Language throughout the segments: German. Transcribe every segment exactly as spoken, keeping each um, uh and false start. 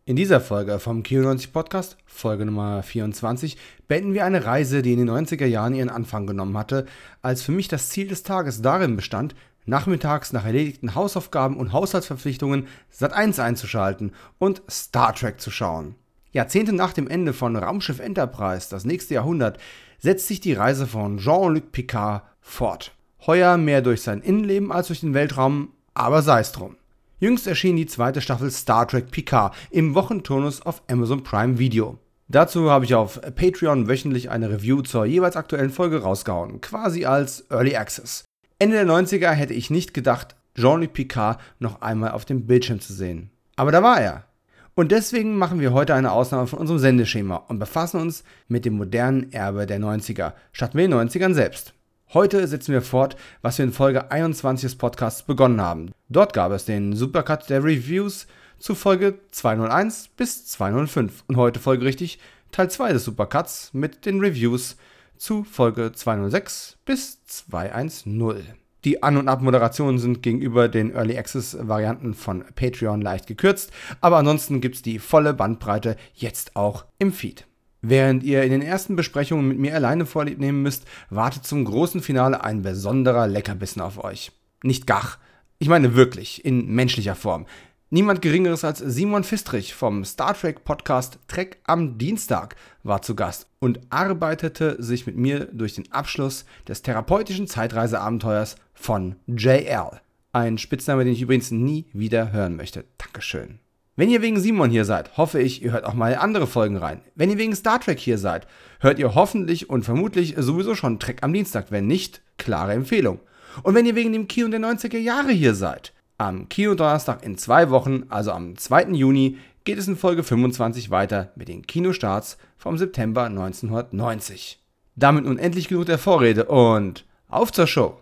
In dieser Folge vom Kino neunzig Podcast, Folge Nummer vierundzwanzig, beenden wir eine Reise, die in den neunziger Jahren ihren Anfang genommen hatte, als für mich das Ziel des Tages darin bestand, nachmittags nach erledigten Hausaufgaben und Haushaltsverpflichtungen Sat eins einzuschalten und Star Trek zu schauen. Jahrzehnte nach dem Ende von Raumschiff Enterprise, das nächste Jahrhundert, setzt sich die Reise von Jean-Luc Picard fort. Heuer mehr durch sein Innenleben als durch den Weltraum, aber sei es drum. Jüngst erschien die zweite Staffel Star Trek Picard im Wochenturnus auf Amazon Prime Video. Dazu habe ich auf Patreon wöchentlich eine Review zur jeweils aktuellen Folge rausgehauen, quasi als Early Access. Ende der neunziger hätte ich nicht gedacht, Jean-Luc Picard noch einmal auf dem Bildschirm zu sehen. Aber da war er. Und deswegen machen wir heute eine Ausnahme von unserem Sendeschema und befassen uns mit dem modernen Erbe der neunziger, statt mit den neunzigern selbst. Heute setzen wir fort, was wir in Folge einundzwanzig des Podcasts begonnen haben. Dort gab es den Supercut der Reviews zu Folge zweihunderteins bis zweihundertfünf und heute folgerichtig Teil zwei des Supercuts mit den Reviews zu Folge zweihundertsechs bis zweihundertzehn. Die An- und Abmoderationen sind gegenüber den Early Access Varianten von Patreon leicht gekürzt, aber ansonsten gibt's die volle Bandbreite jetzt auch im Feed. Während ihr in den ersten Besprechungen mit mir alleine Vorlieb nehmen müsst, wartet zum großen Finale ein besonderer Leckerbissen auf euch. Nicht Gach, ich meine wirklich, in menschlicher Form. Niemand Geringeres als Simon Fistrich vom Star Trek Podcast Trek am Dienstag war zu Gast und arbeitete sich mit mir durch den Abschluss des therapeutischen Zeitreiseabenteuers von J L. Ein Spitzname, den ich übrigens nie wieder hören möchte. Dankeschön. Wenn ihr wegen Simon hier seid, hoffe ich, ihr hört auch mal andere Folgen rein. Wenn ihr wegen Star Trek hier seid, hört ihr hoffentlich und vermutlich sowieso schon Trek am Dienstag. Wenn nicht, klare Empfehlung. Und wenn ihr wegen dem Kino der neunziger Jahre hier seid, am Kinodonnerstag in zwei Wochen, also am zweiten Juni, geht es in Folge fünfundzwanzig weiter mit den Kinostarts vom September neunzehnhundertneunzig. Damit nun endlich genug der Vorrede und auf zur Show!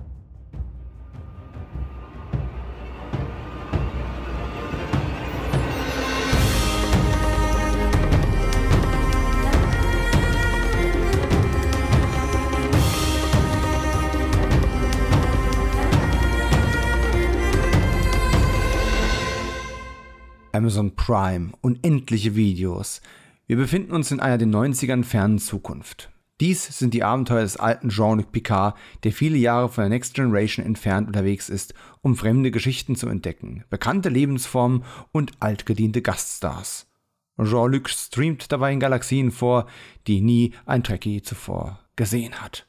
Amazon Prime, unendliche Videos. Wir befinden uns in einer den neunzigern fernen Zukunft. Dies sind die Abenteuer des alten Jean-Luc Picard, der viele Jahre von der Next Generation entfernt unterwegs ist, um fremde Geschichten zu entdecken, bekannte Lebensformen und altgediente Gaststars. Jean-Luc streamt dabei in Galaxien vor, die nie ein Trekkie zuvor gesehen hat.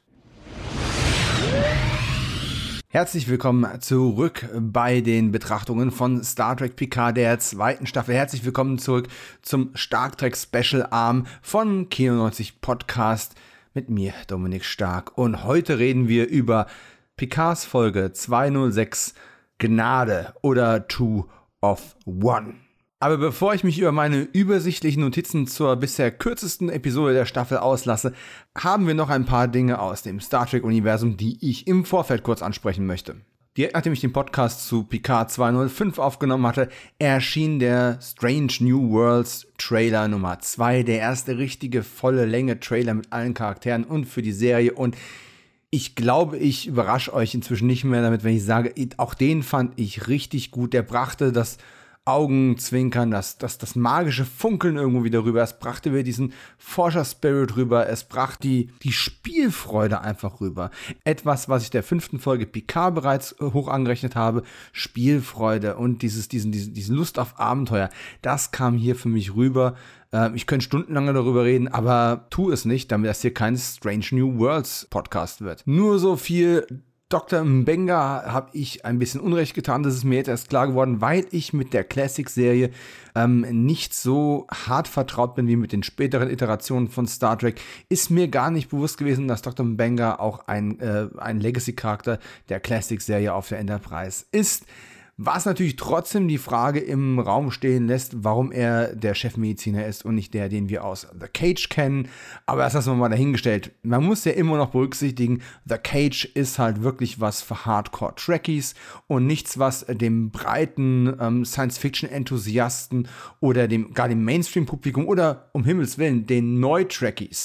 Herzlich willkommen zurück bei den Betrachtungen von Star Trek Picard der zweiten Staffel. Herzlich willkommen zurück zum Star Trek Special Arm von Kino neunzig Podcast mit mir, Dominik Stark. Und heute reden wir über Picards Folge zweihundertsechs, Gnade oder Two of One. Aber bevor ich mich über meine übersichtlichen Notizen zur bisher kürzesten Episode der Staffel auslasse, haben wir noch ein paar Dinge aus dem Star Trek-Universum, die ich im Vorfeld kurz ansprechen möchte. Direkt nachdem ich den Podcast zu Picard zweihundertfünf aufgenommen hatte, erschien der Strange New Worlds Trailer Nummer zwei, der erste richtige volle Länge Trailer mit allen Charakteren und für die Serie, und ich glaube, ich überrasche euch inzwischen nicht mehr damit, wenn ich sage, auch den fand ich richtig gut. Der brachte das Augenzwinkern, das, das, das magische Funkeln irgendwo wieder rüber. Es brachte wieder diesen Forscher-Spirit rüber. Es brachte die, die Spielfreude einfach rüber. Etwas, was ich der fünften Folge Picard bereits hoch angerechnet habe. Spielfreude und dieses, diesen, diesen, diesen Lust auf Abenteuer. Das kam hier für mich rüber. Äh, ich könnte stundenlang darüber reden, aber tu es nicht, damit das hier kein Strange New Worlds Podcast wird. Nur so viel: Doktor Mbenga habe ich ein bisschen Unrecht getan, das ist mir jetzt erst klar geworden, weil ich mit der Classic-Serie ähm, nicht so hart vertraut bin wie mit den späteren Iterationen von Star Trek. Ist mir gar nicht bewusst gewesen, dass Doktor Mbenga auch ein, äh, ein Legacy-Charakter der Classic-Serie auf der Enterprise ist. Was natürlich trotzdem die Frage im Raum stehen lässt, warum er der Chefmediziner ist und nicht der, den wir aus The Cage kennen. Aber das lassen wir mal dahingestellt. Man muss ja immer noch berücksichtigen, The Cage ist halt wirklich was für Hardcore-Trekkies und nichts, was dem breiten ähm, Science-Fiction-Enthusiasten oder dem gar dem Mainstream-Publikum oder um Himmels Willen den Neu-Trekkies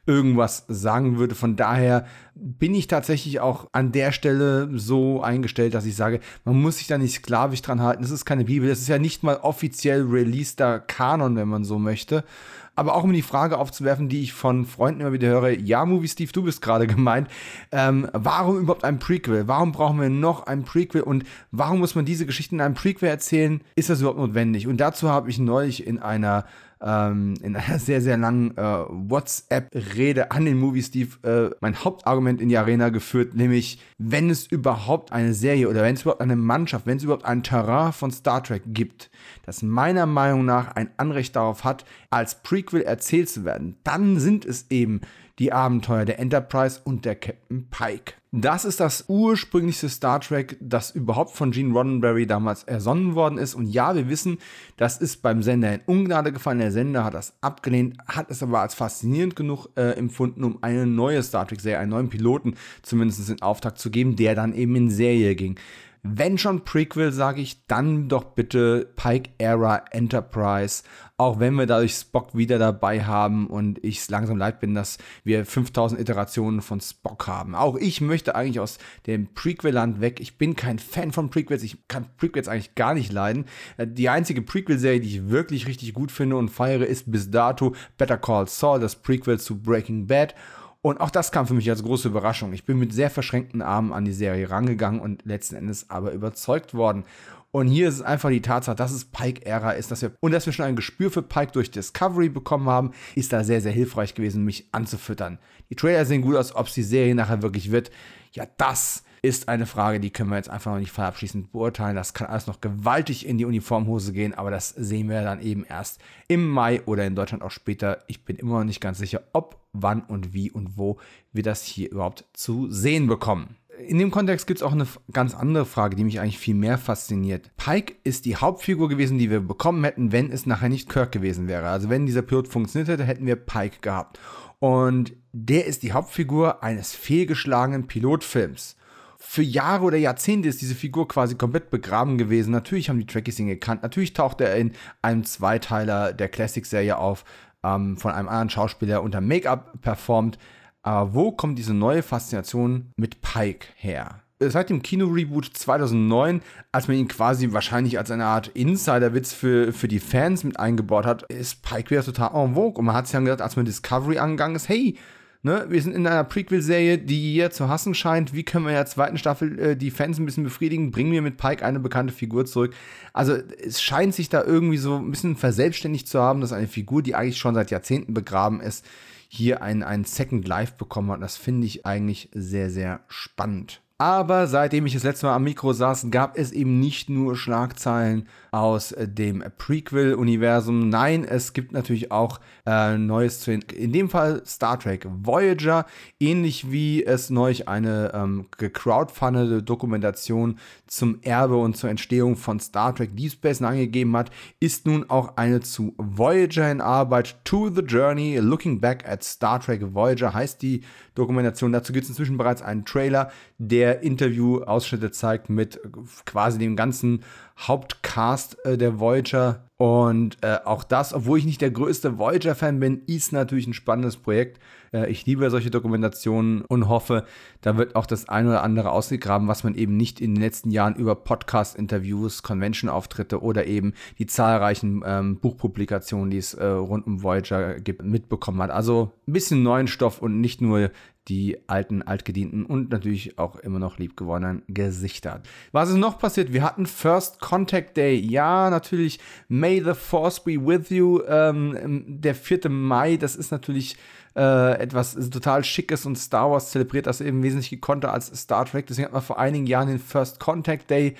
irgendwas sagen würde. Von daher bin ich tatsächlich auch an der Stelle so eingestellt, dass ich sage, man muss sich da nicht sklavisch dran halten. Es ist keine Bibel, es ist ja nicht mal offiziell releaseder Kanon, wenn man so möchte. Aber auch um die Frage aufzuwerfen, die ich von Freunden immer wieder höre, ja, Movie Steve, du bist gerade gemeint, ähm, warum überhaupt ein Prequel? Warum brauchen wir noch ein Prequel? Und warum muss man diese Geschichten in einem Prequel erzählen? Ist das überhaupt notwendig? Und dazu habe ich neulich in einer ähm, in einer sehr, sehr langen äh, WhatsApp-Rede an den Movie Steve äh, mein Hauptargument in die Arena geführt, nämlich, wenn es überhaupt eine Serie oder wenn es überhaupt eine Mannschaft, wenn es überhaupt ein Terrain von Star Trek gibt, das meiner Meinung nach ein Anrecht darauf hat, als Prequel erzählt zu werden, dann sind es eben die Abenteuer der Enterprise und der Captain Pike. Das ist das ursprünglichste Star Trek, das überhaupt von Gene Roddenberry damals ersonnen worden ist. Und ja, wir wissen, das ist beim Sender in Ungnade gefallen. Der Sender hat das abgelehnt, hat es aber als faszinierend genug äh, empfunden, um eine neue Star Trek-Serie, einen neuen Piloten zumindest in Auftrag zu geben, der dann eben in Serie ging. Wenn schon Prequel, sage ich, dann doch bitte Pike-Era Enterprise, auch wenn wir dadurch Spock wieder dabei haben und ich es langsam leid bin, dass wir fünftausend Iterationen von Spock haben. Auch ich möchte eigentlich aus dem Prequel-Land weg. Ich bin kein Fan von Prequels, ich kann Prequels eigentlich gar nicht leiden. Die einzige Prequel-Serie, die ich wirklich richtig gut finde und feiere, ist bis dato Better Call Saul, das Prequel zu Breaking Bad. Und auch das kam für mich als große Überraschung. Ich bin mit sehr verschränkten Armen an die Serie rangegangen und letzten Endes aber überzeugt worden. Und hier ist es einfach die Tatsache, dass es Pike-Ära ist, dass wir, und dass wir schon ein Gespür für Pike durch Discovery bekommen haben, ist da sehr, sehr hilfreich gewesen, mich anzufüttern. Die Trailer sehen gut aus, ob es die Serie nachher wirklich wird. Ja, das ist eine Frage, die können wir jetzt einfach noch nicht abschließend beurteilen. Das kann alles noch gewaltig in die Uniformhose gehen, aber das sehen wir dann eben erst im Mai oder in Deutschland auch später. Ich bin immer noch nicht ganz sicher, ob, wann und wie und wo wir das hier überhaupt zu sehen bekommen. In dem Kontext gibt es auch eine ganz andere Frage, die mich eigentlich viel mehr fasziniert. Pike ist die Hauptfigur gewesen, die wir bekommen hätten, wenn es nachher nicht Kirk gewesen wäre. Also wenn dieser Pilot funktioniert hätte, hätten wir Pike gehabt. Und der ist die Hauptfigur eines fehlgeschlagenen Pilotfilms. Für Jahre oder Jahrzehnte ist diese Figur quasi komplett begraben gewesen. Natürlich haben die Trekkies ihn gekannt. Natürlich taucht er in einem Zweiteiler der Classic-Serie auf, ähm, von einem anderen Schauspieler unter Make-up performt. Aber wo kommt diese neue Faszination mit Pike her? Seit dem Kino-Reboot zweitausendneun, als man ihn quasi wahrscheinlich als eine Art Insider-Witz für, für die Fans mit eingebaut hat, ist Pike wieder total en vogue. Und man hat sich dann gedacht, als man Discovery angegangen ist, hey, ne, wir sind in einer Prequel-Serie, die hier zu hassen scheint. Wie können wir in der zweiten Staffel äh, die Fans ein bisschen befriedigen? Bringen wir mit Pike eine bekannte Figur zurück? Also es scheint sich da irgendwie so ein bisschen verselbstständigt zu haben, dass eine Figur, die eigentlich schon seit Jahrzehnten begraben ist, hier ein, ein Second Life bekommen hat. Und das finde ich eigentlich sehr, sehr spannend. Aber seitdem ich das letzte Mal am Mikro saß, gab es eben nicht nur Schlagzeilen aus dem Prequel-Universum. Nein, es gibt natürlich auch äh, Neues zu, in dem Fall Star Trek Voyager. Ähnlich wie es neulich eine ähm, gecrowdfundete Dokumentation zum Erbe und zur Entstehung von Star Trek Deep Space Nine gegeben hat, ist nun auch eine zu Voyager in Arbeit. To the Journey, Looking Back at Star Trek Voyager heißt die Dokumentation. Dazu gibt es inzwischen bereits einen Trailer, der Interview-Ausschnitte zeigt mit quasi dem ganzen Hauptcast äh, der Voyager. Und äh, auch das, obwohl ich nicht der größte Voyager-Fan bin, ist natürlich ein spannendes Projekt. Äh, ich liebe solche Dokumentationen und hoffe, da wird auch das ein oder andere ausgegraben, was man eben nicht in den letzten Jahren über Podcast-Interviews, Convention-Auftritte oder eben die zahlreichen ähm, Buchpublikationen, die es äh, rund um Voyager gibt, mitbekommen hat. Also ein bisschen neuen Stoff und nicht nur die alten, altgedienten und natürlich auch immer noch liebgewonnenen Gesichter. Was ist noch passiert? Wir hatten First Contact Day. Ja, natürlich, May the Force be with you. Ähm, der vierte Mai, das ist natürlich äh, etwas total Schickes und Star Wars zelebriert das eben wesentlich gekonnter als Star Trek. Deswegen hat man vor einigen Jahren den First Contact Day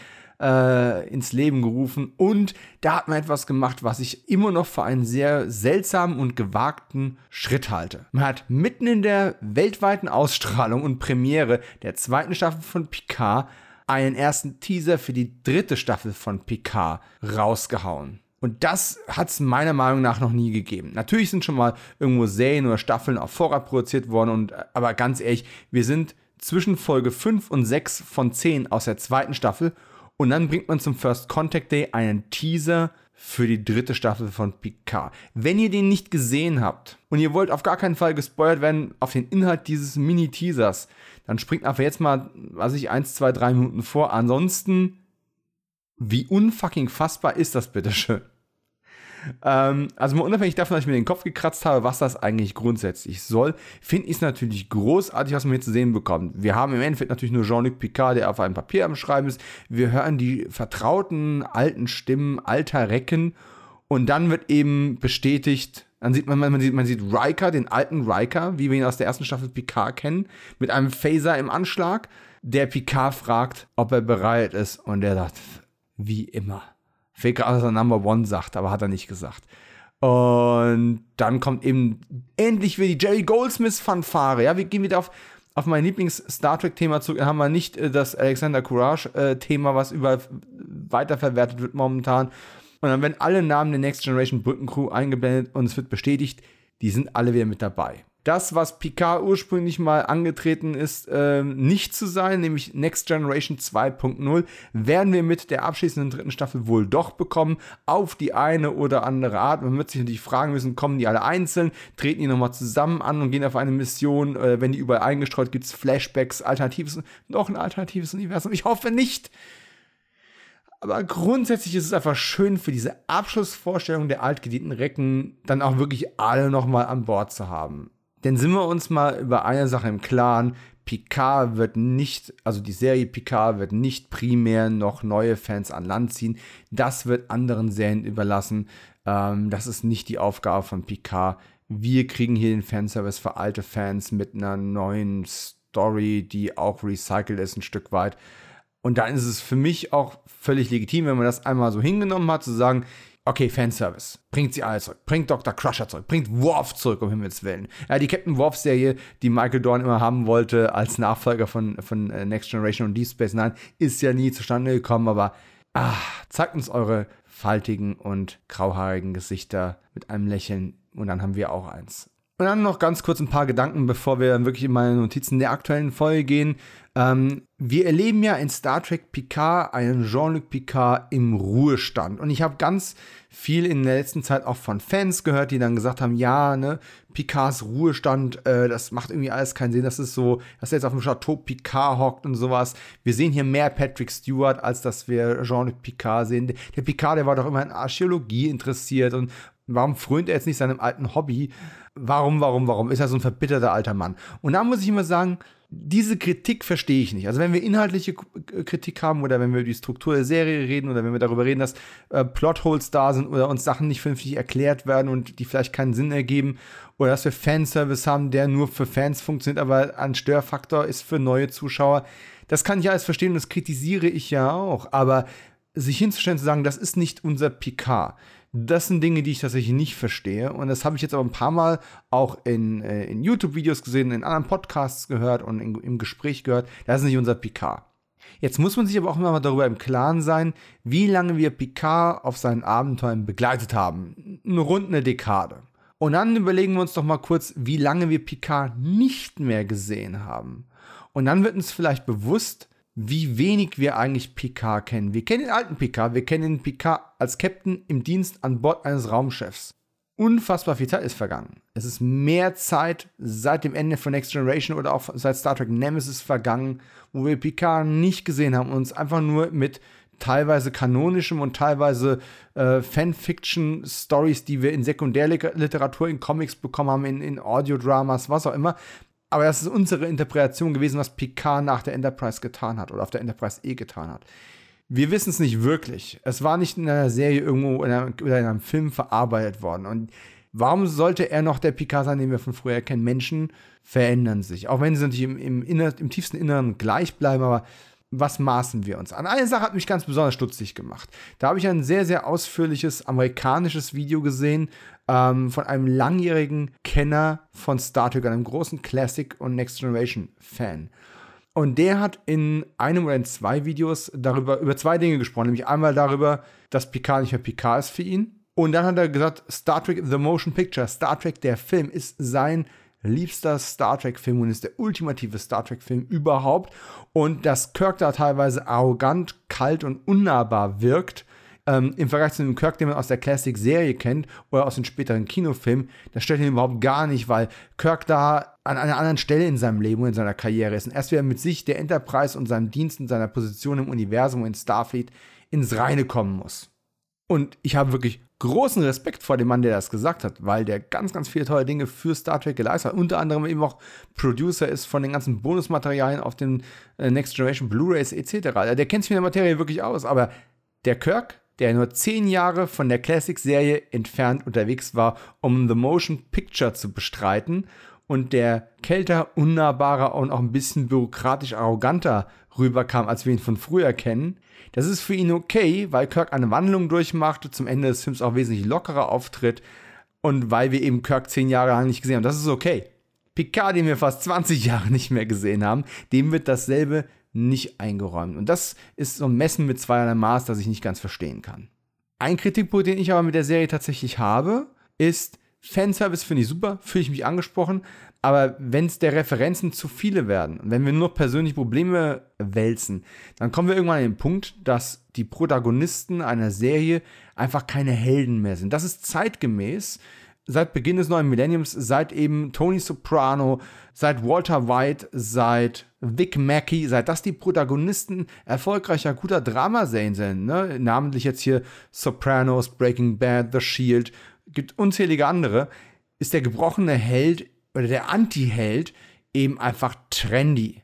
äh, ins Leben gerufen und da hat man etwas gemacht, was ich immer noch für einen sehr seltsamen und gewagten Schritt halte. Man hat mitten in der weltweiten Ausstrahlung und Premiere der zweiten Staffel von Picard einen ersten Teaser für die dritte Staffel von Picard rausgehauen. Und das hat es meiner Meinung nach noch nie gegeben. Natürlich sind schon mal irgendwo Serien oder Staffeln auf Vorrat produziert worden, und, aber ganz ehrlich, wir sind zwischen Folge fünf und sechs von zehn aus der zweiten Staffel und dann bringt man zum First Contact Day einen Teaser für die dritte Staffel von Picard. Wenn ihr den nicht gesehen habt und ihr wollt auf gar keinen Fall gespoilert werden auf den Inhalt dieses Mini-Teasers, dann springt einfach jetzt mal, weiß ich, eins, zwei, drei Minuten vor. Ansonsten, wie unfucking fassbar ist das bitteschön? Ähm, also mal unabhängig davon, dass ich mir den Kopf gekratzt habe, was das eigentlich grundsätzlich soll, finde ich es natürlich großartig, was man hier zu sehen bekommt. Wir haben im Endeffekt natürlich nur Jean-Luc Picard, der auf einem Papier am Schreiben ist. Wir hören die vertrauten alten Stimmen alter Recken und dann wird eben bestätigt, dann sieht man, man sieht, man sieht Riker, den alten Riker, wie wir ihn aus der ersten Staffel Picard kennen, mit einem Phaser im Anschlag, der Picard fragt, ob er bereit ist und er sagt, wie immer. Fehlt gerade, dass er Number One sagt, aber hat er nicht gesagt. Und dann kommt eben endlich wieder die Jerry Goldsmith-Fanfare. Ja, wir gehen wieder auf, auf mein Lieblings-Star Trek-Thema zurück. Da haben wir nicht äh, das Alexander Courage-Thema, äh, was über weiterverwertet wird momentan. Und dann werden alle Namen der Next Generation Brückencrew eingeblendet und es wird bestätigt, die sind alle wieder mit dabei. Das, was Picard ursprünglich mal angetreten ist, äh, nicht zu sein, nämlich Next Generation zwei Punkt null, werden wir mit der abschließenden dritten Staffel wohl doch bekommen, auf die eine oder andere Art. Man wird sich natürlich fragen müssen, kommen die alle einzeln, treten die nochmal zusammen an und gehen auf eine Mission, äh, wenn die überall eingestreut, gibt es Flashbacks, alternatives, noch ein alternatives Universum, ich hoffe nicht. Aber grundsätzlich ist es einfach schön, für diese Abschlussvorstellung der altgedienten Recken dann auch wirklich alle nochmal an Bord zu haben. Denn sind wir uns mal über eine Sache im Klaren, Picard wird nicht, also die Serie Picard wird nicht primär noch neue Fans an Land ziehen. Das wird anderen Serien überlassen. Ähm, das ist nicht die Aufgabe von Picard. Wir kriegen hier den Fanservice für alte Fans mit einer neuen Story, die auch recycelt ist ein Stück weit. Und dann ist es für mich auch völlig legitim, wenn man das einmal so hingenommen hat, zu sagen, okay, Fanservice, bringt sie alle zurück, bringt Doktor Crusher zurück, bringt Worf zurück, um Himmels Willen. Ja, die Captain Worf-Serie, die Michael Dorn immer haben wollte, als Nachfolger von, von Next Generation und Deep Space Nine, ist ja nie zustande gekommen, aber ah, zeigt uns eure faltigen und grauhaarigen Gesichter mit einem Lächeln und dann haben wir auch eins. Und dann noch ganz kurz ein paar Gedanken, bevor wir dann wirklich in meine Notizen der aktuellen Folge gehen. Ähm, wir erleben ja in Star Trek Picard einen Jean-Luc Picard im Ruhestand. Und ich habe ganz viel in der letzten Zeit auch von Fans gehört, die dann gesagt haben, ja, ne, Picards Ruhestand, äh, das macht irgendwie alles keinen Sinn. Das ist so, dass er jetzt auf dem Chateau Picard hockt und sowas. Wir sehen hier mehr Patrick Stewart, als dass wir Jean-Luc Picard sehen. Der Picard, der war doch immer in Archäologie interessiert und warum frönt er jetzt nicht seinem alten Hobby? Warum, warum, warum? Ist er so ein verbitterter alter Mann? Und da muss ich immer sagen, diese Kritik verstehe ich nicht. Also wenn wir inhaltliche Kritik haben oder wenn wir über die Struktur der Serie reden oder wenn wir darüber reden, dass äh, Plotholes da sind oder uns Sachen nicht vernünftig erklärt werden und die vielleicht keinen Sinn ergeben oder dass wir Fanservice haben, der nur für Fans funktioniert, aber ein Störfaktor ist für neue Zuschauer. Das kann ich alles verstehen und das kritisiere ich ja auch. Aber sich hinzustellen, zu sagen, das ist nicht unser Picard, das sind Dinge, die ich tatsächlich nicht verstehe. Und das habe ich jetzt aber ein paar Mal auch in, äh, in YouTube-Videos gesehen, in anderen Podcasts gehört und in, im Gespräch gehört. Das ist nicht unser Picard. Jetzt muss man sich aber auch immer mal darüber im Klaren sein, wie lange wir Picard auf seinen Abenteuern begleitet haben. Eine rund eine Dekade. Und dann überlegen wir uns doch mal kurz, wie lange wir Picard nicht mehr gesehen haben. Und dann wird uns vielleicht bewusst, wie wenig wir eigentlich Picard kennen. Wir kennen den alten Picard, wir kennen den Picard als Captain im Dienst an Bord eines Raumschiffs. Unfassbar viel Zeit ist vergangen. Es ist mehr Zeit seit dem Ende von Next Generation oder auch seit Star Trek Nemesis vergangen, wo wir Picard nicht gesehen haben und uns einfach nur mit teilweise kanonischem und teilweise äh, Fanfiction-Stories, die wir in Sekundärliteratur, in Comics bekommen haben, in, in Audiodramas, was auch immer. Aber das ist unsere Interpretation gewesen, was Picard nach der Enterprise getan hat oder auf der Enterprise E getan hat. Wir wissen es nicht wirklich. Es war nicht in einer Serie irgendwo in einem, oder in einem Film verarbeitet worden. Und warum sollte er noch der Picard sein, den wir von früher kennen? Menschen verändern sich. Auch wenn sie natürlich im, im, inner, im tiefsten Inneren gleich bleiben, aber was maßen wir uns an? Eine Sache hat mich ganz besonders stutzig gemacht. Da habe ich ein sehr, sehr ausführliches amerikanisches Video gesehen ähm, von einem langjährigen Kenner von Star Trek, einem großen Classic- und Next Generation-Fan. Und der hat in einem oder in zwei Videos darüber, über zwei Dinge gesprochen. Nämlich einmal darüber, dass Picard nicht mehr Picard ist für ihn. Und dann hat er gesagt, Star Trek The Motion Picture, Star Trek der Film, ist sein liebster Star Trek-Film und ist der ultimative Star Trek-Film überhaupt. Und dass Kirk da teilweise arrogant, kalt und unnahbar wirkt, Ähm, Im Vergleich zu dem Kirk, den man aus der Classic-Serie kennt oder aus den späteren Kinofilmen, das stört ihn überhaupt gar nicht, weil Kirk da an einer anderen Stelle in seinem Leben und in seiner Karriere ist. Und erst wieder mit sich, der Enterprise und seinem Dienst und seiner Position im Universum und in Starfleet ins Reine kommen muss. Und ich habe wirklich großen Respekt vor dem Mann, der das gesagt hat, weil der ganz, ganz viele tolle Dinge für Star Trek geleistet hat. Unter anderem eben auch Producer ist von den ganzen Bonusmaterialien auf den äh, Next Generation Blu-rays et cetera. Der kennt sich mit der Materie wirklich aus. Aber der Kirk, der nur zehn Jahre von der Classic-Serie entfernt unterwegs war, um The Motion Picture zu bestreiten und der kälter, unnahbarer und auch ein bisschen bürokratisch arroganter rüberkam, als wir ihn von früher kennen. Das ist für ihn okay, weil Kirk eine Wandlung durchmacht, zum Ende des Films auch wesentlich lockerer auftritt und weil wir eben Kirk zehn Jahre lang nicht gesehen haben. Das ist okay. Picard, den wir fast zwanzig Jahre nicht mehr gesehen haben, dem wird dasselbe nicht eingeräumt. Und das ist so ein Messen mit zweierlei Maß, das ich nicht ganz verstehen kann. Ein Kritikpunkt, den ich aber mit der Serie tatsächlich habe, ist, Fanservice finde ich super, fühle ich mich angesprochen, aber wenn es der Referenzen zu viele werden und wenn wir nur noch persönliche Probleme wälzen, dann kommen wir irgendwann an den Punkt, dass die Protagonisten einer Serie einfach keine Helden mehr sind. Das ist zeitgemäß. Seit Beginn des neuen Millenniums, seit eben Tony Soprano, seit Walter White, seit Vic Mackey, seit das die Protagonisten erfolgreicher, guter Dramaserien sind, ne? Namentlich jetzt hier Sopranos, Breaking Bad, The Shield, gibt unzählige andere, ist der gebrochene Held oder der Anti-Held eben einfach trendy.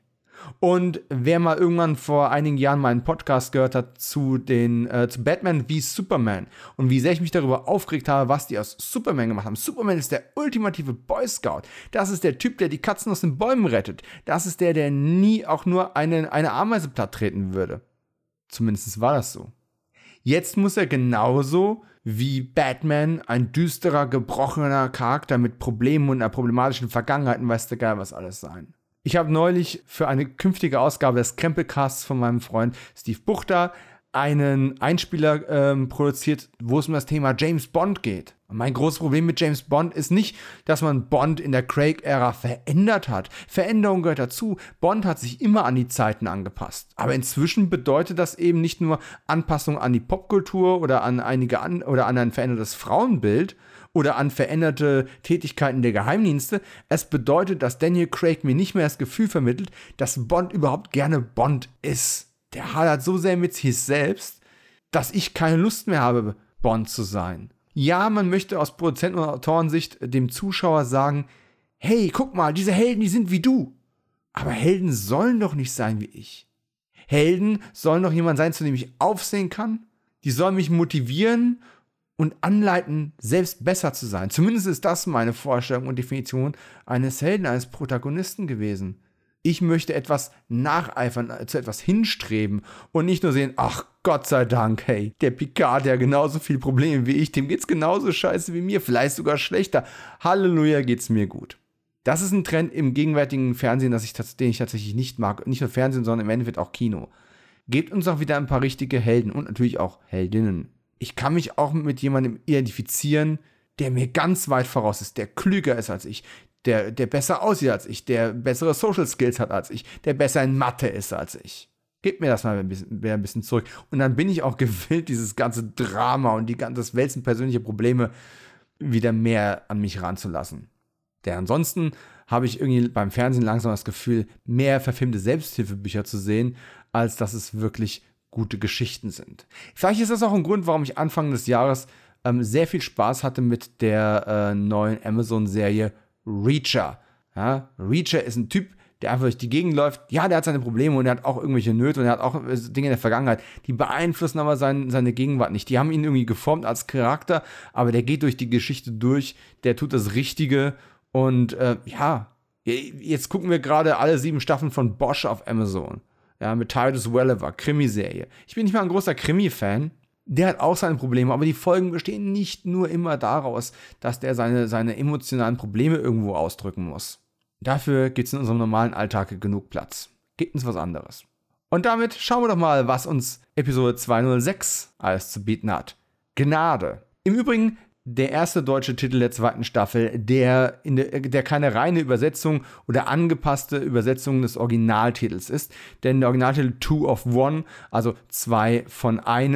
Und wer mal irgendwann vor einigen Jahren meinen Podcast gehört hat zu den äh, zu Batman wie Superman und wie sehr ich mich darüber aufgeregt habe, was die aus Superman gemacht haben. Superman ist der ultimative Boy Scout. Das ist der Typ, der die Katzen aus den Bäumen rettet. Das ist der, der nie auch nur eine, eine Ameise platt treten würde. Zumindest war das so. Jetzt muss er genauso wie Batman ein düsterer, gebrochener Charakter mit Problemen und einer problematischen Vergangenheit und weiß der Geil was alles sein. Ich habe neulich für eine künftige Ausgabe des Krempelcasts von meinem Freund Steve Buchter einen Einspieler ähm, produziert, wo es um das Thema James Bond geht. Und mein großes Problem mit James Bond ist nicht, dass man Bond in der Craig-Ära verändert hat. Veränderung gehört dazu. Bond hat sich immer an die Zeiten angepasst. Aber inzwischen bedeutet das eben nicht nur Anpassung an die Popkultur oder an einige an oder an ein verändertes Frauenbild oder an veränderte Tätigkeiten der Geheimdienste. Es bedeutet, dass Daniel Craig mir nicht mehr das Gefühl vermittelt, dass Bond überhaupt gerne Bond ist. Der hadert so sehr mit sich selbst, dass ich keine Lust mehr habe, Bond zu sein. Ja, man möchte aus Produzenten- und Autorensicht dem Zuschauer sagen, hey, guck mal, diese Helden, die sind wie du. Aber Helden sollen doch nicht sein wie ich. Helden sollen doch jemand sein, zu dem ich aufsehen kann. Die sollen mich motivieren und anleiten, selbst besser zu sein. Zumindest ist das meine Vorstellung und Definition eines Helden, eines Protagonisten gewesen. Ich möchte etwas nacheifern, zu etwas hinstreben und nicht nur sehen, ach Gott sei Dank, hey, der Picard, der genauso viele Probleme wie ich, dem geht's genauso scheiße wie mir, vielleicht sogar schlechter. Halleluja, geht's mir gut. Das ist ein Trend im gegenwärtigen Fernsehen, das ich, den ich tatsächlich nicht mag. Nicht nur Fernsehen, sondern im Endeffekt auch Kino. Gebt uns auch wieder ein paar richtige Helden und natürlich auch Heldinnen. Ich kann mich auch mit jemandem identifizieren, der mir ganz weit voraus ist, der klüger ist als ich, der, der besser aussieht als ich, der bessere Social Skills hat als ich, der besser in Mathe ist als ich. Gebt mir das mal ein bisschen, ein bisschen zurück. Und dann bin ich auch gewillt, dieses ganze Drama und die ganze Wälzen persönliche Probleme wieder mehr an mich ranzulassen. Denn ansonsten habe ich irgendwie beim Fernsehen langsam das Gefühl, mehr verfilmte Selbsthilfebücher zu sehen, als dass es wirklich gute Geschichten sind. Vielleicht ist das auch ein Grund, warum ich Anfang des Jahres ähm, sehr viel Spaß hatte mit der äh, neuen Amazon-Serie Reacher. Ja, Reacher ist ein Typ, der einfach durch die Gegend läuft. Ja, der hat seine Probleme und er hat auch irgendwelche Nöte und er hat auch Dinge in der Vergangenheit. Die beeinflussen aber sein, seine Gegenwart nicht. Die haben ihn irgendwie geformt als Charakter, aber der geht durch die Geschichte durch, der tut das Richtige und äh, ja, jetzt gucken wir gerade alle sieben Staffeln von Bosch auf Amazon. Ja, mit Titus Welliver, Krimiserie. Ich bin nicht mal ein großer Krimi-Fan. Der hat auch seine Probleme, aber die Folgen bestehen nicht nur immer daraus, dass der seine, seine emotionalen Probleme irgendwo ausdrücken muss. Dafür gibt es in unserem normalen Alltag genug Platz. Gebt uns was anderes. Und damit schauen wir doch mal, was uns Episode zweihundertsechs alles zu bieten hat. Gnade. Im Übrigen der erste deutsche Titel der zweiten Staffel, der, in der, der keine reine Übersetzung oder angepasste Übersetzung des Originaltitels ist. Denn der Originaltitel Two of One, also zwei von einem,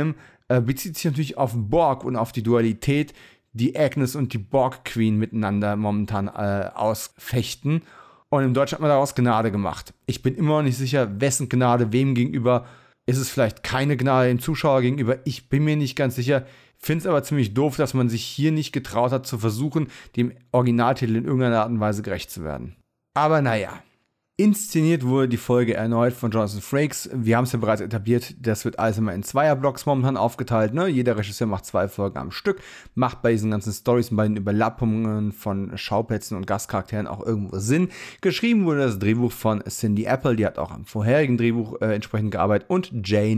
äh, bezieht sich natürlich auf Borg und auf die Dualität, die Agnes und die Borg Queen miteinander momentan äh, ausfechten. Und im Deutschen hat man daraus Gnade gemacht. Ich bin immer noch nicht sicher, wessen Gnade wem gegenüber. Ist es vielleicht keine Gnade dem Zuschauer gegenüber? Ich bin mir nicht ganz sicher. Finde es aber ziemlich doof, dass man sich hier nicht getraut hat, zu versuchen, dem Originaltitel in irgendeiner Art und Weise gerecht zu werden. Aber naja. Inszeniert wurde die Folge erneut von Jonathan Frakes. Wir haben es ja bereits etabliert, das wird alles immer in Zweierblocks momentan aufgeteilt. Ne? Jeder Regisseur macht zwei Folgen am Stück, macht bei diesen ganzen Storys und bei den Überlappungen von Schauplätzen und Gastcharakteren auch irgendwo Sinn. Geschrieben wurde das Drehbuch von Cindy Apple, die hat auch am vorherigen Drehbuch äh, entsprechend gearbeitet, und Jane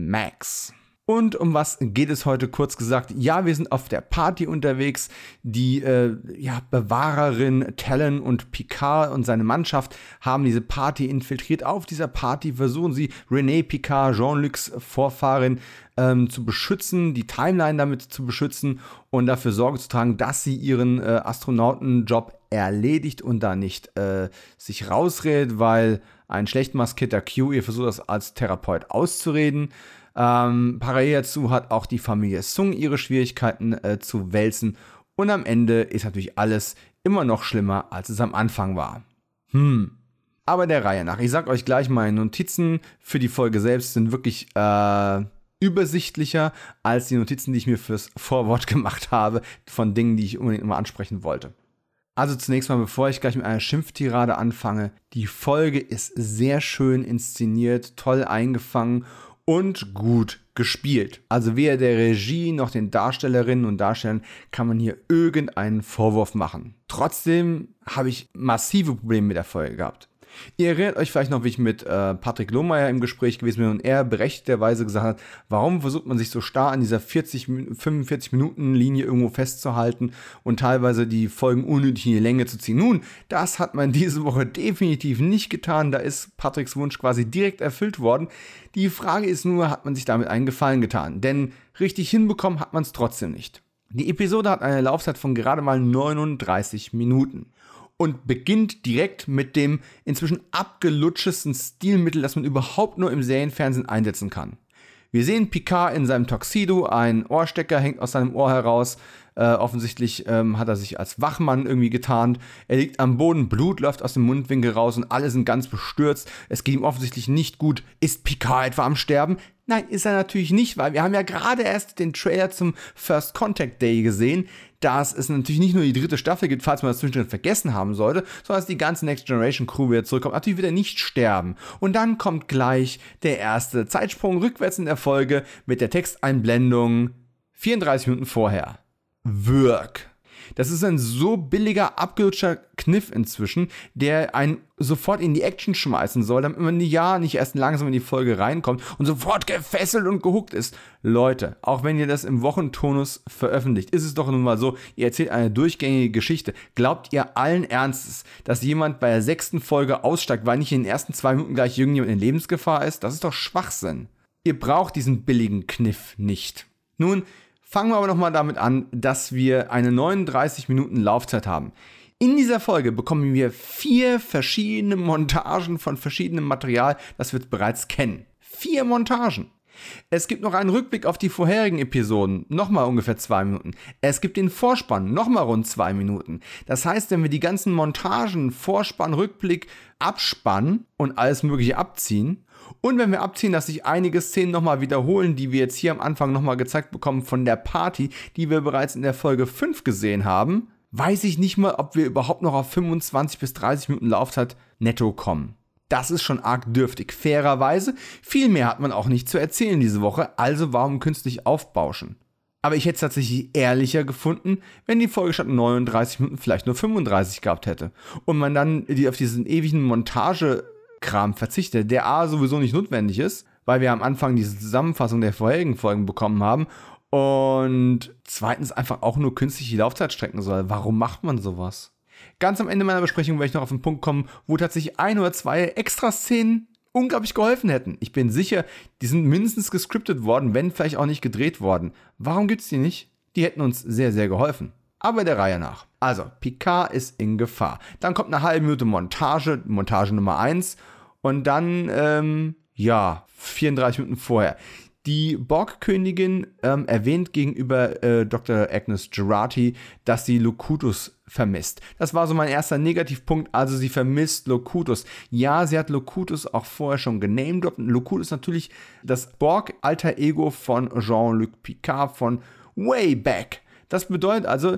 Max. Und um was geht es heute kurz gesagt? Ja, wir sind auf der Party unterwegs. Die äh, ja, Bewahrerin Talon und Picard und seine Mannschaft haben diese Party infiltriert. Auf dieser Party versuchen sie, René Picard, Jean-Lucs Vorfahrin, ähm, zu beschützen, die Timeline damit zu beschützen und dafür Sorge zu tragen, dass sie ihren äh, Astronautenjob erledigt und da nicht äh, sich rausredet, weil ein schlecht maskierter Q ihr versucht, das als Therapeut auszureden. Ähm, parallel dazu hat auch die Familie Sung ihre Schwierigkeiten äh, zu wälzen. Und am Ende ist natürlich alles immer noch schlimmer, als es am Anfang war. Hm. Aber der Reihe nach. Ich sag euch gleich, meine Notizen für die Folge selbst sind wirklich äh, übersichtlicher als die Notizen, die ich mir fürs Vorwort gemacht habe, von Dingen, die ich unbedingt mal ansprechen wollte. Also zunächst mal, bevor ich gleich mit einer Schimpftirade anfange, die Folge ist sehr schön inszeniert, toll eingefangen und gut gespielt. Also weder der Regie noch den Darstellerinnen und Darstellern kann man hier irgendeinen Vorwurf machen. Trotzdem habe ich massive Probleme mit der Folge gehabt. Ihr erinnert euch vielleicht noch, wie ich mit äh, Patrick Lohmeier im Gespräch gewesen bin und er berechtigterweise gesagt hat, warum versucht man sich so starr an dieser vierzig, fünfundvierzig Minuten Linie irgendwo festzuhalten und teilweise die Folgen unnötig in die Länge zu ziehen. Nun, das hat man diese Woche definitiv nicht getan, da ist Patricks Wunsch quasi direkt erfüllt worden. Die Frage ist nur, hat man sich damit einen Gefallen getan? Denn richtig hinbekommen hat man es trotzdem nicht. Die Episode hat eine Laufzeit von gerade mal neununddreißig Minuten. Und beginnt direkt mit dem inzwischen abgelutschesten Stilmittel, das man überhaupt nur im Serienfernsehen einsetzen kann. Wir sehen Picard in seinem Tuxedo, ein Ohrstecker hängt aus seinem Ohr heraus, äh, offensichtlich ähm, hat er sich als Wachmann irgendwie getarnt, er liegt am Boden, Blut läuft aus dem Mundwinkel raus und alle sind ganz bestürzt, es geht ihm offensichtlich nicht gut. Ist Picard etwa am Sterben? Nein, ist er natürlich nicht, weil wir haben ja gerade erst den Trailer zum First Contact Day gesehen, dass es natürlich nicht nur die dritte Staffel gibt, falls man das zwischendrin vergessen haben sollte, sondern dass die ganze Next Generation Crew wieder zurückkommt. Natürlich wird er nicht sterben. Und dann kommt gleich der erste Zeitsprung rückwärts in der Folge mit der Texteinblendung vierunddreißig Minuten vorher. Wirk. Das ist ein so billiger, abgelutschter Kniff inzwischen, der einen sofort in die Action schmeißen soll, damit man ja nicht erst langsam in die Folge reinkommt und sofort gefesselt und gehuckt ist. Leute, auch wenn ihr das im Wochentonus veröffentlicht, ist es doch nun mal so, ihr erzählt eine durchgängige Geschichte. Glaubt ihr allen Ernstes, dass jemand bei der sechsten Folge aussteigt, weil nicht in den ersten zwei Minuten gleich irgendjemand in Lebensgefahr ist? Das ist doch Schwachsinn. Ihr braucht diesen billigen Kniff nicht. Nun, fangen wir aber nochmal damit an, dass wir eine neununddreißig Minuten Laufzeit haben. In dieser Folge bekommen wir vier verschiedene Montagen von verschiedenem Material, das wir bereits kennen. Vier Montagen. Es gibt noch einen Rückblick auf die vorherigen Episoden, nochmal ungefähr zwei Minuten. Es gibt den Vorspann, nochmal rund zwei Minuten. Das heißt, wenn wir die ganzen Montagen, Vorspann, Rückblick, Abspann und alles Mögliche abziehen, und wenn wir abziehen, dass sich einige Szenen nochmal wiederholen, die wir jetzt hier am Anfang nochmal gezeigt bekommen von der Party, die wir bereits in der Folge fünf gesehen haben, weiß ich nicht mal, ob wir überhaupt noch auf fünfundzwanzig bis dreißig Minuten Laufzeit netto kommen. Das ist schon arg dürftig. Fairerweise, viel mehr hat man auch nicht zu erzählen diese Woche, also warum künstlich aufbauschen? Aber ich hätte es tatsächlich ehrlicher gefunden, wenn die Folge statt neununddreißig Minuten vielleicht nur fünfunddreißig gehabt hätte. Und man dann die auf diesen ewigen Montage Kram verzichtet, der A sowieso nicht notwendig ist, weil wir am Anfang diese Zusammenfassung der vorherigen Folgen bekommen haben und zweitens einfach auch nur künstlich die Laufzeit strecken soll. Warum macht man sowas? Ganz am Ende meiner Besprechung werde ich noch auf den Punkt kommen, wo tatsächlich ein oder zwei Extraszenen unglaublich geholfen hätten. Ich bin sicher, die sind mindestens gescriptet worden, wenn vielleicht auch nicht gedreht worden. Warum gibt's die nicht? Die hätten uns sehr, sehr geholfen. Aber der Reihe nach. Also, Picard ist in Gefahr. Dann kommt eine halbe Minute Montage, Montage Nummer eins. Und dann, ähm, ja, vierunddreißig Minuten vorher. Die Borg-Königin ähm, erwähnt gegenüber äh, Doktor Agnes Jurati, dass sie Locutus vermisst. Das war so mein erster Negativpunkt, also sie vermisst Locutus. Ja, sie hat Locutus auch vorher schon genamedroppt. Locutus ist natürlich das Borg-Alter-Ego von Jean-Luc Picard von way back. Das bedeutet also,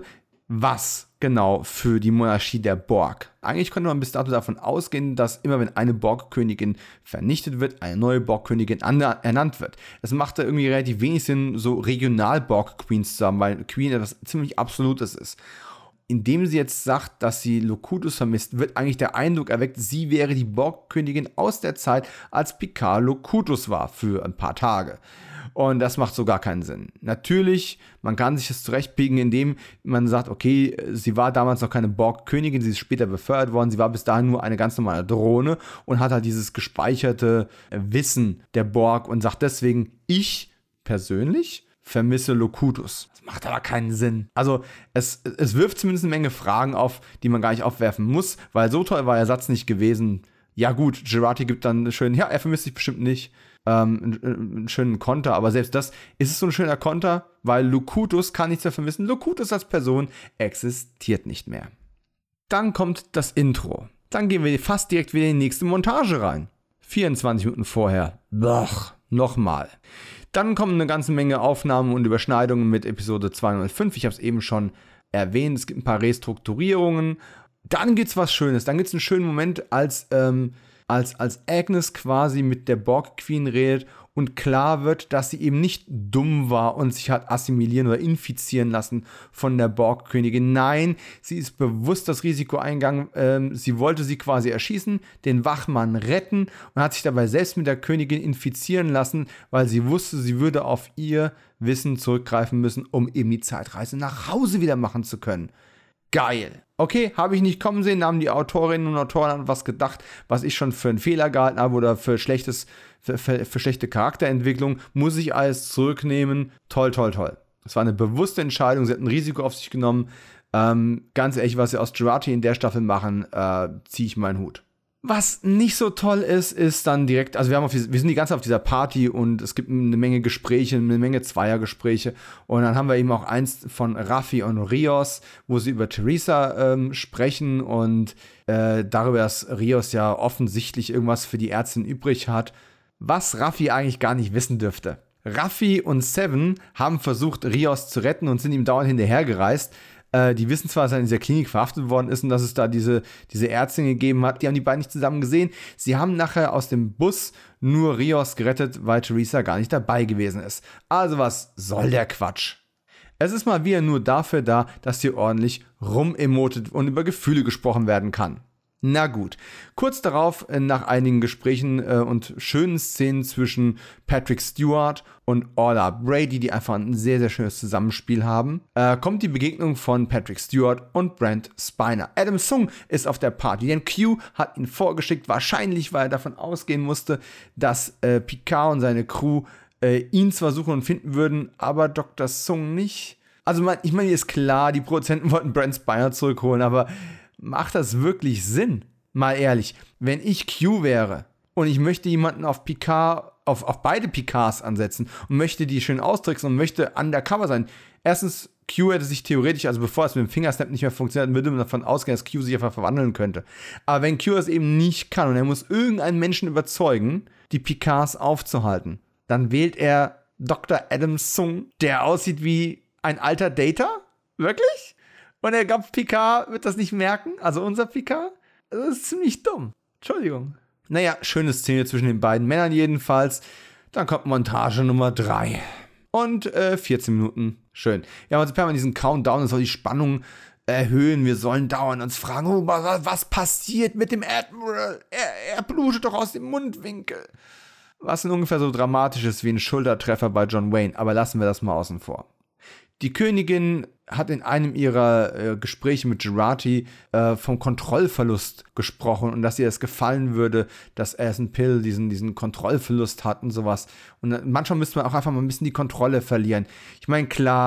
was genau für die Monarchie der Borg? Eigentlich konnte man bis dato davon ausgehen, dass immer wenn eine Borg-Königin vernichtet wird, eine neue Borg-Königin ernannt wird. Es machte irgendwie relativ wenig Sinn, so Regional-Borg-Queens zu haben, weil Queen etwas ziemlich Absolutes ist. Indem sie jetzt sagt, dass sie Locutus vermisst, wird eigentlich der Eindruck erweckt, sie wäre die Borg-Königin aus der Zeit, als Picard Locutus war, für ein paar Tage. Und das macht so gar keinen Sinn. Natürlich, man kann sich das zurechtbiegen, indem man sagt, okay, sie war damals noch keine Borg-Königin, sie ist später befördert worden, sie war bis dahin nur eine ganz normale Drohne und hat halt dieses gespeicherte Wissen der Borg und sagt deswegen, ich persönlich vermisse Locutus. Das macht aber keinen Sinn. Also es, es wirft zumindest eine Menge Fragen auf, die man gar nicht aufwerfen muss, weil so toll war der Satz nicht gewesen. Ja gut, Jurati gibt dann schön, ja, er vermisst sich bestimmt nicht. Ähm, einen, einen schönen Konter, aber selbst das ist es so ein schöner Konter, weil Locutus kann nichts mehr vermissen. Locutus als Person existiert nicht mehr. Dann kommt das Intro. Dann gehen wir fast direkt wieder in die nächste Montage rein. vierundzwanzig Minuten vorher. Boah, nochmal. Dann kommen eine ganze Menge Aufnahmen und Überschneidungen mit Episode zweihundertfünf. Ich habe es eben schon erwähnt, es gibt ein paar Restrukturierungen. Dann gibt's was Schönes. Dann gibt's einen schönen Moment, als ähm, Als, als Agnes quasi mit der Borg-Queen redet und klar wird, dass sie eben nicht dumm war und sich hat assimilieren oder infizieren lassen von der Borg-Königin. Nein, sie ist bewusst das Risiko eingegangen. Ähm, sie wollte sie quasi erschießen, den Wachmann retten und hat sich dabei selbst mit der Königin infizieren lassen, weil sie wusste, sie würde auf ihr Wissen zurückgreifen müssen, um eben die Zeitreise nach Hause wieder machen zu können. Geil. Okay, habe ich nicht kommen sehen, haben die Autorinnen und Autoren an was gedacht, was ich schon für einen Fehler gehalten habe oder für schlechtes, für, für, für schlechte Charakterentwicklung, muss ich alles zurücknehmen. Toll, toll, toll. Das war eine bewusste Entscheidung, sie hat ein Risiko auf sich genommen. Ähm, ganz ehrlich, was sie aus Jurati in der Staffel machen, äh, ziehe ich meinen Hut. Was nicht so toll ist, ist dann direkt, also wir, haben auf, wir sind die ganze Zeit auf dieser Party und es gibt eine Menge Gespräche, eine Menge Zweiergespräche und dann haben wir eben auch eins von Raffi und Rios, wo sie über Teresa ähm, sprechen und äh, darüber, dass Rios ja offensichtlich irgendwas für die Ärztin übrig hat, was Raffi eigentlich gar nicht wissen dürfte. Raffi und Seven haben versucht, Rios zu retten und sind ihm dauernd hinterhergereist. Äh, die wissen zwar, dass er in dieser Klinik verhaftet worden ist und dass es da diese, diese Ärztin gegeben hat. Die haben die beiden nicht zusammen gesehen. Sie haben nachher aus dem Bus nur Rios gerettet, weil Teresa gar nicht dabei gewesen ist. Also was soll der Quatsch? Es ist mal wieder nur dafür da, dass hier ordentlich rumemotet und über Gefühle gesprochen werden kann. Na gut, kurz darauf, nach einigen Gesprächen äh, und schönen Szenen zwischen Patrick Stewart und Orla Brady, die einfach ein sehr, sehr schönes Zusammenspiel haben, äh, kommt die Begegnung von Patrick Stewart und Brent Spiner. Adam Sung ist auf der Party, denn Q hat ihn vorgeschickt, wahrscheinlich, weil er davon ausgehen musste, dass äh, Picard und seine Crew äh, ihn zwar suchen und finden würden, aber Doktor Sung nicht. Also man, ich meine, ist klar, die Produzenten wollten Brent Spiner zurückholen, aber macht das wirklich Sinn? Mal ehrlich, wenn ich Q wäre und ich möchte jemanden auf Picard, auf, auf beide Picards ansetzen und möchte die schön austricksen und möchte undercover sein. Erstens, Q hätte sich theoretisch, also bevor es mit dem Fingersnap nicht mehr funktioniert, würde man davon ausgehen, dass Q sich einfach verwandeln könnte. Aber wenn Q das eben nicht kann und er muss irgendeinen Menschen überzeugen, die Picards aufzuhalten, dann wählt er Doktor Adam Sung, der aussieht wie ein alter Data? Wirklich? Und er glaubt, Picard wird das nicht merken, also unser Picard. Das ist ziemlich dumm. Entschuldigung. Naja, schöne Szene zwischen den beiden Männern jedenfalls. Dann kommt Montage Nummer drei. Und äh, vierzehn Minuten. Schön. Wir haben also permanent diesen Countdown, das soll die Spannung erhöhen. Wir sollen dauernd uns fragen, oh, was, was passiert mit dem Admiral? Er, er blutet doch aus dem Mundwinkel. Was in ungefähr so dramatisch ist wie ein Schultertreffer bei John Wayne. Aber lassen wir das mal außen vor. Die Königin hat in einem ihrer äh, Gespräche mit Jurati äh, vom Kontrollverlust gesprochen und dass ihr es gefallen würde, dass Alison Pill diesen, diesen Kontrollverlust hat und sowas. Und manchmal müsste man auch einfach mal ein bisschen die Kontrolle verlieren. Ich meine, klar,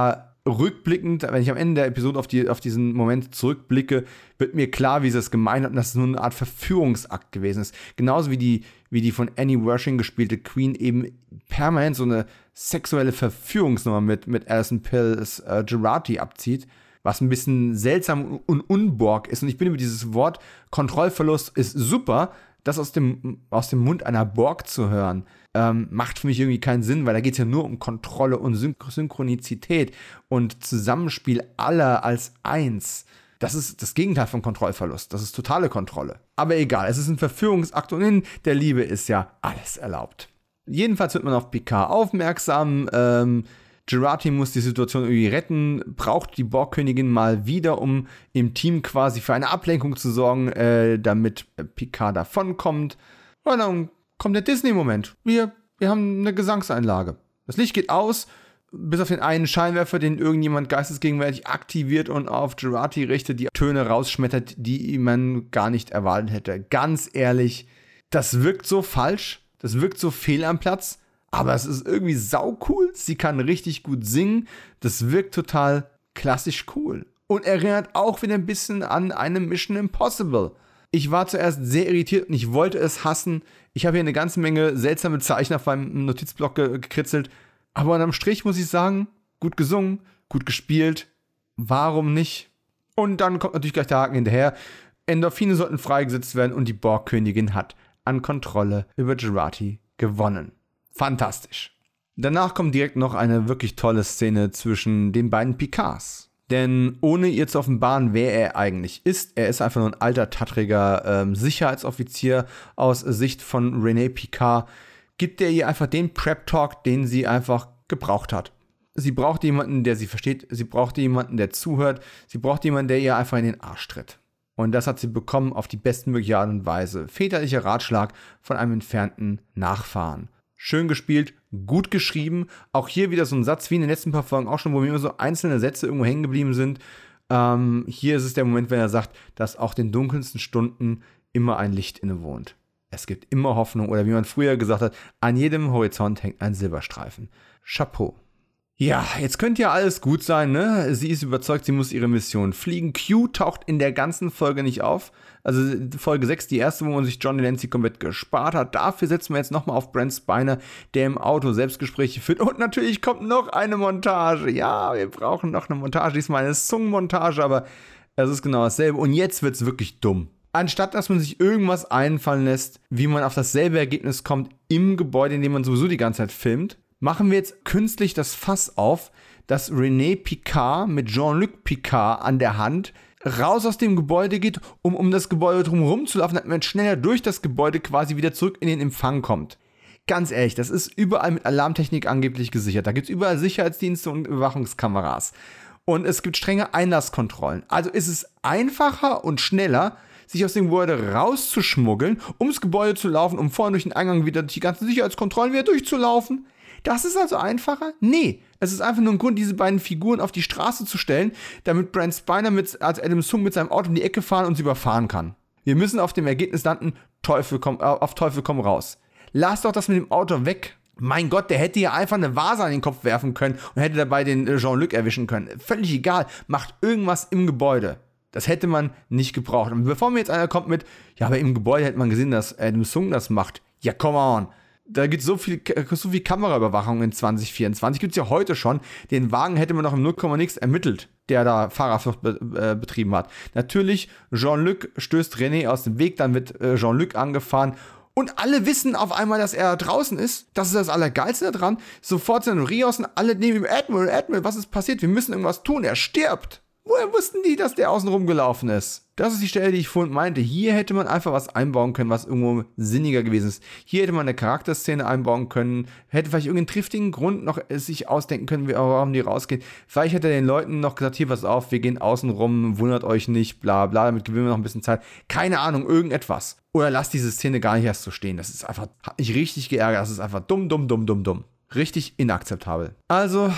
rückblickend, wenn ich am Ende der Episode auf, die, auf diesen Moment zurückblicke, wird mir klar, wie sie es gemeint hat und dass es nur eine Art Verführungsakt gewesen ist. Genauso wie die, wie die von Annie Wershing gespielte Queen eben permanent so eine sexuelle Verführungsnummer mit, mit Alison Pills äh, Jurati abzieht, was ein bisschen seltsam und unborg ist. Und ich bin über dieses Wort Kontrollverlust ist super, das aus dem, aus dem Mund einer Borg zu hören, ähm, macht für mich irgendwie keinen Sinn, weil da geht es ja nur um Kontrolle und Syn- Synchronizität und Zusammenspiel aller als eins. Das ist das Gegenteil von Kontrollverlust. Das ist totale Kontrolle. Aber egal, es ist ein Verführungsakt und in der Liebe ist ja alles erlaubt. Jedenfalls wird man auf Picard aufmerksam. Ähm, Jurati muss die Situation irgendwie retten, braucht die Borgkönigin mal wieder, um im Team quasi für eine Ablenkung zu sorgen, äh, damit Picard davonkommt. Und dann kommt der Disney-Moment. Wir, wir haben eine Gesangseinlage. Das Licht geht aus, bis auf den einen Scheinwerfer, den irgendjemand geistesgegenwärtig aktiviert und auf Jurati richtet, die Töne rausschmettert, die man gar nicht erwartet hätte. Ganz ehrlich, das wirkt so falsch, das wirkt so fehl am Platz. Aber es ist irgendwie saucool. Sie kann richtig gut singen. Das wirkt total klassisch cool. Und erinnert auch wieder ein bisschen an eine Mission Impossible. Ich war zuerst sehr irritiert und ich wollte es hassen. Ich habe hier eine ganze Menge seltsame Zeichen auf meinem Notizblock ge- gekritzelt. Aber unterm Strich muss ich sagen, gut gesungen, gut gespielt. Warum nicht? Und dann kommt natürlich gleich der Haken hinterher. Endorphine sollten freigesetzt werden und die Borgkönigin hat an Kontrolle über Jurati gewonnen. Fantastisch. Danach kommt direkt noch eine wirklich tolle Szene zwischen den beiden Picards. Denn ohne ihr zu offenbaren, wer er eigentlich ist, er ist einfach nur ein alter, tattriger ähm, Sicherheitsoffizier aus Sicht von René Picard, gibt er ihr einfach den Prep-Talk, den sie einfach gebraucht hat. Sie braucht jemanden, der sie versteht, sie braucht jemanden, der zuhört, sie braucht jemanden, der ihr einfach in den Arsch tritt. Und das hat sie bekommen auf die bestmögliche Art und Weise. Väterlicher Ratschlag von einem entfernten Nachfahren. Schön gespielt, gut geschrieben. Auch hier wieder so ein Satz wie in den letzten paar Folgen auch schon, wo mir immer so einzelne Sätze irgendwo hängen geblieben sind. Ähm, hier ist es der Moment, wenn er sagt, dass auch den dunkelsten Stunden immer ein Licht innewohnt. Es gibt immer Hoffnung oder wie man früher gesagt hat, an jedem Horizont hängt ein Silberstreifen. Chapeau. Ja, jetzt könnte ja alles gut sein, ne? Sie ist überzeugt, sie muss ihre Mission fliegen. Q taucht in der ganzen Folge nicht auf. Also Folge sechs, die erste, wo man sich John Delancey komplett gespart hat. Dafür setzen wir jetzt nochmal auf Brent Spiner, der im Auto Selbstgespräche führt. Und natürlich kommt noch eine Montage. Ja, wir brauchen noch eine Montage. Diesmal eine Song-Montage, aber es ist genau dasselbe. Und jetzt wird's wirklich dumm. Anstatt dass man sich irgendwas einfallen lässt, wie man auf dasselbe Ergebnis kommt im Gebäude, in dem man sowieso die ganze Zeit filmt, machen wir jetzt künstlich das Fass auf, dass René Picard mit Jean-Luc Picard an der Hand raus aus dem Gebäude geht, um um das Gebäude drumherum zu laufen, damit man schneller durch das Gebäude quasi wieder zurück in den Empfang kommt. Ganz ehrlich, das ist überall mit Alarmtechnik angeblich gesichert. Da gibt es überall Sicherheitsdienste und Überwachungskameras. Und es gibt strenge Einlasskontrollen. Also ist es einfacher und schneller, sich aus dem Gebäude rauszuschmuggeln, ums Gebäude zu laufen, um vorne durch den Eingang wieder die ganzen Sicherheitskontrollen wieder durchzulaufen. Das ist also einfacher? Nee, es ist einfach nur ein Grund, diese beiden Figuren auf die Straße zu stellen, damit Brent Spiner mit, als Adam Sung mit seinem Auto um die Ecke fahren und sie überfahren kann. Wir müssen auf dem Ergebnis landen, Teufel komm, äh, auf Teufel komm raus. Lass doch das mit dem Auto weg. Mein Gott, der hätte ja einfach eine Vase an den Kopf werfen können und hätte dabei den Jean-Luc erwischen können. Völlig egal, macht irgendwas im Gebäude. Das hätte man nicht gebraucht. Und bevor mir jetzt einer kommt mit, ja, aber im Gebäude hätte man gesehen, dass Adam Sung das macht. Ja, come on. Da gibt es so viel, so viel Kameraüberwachung in zwanzig vierundzwanzig. Gibt es ja heute schon. Den Wagen hätte man noch im null Komma nix ermittelt, der da Fahrerflucht be- äh, betrieben hat. Natürlich, Jean-Luc stößt René aus dem Weg, dann wird äh, Jean-Luc angefahren. Und alle wissen auf einmal, dass er draußen ist. Das ist das Allergeilste daran. Sofort sind Rios und alle neben ihm, Admiral, Admiral, was ist passiert? Wir müssen irgendwas tun. Er stirbt. Woher wussten die, dass der außen rumgelaufen ist? Das ist die Stelle, die ich vorhin meinte. Hier hätte man einfach was einbauen können, was irgendwo sinniger gewesen ist. Hier hätte man eine Charakterszene einbauen können, hätte vielleicht irgendeinen triftigen Grund noch sich ausdenken können, warum die rausgehen. Vielleicht hätte er den Leuten noch gesagt, hier, pass auf, wir gehen außen rum, wundert euch nicht, bla bla, damit gewinnen wir noch ein bisschen Zeit. Keine Ahnung, irgendetwas. Oder lasst diese Szene gar nicht erst so stehen. Das ist einfach, hat mich richtig geärgert. Das ist einfach dumm, dumm, dumm, dumm, dumm. Richtig inakzeptabel. Also,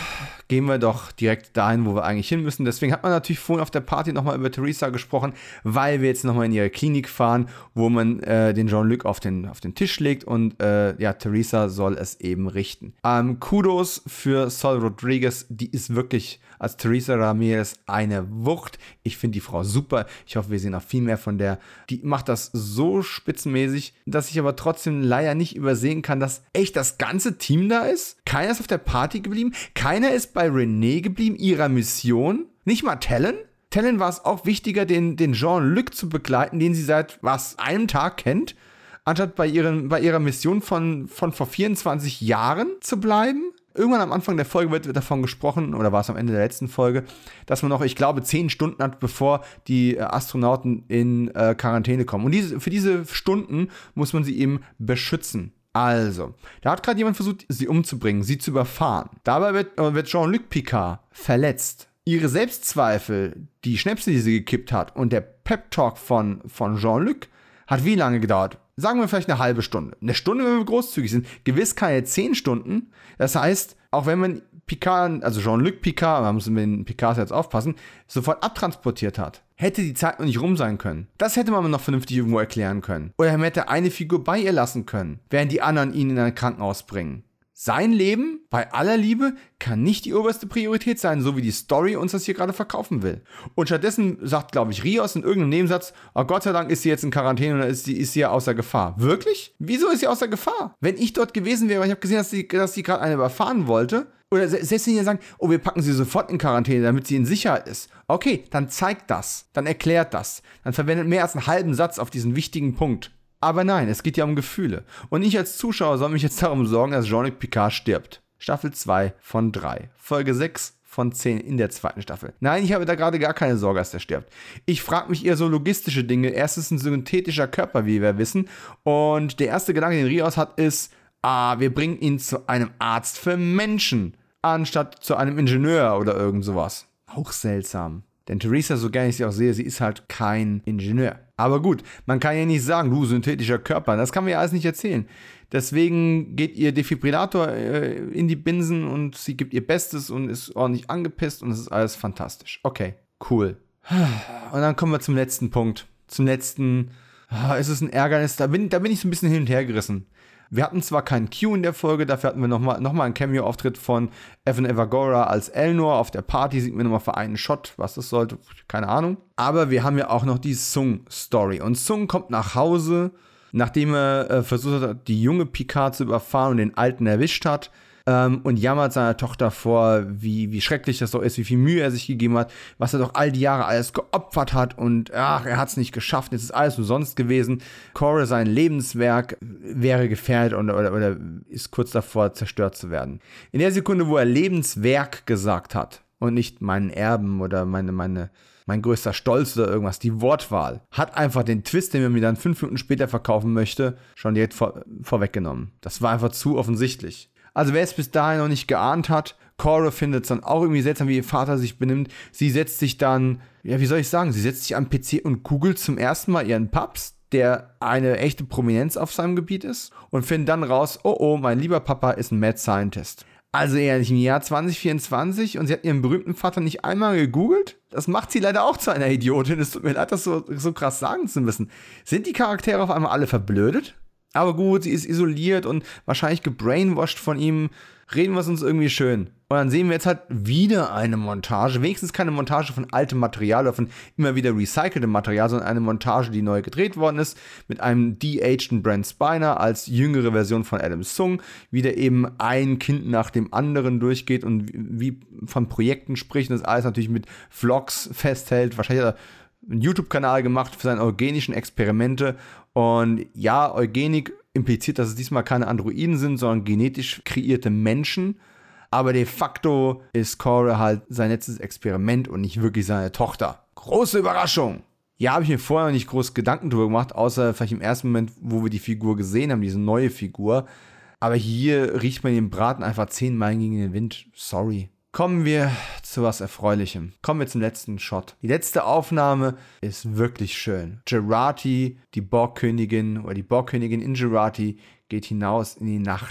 gehen wir doch direkt dahin, wo wir eigentlich hin müssen. Deswegen hat man natürlich vorhin auf der Party nochmal über Theresa gesprochen, weil wir jetzt nochmal in ihre Klinik fahren, wo man äh, den Jean-Luc auf den, auf den Tisch legt und äh, ja, Theresa soll es eben richten. Ähm, Kudos für Sol Rodriguez, die ist wirklich als Theresa Ramirez eine Wucht. Ich finde die Frau super. Ich hoffe, wir sehen noch viel mehr von der. Die macht das so spitzenmäßig, dass ich aber trotzdem leider nicht übersehen kann, dass echt das ganze Team da ist. Keiner ist auf der Party geblieben. Keiner ist bei Renee geblieben, ihrer Mission. Nicht mal Talon. Talon war es auch wichtiger, den, den Jean-Luc zu begleiten, den sie seit, was, einem Tag kennt, anstatt bei, ihren, bei ihrer Mission von, von vor vierundzwanzig Jahren zu bleiben. Irgendwann am Anfang der Folge wird davon gesprochen, oder war es am Ende der letzten Folge, dass man noch, ich glaube, zehn Stunden hat, bevor die Astronauten in äh, Quarantäne kommen. Und diese, für diese Stunden muss man sie eben beschützen. Also, da hat gerade jemand versucht, sie umzubringen, sie zu überfahren. Dabei wird, äh, wird Jean-Luc Picard verletzt. Ihre Selbstzweifel, die Schnäpse, die sie gekippt hat, und der Pep-Talk von, von Jean-Luc hat wie lange gedauert? Sagen wir vielleicht eine halbe Stunde. Eine Stunde, wenn wir großzügig sind. Gewiss keine zehn Stunden. Das heißt, auch wenn man Picard, also Jean-Luc Picard, man muss mit den Picards jetzt aufpassen, sofort abtransportiert hat, hätte die Zeit noch nicht rum sein können. Das hätte man noch vernünftig irgendwo erklären können. Oder man hätte eine Figur bei ihr lassen können, während die anderen ihn in ein Krankenhaus bringen. Sein Leben, bei aller Liebe, kann nicht die oberste Priorität sein, so wie die Story uns das hier gerade verkaufen will. Und stattdessen sagt, glaube ich, Rios in irgendeinem Nebensatz, oh Gott sei Dank ist sie jetzt in Quarantäne oder ist sie, ist sie ja außer Gefahr. Wirklich? Wieso ist sie außer Gefahr? Wenn ich dort gewesen wäre, ich habe gesehen, dass sie, dass sie gerade eine überfahren wollte, oder selbst wenn sie sagen, oh, wir packen sie sofort in Quarantäne, damit sie in Sicherheit ist. Okay, dann zeigt das, dann erklärt das, dann verwendet mehr als einen halben Satz auf diesen wichtigen Punkt. Aber nein, es geht ja um Gefühle. Und ich als Zuschauer soll mich jetzt darum sorgen, dass Jean-Luc Picard stirbt. Staffel zwei von drei. Folge sechs von zehn in der zweiten Staffel. Nein, ich habe da gerade gar keine Sorge, dass der stirbt. Ich frage mich eher so logistische Dinge. Erstens ein synthetischer Körper, wie wir wissen. Und der erste Gedanke, den Rios hat, ist, ah, wir bringen ihn zu einem Arzt für Menschen, anstatt zu einem Ingenieur oder irgend sowas. Auch seltsam. Denn Theresa, so gerne ich sie auch sehe, sie ist halt kein Ingenieur. Aber gut, man kann ja nicht sagen, du, synthetischer Körper, das kann man ja alles nicht erzählen. Deswegen geht ihr Defibrillator äh, in die Binsen und sie gibt ihr Bestes und ist ordentlich angepisst und es ist alles fantastisch. Okay, cool. Und dann kommen wir zum letzten Punkt. Zum letzten, ah, ist es ein Ärgernis, da bin, da bin ich so ein bisschen hin und her gerissen. Wir hatten zwar keinen Q in der Folge, dafür hatten wir nochmal noch mal einen Cameo-Auftritt von Evan Evagora als Elnor. Auf der Party sieht man nochmal für einen Shot, was das sollte, keine Ahnung. Aber wir haben ja auch noch die Sung-Story. Und Sung kommt nach Hause, nachdem er äh, versucht hat, die junge Picard zu überfahren und den alten erwischt hat. Ähm, und jammert seiner Tochter vor, wie, wie schrecklich das doch ist, wie viel Mühe er sich gegeben hat, was er doch all die Jahre alles geopfert hat und ach, er hat es nicht geschafft, jetzt ist alles umsonst gewesen. Cora, sein Lebenswerk, wäre gefährdet oder, oder, oder ist kurz davor, zerstört zu werden. In der Sekunde, wo er Lebenswerk gesagt hat und nicht meinen Erben oder meine, meine, mein größter Stolz oder irgendwas, die Wortwahl, hat einfach den Twist, den man mir dann fünf Minuten später verkaufen möchte, schon direkt vor, vorweggenommen. Das war einfach zu offensichtlich. Also wer es bis dahin noch nicht geahnt hat, Cora findet es dann auch irgendwie seltsam, wie ihr Vater sich benimmt. Sie setzt sich dann, ja wie soll ich sagen, sie setzt sich am P C und googelt zum ersten Mal ihren Paps, der eine echte Prominenz auf seinem Gebiet ist, und findet dann raus, oh oh, mein lieber Papa ist ein Mad Scientist. Also ehrlich, im Jahr zwanzig vierundzwanzig und sie hat ihren berühmten Vater nicht einmal gegoogelt? Das macht sie leider auch zu einer Idiotin. Es tut mir leid, das so, so krass sagen zu müssen. Sind die Charaktere auf einmal alle verblödet? Aber gut, sie ist isoliert und wahrscheinlich gebrainwashed von ihm. Reden wir es uns irgendwie schön. Und dann sehen wir jetzt halt wieder eine Montage. Wenigstens keine Montage von altem Material oder von immer wieder recyceltem Material, sondern eine Montage, die neu gedreht worden ist. Mit einem de-ageden Brent Spiner als jüngere Version von Adam Sung. Wie der eben ein Kind nach dem anderen durchgeht und wie von Projekten spricht. Und das alles natürlich mit Vlogs festhält. Wahrscheinlich hat er einen YouTube-Kanal gemacht für seine eugenischen Experimente. Und ja, Eugenik impliziert, dass es diesmal keine Androiden sind, sondern genetisch kreierte Menschen. Aber de facto ist Cora halt sein letztes Experiment und nicht wirklich seine Tochter. Große Überraschung! Ja, habe ich mir vorher noch nicht groß Gedanken drüber gemacht, außer vielleicht im ersten Moment, wo wir die Figur gesehen haben, diese neue Figur. Aber hier riecht man den Braten einfach zehn Meilen gegen den Wind. Sorry. Kommen wir zu was Erfreulichem. Kommen wir zum letzten Shot. Die letzte Aufnahme ist wirklich schön. Jurati, die Borgkönigin, oder die Borgkönigin in Jurati, geht hinaus in die Nacht.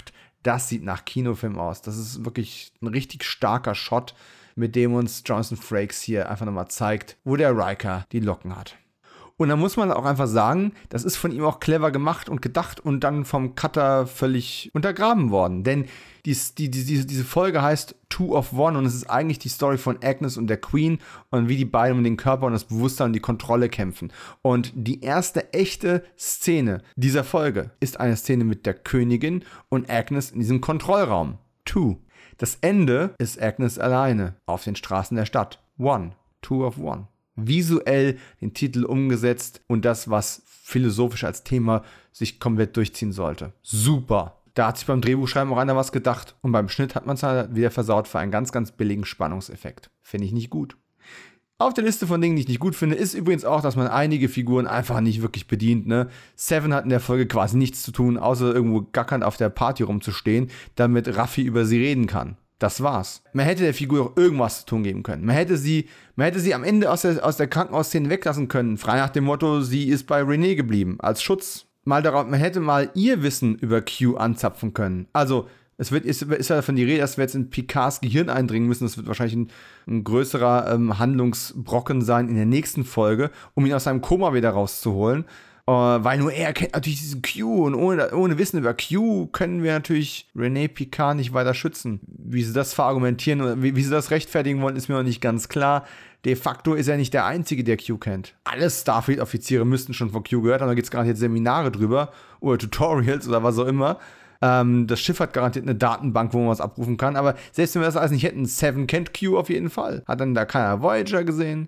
das sieht nach Kinofilm aus. Das ist wirklich ein richtig starker Shot, mit dem uns Jonathan Frakes hier einfach nochmal zeigt, wo der Riker die Locken hat. Und da muss man auch einfach sagen, das ist von ihm auch clever gemacht und gedacht und dann vom Cutter völlig untergraben worden. Denn dies, die, die, die, diese Folge heißt Two of One und es ist eigentlich die Story von Agnes und der Queen und wie die beiden um den Körper und das Bewusstsein und die Kontrolle kämpfen. Und die erste echte Szene dieser Folge ist eine Szene mit der Königin und Agnes in diesem Kontrollraum. Two. Das Ende ist Agnes alleine auf den Straßen der Stadt. One. Two of One. Visuell den Titel umgesetzt und das, was philosophisch als Thema sich komplett durchziehen sollte. Super. Da hat sich beim Drehbuchschreiben auch einer was gedacht und beim Schnitt hat man es halt wieder versaut für einen ganz, ganz billigen Spannungseffekt. Finde ich nicht gut. Auf der Liste von Dingen, die ich nicht gut finde, ist übrigens auch, dass man einige Figuren einfach nicht wirklich bedient. Ne? Seven hat in der Folge quasi nichts zu tun, außer irgendwo gackernd auf der Party rumzustehen, damit Raffi über sie reden kann. Das war's. Man hätte der Figur auch irgendwas zu tun geben können. Man hätte sie, man hätte sie am Ende aus der, aus der Krankenhausszene weglassen können, frei nach dem Motto, sie ist bei Renee geblieben, als Schutz. Mal darauf, man hätte mal ihr Wissen über Q anzapfen können. Also, es wird, ist, ist ja davon die Rede, dass wir jetzt in Picards Gehirn eindringen müssen. Das wird wahrscheinlich ein, ein größerer ähm, Handlungsbrocken sein in der nächsten Folge, um ihn aus seinem Koma wieder rauszuholen. Uh, weil nur er kennt natürlich diesen Q und ohne, ohne Wissen über Q können wir natürlich Renee Picard nicht weiter schützen. Wie sie das verargumentieren und wie, wie sie das rechtfertigen wollen, ist mir noch nicht ganz klar. De facto ist er nicht der Einzige, der Q kennt. Alle Starfleet-Offiziere müssten schon von Q gehört haben, da gibt es garantiert Seminare drüber oder Tutorials oder was auch immer. Ähm, das Schiff hat garantiert eine Datenbank, wo man was abrufen kann, aber selbst wenn wir das alles nicht hätten, Seven kennt Q auf jeden Fall. Hat dann da keiner Voyager gesehen?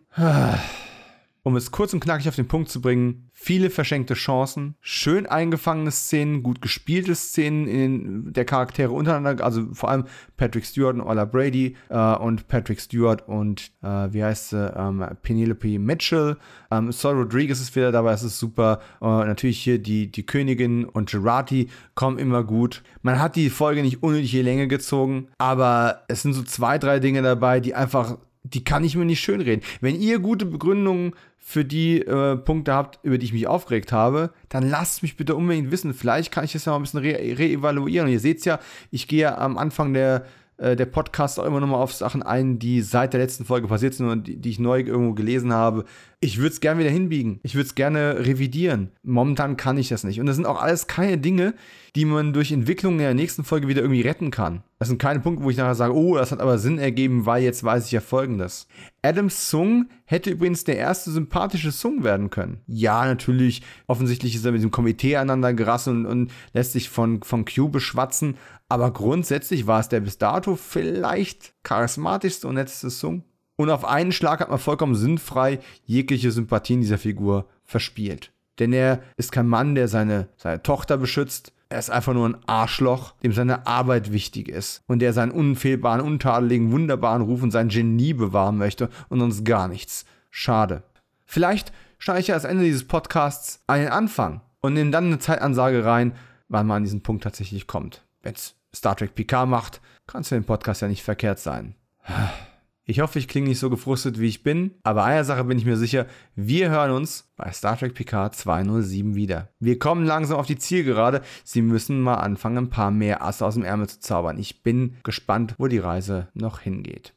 Um es kurz und knackig auf den Punkt zu bringen, viele verschenkte Chancen, schön eingefangene Szenen, gut gespielte Szenen in der Charaktere untereinander, also vor allem Patrick Stewart und Ola Brady äh, und Patrick Stewart und, äh, wie heißt sie, ähm, Penelope Mitchell. Ähm, Sol Rodriguez ist wieder dabei, das ist super. Äh, natürlich hier die, die Königin und Jurati kommen immer gut. Man hat die Folge nicht unnötig in die Länge gezogen, aber es sind so zwei, drei Dinge dabei, die einfach die kann ich mir nicht schönreden. Wenn ihr gute Begründungen für die äh, Punkte habt, über die ich mich aufgeregt habe, dann lasst mich bitte unbedingt wissen. Vielleicht kann ich das ja mal ein bisschen re- reevaluieren. Und ihr seht es ja, ich gehe ja am Anfang der, äh, der Podcast auch immer nochmal auf Sachen ein, die seit der letzten Folge passiert sind und die, die ich neu irgendwo gelesen habe. Ich würde es gerne wieder hinbiegen. Ich würde es gerne revidieren. Momentan kann ich das nicht. Und das sind auch alles keine Dinge, die man durch Entwicklung in der nächsten Folge wieder irgendwie retten kann. Das sind keine Punkte, wo ich nachher sage, oh, das hat aber Sinn ergeben, weil jetzt weiß ich ja Folgendes. Adams Sung hätte übrigens der erste sympathische Sung werden können. Ja, natürlich, offensichtlich ist er mit dem Komitee aneinander gerassen und, und lässt sich von, von Q beschwatzen, aber grundsätzlich war es der bis dato vielleicht charismatischste und netteste Sung. Und auf einen Schlag hat man vollkommen sinnfrei jegliche Sympathien dieser Figur verspielt. Denn er ist kein Mann, der seine, seine Tochter beschützt. Er ist einfach nur ein Arschloch, dem seine Arbeit wichtig ist und der seinen unfehlbaren, untadeligen, wunderbaren Ruf und sein Genie bewahren möchte und sonst gar nichts. Schade. Vielleicht schneide ich ja als Ende dieses Podcasts einen Anfang und nehme dann eine Zeitansage rein, wann man an diesen Punkt tatsächlich kommt. Wenn es Star Trek Picard macht, kann es für den Podcast ja nicht verkehrt sein. Ich hoffe, ich klinge nicht so gefrustet, wie ich bin, aber einer Sache bin ich mir sicher, wir hören uns bei Star Trek Picard zweihundertsieben wieder. Wir kommen langsam auf die Zielgerade, Sie müssen mal anfangen, ein paar mehr Asse aus dem Ärmel zu zaubern. Ich bin gespannt, wo die Reise noch hingeht.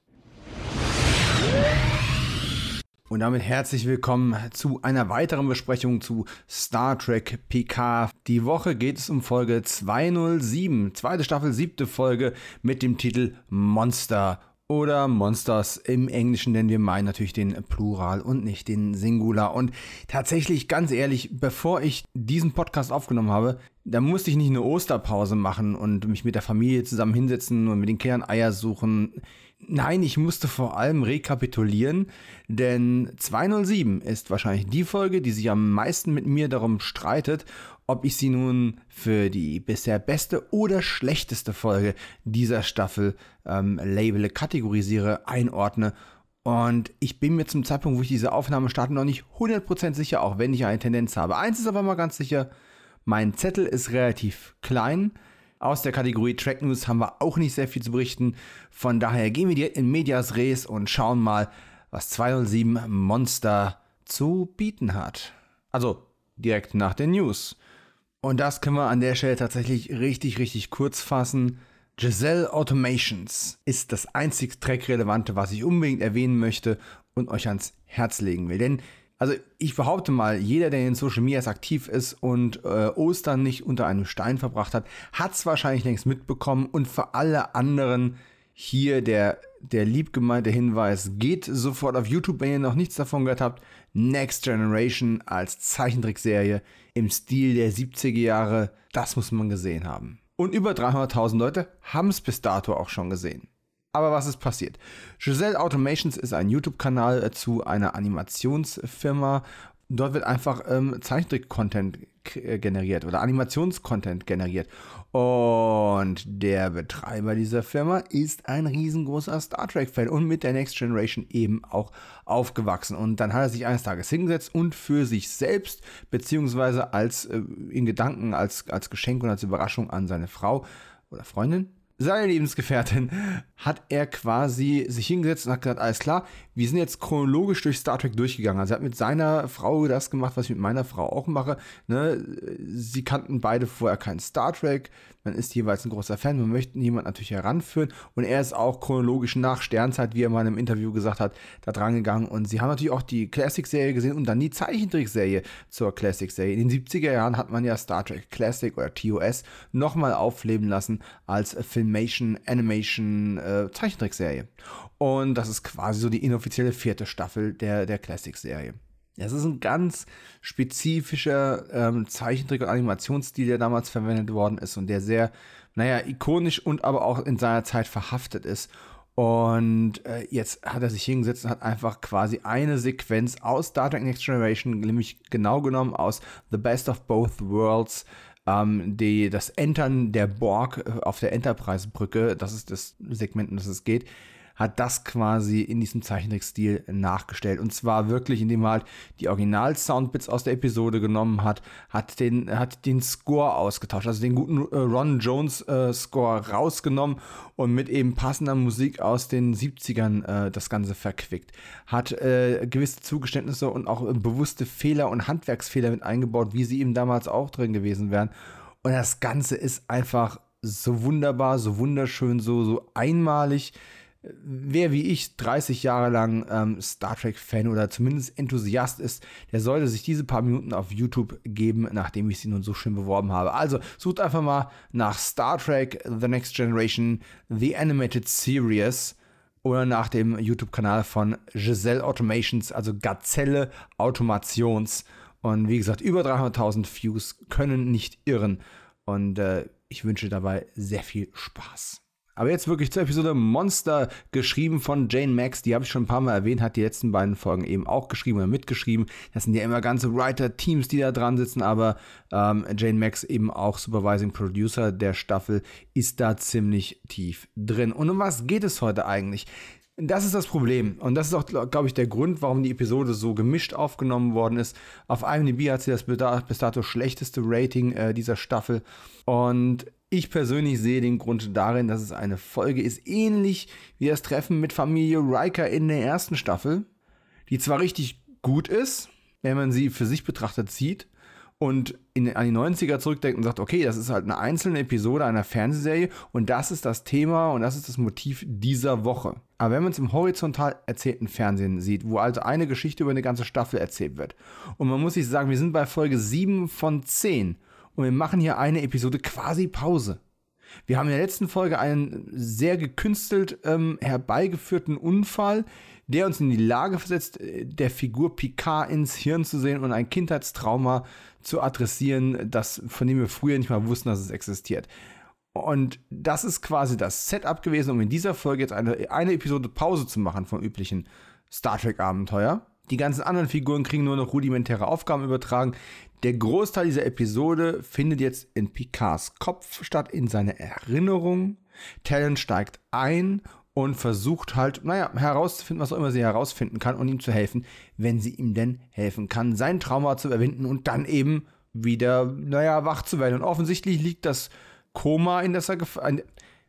Und damit herzlich willkommen zu einer weiteren Besprechung zu Star Trek Picard. Die Woche geht es um Folge zweihundertsieben, zweite Staffel, siebte Folge mit dem Titel Monster. Oder Monsters im Englischen, denn wir meinen natürlich den Plural und nicht den Singular. Und tatsächlich, ganz ehrlich, bevor ich diesen Podcast aufgenommen habe, da musste ich nicht eine Osterpause machen und mich mit der Familie zusammen hinsetzen und mit den Kindern Eier suchen. Nein, ich musste vor allem rekapitulieren, denn zweihundertsieben ist wahrscheinlich die Folge, die sich am meisten mit mir darum streitet, ob ich sie nun für die bisher beste oder schlechteste Folge dieser Staffel ähm, labele, kategorisiere, einordne. Und ich bin mir zum Zeitpunkt, wo ich diese Aufnahme starte, noch nicht hundert Prozent sicher, auch wenn ich eine Tendenz habe. Eins ist aber mal ganz sicher, mein Zettel ist relativ klein. Aus der Kategorie Track News haben wir auch nicht sehr viel zu berichten. Von daher gehen wir direkt in Medias Res und schauen mal, was zweihundertsieben Monster zu bieten hat. Also direkt nach den News. Und das können wir an der Stelle tatsächlich richtig, richtig kurz fassen. Giselle Automations ist das einzig Track-Relevante, was ich unbedingt erwähnen möchte und euch ans Herz legen will. Denn, also ich behaupte mal, jeder, der in Social Medias aktiv ist und äh, Ostern nicht unter einem Stein verbracht hat, hat es wahrscheinlich längst mitbekommen. Und für alle anderen hier der, der liebgemeinte Hinweis, geht sofort auf YouTube, wenn ihr noch nichts davon gehört habt. Next Generation als Zeichentrickserie im Stil der siebziger Jahre, das muss man gesehen haben. Und über dreihunderttausend Leute haben es bis dato auch schon gesehen. Aber was ist passiert? Giselle Automations ist ein YouTube-Kanal zu einer Animationsfirma. Dort wird einfach ähm, Zeichentrick-Content k- generiert oder Animations-Content generiert. Und der Betreiber dieser Firma ist ein riesengroßer Star Trek-Fan und mit der Next Generation eben auch aufgewachsen. Und dann hat er sich eines Tages hingesetzt und für sich selbst, beziehungsweise als äh, in Gedanken, als, als Geschenk und als Überraschung an seine Frau oder Freundin, seine Lebensgefährtin, hat er quasi sich hingesetzt und hat gesagt, alles klar, wir sind jetzt chronologisch durch Star Trek durchgegangen. Also er hat mit seiner Frau das gemacht, was ich mit meiner Frau auch mache. Ne? Sie kannten beide vorher keinen Star Trek. Man ist jeweils ein großer Fan. Man möchte jemanden natürlich heranführen. Und er ist auch chronologisch nach Sternzeit, wie er mal in einem Interview gesagt hat, da dran gegangen. Und sie haben natürlich auch die Classic-Serie gesehen und dann die Zeichentrickserie zur Classic-Serie. In den siebziger Jahren hat man ja Star Trek Classic oder T O S nochmal aufleben lassen als Filmation, Animation, äh, Zeichentrickserie. Und das ist quasi so die inoffizielle vierte Staffel der, der Classic-Serie. Das ist ein ganz spezifischer ähm, Zeichentrick- und Animationsstil, der damals verwendet worden ist und der sehr, naja, ikonisch und aber auch in seiner Zeit verhaftet ist. Und äh, jetzt hat er sich hingesetzt und hat einfach quasi eine Sequenz aus Star Trek Next Generation, nämlich genau genommen aus The Best of Both Worlds, ähm, die, das Entern der Borg auf der Enterprise-Brücke, das ist das Segment, um das es geht, hat das quasi in diesem Zeichentrickstil nachgestellt. Und zwar wirklich, indem er halt die Original-Soundbits aus der Episode genommen hat, hat den, hat den Score ausgetauscht, also den guten äh, Ron Jones-Score äh, rausgenommen und mit eben passender Musik aus den siebzigern äh, das Ganze verquickt. Hat äh, gewisse Zugeständnisse und auch äh, bewusste Fehler und Handwerksfehler mit eingebaut, wie sie eben damals auch drin gewesen wären. Und das Ganze ist einfach so wunderbar, so wunderschön, so, so einmalig. Wer wie ich dreißig Jahre lang ähm, Star Trek-Fan oder zumindest Enthusiast ist, der sollte sich diese paar Minuten auf YouTube geben, nachdem ich sie nun so schön beworben habe. Also sucht einfach mal nach Star Trek The Next Generation The Animated Series oder nach dem YouTube-Kanal von Giselle Automations, also Gazelle Automations. Und wie gesagt, über dreihunderttausend Views können nicht irren. Und äh, ich wünsche dabei sehr viel Spaß. Aber jetzt wirklich zur Episode Monster, geschrieben von Jane Max. Die habe ich schon ein paar Mal erwähnt, hat die letzten beiden Folgen eben auch geschrieben oder mitgeschrieben. Das sind ja immer ganze Writer-Teams, die da dran sitzen, aber ähm, Jane Max, eben auch Supervising Producer der Staffel, ist da ziemlich tief drin. Und um was geht es heute eigentlich? Das ist das Problem. Und das ist auch, glaube ich, der Grund, warum die Episode so gemischt aufgenommen worden ist. Auf IMDb hat sie das bis dato schlechteste Rating äh, dieser Staffel. Und ich persönlich sehe den Grund darin, dass es eine Folge ist, ähnlich wie das Treffen mit Familie Riker in der ersten Staffel, die zwar richtig gut ist, wenn man sie für sich betrachtet sieht und in, an die neunziger zurückdenkt und sagt, okay, das ist halt eine einzelne Episode einer Fernsehserie und das ist das Thema und das ist das Motiv dieser Woche. Aber wenn man es im horizontal erzählten Fernsehen sieht, wo also eine Geschichte über eine ganze Staffel erzählt wird und man muss sich sagen, wir sind bei Folge sieben von zehn und wir machen hier eine Episode quasi Pause. Wir haben in der letzten Folge einen sehr gekünstelt ähm, herbeigeführten Unfall, der uns in die Lage versetzt, der Figur Picard ins Hirn zu sehen und ein Kindheitstrauma zu adressieren, das, von dem wir früher nicht mal wussten, dass es existiert. Und das ist quasi das Setup gewesen, um in dieser Folge jetzt eine, eine Episode Pause zu machen vom üblichen Star Trek-Abenteuer. Die ganzen anderen Figuren kriegen nur noch rudimentäre Aufgaben übertragen. Der Großteil dieser Episode findet jetzt in Picards Kopf statt, in seine Erinnerung. Talon steigt ein und versucht halt, naja, herauszufinden, was auch immer sie herausfinden kann und ihm zu helfen, wenn sie ihm denn helfen kann, sein Trauma zu überwinden und dann eben wieder, naja, wach zu werden. Und offensichtlich liegt das Koma, in das er gefallen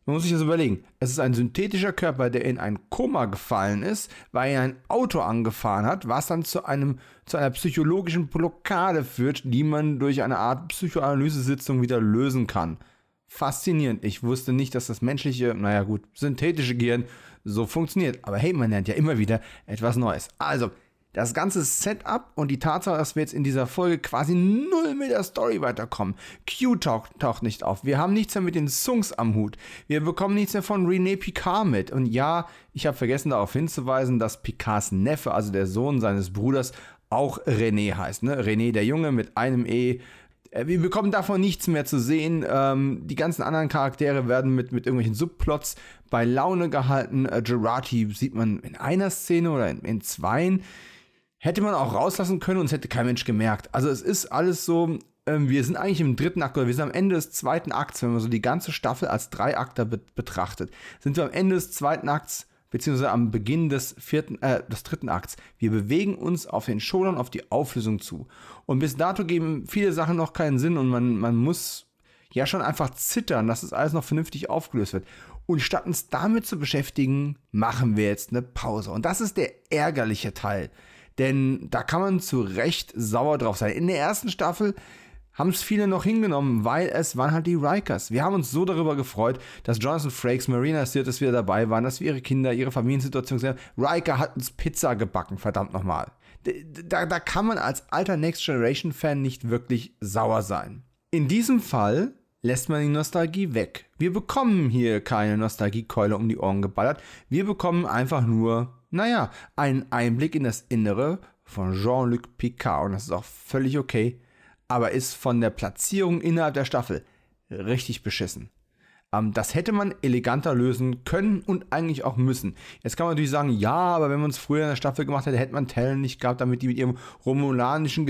Man muss sich das überlegen. Es ist ein synthetischer Körper, der in ein Koma gefallen ist, weil er ein Auto angefahren hat, was dann zu einem zu einer psychologischen Blockade führt, die man durch eine Art Psychoanalyse-Sitzung wieder lösen kann. Faszinierend. Ich wusste nicht, dass das menschliche, naja gut, synthetische Gehirn so funktioniert. Aber hey, man lernt ja immer wieder etwas Neues. Also, das ganze Setup und die Tatsache, dass wir jetzt in dieser Folge quasi null mit der Story weiterkommen. Q taucht, taucht nicht auf. Wir haben nichts mehr mit den Sungs am Hut. Wir bekommen nichts mehr von René Picard mit. Und ja, ich habe vergessen darauf hinzuweisen, dass Picards Neffe, also der Sohn seines Bruders, auch René heißt. Ne? René der Junge mit einem E. Wir bekommen davon nichts mehr zu sehen. Ähm, die ganzen anderen Charaktere werden mit, mit irgendwelchen Subplots bei Laune gehalten. Äh, Jurati sieht man in einer Szene oder in, in zweien. Hätte man auch rauslassen können und es hätte kein Mensch gemerkt. Also es ist alles so, ähm, wir sind eigentlich im dritten Akt oder wir sind am Ende des zweiten Akts, wenn man so die ganze Staffel als Dreiakter be- betrachtet. Sind wir am Ende des zweiten Akts, beziehungsweise am Beginn des vierten, äh, des dritten Akts. Wir bewegen uns auf den Showdown, auf die Auflösung zu. Und bis dato geben viele Sachen noch keinen Sinn und man, man muss ja schon einfach zittern, dass es alles noch vernünftig aufgelöst wird. Und statt uns damit zu beschäftigen, machen wir jetzt eine Pause. Und das ist der ärgerliche Teil. Denn da kann man zu Recht sauer drauf sein. In der ersten Staffel haben es viele noch hingenommen, weil es waren halt die Rikers. Wir haben uns so darüber gefreut, dass Jonathan Frakes, Marina Sirtis wieder dabei waren, dass wir ihre Kinder, ihre Familiensituation gesehen haben. Riker hat uns Pizza gebacken, verdammt nochmal. Da, da kann man als alter Next Generation Fan nicht wirklich sauer sein. In diesem Fall lässt man die Nostalgie weg. Wir bekommen hier keine Nostalgiekeule um die Ohren geballert. Wir bekommen einfach nur, naja, einen Einblick in das Innere von Jean-Luc Picard. Und das ist auch völlig okay. Aber ist von der Platzierung innerhalb der Staffel richtig beschissen. Ähm, das hätte man eleganter lösen können und eigentlich auch müssen. Jetzt kann man natürlich sagen, ja, aber wenn man es früher in der Staffel gemacht hätte, hätte man Talon nicht gehabt, damit die mit ihrem romulanischen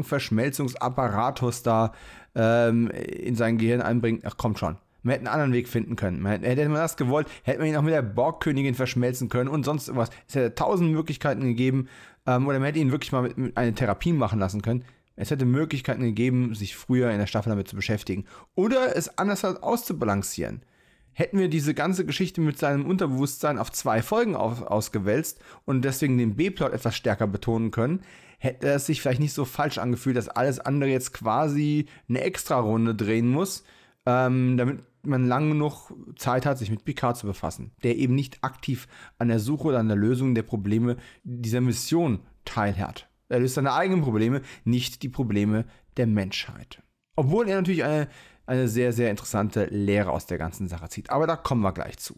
Gedankenverschmelzungsapparatus da ähm, in sein Gehirn einbringt. Ach, kommt schon. Man hätte einen anderen Weg finden können. Man hätte, hätte man das gewollt, hätte man ihn auch mit der Borgkönigin verschmelzen können und sonst irgendwas. Es hätte tausend Möglichkeiten gegeben. Ähm, oder man hätte ihn wirklich mal mit, mit einer Therapie machen lassen können. Es hätte Möglichkeiten gegeben, sich früher in der Staffel damit zu beschäftigen. Oder es anders auszubalancieren. Hätten wir diese ganze Geschichte mit seinem Unterbewusstsein auf zwei Folgen auf, ausgewälzt und deswegen den B-Plot etwas stärker betonen können, hätte es sich vielleicht nicht so falsch angefühlt, dass alles andere jetzt quasi eine Extra-Runde drehen muss, ähm, damit man lang genug Zeit hat, sich mit Picard zu befassen, der eben nicht aktiv an der Suche oder an der Lösung der Probleme dieser Mission teilhat. Er löst seine eigenen Probleme, nicht die Probleme der Menschheit. Obwohl er natürlich eine, eine sehr, sehr interessante Lehre aus der ganzen Sache zieht. Aber da kommen wir gleich zu.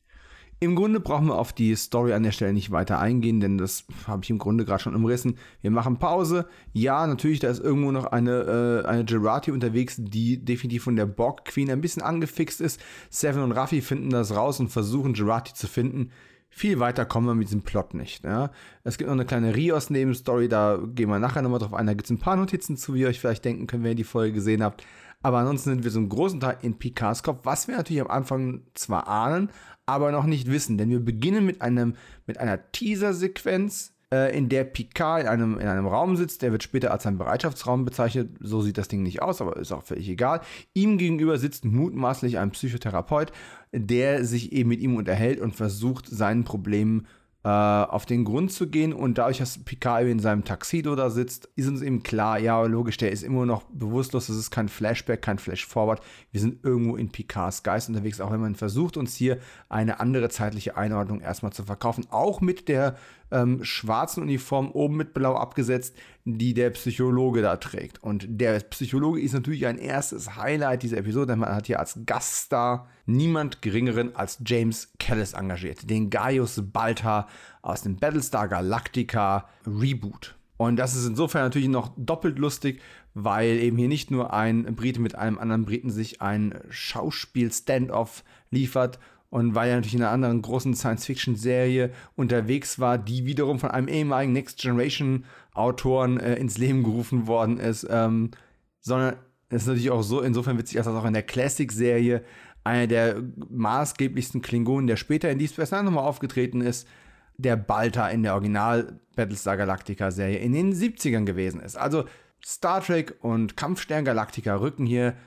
Im Grunde brauchen wir auf die Story an der Stelle nicht weiter eingehen, denn das habe ich im Grunde gerade schon umrissen. Wir machen Pause. Ja, natürlich, da ist irgendwo noch eine, äh, eine Jurati unterwegs, die definitiv von der Borg Queen ein bisschen angefixt ist. Seven und Raffi finden das raus und versuchen, Jurati zu finden. Viel weiter kommen wir mit diesem Plot nicht. Ja. Es gibt noch eine kleine Rios-Nebenstory, da gehen wir nachher nochmal drauf ein. Da gibt es ein paar Notizen zu, wie ihr euch vielleicht denken könnt, wenn ihr die Folge gesehen habt. Aber ansonsten sind wir so einen großen Teil in Picards Kopf, was wir natürlich am Anfang zwar ahnen, aber noch nicht wissen. Denn wir beginnen mit einem mit einer Teaser-Sequenz, äh, in der Picard in einem, in einem Raum sitzt. Der wird später als ein Bereitschaftsraum bezeichnet. So sieht das Ding nicht aus, aber ist auch völlig egal. Ihm gegenüber sitzt mutmaßlich ein Psychotherapeut, der sich eben mit ihm unterhält und versucht, seinen Problemen äh, auf den Grund zu gehen. Und dadurch, dass Picard eben in seinem Taxido da sitzt, ist uns eben klar, ja, logisch, der ist immer noch bewusstlos. Das ist kein Flashback, kein Flashforward. Wir sind irgendwo in Picards Geist unterwegs, auch wenn man versucht, uns hier eine andere zeitliche Einordnung erstmal zu verkaufen. Auch mit der ähm, schwarzen Uniform oben mit blau abgesetzt, die der Psychologe da trägt. Und der Psychologe ist natürlich ein erstes Highlight dieser Episode, denn man hat hier als Gaststar niemand Geringeren als James Callis engagiert, den Gaius Baltar aus dem Battlestar Galactica Reboot. Und das ist insofern natürlich noch doppelt lustig, weil eben hier nicht nur ein Brite mit einem anderen Briten sich ein Schauspiel-Standoff liefert, und weil er natürlich in einer anderen großen Science-Fiction-Serie unterwegs war, die wiederum von einem ehemaligen Next-Generation-Autoren äh, ins Leben gerufen worden ist, ähm, sondern es ist natürlich auch so, insofern witzig, dass auch in der Classic-Serie einer der maßgeblichsten Klingonen, der später in Deep Space Nine nochmal aufgetreten ist, der Baltar in der Original Battlestar Galactica-Serie in den siebzigern gewesen ist. Also Star Trek und Kampfstern Galactica rücken hier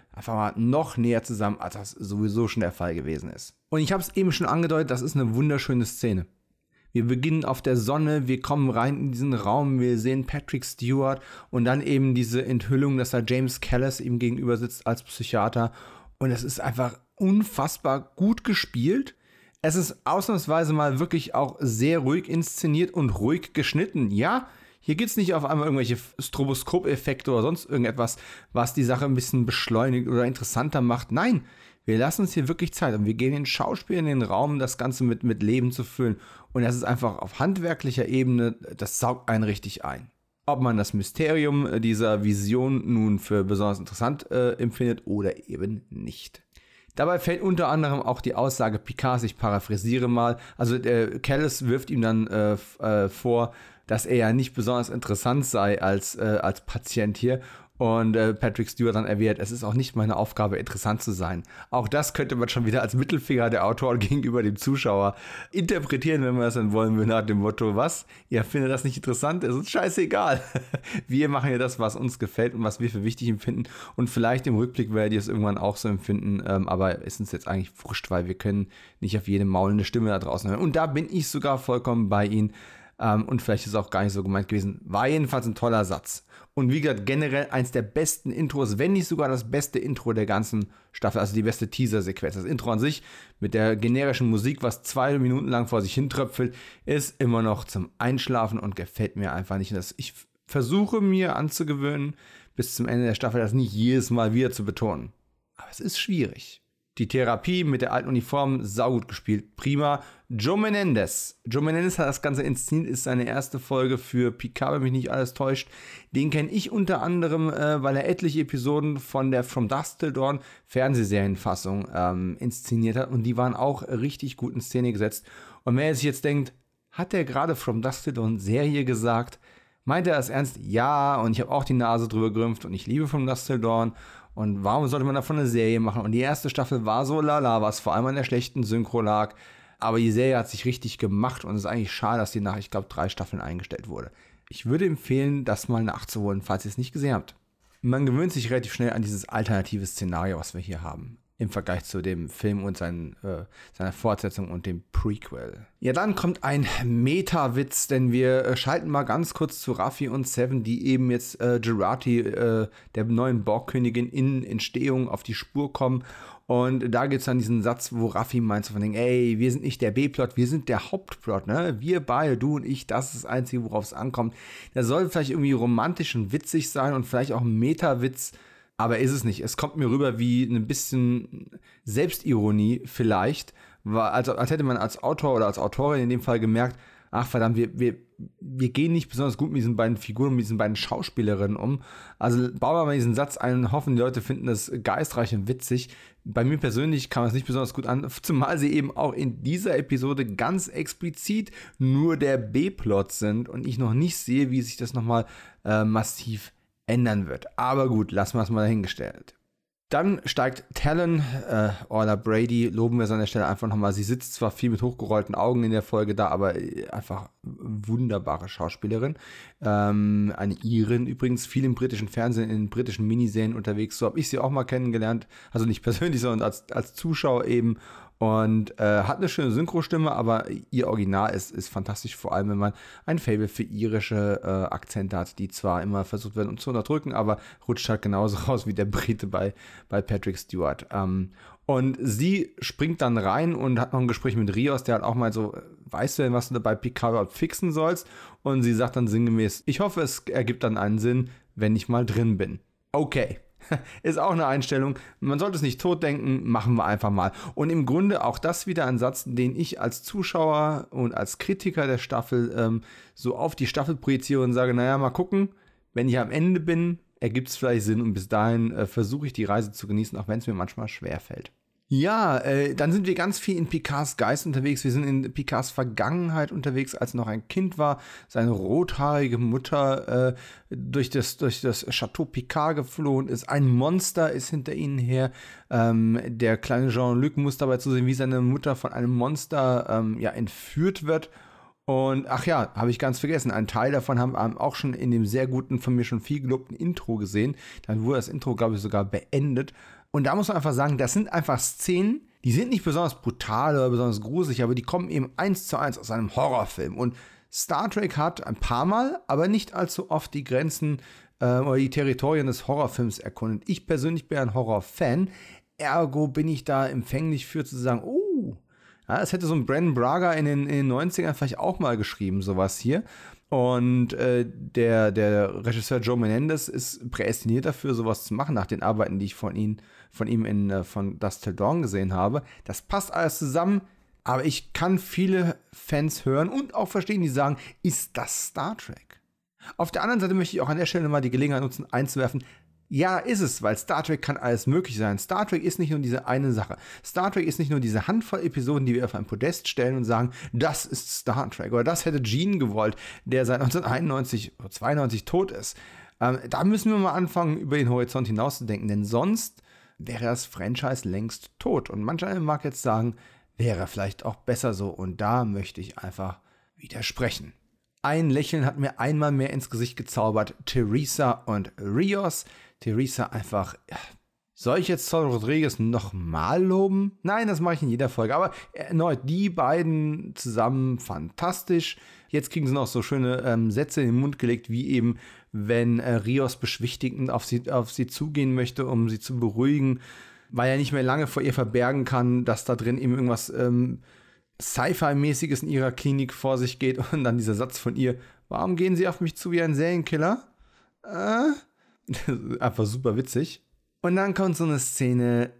einfach mal noch näher zusammen, als das sowieso schon der Fall gewesen ist. Und ich habe es eben schon angedeutet, das ist eine wunderschöne Szene. Wir beginnen auf der Sonne, wir kommen rein in diesen Raum, wir sehen Patrick Stewart und dann eben diese Enthüllung, dass da James Callis ihm gegenüber sitzt als Psychiater. Und es ist einfach unfassbar gut gespielt. Es ist ausnahmsweise mal wirklich auch sehr ruhig inszeniert und ruhig geschnitten. Ja, hier gibt's nicht auf einmal irgendwelche Stroboskop-Effekte oder sonst irgendetwas, was die Sache ein bisschen beschleunigt oder interessanter macht. Nein, wir lassen uns hier wirklich Zeit und wir geben den Schauspielern den Raum, das Ganze mit, mit Leben zu füllen. Und das ist einfach auf handwerklicher Ebene, das saugt einen richtig ein. Ob man das Mysterium dieser Vision nun für besonders interessant äh, empfindet oder eben nicht. Dabei fällt unter anderem auch die Aussage Picards, ich paraphrasiere mal, also äh, Callis wirft ihm dann äh, äh, vor, dass er ja nicht besonders interessant sei als, äh, als Patient hier. Und äh, Patrick Stewart dann erwähnt, es ist auch nicht meine Aufgabe, interessant zu sein. Auch das könnte man schon wieder als Mittelfinger der Autoren gegenüber dem Zuschauer interpretieren, wenn man das dann wollen will, nach dem Motto, was? Ihr findet das nicht interessant? Es ist scheißegal. Wir machen ja das, was uns gefällt und was wir für wichtig empfinden. Und vielleicht im Rückblick werdet ihr es irgendwann auch so empfinden, ähm, aber ist uns jetzt eigentlich wurscht, weil wir können nicht auf jede maulende Stimme da draußen hören. Und da bin ich sogar vollkommen bei Ihnen. Um, und vielleicht ist es auch gar nicht so gemeint gewesen. War jedenfalls ein toller Satz. Und wie gesagt, generell eins der besten Intros, wenn nicht sogar das beste Intro der ganzen Staffel, also die beste Teaser-Sequenz. Das Intro an sich mit der generischen Musik, was zwei Minuten lang vor sich hintröpfelt, ist immer noch zum Einschlafen und gefällt mir einfach nicht. Das, ich versuche mir anzugewöhnen, bis zum Ende der Staffel das nicht jedes Mal wieder zu betonen. Aber es ist schwierig. Die Therapie mit der alten Uniform, saugut gespielt, prima. Joe Menendez. Joe Menendez hat das Ganze inszeniert, ist seine erste Folge für Picard, wenn mich nicht alles täuscht. Den kenne ich unter anderem, äh, weil er etliche Episoden von der From Dusk Till Dawn Fernsehserienfassung ähm, inszeniert hat. Und die waren auch richtig gut in Szene gesetzt. Und wenn er sich jetzt denkt, hat er gerade From Dusk Till Dawn Serie gesagt? Meint er das ernst? Ja, und ich habe auch die Nase drüber gerümpft und ich liebe From Dusk Till Dawn. Und warum sollte man davon eine Serie machen? Und die erste Staffel war so lala, was vor allem an der schlechten Synchro lag. Aber die Serie hat sich richtig gemacht und es ist eigentlich schade, dass die nach, ich glaube, drei Staffeln eingestellt wurde. Ich würde empfehlen, das mal nachzuholen, falls ihr es nicht gesehen habt. Man gewöhnt sich relativ schnell an dieses alternative Szenario, was wir hier haben. Im Vergleich zu dem Film und seinen, äh, seiner Fortsetzung und dem Prequel. Ja, dann kommt ein Meta-Witz, denn wir äh, schalten mal ganz kurz zu Raffi und Seven, die eben jetzt äh, Jurati, äh, der neuen Borg-Königin in Entstehung, auf die Spur kommen. Und da gibt's dann diesen Satz, wo Raffi meint so von denen, ey, wir sind nicht der B-Plot, wir sind der Hauptplot, ne? Wir beide, du und ich, das ist das Einzige, worauf es ankommt. Der soll vielleicht irgendwie romantisch und witzig sein und vielleicht auch ein Meta-Witz, aber ist es nicht. Es kommt mir rüber wie ein bisschen Selbstironie vielleicht, also als hätte man als Autor oder als Autorin in dem Fall gemerkt, ach verdammt, wir, wir, wir gehen nicht besonders gut mit diesen beiden Figuren, mit diesen beiden Schauspielerinnen um. Also bauen wir mal diesen Satz ein und hoffen, die Leute finden das geistreich und witzig. Bei mir persönlich kam es nicht besonders gut an, zumal sie eben auch in dieser Episode ganz explizit nur der B-Plot sind und ich noch nicht sehe, wie sich das nochmal äh, massiv ändern wird. Aber gut, lassen wir es mal dahingestellt. Dann steigt Talon, äh, Orla Brady, loben wir es an der Stelle einfach nochmal. Sie sitzt zwar viel mit hochgerollten Augen in der Folge da, aber einfach wunderbare Schauspielerin. Ähm, eine Irin übrigens, viel im britischen Fernsehen, in britischen Miniserien unterwegs. So habe ich sie auch mal kennengelernt. Also nicht persönlich, sondern als, als Zuschauer eben. Und äh, hat eine schöne Synchrostimme, aber ihr Original ist, ist fantastisch, vor allem wenn man ein Faible für irische äh, Akzente hat, die zwar immer versucht werden, um zu unterdrücken, aber rutscht halt genauso raus wie der Brite bei, bei Patrick Stewart. Ähm, und sie springt dann rein und hat noch ein Gespräch mit Rios, der halt auch mal so, weißt du denn, was du da bei Picard überhaupt fixen sollst? Und sie sagt dann sinngemäß, ich hoffe, es ergibt dann einen Sinn, wenn ich mal drin bin. Okay. Ist auch eine Einstellung. Man sollte es nicht totdenken, machen wir einfach mal. Und im Grunde auch das wieder ein Satz, den ich als Zuschauer und als Kritiker der Staffel ähm, so auf die Staffel projiziere und sage, naja, mal gucken, wenn ich am Ende bin, ergibt es vielleicht Sinn und bis dahin äh, versuche ich die Reise zu genießen, auch wenn es mir manchmal schwerfällt. Ja, äh, dann sind wir ganz viel in Picards Geist unterwegs. Wir sind in Picards Vergangenheit unterwegs, als er noch ein Kind war. Seine rothaarige Mutter äh, durch das durch das Chateau Picard geflohen ist. Ein Monster ist hinter ihnen her. Ähm, der kleine Jean-Luc muss dabei zusehen, wie seine Mutter von einem Monster ähm, ja entführt wird. Und ach ja, habe ich ganz vergessen, einen Teil davon haben wir auch schon in dem sehr guten, von mir schon viel gelobten Intro gesehen. Dann wurde das Intro, glaube ich, sogar beendet. Und da muss man einfach sagen, das sind einfach Szenen, die sind nicht besonders brutal oder besonders gruselig, aber die kommen eben eins zu eins aus einem Horrorfilm. Und Star Trek hat ein paar Mal, aber nicht allzu oft die Grenzen äh, oder die Territorien des Horrorfilms erkundet. Ich persönlich bin ein Horrorfan, ergo bin ich da empfänglich für zu sagen, oh, ja, das hätte so ein Brandon Braga in den, in den neunzigern vielleicht auch mal geschrieben, sowas hier. Und äh, der, der Regisseur Joe Menendez ist prädestiniert dafür, sowas zu machen, nach den Arbeiten, die ich von, ihn, von ihm in äh, von Dusk Till Dawn gesehen habe. Das passt alles zusammen, aber ich kann viele Fans hören und auch verstehen, die sagen, ist das Star Trek? Auf der anderen Seite möchte ich auch an der Stelle mal die Gelegenheit nutzen, einzuwerfen, ja, ist es, weil Star Trek kann alles möglich sein. Star Trek ist nicht nur diese eine Sache. Star Trek ist nicht nur diese Handvoll Episoden, die wir auf ein Podest stellen und sagen, das ist Star Trek oder das hätte Gene gewollt, der seit neunzehnhunderteinundneunzig oder zweiundneunzig tot ist. Ähm, da müssen wir mal anfangen, über den Horizont hinauszudenken, denn sonst wäre das Franchise längst tot. Und manch einer mag jetzt sagen, wäre vielleicht auch besser so. Und da möchte ich einfach widersprechen. Ein Lächeln hat mir einmal mehr ins Gesicht gezaubert. Teresa und Rios. Teresa einfach, ja. Soll ich jetzt Sol Rodriguez nochmal loben? Nein, das mache ich in jeder Folge. Aber erneut, die beiden zusammen fantastisch. Jetzt kriegen sie noch so schöne ähm, Sätze in den Mund gelegt, wie eben, wenn äh, Rios beschwichtigend auf sie, auf sie zugehen möchte, um sie zu beruhigen, weil er nicht mehr lange vor ihr verbergen kann, dass da drin eben irgendwas ähm, Sci-Fi-mäßiges in ihrer Klinik vor sich geht. Und dann dieser Satz von ihr, warum gehen sie auf mich zu wie ein Serienkiller? Äh? Einfach super witzig. Und dann kommt so eine Szene,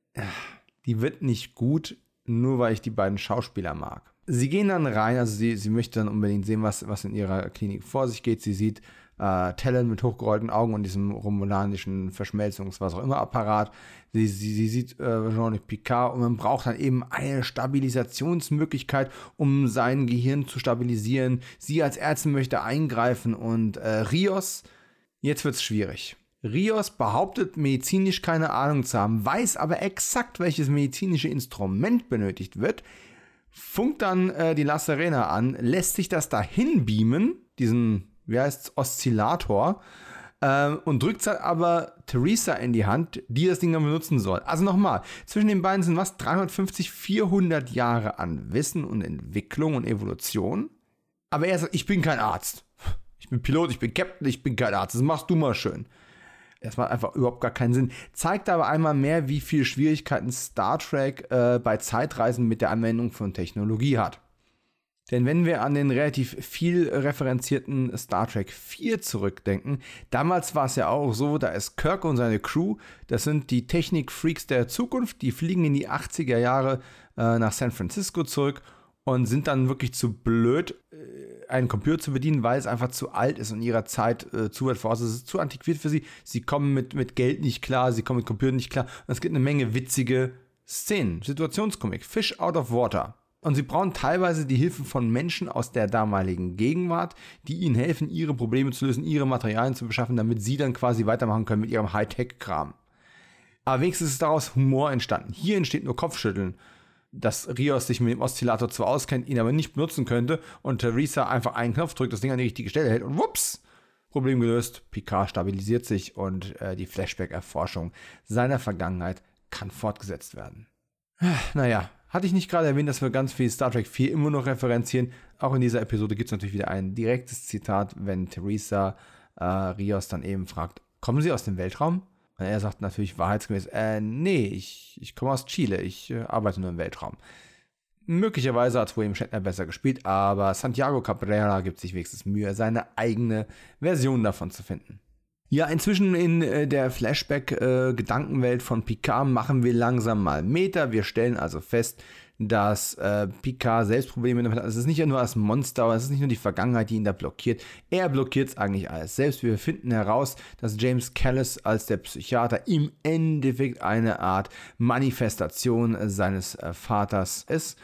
die wird nicht gut, nur weil ich die beiden Schauspieler mag. Sie gehen dann rein, also sie, sie möchte dann unbedingt sehen, was, was in ihrer Klinik vor sich geht. Sie sieht äh, Talon mit hochgerollten Augen und diesem romulanischen Verschmelzungs-, was auch immer Apparat. Sie, sie, sie sieht äh, Jean-Luc Picard und man braucht dann eben eine Stabilisationsmöglichkeit, um sein Gehirn zu stabilisieren. Sie als Ärztin möchte eingreifen und äh, Rios, jetzt wird's schwierig. Rios behauptet, medizinisch keine Ahnung zu haben, weiß aber exakt, welches medizinische Instrument benötigt wird, funkt dann äh, die La Serena an, lässt sich das dahin beamen, diesen, wie heißt's, Oszillator, äh, und drückt aber Teresa in die Hand, die das Ding dann benutzen soll. Also nochmal, zwischen den beiden sind was, dreihundertfünfzig, vierhundert Jahre an Wissen und Entwicklung und Evolution. Aber er sagt, ich bin kein Arzt. Ich bin Pilot, ich bin Captain, ich bin kein Arzt. Das machst du mal schön. Das macht einfach überhaupt gar keinen Sinn. Zeigt aber einmal mehr, wie viele Schwierigkeiten Star Trek äh, bei Zeitreisen mit der Anwendung von Technologie hat. Denn wenn wir an den relativ viel referenzierten Star Trek vier zurückdenken, damals war es ja auch so, da ist Kirk und seine Crew, das sind die Technikfreaks der Zukunft, die fliegen in die achtziger Jahre äh, nach San Francisco zurück und sind dann wirklich zu blöd, einen Computer zu bedienen, weil es einfach zu alt ist und ihrer Zeit äh, zu weit voraus ist. Es ist zu antiquiert für sie. Sie kommen mit, mit Geld nicht klar, sie kommen mit Computern nicht klar. Und es gibt eine Menge witzige Szenen, Situationskomik, Fish out of water. Und sie brauchen teilweise die Hilfe von Menschen aus der damaligen Gegenwart, die ihnen helfen, ihre Probleme zu lösen, ihre Materialien zu beschaffen, damit sie dann quasi weitermachen können mit ihrem Hightech-Kram. Aber wenigstens ist daraus Humor entstanden. Hier entsteht nur Kopfschütteln, dass Rios sich mit dem Oszillator zwar auskennt, ihn aber nicht benutzen könnte und Teresa einfach einen Knopf drückt, das Ding an die richtige Stelle hält und wups, Problem gelöst. Picard stabilisiert sich und äh, die Flashback-Erforschung seiner Vergangenheit kann fortgesetzt werden. Naja, hatte ich nicht gerade erwähnt, dass wir ganz viel Star Trek vier immer noch referenzieren. Auch in dieser Episode gibt es natürlich wieder ein direktes Zitat, wenn Teresa äh, Rios dann eben fragt, kommen Sie aus dem Weltraum? Und er sagt natürlich wahrheitsgemäß, äh, nee, ich, ich komme aus Chile, ich äh, arbeite nur im Weltraum. Möglicherweise hat William Shatner besser gespielt, aber Santiago Cabrera gibt sich wenigstens Mühe, seine eigene Version davon zu finden. Ja, inzwischen in äh, der Flashback-Gedankenwelt äh, von Picard machen wir langsam mal Meter. Wir stellen also fest, dass äh, Picard selbst Probleme damit hat. Es ist nicht nur das Monster, aber es ist nicht nur die Vergangenheit, die ihn da blockiert. Er blockiert es eigentlich alles selbst. Wir finden heraus, dass James Callis als der Psychiater im Endeffekt eine Art Manifestation seines äh, Vaters ist.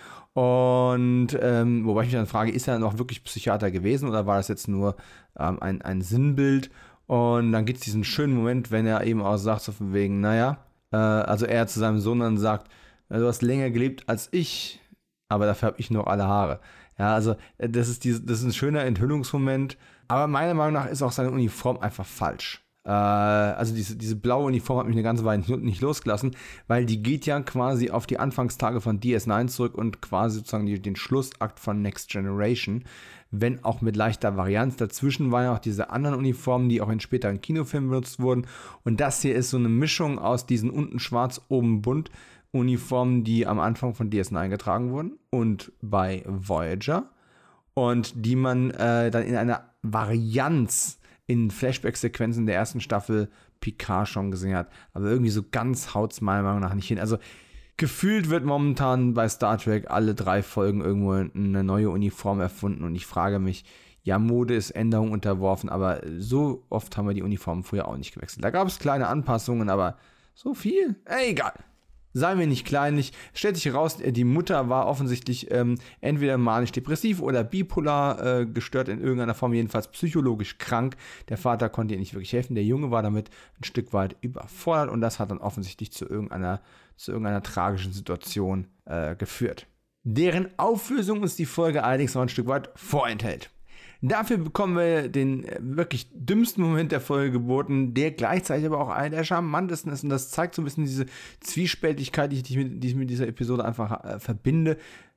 Und ähm, wobei ich mich dann frage, ist er noch wirklich Psychiater gewesen oder war das jetzt nur ähm, ein, ein Sinnbild? Und dann gibt es diesen schönen Moment, wenn er eben auch sagt, so von wegen, naja, äh, also er zu seinem Sohn dann sagt, du hast länger gelebt als ich, aber dafür habe ich noch alle Haare. Ja, also das ist, diese, das ist ein schöner Enthüllungsmoment, aber meiner Meinung nach ist auch seine Uniform einfach falsch. Äh, also diese, diese blaue Uniform hat mich eine ganze Weile nicht losgelassen, weil die geht ja quasi auf die Anfangstage von D S neun zurück und quasi sozusagen die, den Schlussakt von Next Generation, wenn auch mit leichter Varianz. Dazwischen waren ja auch diese anderen Uniformen, die auch in späteren Kinofilmen benutzt wurden. Und das hier ist so eine Mischung aus diesen unten schwarz, oben bunt Uniformen, die am Anfang von D S neun getragen wurden und bei Voyager und die man äh, dann in einer Varianz in Flashback-Sequenzen der ersten Staffel Picard schon gesehen hat. Aber irgendwie so ganz haut's meiner Meinung nach nicht hin. Also gefühlt wird momentan bei Star Trek alle drei Folgen irgendwo eine neue Uniform erfunden. Und ich frage mich, ja, Mode ist Änderung unterworfen, aber so oft haben wir die Uniformen früher auch nicht gewechselt. Da gab es kleine Anpassungen, aber so viel? Ey, egal. Seien wir nicht kleinlich. Stellt sich heraus, die Mutter war offensichtlich ähm, entweder manisch-depressiv oder bipolar äh, gestört in irgendeiner Form, jedenfalls psychologisch krank. Der Vater konnte ihr nicht wirklich helfen. Der Junge war damit ein Stück weit überfordert und das hat dann offensichtlich zu irgendeiner, zu irgendeiner tragischen Situation äh, geführt. Deren Auflösung uns die Folge allerdings noch ein Stück weit vorenthält. Dafür bekommen wir den wirklich dümmsten Moment der Folge geboten, der gleichzeitig aber auch einer der charmantesten ist. Und das zeigt so ein bisschen diese Zwiespältigkeit, die ich mit, die ich mit dieser Episode einfach äh, verbinde.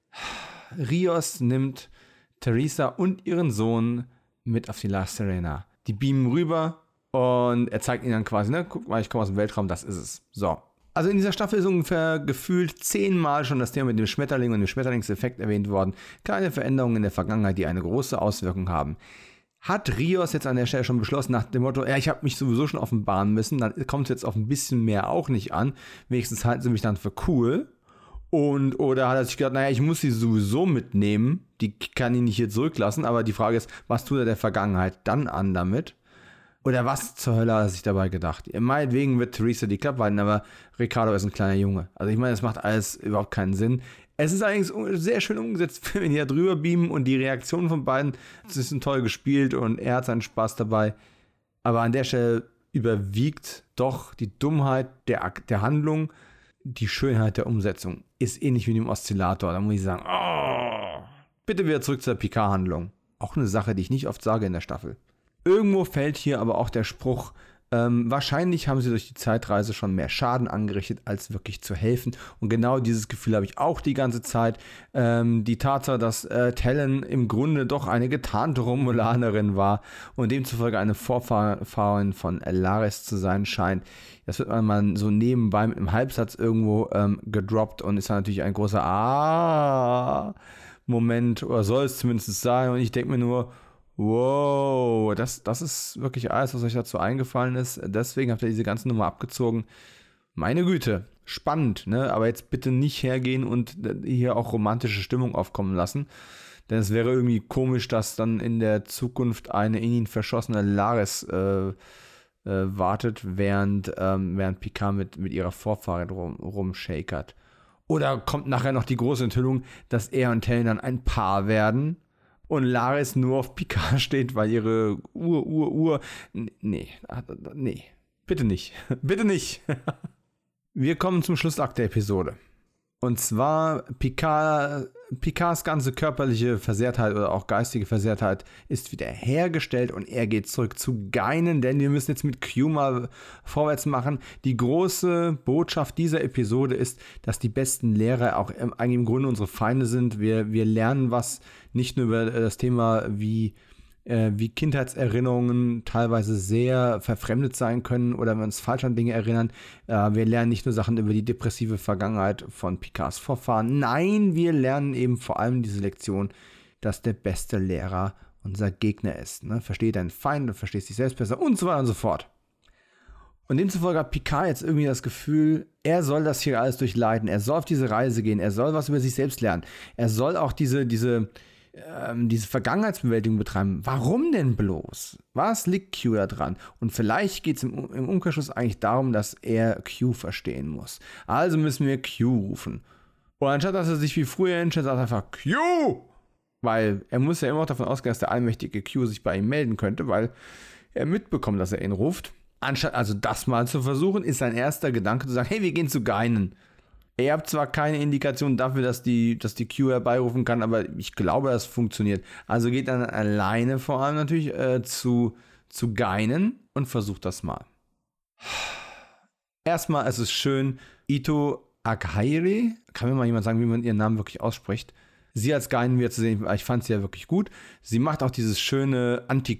Rios nimmt Teresa und ihren Sohn mit auf die La Serena. Die beamen rüber und er zeigt ihnen dann quasi, ne, guck mal, ich komme aus dem Weltraum, das ist es. So. Also in dieser Staffel ist ungefähr gefühlt zehnmal schon das Thema mit dem Schmetterling und dem Schmetterlingseffekt erwähnt worden. Kleine Veränderungen in der Vergangenheit, die eine große Auswirkung haben. Hat Rios jetzt an der Stelle schon beschlossen nach dem Motto, ja, ich habe mich sowieso schon offenbaren müssen, dann kommt es jetzt auf ein bisschen mehr auch nicht an. Wenigstens halten sie mich dann für cool. Und oder hat er sich gedacht, naja, ich muss sie sowieso mitnehmen, die kann ich nicht hier zurücklassen. Aber die Frage ist, was tut er der Vergangenheit dann an damit? Oder was zur Hölle hat er sich dabei gedacht? Meinetwegen wird Teresa die Klappe halten, aber Ricardo ist ein kleiner Junge. Also ich meine, das macht alles überhaupt keinen Sinn. Es ist allerdings sehr schön umgesetzt, wenn die da drüber beamen und die Reaktionen von beiden, es ist toll gespielt und er hat seinen Spaß dabei. Aber an der Stelle überwiegt doch die Dummheit der, der Handlung, die Schönheit der Umsetzung. Ist ähnlich wie dem Oszillator. Da muss ich sagen, oh, bitte wieder zurück zur Picard-Handlung. Auch eine Sache, die ich nicht oft sage in der Staffel. Irgendwo fällt hier aber auch der Spruch, ähm, wahrscheinlich haben sie durch die Zeitreise schon mehr Schaden angerichtet, als wirklich zu helfen. Und genau dieses Gefühl habe ich auch die ganze Zeit. Ähm, die Tatsache, dass äh, Talon im Grunde doch eine getarnte Romulanerin war und demzufolge eine Vorfahrin von Laris zu sein scheint, das wird man mal so nebenbei mit einem Halbsatz irgendwo ähm, gedroppt und ist dann natürlich ein großer Ah-Moment, oder soll es zumindest sein. Und ich denke mir nur, wow, das, das ist wirklich alles, was euch dazu eingefallen ist. Deswegen habt ihr diese ganze Nummer abgezogen. Meine Güte, spannend, ne? Aber jetzt bitte nicht hergehen und hier auch romantische Stimmung aufkommen lassen. Denn es wäre irgendwie komisch, dass dann in der Zukunft eine in ihn verschossene Laris äh, äh, wartet, während, ähm, während Picard mit, mit ihrer Vorfahrin rum, rumshakert. Oder kommt nachher noch die große Enthüllung, dass er und Talon dann ein Paar werden und Laris nur auf Picard steht, weil ihre Ur, Ur, Ur... Nee, nee, bitte nicht, bitte nicht. Wir kommen zum Schlussakt der Episode. Und zwar Picard, Picards ganze körperliche Versehrtheit oder auch geistige Versehrtheit ist wieder hergestellt und er geht zurück zu Guinan, denn wir müssen jetzt mit Q mal vorwärts machen. Die große Botschaft dieser Episode ist, dass die besten Lehrer auch im, eigentlich im Grunde unsere Feinde sind. Wir, wir lernen was nicht nur über das Thema, wie Äh, wie Kindheitserinnerungen teilweise sehr verfremdet sein können oder wenn wir uns falsch an Dinge erinnern. Äh, wir lernen nicht nur Sachen über die depressive Vergangenheit von Picards Vorfahren. Nein, wir lernen eben vor allem diese Lektion, dass der beste Lehrer unser Gegner ist. Ne? Verstehe deinen Feind und verstehst dich selbst besser und so weiter und so fort. Und demzufolge hat Picard jetzt irgendwie das Gefühl, er soll das hier alles durchleiden. Er soll auf diese Reise gehen. Er soll was über sich selbst lernen. Er soll auch diese, diese Ähm, diese Vergangenheitsbewältigung betreiben. Warum denn bloß? Was liegt Q da dran? Und vielleicht geht es im, im Umkehrschluss eigentlich darum, dass er Q verstehen muss. Also müssen wir Q rufen. Und anstatt dass er sich wie früher entscheidet, sagt er einfach Q! Weil er muss ja immer noch davon ausgehen, dass der allmächtige Q sich bei ihm melden könnte, weil er mitbekommt, dass er ihn ruft. Anstatt also das mal zu versuchen, ist sein erster Gedanke zu sagen, hey, wir gehen zu Guinan. Ihr habt zwar keine Indikation dafür, dass die, dass die Q herbeirufen kann, aber ich glaube, das funktioniert. Also geht dann alleine vor allem natürlich äh, zu, zu Guinan und versucht das mal. Erstmal, es ist schön, Ito Akahire, kann mir mal jemand sagen, wie man ihren Namen wirklich ausspricht? Sie als Guardian wieder zu sehen, ich fand sie ja wirklich gut. Sie macht auch dieses schöne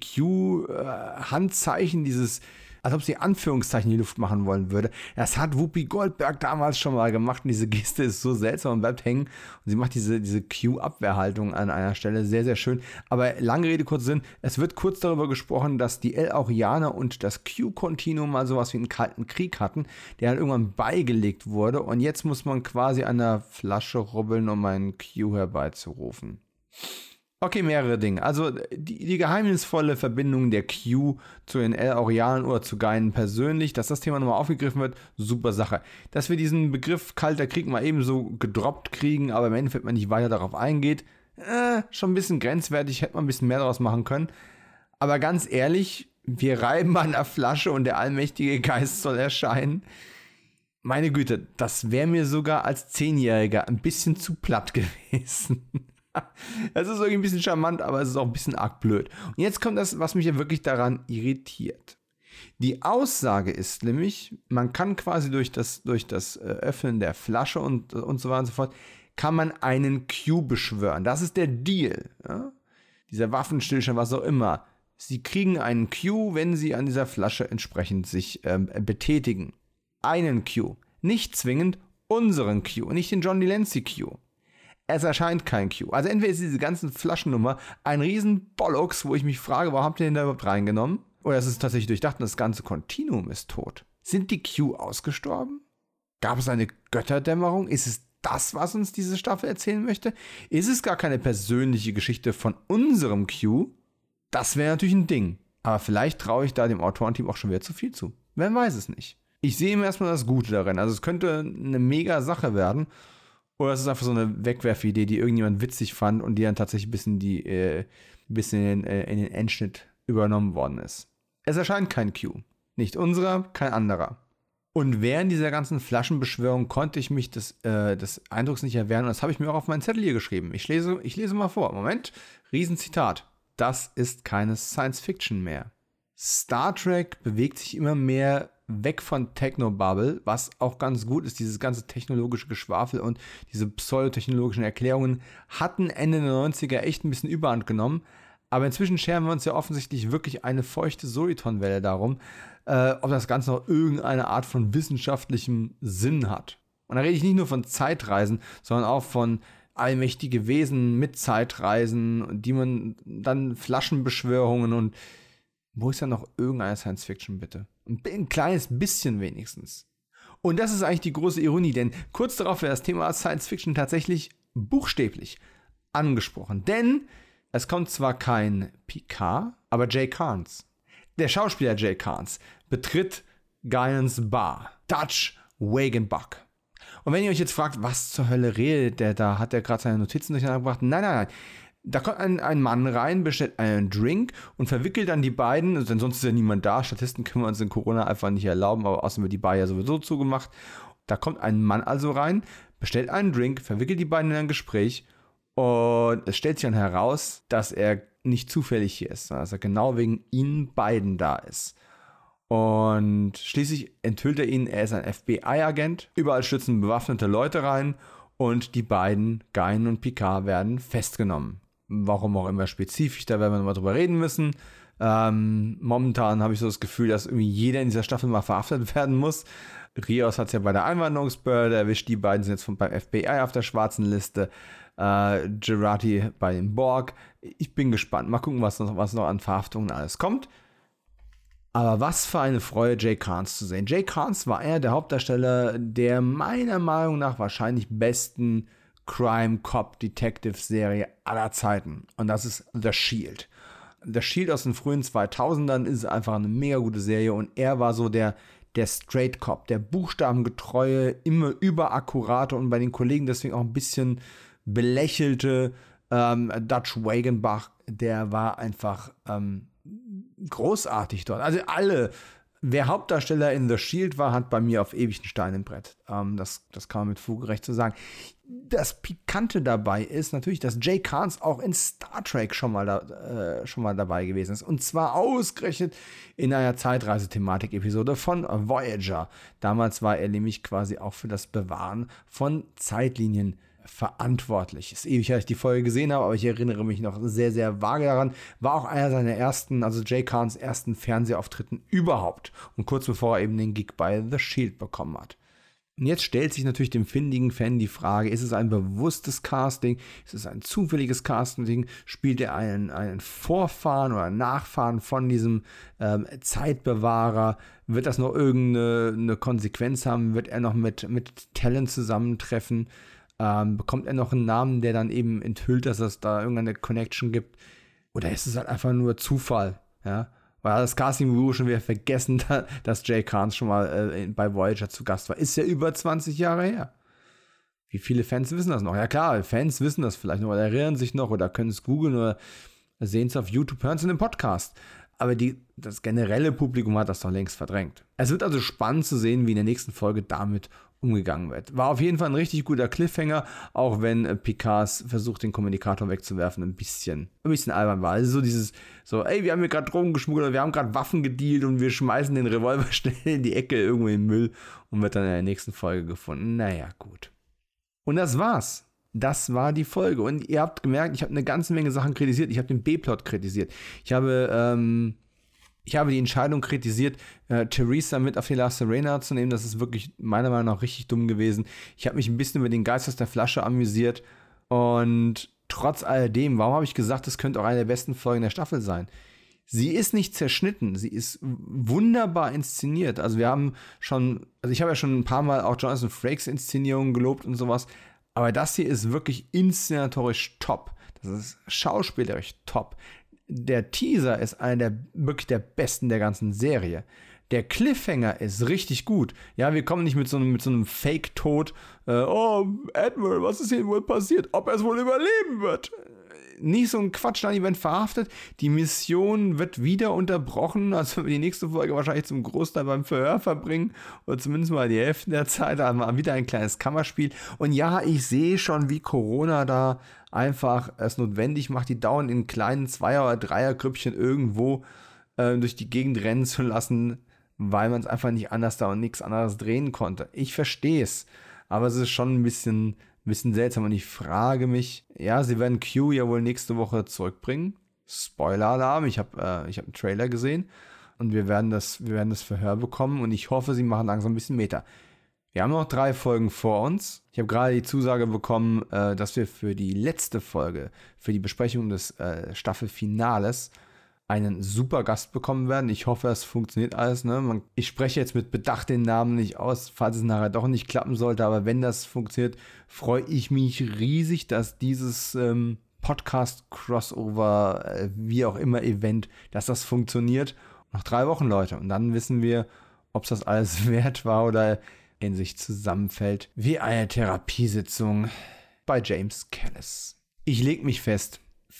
Anti-Q-Handzeichen, dieses, als ob sie Anführungszeichen in die Luft machen wollen würde. Das hat Whoopi Goldberg damals schon mal gemacht und diese Geste ist so seltsam und bleibt hängen. Und sie macht diese, diese Q-Abwehrhaltung an einer Stelle sehr, sehr schön. Aber lange Rede, kurzer Sinn, es wird kurz darüber gesprochen, dass die El-Aurianer und das Q-Kontinuum mal sowas wie einen Kalten Krieg hatten, der halt irgendwann beigelegt wurde und jetzt muss man quasi an der Flasche rubbeln, um einen Q herbeizurufen. Okay, mehrere Dinge. Also die, die geheimnisvolle Verbindung der Q zu den El-Aurianern oder zu Guinan persönlich, dass das Thema nochmal aufgegriffen wird, super Sache. Dass wir diesen Begriff Kalter Krieg mal ebenso gedroppt kriegen, aber im Endeffekt man nicht weiter darauf eingeht, äh, schon ein bisschen grenzwertig, hätte man ein bisschen mehr daraus machen können. Aber ganz ehrlich, wir reiben an der Flasche und der allmächtige Geist soll erscheinen. Meine Güte, das wäre mir sogar als Zehnjähriger ein bisschen zu platt gewesen. Das ist irgendwie ein bisschen charmant, aber es ist auch ein bisschen arg blöd. Und jetzt kommt das, was mich ja wirklich daran irritiert. Die Aussage ist nämlich, man kann quasi durch das, durch das Öffnen der Flasche und, und so weiter und so fort, kann man einen Q beschwören. Das ist der Deal. Ja? Dieser Waffenstillstand, was auch immer. Sie kriegen einen Q, wenn sie an dieser Flasche entsprechend sich ähm, betätigen. Einen Q. Nicht zwingend unseren Q, nicht den John Delancey Q. Es erscheint kein Q. Also entweder ist diese ganzen Flaschennummer ein riesen Bollocks, wo ich mich frage, warum habt ihr den da überhaupt reingenommen? Oder es ist tatsächlich durchdacht und das ganze Kontinuum ist tot. Sind die Q ausgestorben? Gab es eine Götterdämmerung? Ist es das, was uns diese Staffel erzählen möchte? Ist es gar keine persönliche Geschichte von unserem Q? Das wäre natürlich ein Ding. Aber vielleicht traue ich da dem Autorenteam auch schon wieder zu viel zu. Wer weiß es nicht. Ich sehe ihm erstmal das Gute darin. Also es könnte eine mega Sache werden. Oder es ist einfach so eine Wegwerfidee, die irgendjemand witzig fand und die dann tatsächlich ein bisschen, die, äh, bisschen in, äh, in den Endschnitt übernommen worden ist. Es erscheint kein Q. Nicht unserer, kein anderer. Und während dieser ganzen Flaschenbeschwörung konnte ich mich des, äh, des Eindrucks nicht erwehren. Und das habe ich mir auch auf meinen Zettel hier geschrieben. Ich lese, ich lese mal vor. Moment. Riesenzitat. Das ist keine Science Fiction mehr. Star Trek bewegt sich immer mehr weg von Technobubble, was auch ganz gut ist. Dieses ganze technologische Geschwafel und diese pseudotechnologischen Erklärungen hatten Ende der neunziger echt ein bisschen Überhand genommen. Aber inzwischen scheren wir uns ja offensichtlich wirklich eine feuchte Solitonwelle darum, äh, ob das Ganze noch irgendeine Art von wissenschaftlichem Sinn hat. Und da rede ich nicht nur von Zeitreisen, sondern auch von allmächtige Wesen mit Zeitreisen, die man dann Flaschenbeschwörungen und wo ist ja noch irgendeine Science-Fiction, bitte? Ein, ein kleines bisschen wenigstens. Und das ist eigentlich die große Ironie, denn kurz darauf wird das Thema Science-Fiction tatsächlich buchstäblich angesprochen. Denn es kommt zwar kein Picard, aber Jay Carnes. Der Schauspieler Jay Carnes betritt Guinans Bar, Dutch Wagenbuck. Und wenn ihr euch jetzt fragt, was zur Hölle redet der da, hat der gerade seine Notizen durcheinander gebracht? Nein, nein, nein. Da kommt ein, ein Mann rein, bestellt einen Drink und verwickelt dann die beiden, denn sonst ist ja niemand da. Statisten können wir uns in Corona einfach nicht erlauben, aber außerdem wird die Bar ja sowieso zugemacht. Da kommt ein Mann also rein, bestellt einen Drink, verwickelt die beiden in ein Gespräch und es stellt sich dann heraus, dass er nicht zufällig hier ist, sondern dass er genau wegen ihnen beiden da ist. Und schließlich enthüllt er ihnen, er ist ein F B I-Agent. Überall stürzen bewaffnete Leute rein und die beiden, Guinan und Picard, werden festgenommen. Warum auch immer spezifisch, da werden wir nochmal drüber reden müssen. Ähm, momentan habe ich so das Gefühl, dass irgendwie jeder in dieser Staffel mal verhaftet werden muss. Rios hat es ja bei der Einwanderungsbehörde erwischt, die beiden sind jetzt von, beim F B I auf der schwarzen Liste. Äh, Jurati bei den Borg. Ich bin gespannt. Mal gucken, was noch, was noch an Verhaftungen alles kommt. Aber was für eine Freude, Jay Carnes zu sehen. Jay Carnes war einer der Hauptdarsteller der meiner Meinung nach wahrscheinlich besten Crime-Cop-Detective-Serie aller Zeiten. Und das ist The Shield. The Shield aus den frühen zweitausendern ist einfach eine mega gute Serie. Und er war so der, der Straight Cop, der buchstabengetreue, immer überakkurate und bei den Kollegen deswegen auch ein bisschen belächelte ähm, Dutch Wagenbuck. Der war einfach ähm, großartig dort. Also alle, wer Hauptdarsteller in The Shield war, hat bei mir auf ewig einen Stein im Brett. Ähm, das, das kann man mit Fug recht so sagen. das Pikante dabei ist natürlich, dass Jay Karnes auch in Star Trek schon mal, da, äh, schon mal dabei gewesen ist. Und zwar ausgerechnet in einer Zeitreisethematik-Episode von Voyager. Damals war er nämlich quasi auch für das Bewahren von Zeitlinien verantwortlich. Ist ewig, als ich die Folge gesehen habe, aber ich erinnere mich noch sehr, sehr vage daran. War auch einer seiner ersten, also Jay Karnes ersten Fernsehauftritten überhaupt. Und kurz bevor er eben den Gig bei The Shield bekommen hat. Und jetzt stellt sich natürlich dem findigen Fan die Frage, ist es ein bewusstes Casting? Ist es ein zufälliges Casting? Spielt er einen, einen Vorfahren oder Nachfahren von diesem ähm, Zeitbewahrer? Wird das noch irgendeine eine Konsequenz haben? Wird er noch mit, mit Talent zusammentreffen? Ähm, bekommt er noch einen Namen, der dann eben enthüllt, dass es da irgendeine Connection gibt? Oder ist es halt einfach nur Zufall? Ja? Weil das Casting-Büro schon wieder vergessen, dass Jay Karnes schon mal äh, bei Voyager zu Gast war. Ist ja über zwanzig Jahre her. Wie viele Fans wissen das noch? Ja klar, Fans wissen das vielleicht noch oder erinnern sich noch oder können es googeln oder sehen es auf YouTube, hören es in einem Podcast. Aber die, das generelle Publikum hat das doch längst verdrängt. Es wird also spannend zu sehen, wie in der nächsten Folge damit umgegangen wird. War auf jeden Fall ein richtig guter Cliffhanger, auch wenn äh, Picard versucht, den Kommunikator wegzuwerfen, ein bisschen, ein bisschen albern war. Also so dieses, so, ey, wir haben hier gerade Drogen geschmuggelt, wir haben gerade Waffen gedealt und wir schmeißen den Revolver schnell in die Ecke irgendwo in den Müll und wird dann in der nächsten Folge gefunden. Naja, gut. Und das war's. Das war die Folge. Und ihr habt gemerkt, ich habe eine ganze Menge Sachen kritisiert. Ich habe den B-Plot kritisiert. Ich habe, ähm, ich habe die Entscheidung kritisiert, äh, Theresa mit auf die La Sirena zu nehmen. Das ist wirklich meiner Meinung nach richtig dumm gewesen. Ich habe mich ein bisschen über den Geist aus der Flasche amüsiert. Und trotz alledem, warum habe ich gesagt, das könnte auch eine der besten Folgen der Staffel sein? Sie ist nicht zerschnitten, sie ist wunderbar inszeniert. Also wir haben schon, also ich habe ja schon ein paar Mal auch Jonathan Frakes Inszenierungen gelobt und sowas. Aber das hier ist wirklich inszenatorisch top. Das ist schauspielerisch top. Der Teaser ist einer der wirklich der besten der ganzen Serie. Der Cliffhanger ist richtig gut. Ja, wir kommen nicht mit so einem, mit so einem Fake-Tod. Äh, oh, Admiral, was ist hier wohl passiert? Ob er es wohl überleben wird? Nicht so ein Quatsch, dann Event verhaftet. Die Mission wird wieder unterbrochen. Also die nächste Folge wahrscheinlich zum Großteil beim Verhör verbringen. Oder zumindest mal die Hälfte der Zeit. Aber wieder ein kleines Kammerspiel. Und ja, ich sehe schon, wie Corona da einfach es notwendig macht, die dauernd in kleinen Zweier- oder Dreiergrüppchen irgendwo äh, durch die Gegend rennen zu lassen, weil man es einfach nicht anders da und nichts anderes drehen konnte. Ich verstehe es. Aber es ist schon ein bisschen... Ein bisschen seltsam und ich frage mich, ja, sie werden Q ja wohl nächste Woche zurückbringen. Spoiler-Alarm, ich habe äh, ich hab einen Trailer gesehen und wir werden, das, wir werden das Verhör bekommen und ich hoffe, sie machen langsam ein bisschen Meta. Wir haben noch drei Folgen vor uns. Ich habe gerade die Zusage bekommen, äh, dass wir für die letzte Folge, für die Besprechung des äh, Staffelfinales einen super Gast bekommen werden. Ich hoffe, es funktioniert alles. Ne? Man, ich spreche jetzt mit Bedacht den Namen nicht aus, falls es nachher doch nicht klappen sollte. Aber wenn das funktioniert, freue ich mich riesig, dass dieses ähm, Podcast-Crossover, äh, wie auch immer, Event, dass das funktioniert. Noch drei Wochen, Leute. Und dann wissen wir, ob es das alles wert war oder in sich zusammenfällt wie eine Therapiesitzung bei James Callis. Ich leg mich fest.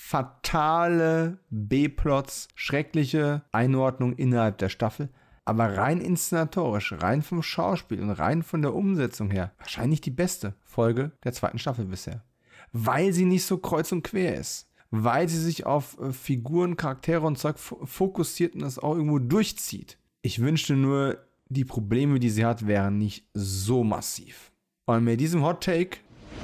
Fatale B-Plots, schreckliche Einordnung innerhalb der Staffel, aber rein inszenatorisch, rein vom Schauspiel und rein von der Umsetzung her, wahrscheinlich die beste Folge der zweiten Staffel bisher. Weil sie nicht so kreuz und quer ist. Weil sie sich auf äh, Figuren, Charaktere und Zeug f- fokussiert und das auch irgendwo durchzieht. Ich wünschte nur, die Probleme, die sie hat, wären nicht so massiv. Und mit diesem Hot Take...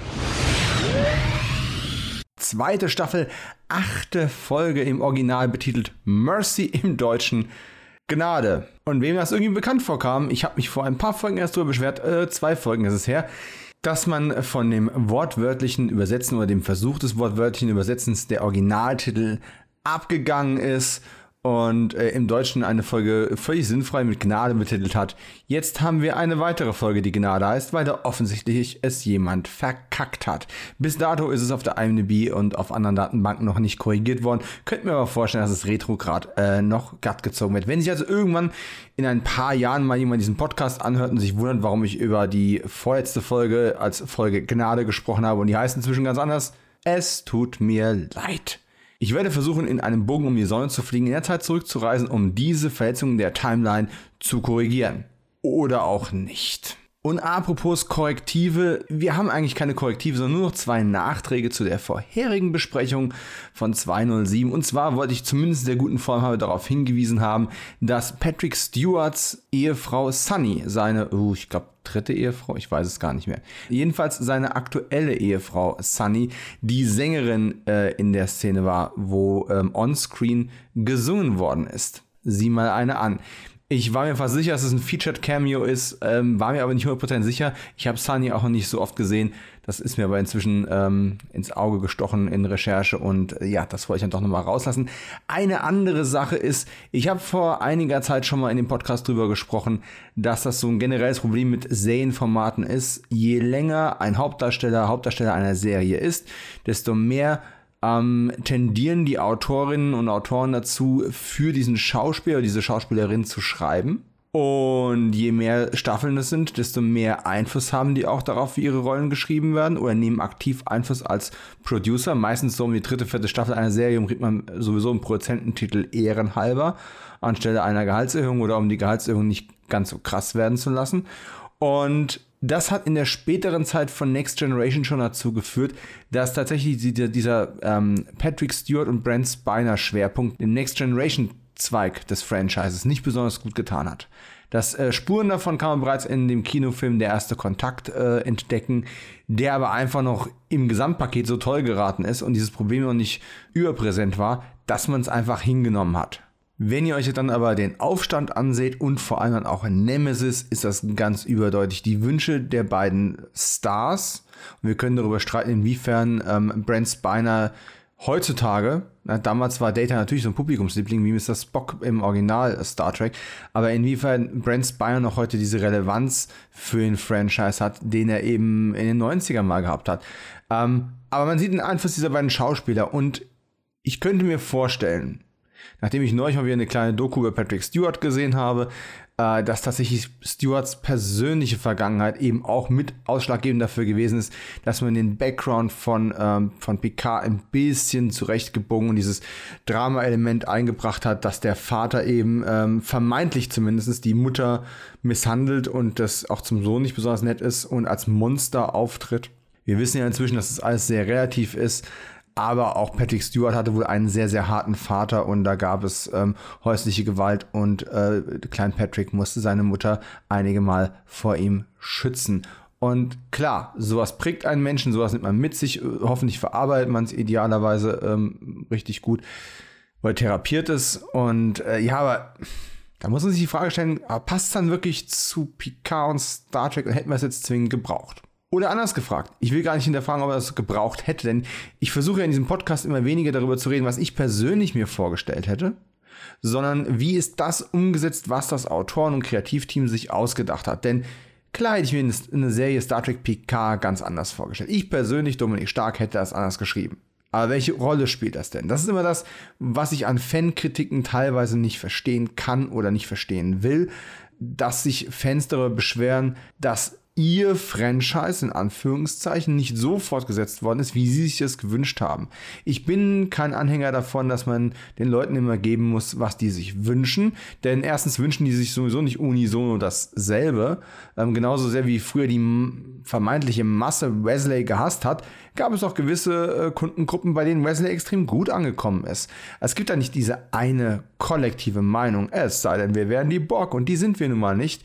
Zweite Staffel, achte Folge im Original betitelt Mercy, im Deutschen Gnade. Und wem das irgendwie bekannt vorkam, ich habe mich vor ein paar Folgen erst darüber beschwert, äh, zwei Folgen ist es her, dass man von dem wortwörtlichen Übersetzen oder dem Versuch des wortwörtlichen Übersetzens der Originaltitel abgegangen ist und äh, im Deutschen eine Folge völlig sinnfrei mit Gnade betitelt hat. Jetzt haben wir eine weitere Folge, die Gnade heißt, weil da offensichtlich es jemand verkackt hat. Bis dato ist es auf der I M D B und auf anderen Datenbanken noch nicht korrigiert worden. Könnt mir aber vorstellen, dass es retrograd äh, noch glatt gezogen wird. Wenn sich also irgendwann in ein paar Jahren mal jemand diesen Podcast anhört und sich wundert, warum ich über die vorletzte Folge als Folge Gnade gesprochen habe und die heißt inzwischen ganz anders, es tut mir leid. Ich werde versuchen, in einem Bogen um die Sonne zu fliegen, in der Zeit zurückzureisen, um diese Verletzungen der Timeline zu korrigieren. Oder auch nicht. Und apropos Korrektive, wir haben eigentlich keine Korrektive, sondern nur noch zwei Nachträge zu der vorherigen Besprechung von zweihundertsieben. Und zwar wollte ich zumindest in der guten Form habe darauf hingewiesen haben, dass Patrick Stewarts Ehefrau Sunny, seine, uh, ich glaube, dritte Ehefrau, ich weiß es gar nicht mehr. Jedenfalls seine aktuelle Ehefrau Sunny, die Sängerin äh, in der Szene war, wo ähm, onscreen gesungen worden ist. Sieh mal eine an. Ich war mir fast sicher, dass es ein Featured Cameo ist, ähm, war mir aber nicht hundert Prozent sicher. Ich habe Sunny auch noch nicht so oft gesehen. Das ist mir aber inzwischen ähm, ins Auge gestochen in Recherche und äh, ja, das wollte ich dann doch nochmal rauslassen. Eine andere Sache ist, ich habe vor einiger Zeit schon mal in dem Podcast drüber gesprochen, dass das so ein generelles Problem mit Serienformaten ist. Je länger ein Hauptdarsteller, Hauptdarsteller einer Serie ist, desto mehr Ähm, tendieren die Autorinnen und Autoren dazu, für diesen Schauspieler oder diese Schauspielerin zu schreiben. Und je mehr Staffeln es sind, desto mehr Einfluss haben die auch darauf, wie ihre Rollen geschrieben werden oder nehmen aktiv Einfluss als Producer. Meistens so um die dritte, vierte Staffel einer Serie kriegt man sowieso einen Produzententitel ehrenhalber anstelle einer Gehaltserhöhung oder um die Gehaltserhöhung nicht ganz so krass werden zu lassen. Und das hat in der späteren Zeit von Next Generation schon dazu geführt, dass tatsächlich dieser, dieser ähm, Patrick Stewart und Brent Spiner Schwerpunkt im Next Generation Zweig des Franchises nicht besonders gut getan hat. Das äh, Spuren davon kann man bereits in dem Kinofilm Der erste Kontakt äh, entdecken, der aber einfach noch im Gesamtpaket so toll geraten ist und dieses Problem noch nicht überpräsent war, dass man es einfach hingenommen hat. Wenn ihr euch dann aber den Aufstand anseht und vor allem dann auch in Nemesis, ist das ganz überdeutlich. Die Wünsche der beiden Stars, und wir können darüber streiten, inwiefern ähm, Brent Spiner heutzutage, na, damals war Data natürlich so ein Publikumsliebling wie Mister Spock im Original Star Trek, aber inwiefern Brent Spiner noch heute diese Relevanz für den Franchise hat, den er eben in den neunzigern mal gehabt hat. Ähm, aber man sieht den Einfluss dieser beiden Schauspieler und ich könnte mir vorstellen, nachdem ich neulich mal wieder eine kleine Doku über Patrick Stewart gesehen habe, äh, dass tatsächlich Stewarts persönliche Vergangenheit eben auch mit ausschlaggebend dafür gewesen ist, dass man den Background von, ähm, von Picard ein bisschen zurechtgebogen und dieses Drama-Element eingebracht hat, dass der Vater eben ähm, vermeintlich zumindest die Mutter misshandelt und das auch zum Sohn nicht besonders nett ist und als Monster auftritt. Wir wissen ja inzwischen, dass das alles sehr relativ ist. Aber auch Patrick Stewart hatte wohl einen sehr, sehr harten Vater und da gab es ähm, häusliche Gewalt und äh, Klein Patrick musste seine Mutter einige Mal vor ihm schützen. Und klar, sowas prägt einen Menschen, sowas nimmt man mit sich, hoffentlich verarbeitet man es idealerweise ähm, richtig gut oder therapiert es. Und äh, ja, aber da muss man sich die Frage stellen, passt es dann wirklich zu Picard und Star Trek und hätten wir es jetzt zwingend gebraucht? Oder anders gefragt, ich will gar nicht hinterfragen, ob er das gebraucht hätte, denn ich versuche ja in diesem Podcast immer weniger darüber zu reden, was ich persönlich mir vorgestellt hätte, sondern wie ist das umgesetzt, was das Autoren- und Kreativteam sich ausgedacht hat. Denn klar hätte ich mir eine Serie Star Trek Picard ganz anders vorgestellt. Ich persönlich, Dominik Stark, hätte das anders geschrieben. Aber welche Rolle spielt das denn? Das ist immer das, was ich an Fankritiken teilweise nicht verstehen kann oder nicht verstehen will, dass sich Fans darüber beschweren, dass ihr Franchise in Anführungszeichen nicht so fortgesetzt worden ist, wie sie sich das gewünscht haben. Ich bin kein Anhänger davon, dass man den Leuten immer geben muss, was die sich wünschen, denn erstens wünschen die sich sowieso nicht unisono dasselbe. Ähm, genauso sehr wie früher die vermeintliche Masse Wesley gehasst hat, gab es auch gewisse äh, Kundengruppen, bei denen Wesley extrem gut angekommen ist. Es gibt da nicht diese eine kollektive Meinung, es sei denn, wir wären die Borg und die sind wir nun mal nicht.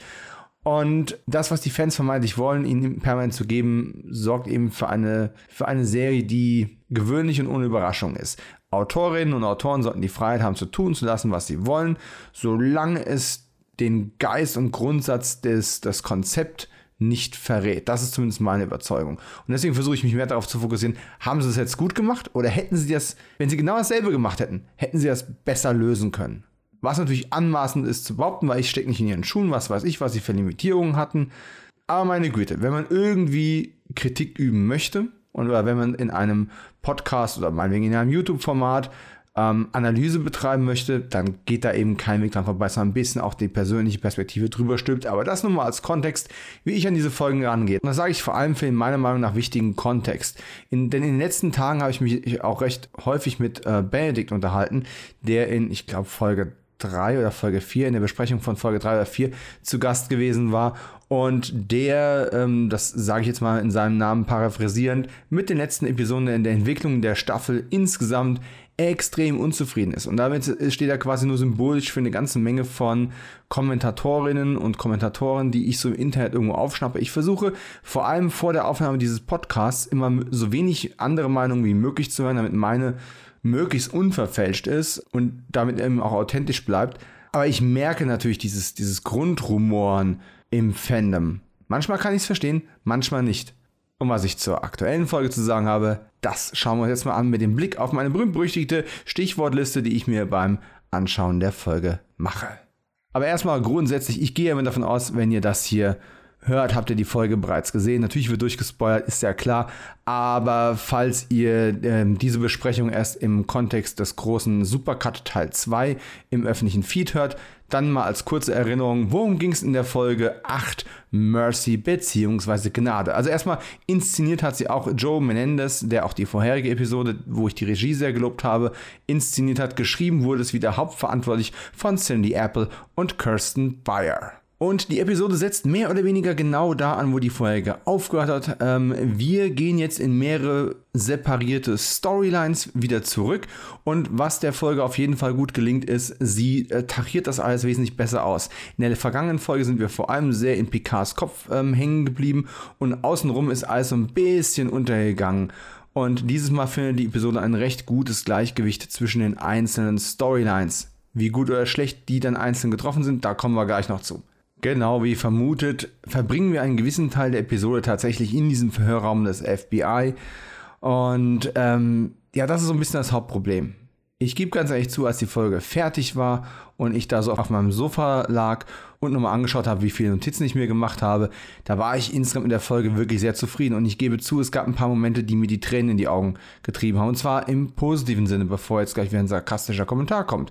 Und das, was die Fans vermeintlich wollen, ihnen permanent zu geben, sorgt eben für eine, für eine Serie, die gewöhnlich und ohne Überraschung ist. Autorinnen und Autoren sollten die Freiheit haben, zu tun, zu lassen, was sie wollen, solange es den Geist und Grundsatz des, des Konzepts nicht verrät. Das ist zumindest meine Überzeugung. Und deswegen versuche ich mich mehr darauf zu fokussieren, haben sie es jetzt gut gemacht oder hätten sie das, wenn sie genau dasselbe gemacht hätten, hätten sie das besser lösen können. Was natürlich anmaßend ist zu behaupten, weil ich stecke nicht in ihren Schuhen, was weiß ich, was sie für Limitierungen hatten. Aber meine Güte, wenn man irgendwie Kritik üben möchte oder wenn man in einem Podcast oder meinetwegen in einem YouTube-Format ähm, Analyse betreiben möchte, dann geht da eben kein Weg dran vorbei, sondern ein bisschen auch die persönliche Perspektive drüber stülpt. Aber das nur mal als Kontext, wie ich an diese Folgen rangehe. Und das sage ich vor allem für den meiner Meinung nach wichtigen Kontext. In, denn in den letzten Tagen habe ich mich auch recht häufig mit äh, Benedikt unterhalten, der in, ich glaube, Folge drei oder Folge vier, in der Besprechung von Folge drei oder vier zu Gast gewesen war und der, ähm, das sage ich jetzt mal in seinem Namen paraphrasierend, mit den letzten Episoden in der Entwicklung der Staffel insgesamt extrem unzufrieden ist. Und damit steht er quasi nur symbolisch für eine ganze Menge von Kommentatorinnen und Kommentatoren, die ich so im Internet irgendwo aufschnappe. Ich versuche vor allem vor der Aufnahme dieses Podcasts immer so wenig andere Meinungen wie möglich zu hören, damit meine möglichst unverfälscht ist und damit eben auch authentisch bleibt. Aber ich merke natürlich dieses, dieses Grundrumoren im Fandom. Manchmal kann ich es verstehen, manchmal nicht. Und was ich zur aktuellen Folge zu sagen habe, das schauen wir uns jetzt mal an mit dem Blick auf meine berühmt-berüchtigte Stichwortliste, die ich mir beim Anschauen der Folge mache. Aber erstmal grundsätzlich, ich gehe immer davon aus, wenn ihr das hier hört, habt ihr die Folge bereits gesehen. Natürlich wird durchgespoilert, ist ja klar. Aber falls ihr ähm, diese Besprechung erst im Kontext des großen Supercut Teil zwei im öffentlichen Feed hört, dann mal als kurze Erinnerung, worum ging es in der Folge acht, Mercy bzw. Gnade. Also erstmal inszeniert hat sie auch Joe Menendez, der auch die vorherige Episode, wo ich die Regie sehr gelobt habe, inszeniert hat. Geschrieben wurde es wieder hauptverantwortlich von Cindy Apple und Kirsten Beyer. Und die Episode setzt mehr oder weniger genau da an, wo die vorherige aufgehört hat. Ähm, wir gehen jetzt in mehrere separierte Storylines wieder zurück. Und was der Folge auf jeden Fall gut gelingt, ist, sie äh, tariert das alles wesentlich besser aus. In der vergangenen Folge sind wir vor allem sehr in Picards Kopf ähm, hängen geblieben. Und außenrum ist alles so ein bisschen untergegangen. Und dieses Mal findet die Episode ein recht gutes Gleichgewicht zwischen den einzelnen Storylines. Wie gut oder schlecht die dann einzeln getroffen sind, da kommen wir gleich noch zu. Genau wie vermutet, verbringen wir einen gewissen Teil der Episode tatsächlich in diesem Verhörraum des F B I. Und ähm, ja, das ist so ein bisschen das Hauptproblem. Ich gebe ganz ehrlich zu, als die Folge fertig war und ich da so auf meinem Sofa lag und nochmal angeschaut habe, wie viele Notizen ich mir gemacht habe, da war ich insgesamt mit der Folge wirklich sehr zufrieden. Und ich gebe zu, es gab ein paar Momente, die mir die Tränen in die Augen getrieben haben. Und zwar im positiven Sinne, bevor jetzt gleich wieder ein sarkastischer Kommentar kommt.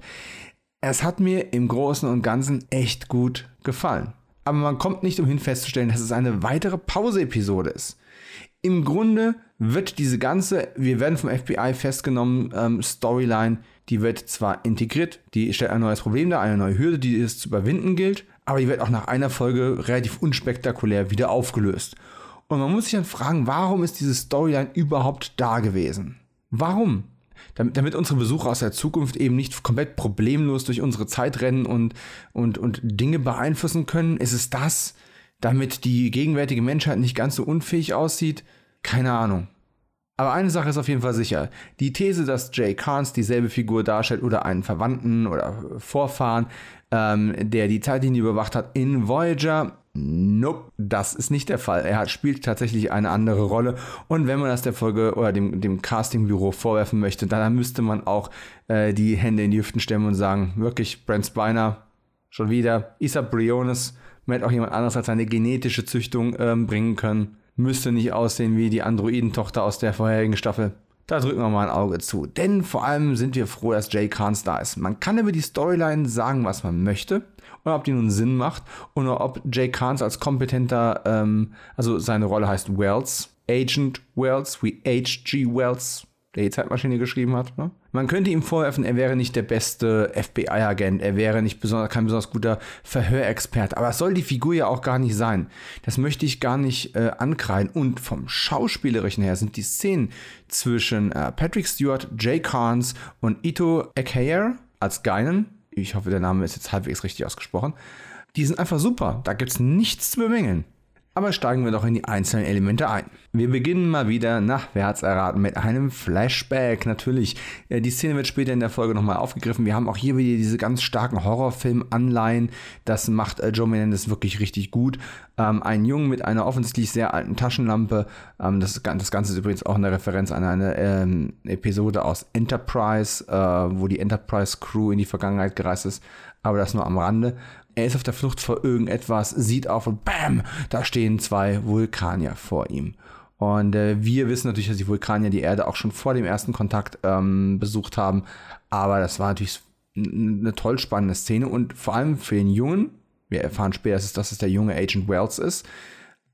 Es hat mir im Großen und Ganzen echt gut gefallen. Aber man kommt nicht umhin festzustellen, dass es eine weitere Pause-Episode ist. Im Grunde wird diese ganze, wir werden vom F B I festgenommen, ähm, Storyline, die wird zwar integriert, die stellt ein neues Problem dar, eine neue Hürde, die es zu überwinden gilt, aber die wird auch nach einer Folge relativ unspektakulär wieder aufgelöst. Und man muss sich dann fragen, warum ist diese Storyline überhaupt da gewesen? Warum? Damit, damit unsere Besucher aus der Zukunft eben nicht komplett problemlos durch unsere Zeit rennen und, und, und Dinge beeinflussen können. Ist es das, damit die gegenwärtige Menschheit nicht ganz so unfähig aussieht? Keine Ahnung. Aber eine Sache ist auf jeden Fall sicher. Die These, dass Jay Carnes dieselbe Figur darstellt oder einen Verwandten oder Vorfahren, ähm, der die Zeitlinie überwacht hat in Voyager, nope, das ist nicht der Fall. Er hat, spielt tatsächlich eine andere Rolle. Und wenn man das der Folge oder dem, dem Castingbüro vorwerfen möchte, dann müsste man auch äh, die Hände in die Hüften stemmen und sagen, wirklich, Brent Spiner, schon wieder, Issa Briones, man hätte auch jemand anderes als seine genetische Züchtung ähm, bringen können. Müsste nicht aussehen wie die Androidentochter aus der vorherigen Staffel. Da drücken wir mal ein Auge zu. Denn vor allem sind wir froh, dass Jay Carnes da ist. Man kann über die Storyline sagen, was man möchte. Oder ob die nun Sinn macht. Oder ob Jay Carnes als kompetenter, ähm, also seine Rolle heißt Wells. Agent Wells, wie H G Wells, der die Zeitmaschine geschrieben hat. Ne? Man könnte ihm vorwerfen, er wäre nicht der beste F B I-Agent, er wäre nicht besonders, kein besonders guter Verhörexperte, aber es soll die Figur ja auch gar nicht sein. Das möchte ich gar nicht äh, ankreiden. Und vom Schauspielerischen her sind die Szenen zwischen äh, Patrick Stewart, Jay Carnes und Ito Ekayer als Guinan, ich hoffe, der Name ist jetzt halbwegs richtig ausgesprochen, die sind einfach super, da gibt's nichts zu bemängeln. Aber steigen wir doch in die einzelnen Elemente ein. Wir beginnen mal wieder nach Herz erraten mit einem Flashback. Natürlich, die Szene wird später in der Folge nochmal aufgegriffen. Wir haben auch hier wieder diese ganz starken Horrorfilm-Anleihen. Das macht äh, Joe Menendez wirklich richtig gut. Ähm, ein Jungen mit einer offensichtlich sehr alten Taschenlampe. Ähm, das, das Ganze ist übrigens auch eine Referenz an eine ähm, Episode aus Enterprise, äh, wo die Enterprise-Crew in die Vergangenheit gereist ist. Aber das nur am Rande. Er ist auf der Flucht vor irgendetwas, sieht auf und bam, da stehen zwei Vulkanier vor ihm. Und äh, wir wissen natürlich, dass die Vulkanier die Erde auch schon vor dem ersten Kontakt ähm, besucht haben. Aber das war natürlich eine toll spannende Szene und vor allem für den Jungen, wir erfahren später, dass es, dass es der junge Agent Wells ist,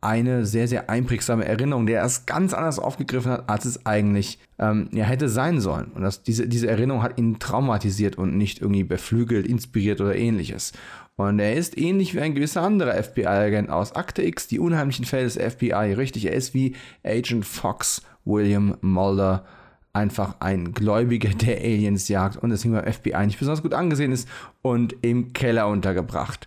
eine sehr, sehr einprägsame Erinnerung, der es ganz anders aufgegriffen hat, als es eigentlich ähm, ja, hätte sein sollen. Und das, diese, diese Erinnerung hat ihn traumatisiert und nicht irgendwie beflügelt, inspiriert oder ähnliches. Und er ist ähnlich wie ein gewisser anderer F B I-Agent aus Akte X, die unheimlichen Fälle des F B I. Richtig, er ist wie Agent Fox William Mulder, einfach ein Gläubiger, der Aliens jagt und deswegen beim F B I nicht besonders gut angesehen ist und im Keller untergebracht.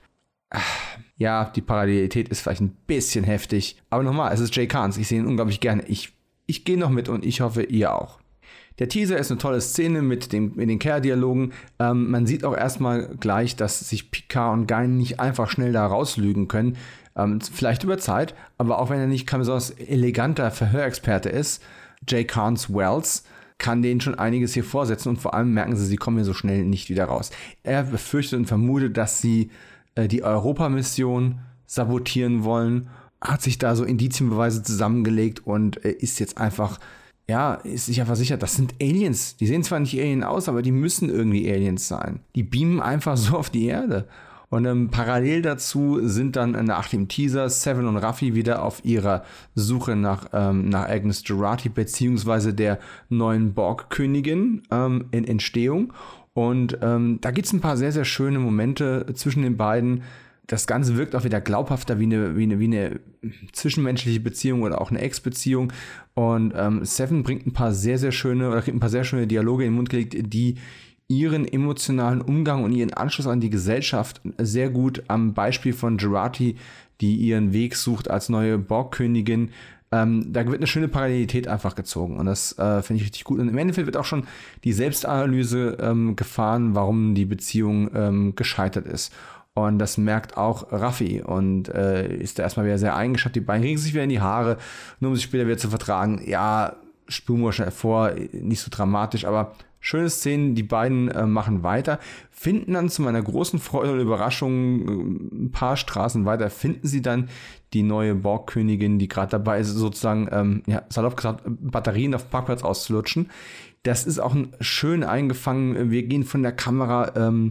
Ja, die Parallelität ist vielleicht ein bisschen heftig, aber nochmal, es ist Jay Karnes, ich sehe ihn unglaublich gerne. Ich, ich gehe noch mit und ich hoffe, ihr auch. Der Teaser ist eine tolle Szene mit, dem, mit den Keller-Dialogen. Ähm, man sieht auch erstmal gleich, dass sich Picard und Guinan nicht einfach schnell da rauslügen können. Ähm, vielleicht über Zeit, aber auch wenn er nicht kein besonders eleganter Verhörexperte ist, Jay Karnes Wells kann denen schon einiges hier vorsetzen und vor allem merken sie, sie kommen hier so schnell nicht wieder raus. Er befürchtet und vermutet, dass sie äh, die Europa-Mission sabotieren wollen, hat sich da so Indizienbeweise zusammengelegt und äh, ist jetzt einfach, ja, ist sich einfach sicher, das sind Aliens. Die sehen zwar nicht Alien aus, aber die müssen irgendwie Aliens sein. Die beamen einfach so auf die Erde. Und ähm, parallel dazu sind dann nach dem Teaser Seven und Raffi wieder auf ihrer Suche nach, ähm, nach Agnes Jurati beziehungsweise der neuen Borg-Königin ähm, in Entstehung. Und ähm, da gibt es ein paar sehr, sehr schöne Momente zwischen den beiden. Das Ganze wirkt auch wieder glaubhafter wie eine, wie eine, wie eine zwischenmenschliche Beziehung oder auch eine Ex-Beziehung. Und ähm, Seven bringt ein paar sehr, sehr schöne, oder kriegt ein paar sehr schöne Dialoge in den Mund gelegt, die ihren emotionalen Umgang und ihren Anschluss an die Gesellschaft sehr gut am Beispiel von Jurati, die ihren Weg sucht als neue Borg-Königin. Ähm, da wird eine schöne Parallelität einfach gezogen und das äh, finde ich richtig gut. Und im Endeffekt wird auch schon die Selbstanalyse ähm, gefahren, warum die Beziehung ähm, gescheitert ist. Und das merkt auch Raffi und äh, ist da erstmal wieder sehr eingeschafft. Die beiden kriegen sich wieder in die Haare, nur um sich später wieder zu vertragen. Ja, spüren wir schnell vor, nicht so dramatisch, aber schöne Szenen, die beiden äh, machen weiter, finden dann zu meiner großen Freude und Überraschung äh, ein paar Straßen weiter, finden sie dann die neue Borg-Königin, die gerade dabei ist, sozusagen, ähm, ja, salopp gesagt, Batterien auf dem Parkplatz auszulutschen. Das ist auch ein, schön eingefangen. Wir gehen von der Kamera, ähm,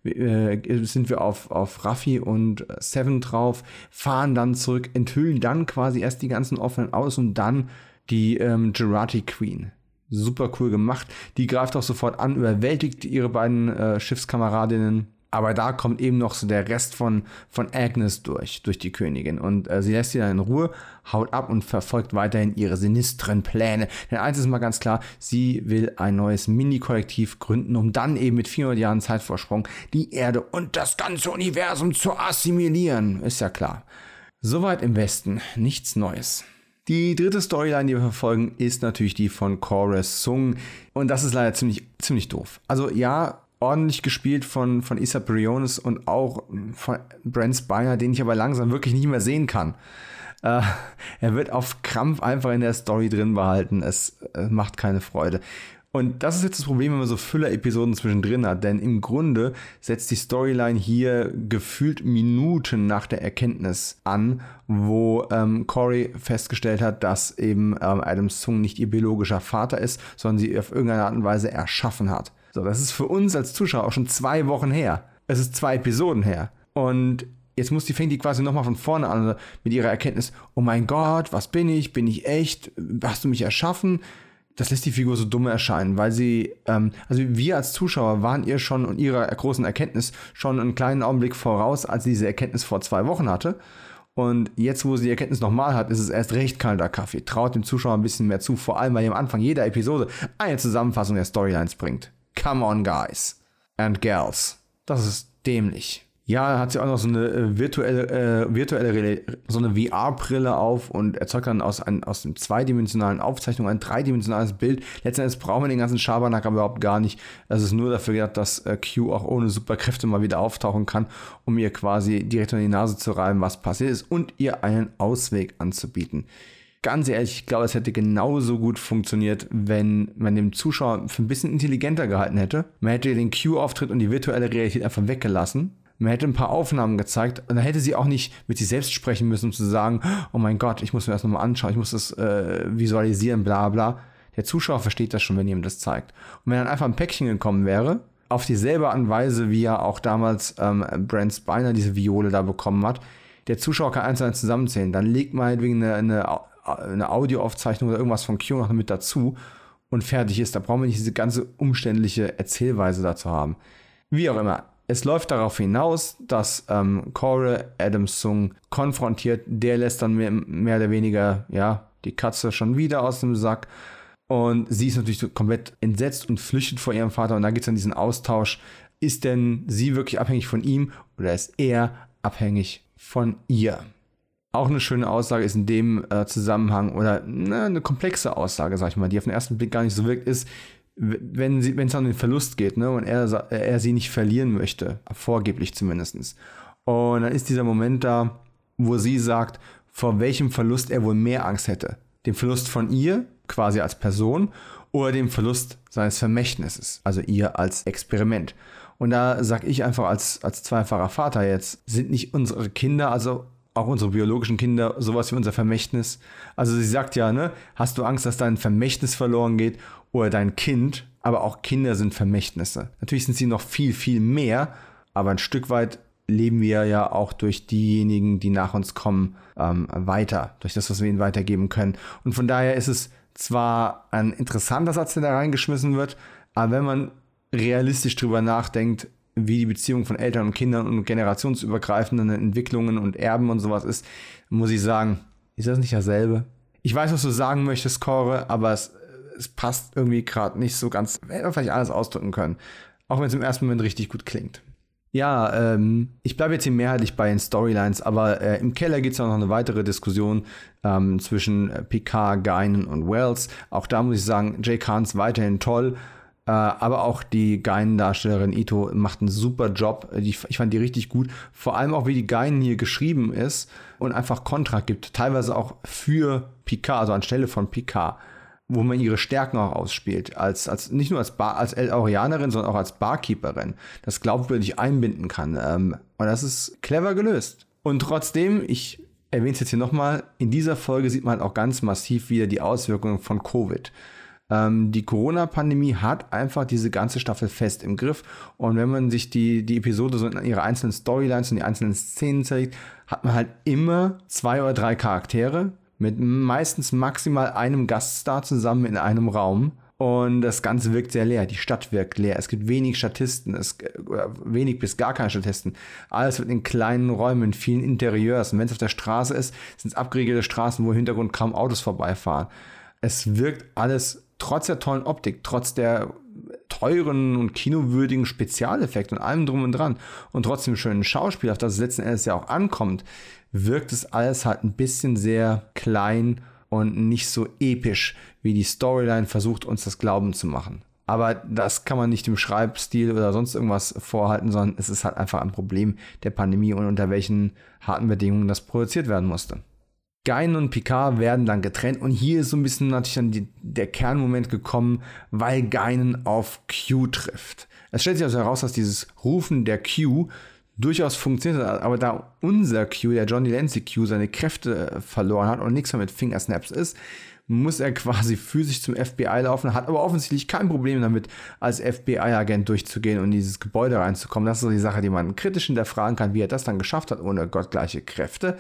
äh, sind wir auf, auf Raffi und Seven drauf, fahren dann zurück, enthüllen dann quasi erst die ganzen offenen aus und dann die ähm, Jurati Queen. Super cool gemacht. Die greift auch sofort an, überwältigt ihre beiden äh, Schiffskameradinnen. Aber da kommt eben noch so der Rest von, von Agnes durch, durch die Königin. Und äh, sie lässt sie dann in Ruhe, haut ab und verfolgt weiterhin ihre sinistren Pläne. Denn eins ist mal ganz klar, sie will ein neues Mini-Kollektiv gründen, um dann eben mit vierhundert Jahren Zeitvorsprung die Erde und das ganze Universum zu assimilieren. Ist ja klar. Soweit im Westen, nichts Neues. Die dritte Storyline, die wir verfolgen, ist natürlich die von Kore Sung. Und das ist leider ziemlich, ziemlich doof. Also ja, ordentlich gespielt von, von Issa Briones und auch von Brent Spiner, den ich aber langsam wirklich nicht mehr sehen kann. Äh, er wird auf Krampf einfach in der Story drin behalten. Es äh, macht keine Freude. Und das ist jetzt das Problem, wenn man so Füller-Episoden zwischendrin hat, denn im Grunde setzt die Storyline hier gefühlt Minuten nach der Erkenntnis an, wo ähm, Corey festgestellt hat, dass eben ähm, Adam Sung nicht ihr biologischer Vater ist, sondern sie auf irgendeine Art und Weise erschaffen hat. So, das ist für uns als Zuschauer auch schon zwei Wochen her. Es ist zwei Episoden her. Und jetzt muss die, fängt die quasi nochmal von vorne an mit ihrer Erkenntnis, oh mein Gott, was bin ich? Bin ich echt? Hast du mich erschaffen? Das lässt die Figur so dumm erscheinen, weil sie, ähm, also wir als Zuschauer waren ihr schon und ihrer großen Erkenntnis schon einen kleinen Augenblick voraus, als sie diese Erkenntnis vor zwei Wochen hatte. Und jetzt, wo sie die Erkenntnis nochmal hat, ist es erst recht kalter Kaffee. Traut dem Zuschauer ein bisschen mehr zu, vor allem weil ihr am Anfang jeder Episode eine Zusammenfassung der Storylines bringt. Come on, guys and girls. Das ist dämlich. Ja, hat sie auch noch so eine äh, virtuelle, äh, virtuelle, so eine V R-Brille auf und erzeugt dann aus, ein, aus einem zweidimensionalen Aufzeichnung ein dreidimensionales Bild. Letztendlich brauchen wir den ganzen Schabernack aber überhaupt gar nicht. Es ist nur dafür gedacht, dass äh, Q auch ohne Superkräfte mal wieder auftauchen kann, um ihr quasi direkt in die Nase zu reiben, was passiert ist und ihr einen Ausweg anzubieten. Ganz ehrlich, ich glaube, es hätte genauso gut funktioniert, wenn man den Zuschauer für ein bisschen intelligenter gehalten hätte. Man hätte den Q-Auftritt und die virtuelle Realität einfach weggelassen. Man hätte ein paar Aufnahmen gezeigt und dann hätte sie auch nicht mit sich selbst sprechen müssen, um zu sagen, oh mein Gott, ich muss mir das nochmal anschauen, ich muss das äh, visualisieren, bla bla. Der Zuschauer versteht das schon, wenn jemand das zeigt. Und wenn dann einfach ein Päckchen gekommen wäre, auf dieselbe Art und Weise, wie ja auch damals ähm, Brent Spiner diese Viole da bekommen hat, der Zuschauer kann eins zu eins zusammenzählen. Dann legt meinetwegen eine, eine, eine Audioaufzeichnung oder irgendwas von Q noch mit dazu und fertig ist. Da brauchen wir nicht diese ganze umständliche Erzählweise dazu haben. Wie auch immer. Es läuft darauf hinaus, dass ähm, Corey Adams Sung konfrontiert. Der lässt dann mehr, mehr oder weniger ja die Katze schon wieder aus dem Sack. Und sie ist natürlich so komplett entsetzt und flüchtet vor ihrem Vater. Und da gibt es dann diesen Austausch. Ist denn sie wirklich abhängig von ihm oder ist er abhängig von ihr? Auch eine schöne Aussage ist in dem äh, Zusammenhang oder na, eine komplexe Aussage, sag ich mal, die auf den ersten Blick gar nicht so wirkt, ist, wenn sie, wenn es an den Verlust geht, ne, und er, er sie nicht verlieren möchte, vorgeblich zumindest. Und dann ist dieser Moment da, wo sie sagt, vor welchem Verlust er wohl mehr Angst hätte. Dem Verlust von ihr, quasi als Person, oder dem Verlust seines Vermächtnisses, also ihr als Experiment. Und da sag ich einfach als, als zweifacher Vater jetzt, sind nicht unsere Kinder, also auch unsere biologischen Kinder, sowas wie unser Vermächtnis. Also sie sagt ja, ne, hast du Angst, dass dein Vermächtnis verloren geht oder dein Kind, aber auch Kinder sind Vermächtnisse. Natürlich sind sie noch viel, viel mehr, aber ein Stück weit leben wir ja auch durch diejenigen, die nach uns kommen, ähm, weiter, durch das, was wir ihnen weitergeben können. Und von daher ist es zwar ein interessanter Satz, der da reingeschmissen wird, aber wenn man realistisch drüber nachdenkt, wie die Beziehung von Eltern und Kindern und generationsübergreifenden Entwicklungen und Erben und sowas ist, muss ich sagen, ist das nicht dasselbe? Ich weiß, was du sagen möchtest, Corey, aber es, es passt irgendwie gerade nicht so ganz. Hätte man vielleicht alles ausdrücken können. Auch wenn es im ersten Moment richtig gut klingt. Ja, ähm, ich bleibe jetzt hier mehrheitlich bei den Storylines, aber äh, im Keller gibt es noch eine weitere Diskussion ähm, zwischen äh, Picard, Guinan und Wells. Auch da muss ich sagen, Jay Kahns weiterhin toll. Uh, aber auch die Guinan-Darstellerin Ito macht einen super Job. Die, ich fand die richtig gut. Vor allem auch, wie die Guinan hier geschrieben ist und einfach Kontra gibt. Teilweise auch für Picard, also anstelle von Picard, wo man ihre Stärken auch ausspielt. Als, als, nicht nur als, Bar, als El-Aurianerin, sondern auch als Barkeeperin. Das glaubwürdig einbinden kann. Um, und das ist clever gelöst. Und trotzdem, ich erwähne es jetzt hier nochmal, in dieser Folge sieht man halt auch ganz massiv wieder die Auswirkungen von Covid. Die Corona-Pandemie hat einfach diese ganze Staffel fest im Griff. Und wenn man sich die, die Episode so in ihre einzelnen Storylines und die einzelnen Szenen zeigt, hat man halt immer zwei oder drei Charaktere mit meistens maximal einem Gaststar zusammen in einem Raum. Und das Ganze wirkt sehr leer. Die Stadt wirkt leer. Es gibt wenig Statisten, es, wenig bis gar keine Statisten. Alles wird in kleinen Räumen, in vielen Interieurs. Und wenn es auf der Straße ist, sind es abgeriegelte Straßen, wo im Hintergrund kaum Autos vorbeifahren. Es wirkt alles trotz der tollen Optik, trotz der teuren und kinowürdigen Spezialeffekte und allem drum und dran und trotzdem schönen Schauspiel, auf das es letzten Endes ja auch ankommt, wirkt es alles halt ein bisschen sehr klein und nicht so episch, wie die Storyline versucht, uns das glauben zu machen. Aber das kann man nicht im Schreibstil oder sonst irgendwas vorhalten, sondern es ist halt einfach ein Problem der Pandemie und unter welchen harten Bedingungen das produziert werden musste. Guinan und Picard werden dann getrennt und hier ist so ein bisschen natürlich dann die, der Kernmoment gekommen, weil Guinan auf Q trifft. Es stellt sich also heraus, dass dieses Rufen der Q durchaus funktioniert hat, aber da unser Q, der John Delancey Q, seine Kräfte verloren hat und nichts mehr mit Fingersnaps ist, muss er quasi physisch zum F B I laufen, hat aber offensichtlich kein Problem damit, als F B I-Agent durchzugehen und in dieses Gebäude reinzukommen. Das ist so die Sache, die man kritisch hinterfragen kann, wie er das dann geschafft hat, ohne gottgleiche Kräfte.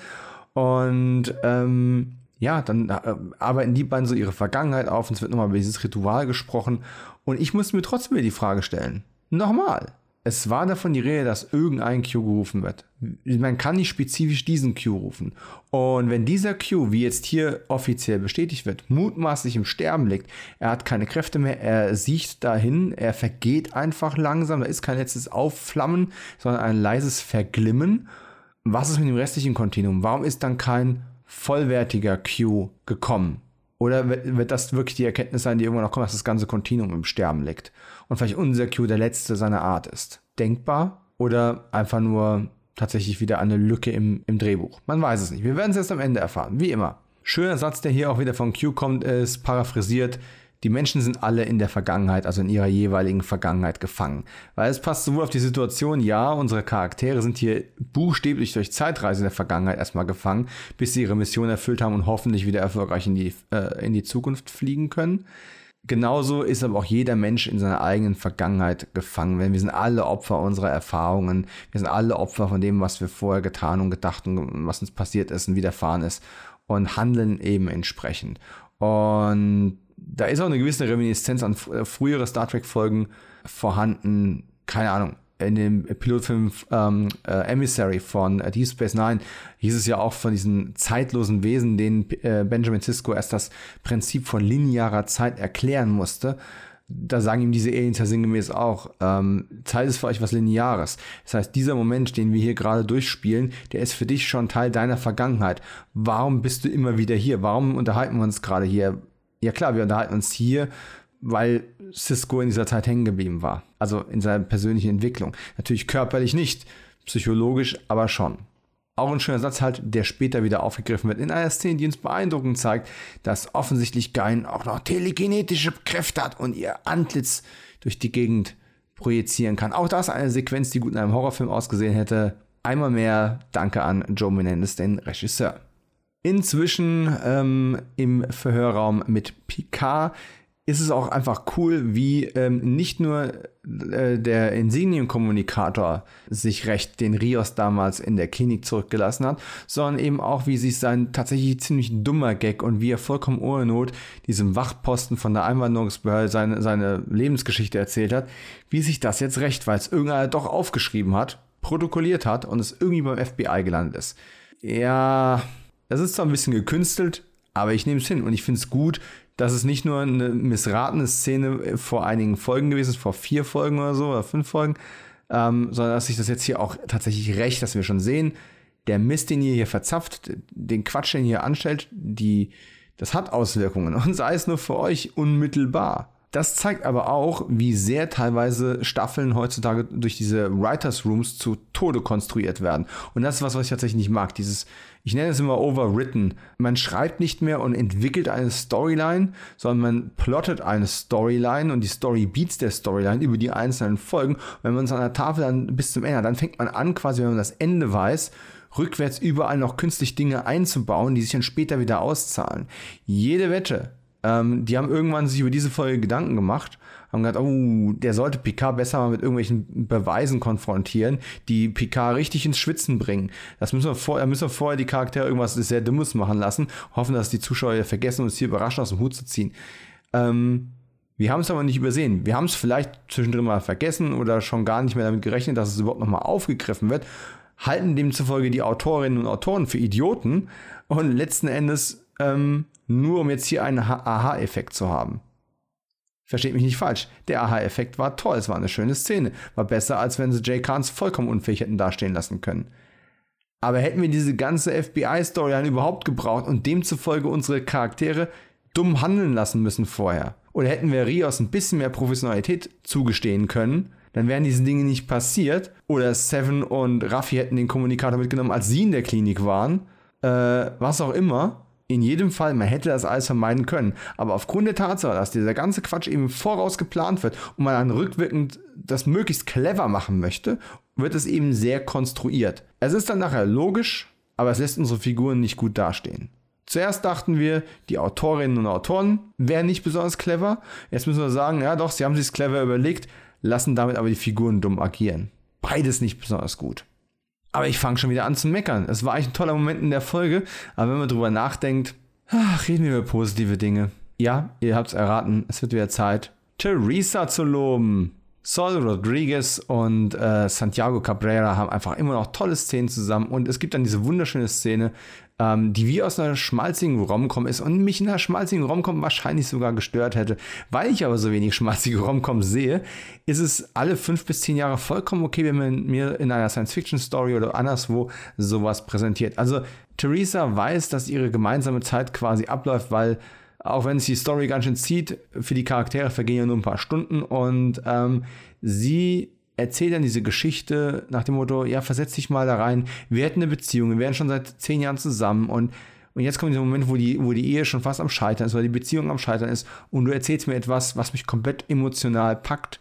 Und ähm, ja, dann äh, arbeiten die beiden so ihre Vergangenheit auf und es wird nochmal über dieses Ritual gesprochen. Und ich muss mir trotzdem wieder die Frage stellen, nochmal, es war davon die Rede, dass irgendein Q gerufen wird. Man kann nicht spezifisch diesen Q rufen. Und wenn dieser Q, wie jetzt hier offiziell bestätigt wird, mutmaßlich im Sterben liegt, er hat keine Kräfte mehr, er siecht dahin, er vergeht einfach langsam, da ist kein letztes Aufflammen, sondern ein leises Verglimmen. Was ist mit dem restlichen Kontinuum? Warum ist dann kein vollwertiger Q gekommen? Oder wird das wirklich die Erkenntnis sein, die irgendwann noch kommt, dass das ganze Kontinuum im Sterben liegt? Und vielleicht unser Q der letzte seiner Art ist? Denkbar? Oder einfach nur tatsächlich wieder eine Lücke im, im Drehbuch? Man weiß es nicht. Wir werden es erst am Ende erfahren, wie immer. Schöner Satz, der hier auch wieder von Q kommt, ist paraphrasiert: Die Menschen sind alle in der Vergangenheit, also in ihrer jeweiligen Vergangenheit gefangen. Weil es passt sowohl auf die Situation, ja, unsere Charaktere sind hier buchstäblich durch Zeitreise in der Vergangenheit erstmal gefangen, bis sie ihre Mission erfüllt haben und hoffentlich wieder erfolgreich in die, äh, in die Zukunft fliegen können. Genauso ist aber auch jeder Mensch in seiner eigenen Vergangenheit gefangen. Denn wir sind alle Opfer unserer Erfahrungen. Wir sind alle Opfer von dem, was wir vorher getan und gedacht und was uns passiert ist und widerfahren ist. Und handeln eben entsprechend. Und da ist auch eine gewisse Reminiszenz an frühere Star Trek-Folgen vorhanden. Keine Ahnung. In dem Pilotfilm ähm, äh, Emissary von äh, Deep Space Nine hieß es ja auch von diesen zeitlosen Wesen, denen äh, Benjamin Sisko erst das Prinzip von linearer Zeit erklären musste. Da sagen ihm diese Aliens ja sinngemäß auch, ähm, Zeit ist für euch was Lineares. Das heißt, dieser Moment, den wir hier gerade durchspielen, der ist für dich schon Teil deiner Vergangenheit. Warum bist du immer wieder hier? Warum unterhalten wir uns gerade hier? Ja klar, wir unterhalten uns hier, weil Sisko in dieser Zeit hängen geblieben war. Also in seiner persönlichen Entwicklung. Natürlich körperlich nicht, psychologisch aber schon. Auch ein schöner Satz halt, der später wieder aufgegriffen wird in einer Szene, die uns beeindruckend zeigt, dass offensichtlich Guinan auch noch telekinetische Kräfte hat und ihr Antlitz durch die Gegend projizieren kann. Auch das eine Sequenz, die gut in einem Horrorfilm ausgesehen hätte. Einmal mehr Danke an Joe Menendez, den Regisseur. Inzwischen ähm, im Verhörraum mit Picard ist es auch einfach cool, wie ähm, nicht nur äh, der Insignienkommunikator sich recht den Rios damals in der Klinik zurückgelassen hat, sondern eben auch, wie sich sein tatsächlich ziemlich dummer Gag und wie er vollkommen ohne Not diesem Wachposten von der Einwanderungsbehörde seine, seine Lebensgeschichte erzählt hat, wie sich das jetzt recht, weil es irgendeiner doch aufgeschrieben hat, protokolliert hat und es irgendwie beim F B I gelandet ist. Ja, das ist zwar ein bisschen gekünstelt, aber ich nehme es hin und ich finde es gut, dass es nicht nur eine missratene Szene vor einigen Folgen gewesen ist, vor vier Folgen oder so, oder fünf Folgen, ähm, sondern dass sich das jetzt hier auch tatsächlich rächt, dass wir schon sehen, der Mist, den ihr hier verzapft, den Quatsch, den ihr hier anstellt, die, das hat Auswirkungen und sei es nur für euch unmittelbar. Das zeigt aber auch, wie sehr teilweise Staffeln heutzutage durch diese Writers Rooms zu Tode konstruiert werden. Und das ist was, was ich tatsächlich nicht mag. Dieses, ich nenne es immer overwritten. Man schreibt nicht mehr und entwickelt eine Storyline, sondern man plottet eine Storyline und die Storybeats der Storyline über die einzelnen Folgen. Und wenn man es an der Tafel dann bis zum Ende, dann fängt man an, quasi, wenn man das Ende weiß, rückwärts überall noch künstlich Dinge einzubauen, die sich dann später wieder auszahlen. Jede Wette. Ähm, die haben irgendwann sich über diese Folge Gedanken gemacht, haben gesagt, oh, der sollte Picard besser mal mit irgendwelchen Beweisen konfrontieren, die Picard richtig ins Schwitzen bringen. Das müssen wir vorher, müssen wir vorher die Charaktere irgendwas sehr Dummes machen lassen, hoffen, dass die Zuschauer ja vergessen, uns hier überraschend aus dem Hut zu ziehen. Ähm, wir haben es aber nicht übersehen. Wir haben es vielleicht zwischendrin mal vergessen oder schon gar nicht mehr damit gerechnet, dass es überhaupt nochmal aufgegriffen wird, halten demzufolge die Autorinnen und Autoren für Idioten und letzten Endes ähm, nur um jetzt hier einen Aha-Effekt zu haben. Versteht mich nicht falsch. Der Aha-Effekt war toll, es war eine schöne Szene. War besser, als wenn sie Jay Kahns vollkommen unfähig hätten dastehen lassen können. Aber hätten wir diese ganze F B I-Storyline überhaupt gebraucht und demzufolge unsere Charaktere dumm handeln lassen müssen vorher? Oder hätten wir Rios ein bisschen mehr Professionalität zugestehen können, dann wären diese Dinge nicht passiert. Oder Seven und Raffi hätten den Kommunikator mitgenommen, als sie in der Klinik waren. Äh, was auch immer. In jedem Fall, man hätte das alles vermeiden können. Aber aufgrund der Tatsache, dass dieser ganze Quatsch eben voraus geplant wird und man dann rückwirkend das möglichst clever machen möchte, wird es eben sehr konstruiert. Es ist dann nachher logisch, aber es lässt unsere Figuren nicht gut dastehen. Zuerst dachten wir, die Autorinnen und Autoren wären nicht besonders clever. Jetzt müssen wir sagen, ja doch, sie haben sich clever überlegt, lassen damit aber die Figuren dumm agieren. Beides nicht besonders gut. Aber ich fange schon wieder an zu meckern. Es war eigentlich ein toller Moment in der Folge, aber wenn man drüber nachdenkt, ach, reden wir über positive Dinge. Ja, ihr habt's erraten, es wird wieder Zeit, Teresa zu loben. Sol Rodriguez und äh, Santiago Cabrera haben einfach immer noch tolle Szenen zusammen und es gibt dann diese wunderschöne Szene, ähm, die wie aus einer schmalzigen Rom-Com ist und mich in einer schmalzigen Rom-Com wahrscheinlich sogar gestört hätte. Weil ich aber so wenig schmalzige Rom-Com sehe, ist es alle fünf bis zehn Jahre vollkommen okay, wenn man mir in einer Science-Fiction-Story oder anderswo sowas präsentiert. Also Teresa weiß, dass ihre gemeinsame Zeit quasi abläuft, weil auch wenn es die Story ganz schön zieht, für die Charaktere vergehen ja nur ein paar Stunden und ähm, sie erzählt dann diese Geschichte nach dem Motto, ja, versetz dich mal da rein, wir hätten eine Beziehung, wir wären schon seit zehn Jahren zusammen und, und jetzt kommt dieser Moment, wo die, wo die Ehe schon fast am Scheitern ist, weil die Beziehung am Scheitern ist und du erzählst mir etwas, was mich komplett emotional packt,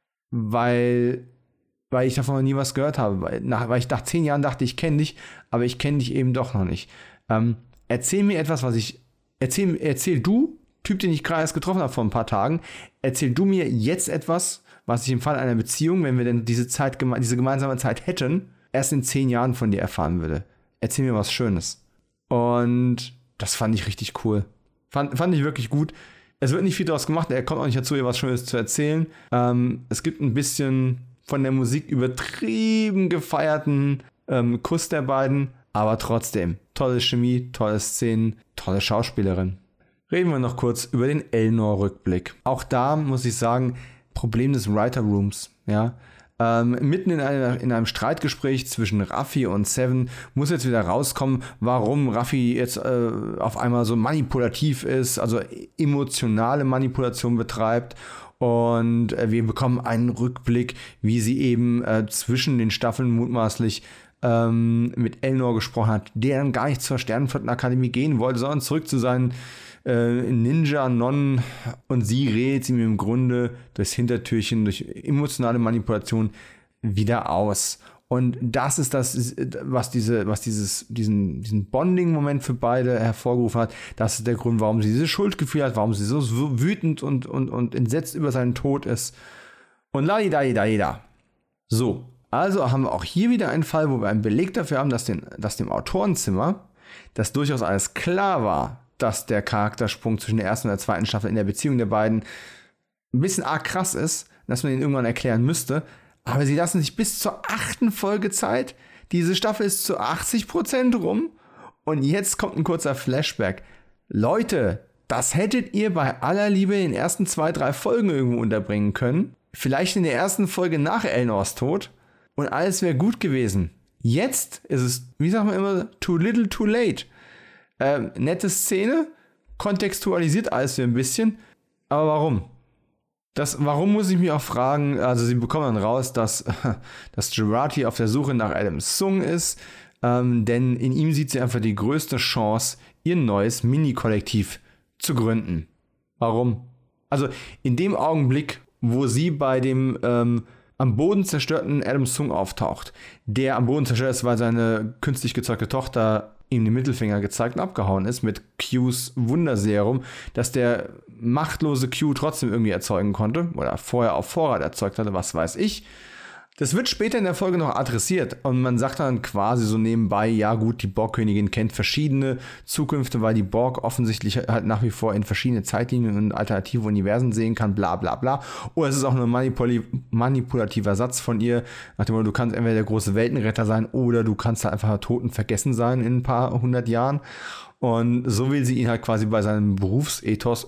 weil, weil ich davon noch nie was gehört habe, weil, nach, weil ich nach zehn Jahren dachte, ich kenne dich, aber ich kenne dich eben doch noch nicht. Ähm, erzähl mir etwas, was ich Erzähl, erzähl du Typ, den ich gerade erst getroffen habe vor ein paar Tagen, erzähl du mir jetzt etwas, was ich im Fall einer Beziehung, wenn wir denn diese Zeit, diese gemeinsame Zeit hätten, erst in zehn Jahren von dir erfahren würde. Erzähl mir was Schönes. Und das fand ich richtig cool. Fand, fand ich wirklich gut. Es wird nicht viel daraus gemacht, er kommt auch nicht dazu, ihr was Schönes zu erzählen. Ähm, es gibt ein bisschen von der Musik übertrieben gefeierten ähm, Kuss der beiden, aber trotzdem, tolle Chemie, tolle Szenen, tolle Schauspielerin. Reden wir noch kurz über den Elnor-Rückblick. Auch da muss ich sagen, Problem des Writer Rooms, ja. Ähm, mitten in, einer, in einem Streitgespräch zwischen Raffi und Seven muss jetzt wieder rauskommen, warum Raffi jetzt äh, auf einmal so manipulativ ist, also emotionale Manipulation betreibt. Und äh, wir bekommen einen Rückblick, wie sie eben äh, zwischen den Staffeln mutmaßlich ähm, mit Elnor gesprochen hat, der dann gar nicht zur Sternenflottenakademie gehen wollte, sondern zurück zu seinen Ninja-Nonnen, und sie redet ihm im Grunde durchs Hintertürchen, durch emotionale Manipulation wieder aus. Und das ist das, was diese, was dieses, diesen, diesen Bonding-Moment für beide hervorgerufen hat. Das ist der Grund, warum sie dieses Schuldgefühl hat, warum sie so wütend und, und, und entsetzt über seinen Tod ist. Und la da da da. So, also haben wir auch hier wieder einen Fall, wo wir einen Beleg dafür haben, dass, den, dass dem Autorenzimmer das durchaus alles klar war, dass der Charaktersprung zwischen der ersten und der zweiten Staffel in der Beziehung der beiden ein bisschen arg krass ist, dass man den irgendwann erklären müsste. Aber sie lassen sich bis zur achten Folge Zeit. Diese Staffel ist zu achtzig Prozent rum. Und jetzt kommt ein kurzer Flashback. Leute, das hättet ihr bei aller Liebe in den ersten zwei, drei Folgen irgendwo unterbringen können. Vielleicht in der ersten Folge nach Elnors Tod. Und alles wäre gut gewesen. Jetzt ist es, wie sagt man immer, too little, too late. Ähm, nette Szene, kontextualisiert alles so ein bisschen, aber warum? Das, warum muss ich mich auch fragen, also sie bekommen dann raus, dass, dass Jurati auf der Suche nach Adam Sung ist, ähm, denn in ihm sieht sie einfach die größte Chance, ihr neues Mini-Kollektiv zu gründen. Warum? Also in dem Augenblick, wo sie bei dem ähm, am Boden zerstörten Adam Sung auftaucht, der am Boden zerstört ist, weil seine künstlich gezeugte Tochter ihm den Mittelfinger gezeigt und abgehauen ist mit Qs Wunderserum, dass der machtlose Q trotzdem irgendwie erzeugen konnte oder vorher auf Vorrat erzeugt hatte, was weiß ich. Das wird später in der Folge noch adressiert und man sagt dann quasi so nebenbei, ja gut, die Borg-Königin kennt verschiedene Zukünfte, weil die Borg offensichtlich halt nach wie vor in verschiedene Zeitlinien und alternative Universen sehen kann, bla bla bla. Oder es ist auch nur ein manipul- manipulativer Satz von ihr, nach dem Motto, du kannst entweder der große Weltenretter sein oder du kannst halt einfach tot und vergessen sein in ein paar hundert Jahren. Und so will sie ihn halt quasi bei seinem Berufsethos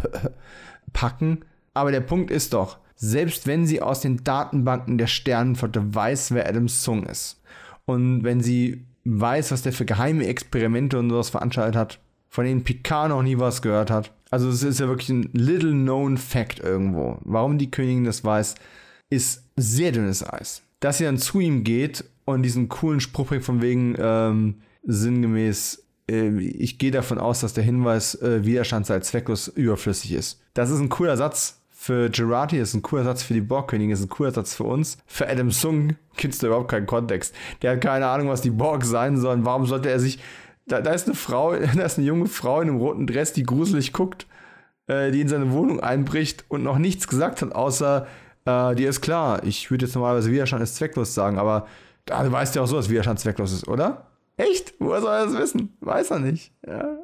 packen. Aber der Punkt ist doch, selbst wenn sie aus den Datenbanken der Sternenflotte weiß, wer Adam Sung ist, und wenn sie weiß, was der für geheime Experimente und sowas veranstaltet hat, von denen Picard noch nie was gehört hat. Also es ist ja wirklich ein little known fact irgendwo. Warum die Königin das weiß, ist sehr dünnes Eis. Dass sie dann zu ihm geht und diesen coolen Spruch bringt von wegen ähm, sinngemäß, äh, ich gehe davon aus, dass der Hinweis, äh, Widerstand sei zwecklos, überflüssig ist. Das ist ein cooler Satz. Für Jurati ist ein cooler Satz, für die Borg-Königin ist ein cooler Satz für uns. Für Adam Sung gibt es da überhaupt keinen Kontext. Der hat keine Ahnung, was die Borg sein sollen. Warum sollte er sich... Da, da ist eine Frau, da ist eine junge Frau in einem roten Dress, die gruselig guckt, äh, die in seine Wohnung einbricht und noch nichts gesagt hat, außer, äh, dir ist klar, ich würde jetzt normalerweise Widerstand ist zwecklos sagen, aber da, du weißt ja auch so, dass Widerstand zwecklos ist, oder? Echt? Woher soll er das wissen? Weiß er nicht. Ja.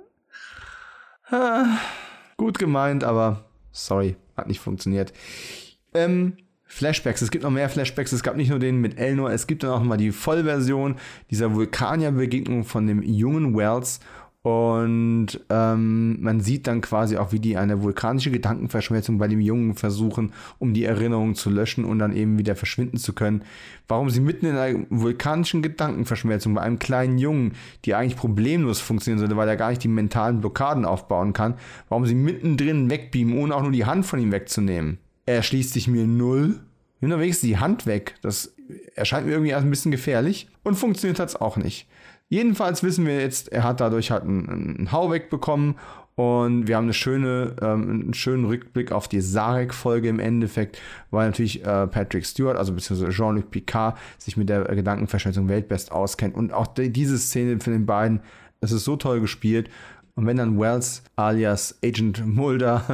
Ah, gut gemeint, aber sorry. Hat nicht funktioniert. Ähm, Flashbacks. Es gibt noch mehr Flashbacks. Es gab nicht nur den mit Elnor, es gibt dann auch mal die Vollversion dieser Vulkanier-Begegnung von dem jungen Wells. Und ähm, man sieht dann quasi auch, wie die eine vulkanische Gedankenverschmelzung bei dem Jungen versuchen, um die Erinnerung zu löschen und dann eben wieder verschwinden zu können. Warum sie mitten in einer vulkanischen Gedankenverschmelzung bei einem kleinen Jungen, die eigentlich problemlos funktionieren sollte, weil er gar nicht die mentalen Blockaden aufbauen kann, warum sie mittendrin wegbeamen, ohne auch nur die Hand von ihm wegzunehmen. Er erschließt sich mir null. Nimm doch wenigstens die Hand weg. Das erscheint mir irgendwie ein bisschen gefährlich und funktioniert hat's auch nicht. Jedenfalls wissen wir jetzt, er hat dadurch halt einen, einen Hau wegbekommen und wir haben eine schöne, ähm, einen schönen Rückblick auf die Sarek-Folge im Endeffekt, weil natürlich äh, Patrick Stewart, also beziehungsweise Jean-Luc Picard, sich mit der Gedankenverschmelzung weltbest auskennt und auch die, diese Szene von den beiden, es ist so toll gespielt Und wenn dann Wells alias Agent Mulder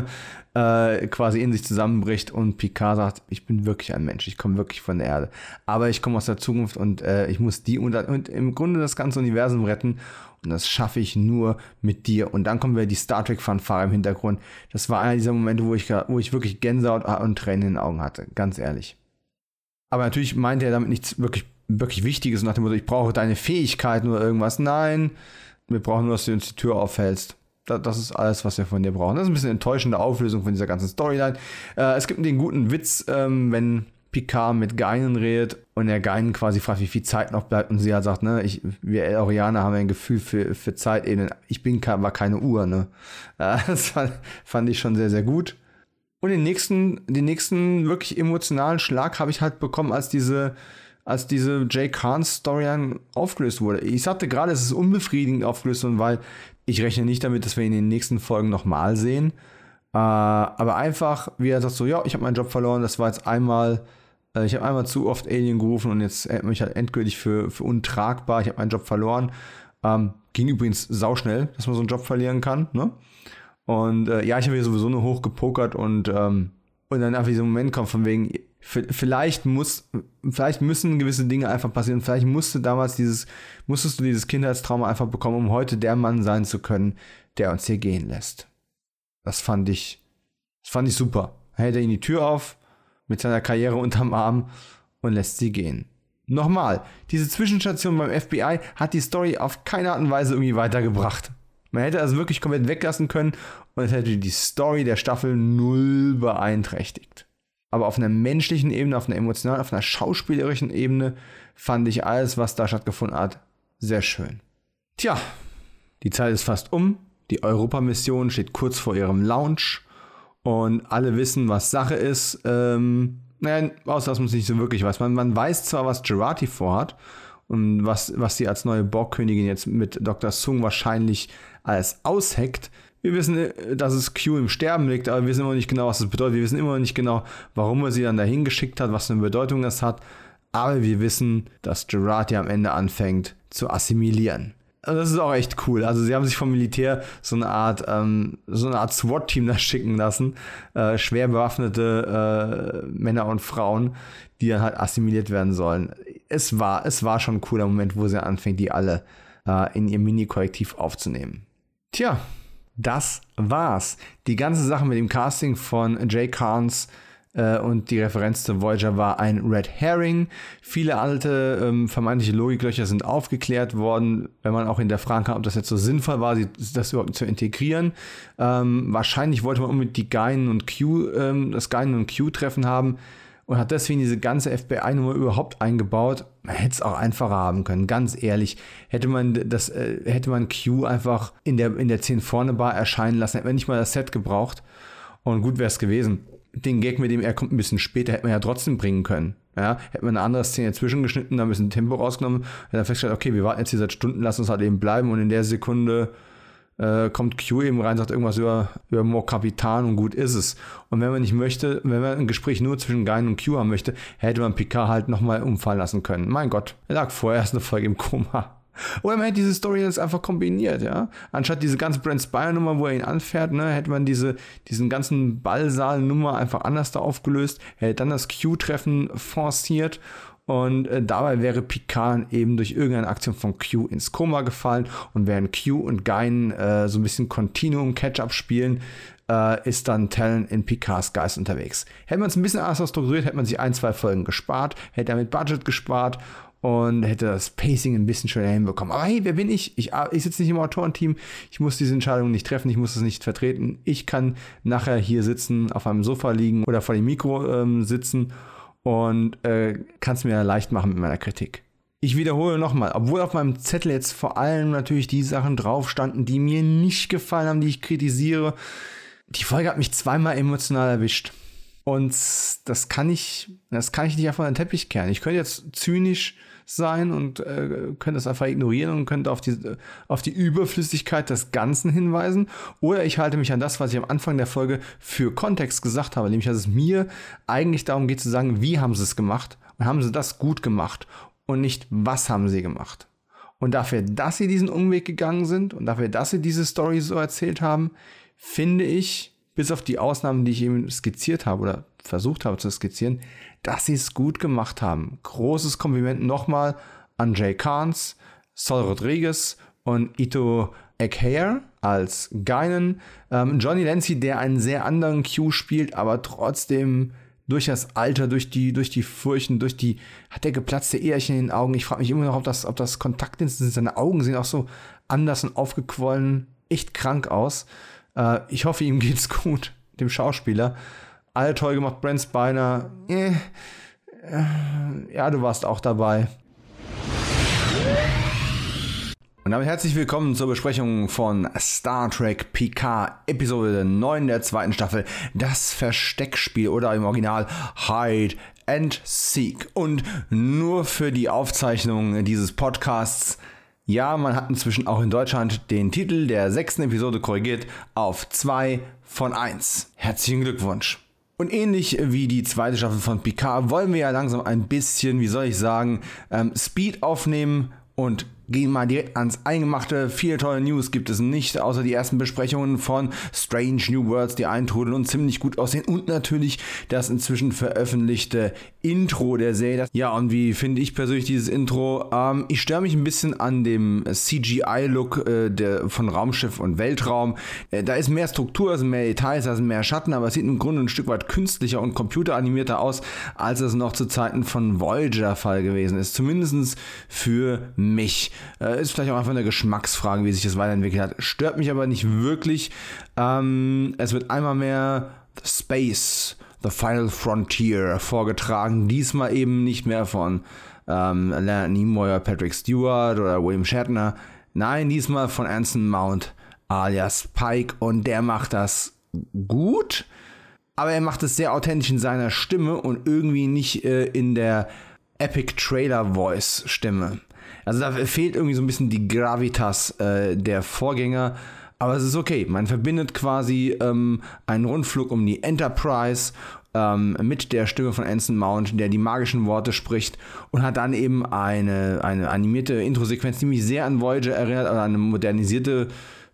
äh, quasi in sich zusammenbricht und Picard sagt, ich bin wirklich ein Mensch, ich komme wirklich von der Erde, aber ich komme aus der Zukunft und äh, ich muss die und, und im Grunde das ganze Universum retten und das schaffe ich nur mit dir. Und dann kommen wir die Star Trek-Fanfare im Hintergrund. Das war einer dieser Momente, wo ich, wo ich wirklich Gänsehaut und Tränen in den Augen hatte, ganz ehrlich. Aber natürlich meinte er damit nichts wirklich, wirklich Wichtiges, nach dem Motto, ich brauche deine Fähigkeiten oder irgendwas. Nein, wir brauchen nur, dass du uns die Tür aufhältst. Das ist alles, was wir von dir brauchen. Das ist ein bisschen eine enttäuschende Auflösung von dieser ganzen Storyline. Äh, es gibt den guten Witz, ähm, wenn Picard mit Guinan redet und er Guinan quasi fragt, wie viel Zeit noch bleibt und sie halt sagt, ne, ich, wir El-Orianer haben ein Gefühl für, für Zeitebenen. Ich bin war keine Uhr, ne. Äh, das fand, fand ich schon sehr, sehr gut. Und den nächsten, den nächsten wirklich emotionalen Schlag habe ich halt bekommen, als diese als diese Jay Kahns Storyline aufgelöst wurde. Ich sagte gerade, es ist unbefriedigend aufgelöst, weil ich rechne nicht damit, dass wir ihn in den nächsten Folgen nochmal sehen. Äh, aber einfach, wie er sagt so, ja, ich habe meinen Job verloren, das war jetzt einmal, äh, ich habe einmal zu oft Alien gerufen und jetzt hält mich halt endgültig für, für untragbar, ich habe meinen Job verloren. Ähm, ging übrigens sauschnell, dass man so einen Job verlieren kann, ne? Und äh, ja, ich habe hier sowieso nur hochgepokert und, ähm, und dann einfach dieser Moment kommt von wegen, vielleicht muss, vielleicht müssen gewisse Dinge einfach passieren. Vielleicht musste damals dieses, musstest du dieses Kindheitstrauma einfach bekommen, um heute der Mann sein zu können, der uns hier gehen lässt. Das fand ich, das fand ich super. Er hält ihn die Tür auf, mit seiner Karriere unterm Arm und lässt sie gehen. Nochmal, diese Zwischenstation beim F B I hat die Story auf keine Art und Weise irgendwie weitergebracht. Man hätte also wirklich komplett weglassen können und es hätte die Story der Staffel null beeinträchtigt. Aber auf einer menschlichen Ebene, auf einer emotionalen, auf einer schauspielerischen Ebene fand ich alles, was da stattgefunden hat, sehr schön. Tja, die Zeit ist fast um. Die Europa-Mission steht kurz vor ihrem Launch und alle wissen, was Sache ist. Ähm, naja, außer dass man es nicht so wirklich weiß. Man, man weiß zwar, was Jurati vorhat und was, was sie als neue Borg-Königin jetzt mit Doktor Sung wahrscheinlich alles ausheckt. Wir wissen, dass es Q im Sterben liegt, aber wir wissen immer nicht genau, was das bedeutet. Wir wissen immer nicht genau, warum er sie dann dahin geschickt hat, was für eine Bedeutung das hat. Aber wir wissen, dass Jurati am Ende anfängt zu assimilieren. Also das ist auch echt cool. Also sie haben sich vom Militär so eine Art, ähm, so eine Art SWAT-Team da schicken lassen. Äh, schwer bewaffnete äh, Männer und Frauen, die dann halt assimiliert werden sollen. Es war, es war schon ein cooler Moment, wo sie anfängt, die alle äh, in ihr Mini-Kollektiv aufzunehmen. Tja. Das war's. Die ganze Sache mit dem Casting von Jay Kahns äh, und die Referenz zu Voyager war ein Red Herring. Viele alte ähm, vermeintliche Logiklöcher sind aufgeklärt worden, wenn man auch hinterfragen kann, ob das jetzt so sinnvoll war, das überhaupt zu integrieren. Ähm, wahrscheinlich wollte man unbedingt die Guinan und Q, ähm, das Guinan und Q-Treffen haben und hat deswegen diese ganze F B I-Nummer überhaupt eingebaut. Man hätte es auch einfacher haben können, ganz ehrlich. Hätte man das, äh, hätte man Q einfach in der, in der zehn vorne Bar erscheinen lassen, hätte man nicht mal das Set gebraucht. Und gut wäre es gewesen. Den Gag mit dem, er kommt ein bisschen später, hätte man ja trotzdem bringen können. Ja, hätte man eine andere Szene zwischengeschnitten, da ein bisschen Tempo rausgenommen, und dann festgestellt, okay, wir warten jetzt hier seit Stunden, lass uns halt eben bleiben, und in der Sekunde äh, kommt Q eben rein, sagt irgendwas über, über Mo Kapitan und gut ist es. Und wenn man nicht möchte, wenn man ein Gespräch nur zwischen Guinan und Q haben möchte, hätte man Picard halt nochmal umfallen lassen können. Mein Gott, er lag vorher erst eine Folge im Koma. Oder man hätte diese Story jetzt einfach kombiniert, ja. Anstatt diese ganze Brent Spiner-Nummer, wo er ihn anfährt, ne, hätte man diese, diesen ganzen Ballsaal-Nummer einfach anders da aufgelöst, hätte dann das Q-Treffen forciert und äh, dabei wäre Picard eben durch irgendeine Aktion von Q ins Koma gefallen, und während Q und Guinan äh, so ein bisschen Continuum-Catch-up spielen, äh, ist dann Talon in Picards Geist unterwegs. Hätte man es ein bisschen anders strukturiert, hätte man sich ein, zwei Folgen gespart, hätte damit Budget gespart und hätte das Pacing ein bisschen schneller hinbekommen. Aber hey, wer bin ich? Ich, ich sitze nicht im Autorenteam. Ich muss diese Entscheidung nicht treffen. Ich muss es nicht vertreten. Ich kann nachher hier sitzen, auf einem Sofa liegen oder vor dem Mikro ähm, sitzen und äh, kann es mir leicht machen mit meiner Kritik. Ich wiederhole nochmal, obwohl auf meinem Zettel jetzt vor allem natürlich die Sachen drauf standen, die mir nicht gefallen haben, die ich kritisiere. Die Folge hat mich zweimal emotional erwischt. Und das kann ich, das kann ich nicht einfach in den Teppich kehren. Ich könnte jetzt zynisch sein und äh, könnte das einfach ignorieren und könnte auf die, auf die Überflüssigkeit des Ganzen hinweisen. Oder ich halte mich an das, was ich am Anfang der Folge für Kontext gesagt habe, nämlich, dass es mir eigentlich darum geht zu sagen, wie haben sie es gemacht und haben sie das gut gemacht und nicht, was haben sie gemacht. Und dafür, dass sie diesen Umweg gegangen sind und dafür, dass sie diese Story so erzählt haben, finde ich, bis auf die Ausnahmen, die ich eben skizziert habe oder versucht habe zu skizzieren, dass sie es gut gemacht haben. Großes Kompliment nochmal an Jay Carnes, Sol Rodriguez und Ito Ekhere als Guinan. Ähm, Johnny Lancy, der einen sehr anderen Q spielt, aber trotzdem durch das Alter, durch die, durch die Furchen, durch die, hat der geplatzte Ährchen in den Augen. Ich frage mich immer noch, ob das, ob das Kontaktlinsen sind. Seine Augen sehen auch so anders und aufgequollen, echt krank aus. Äh, ich hoffe, ihm geht's gut, dem Schauspieler. Alle toll gemacht, Brent Spiner. Äh, äh, ja, du warst auch dabei. Und damit herzlich willkommen zur Besprechung von Star Trek Picard Episode neun der zweiten Staffel, das Versteckspiel oder im Original Hide and Seek. Und nur für die Aufzeichnung dieses Podcasts, ja, man hat inzwischen auch in Deutschland den Titel der sechsten Episode korrigiert auf zwei von eins. Herzlichen Glückwunsch. Und ähnlich wie die zweite Staffel von Picard wollen wir ja langsam ein bisschen, wie soll ich sagen, ähm, Speed aufnehmen und gehen mal direkt ans Eingemachte. Viele tolle News gibt es nicht, außer die ersten Besprechungen von Strange New Worlds, die eintrudeln und ziemlich gut aussehen. Und natürlich das inzwischen veröffentlichte Intro der Serie. Ja, und wie finde ich persönlich dieses Intro? Ähm, ich störe mich ein bisschen an dem C G I-Look äh, der, von Raumschiff und Weltraum. Äh, da ist mehr Struktur, es sind mehr Details, da sind mehr Schatten, aber es sieht im Grunde ein Stück weit künstlicher und computeranimierter aus, als es noch zu Zeiten von Voyager Fall gewesen ist. Zumindest für mich. Äh, ist vielleicht auch einfach eine Geschmacksfrage, wie sich das weiterentwickelt hat. Stört mich aber nicht wirklich. Ähm, es wird einmal mehr Space, The Final Frontier vorgetragen. Diesmal eben nicht mehr von ähm, Leonard Nimoy oder Patrick Stewart oder William Shatner. Nein, diesmal von Anson Mount alias Pike. Und der macht das gut. Aber er macht es sehr authentisch in seiner Stimme und irgendwie nicht äh, in der Epic Trailer Voice Stimme. Also da fehlt irgendwie so ein bisschen die Gravitas äh, der Vorgänger, aber es ist okay. Man verbindet quasi ähm, einen Rundflug um die Enterprise ähm, mit der Stimme von Anson Mount, der die magischen Worte spricht und hat dann eben eine, eine animierte Intro-Sequenz, die mich sehr an Voyager erinnert, oder eine modernisierte,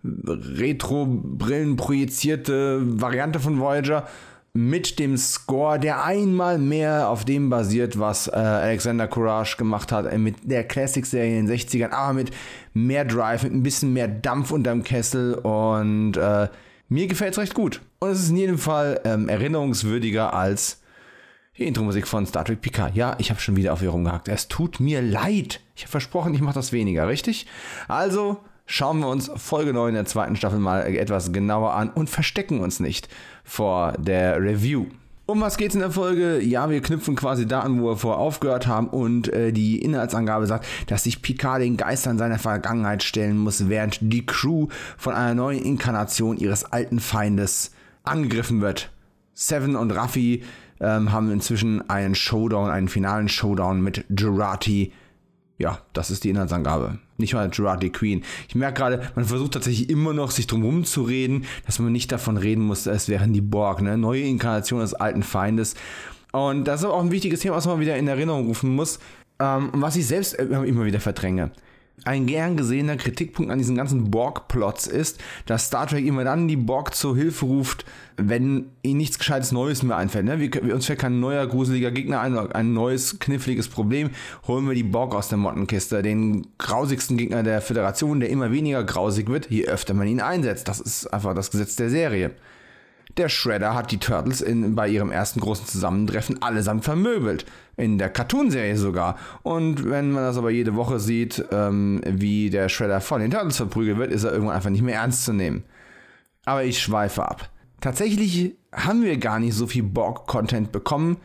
Retro-Brillen projizierte Variante von Voyager, mit dem Score, der einmal mehr auf dem basiert, was äh, Alexander Courage gemacht hat, äh, mit der Classic-Serie in den sechzigern, aber mit mehr Drive, mit ein bisschen mehr Dampf unterm Kessel und äh, mir gefällt es recht gut. Und es ist in jedem Fall ähm, erinnerungswürdiger als die Intro-Musik von Star Trek Picard. Ja, ich habe schon wieder auf ihr rumgehackt. Es tut mir leid. Ich habe versprochen, ich mache das weniger, richtig? Also schauen wir uns Folge neun der zweiten Staffel mal etwas genauer an und verstecken uns nicht vor der Review. Um was geht's in der Folge? Ja, wir knüpfen quasi da an, wo wir vorher aufgehört haben, und äh, die Inhaltsangabe sagt, dass sich Picard den Geistern seiner Vergangenheit stellen muss, während die Crew von einer neuen Inkarnation ihres alten Feindes angegriffen wird. Seven und Raffi ähm, haben inzwischen einen Showdown, einen finalen Showdown mit Jurati. Ja, das ist die Inhaltsangabe. Nicht mal Jurati Queen. Ich merke gerade, man versucht tatsächlich immer noch, sich drum rumzureden, dass man nicht davon reden muss, es wären die Borg, ne? Neue Inkarnation des alten Feindes. Und das ist auch ein wichtiges Thema, was man wieder in Erinnerung rufen muss. Ähm, was ich selbst immer wieder verdränge. Ein gern gesehener Kritikpunkt an diesen ganzen Borg-Plots ist, dass Star Trek immer dann die Borg zur Hilfe ruft, wenn ihnen nichts Gescheites Neues mehr einfällt. Ne? Wir, uns fällt kein neuer, gruseliger Gegner ein, ein neues, kniffliges Problem. Holen wir die Borg aus der Mottenkiste, den grausigsten Gegner der Föderation, der immer weniger grausig wird, je öfter man ihn einsetzt. Das ist einfach das Gesetz der Serie. Der Shredder hat die Turtles in, bei ihrem ersten großen Zusammentreffen allesamt vermöbelt. In der Cartoon-Serie sogar. Und wenn man das aber jede Woche sieht, ähm, wie der Shredder von den Turtles verprügelt wird, ist er irgendwann einfach nicht mehr ernst zu nehmen. Aber ich schweife ab. Tatsächlich haben wir gar nicht so viel Borg-Content bekommen,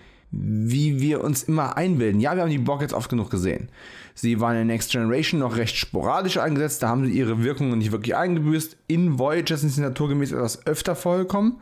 wie wir uns immer einbilden. Ja, wir haben die Borg jetzt oft genug gesehen. Sie waren in Next Generation noch recht sporadisch eingesetzt, da haben sie ihre Wirkungen nicht wirklich eingebüßt. In Voyager sind sie naturgemäß etwas öfter vorgekommen.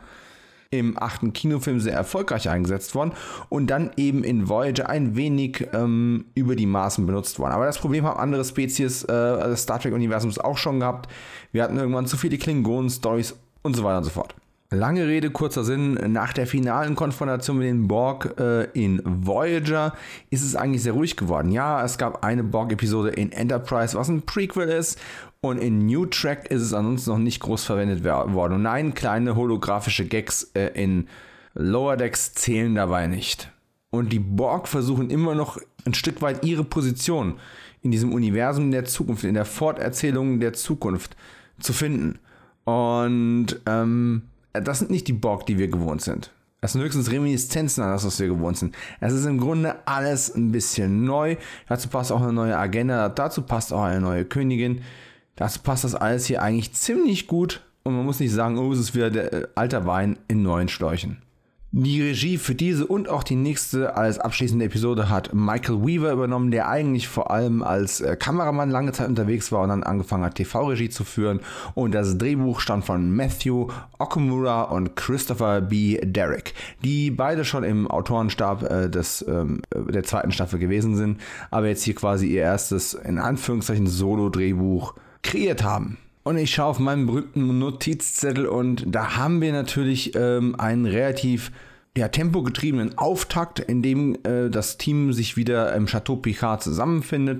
Im achten Kinofilm sehr erfolgreich eingesetzt worden und dann eben in Voyager ein wenig ähm, über die Maßen benutzt worden. Aber das Problem haben andere Spezies äh, des Star Trek-Universums auch schon gehabt. Wir hatten irgendwann zu viele Klingonen-Stories und so weiter und so fort. Lange Rede, kurzer Sinn, nach der finalen Konfrontation mit den Borg äh, in Voyager ist es eigentlich sehr ruhig geworden. Ja, es gab eine Borg-Episode in Enterprise, was ein Prequel ist, und in New Track ist es ansonsten noch nicht groß verwendet worden. Und nein, kleine holographische Gags äh, in Lower Decks zählen dabei nicht. Und die Borg versuchen immer noch ein Stück weit ihre Position in diesem Universum der Zukunft, in der Forterzählung der Zukunft zu finden. Und ähm, das sind nicht die Borg, die wir gewohnt sind. Das sind höchstens Reminiszenzen an das, was wir gewohnt sind. Es ist im Grunde alles ein bisschen neu. Dazu passt auch eine neue Agenda, dazu passt auch eine neue Königin. Dazu passt das alles hier eigentlich ziemlich gut. Und man muss nicht sagen, oh, es ist wieder der alte Wein in neuen Schläuchen. Die Regie für diese und auch die nächste als abschließende Episode hat Michael Weaver übernommen, der eigentlich vor allem als äh, Kameramann lange Zeit unterwegs war und dann angefangen hat, T V-Regie zu führen. Und das Drehbuch stammt von Matthew Okamura und Christopher B. Derrick, die beide schon im Autorenstab äh, des, ähm, der zweiten Staffel gewesen sind, aber jetzt hier quasi ihr erstes, in Anführungszeichen, Solo-Drehbuch kreiert haben. Und ich schaue auf meinen berühmten Notizzettel und da haben wir natürlich ähm, einen relativ ja, tempogetriebenen Auftakt, in dem äh, das Team sich wieder im Chateau Picard zusammenfindet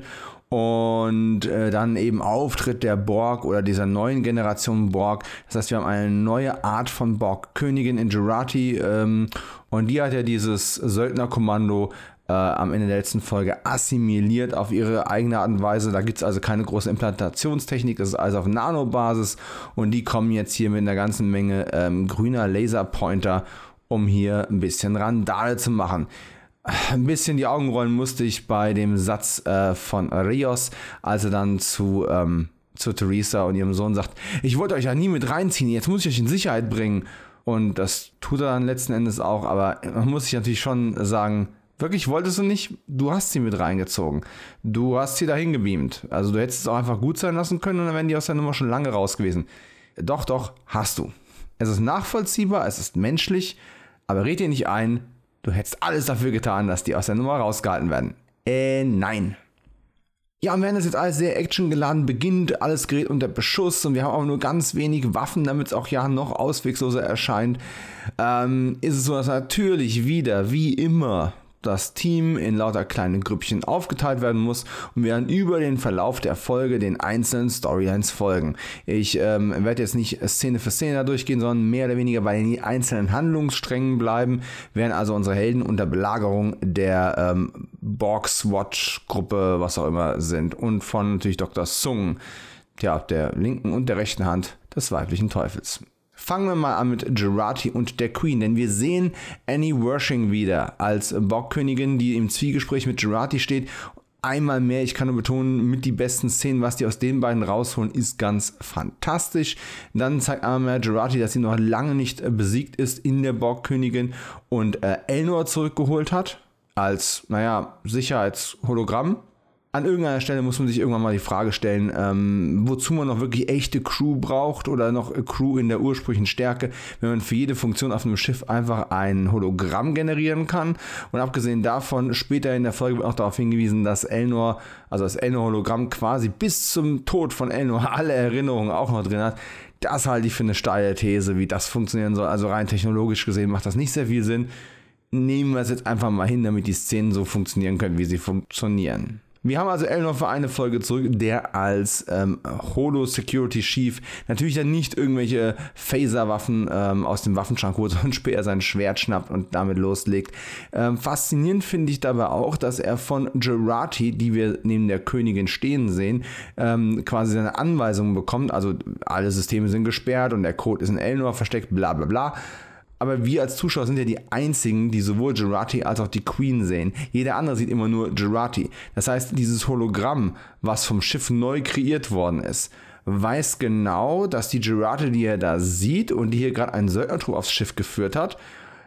und äh, dann eben Auftritt der Borg oder dieser neuen Generation Borg. Das heißt, wir haben eine neue Art von Borg-Königin in Jurati ähm, und die hat ja dieses Söldnerkommando Äh, am Ende der letzten Folge assimiliert auf ihre eigene Art und Weise. Da gibt es also keine große Implantationstechnik, das ist alles auf Nanobasis und die kommen jetzt hier mit einer ganzen Menge ähm, grüner Laserpointer, um hier ein bisschen Randale zu machen. Ein bisschen die Augen rollen musste ich bei dem Satz äh, von Rios, als er dann zu, ähm, zu Teresa und ihrem Sohn sagt, ich wollte euch ja nie mit reinziehen, jetzt muss ich euch in Sicherheit bringen. Und das tut er dann letzten Endes auch, aber man muss sich natürlich schon sagen, wirklich wolltest du nicht? Du hast sie mit reingezogen. Du hast sie dahin gebeamt. Also du hättest es auch einfach gut sein lassen können und dann wären die aus der Nummer schon lange raus gewesen. Doch, doch, hast du. Es ist nachvollziehbar, es ist menschlich, aber red dir nicht ein, du hättest alles dafür getan, dass die aus der Nummer rausgehalten werden. Äh, nein. Ja, und während das jetzt alles sehr actiongeladen beginnt, alles gerät unter Beschuss und wir haben auch nur ganz wenig Waffen, damit es auch ja noch auswegloser erscheint, ähm, ist es so, dass natürlich wieder, wie immer, das Team in lauter kleine Grüppchen aufgeteilt werden muss und wir werden über den Verlauf der Folge den einzelnen Storylines folgen. Ich ähm, werde jetzt nicht Szene für Szene da durchgehen, sondern mehr oder weniger bei den einzelnen Handlungssträngen bleiben, während also unsere Helden unter Belagerung der ähm, Borg-Swatch-Gruppe, was auch immer, sind und von natürlich Doktor Sung, ja, der linken und der rechten Hand des weiblichen Teufels. Fangen wir mal an mit Jurati und der Queen, denn wir sehen Annie Wershing wieder als Borg-Königin, die im Zwiegespräch mit Jurati steht. Einmal mehr, ich kann nur betonen, mit die besten Szenen, was die aus den beiden rausholen, ist ganz fantastisch. Dann zeigt einmal mehr Jurati, dass sie noch lange nicht besiegt ist in der Borg-Königin und äh, Elnor zurückgeholt hat als, naja, Sicherheitshologramm. An irgendeiner Stelle muss man sich irgendwann mal die Frage stellen, ähm, wozu man noch wirklich echte Crew braucht oder noch Crew in der ursprünglichen Stärke, wenn man für jede Funktion auf einem Schiff einfach ein Hologramm generieren kann. Und abgesehen davon, später in der Folge wird auch darauf hingewiesen, dass Elnor, also das Elnor-Hologramm quasi bis zum Tod von Elnor alle Erinnerungen auch noch drin hat. Das halte ich für eine steile These, wie das funktionieren soll. Also rein technologisch gesehen macht das nicht sehr viel Sinn. Nehmen wir es jetzt einfach mal hin, damit die Szenen so funktionieren können, wie sie funktionieren. Wir haben also Elnor für eine Folge zurück, der als ähm, Holo-Security-Chief natürlich dann nicht irgendwelche Phaser-Waffen ähm, aus dem Waffenschrank holt, sondern später sein Schwert schnappt und damit loslegt. Ähm, faszinierend finde ich dabei auch, dass er von Jurati, die wir neben der Königin stehen sehen, ähm, quasi seine Anweisungen bekommt. Also alle Systeme sind gesperrt und der Code ist in Elnor versteckt, bla bla bla. Aber wir als Zuschauer sind ja die einzigen, die sowohl Jurati als auch die Queen sehen. Jeder andere sieht immer nur Jurati. Das heißt, dieses Hologramm, was vom Schiff neu kreiert worden ist, weiß genau, dass die Jurati, die er da sieht und die hier gerade einen Söldnertrupp aufs Schiff geführt hat,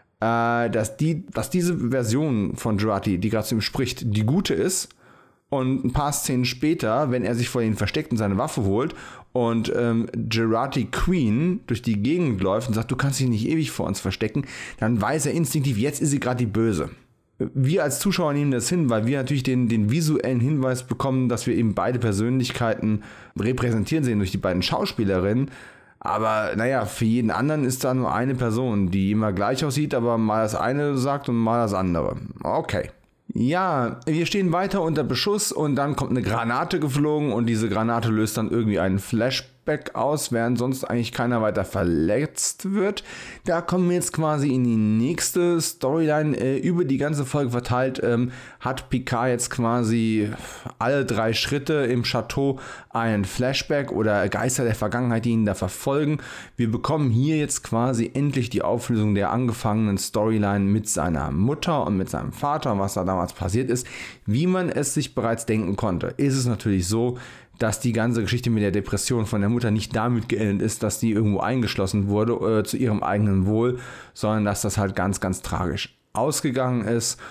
äh, dass, die, dass diese Version von Jurati, die gerade zu ihm spricht, die gute ist. Und ein paar Szenen später, wenn er sich vor ihnen versteckt und seine Waffe holt und ähm, Jurati Queen durch die Gegend läuft und sagt, du kannst dich nicht ewig vor uns verstecken, dann weiß er instinktiv, jetzt ist sie gerade die Böse. Wir als Zuschauer nehmen das hin, weil wir natürlich den, den visuellen Hinweis bekommen, dass wir eben beide Persönlichkeiten repräsentieren sehen durch die beiden Schauspielerinnen. Aber naja, für jeden anderen ist da nur eine Person, die immer gleich aussieht, aber mal das eine sagt und mal das andere. Okay. Ja, wir stehen weiter unter Beschuss und dann kommt eine Granate geflogen und diese Granate löst dann irgendwie einen Flashback aus, während sonst eigentlich keiner weiter verletzt wird. Da kommen wir jetzt quasi in die nächste Storyline. Äh, über die ganze Folge verteilt ähm, hat Picard jetzt quasi alle drei Schritte im Chateau einen Flashback oder Geister der Vergangenheit, die ihn da verfolgen. Wir bekommen hier jetzt quasi endlich die Auflösung der angefangenen Storyline mit seiner Mutter und mit seinem Vater, was da damals passiert ist. Wie man es sich bereits denken konnte, ist es natürlich so, dass die ganze Geschichte mit der Depression von der Mutter nicht damit geendet ist, dass die irgendwo eingeschlossen wurde äh, zu ihrem eigenen Wohl, sondern dass das halt ganz, ganz tragisch ausgegangen ist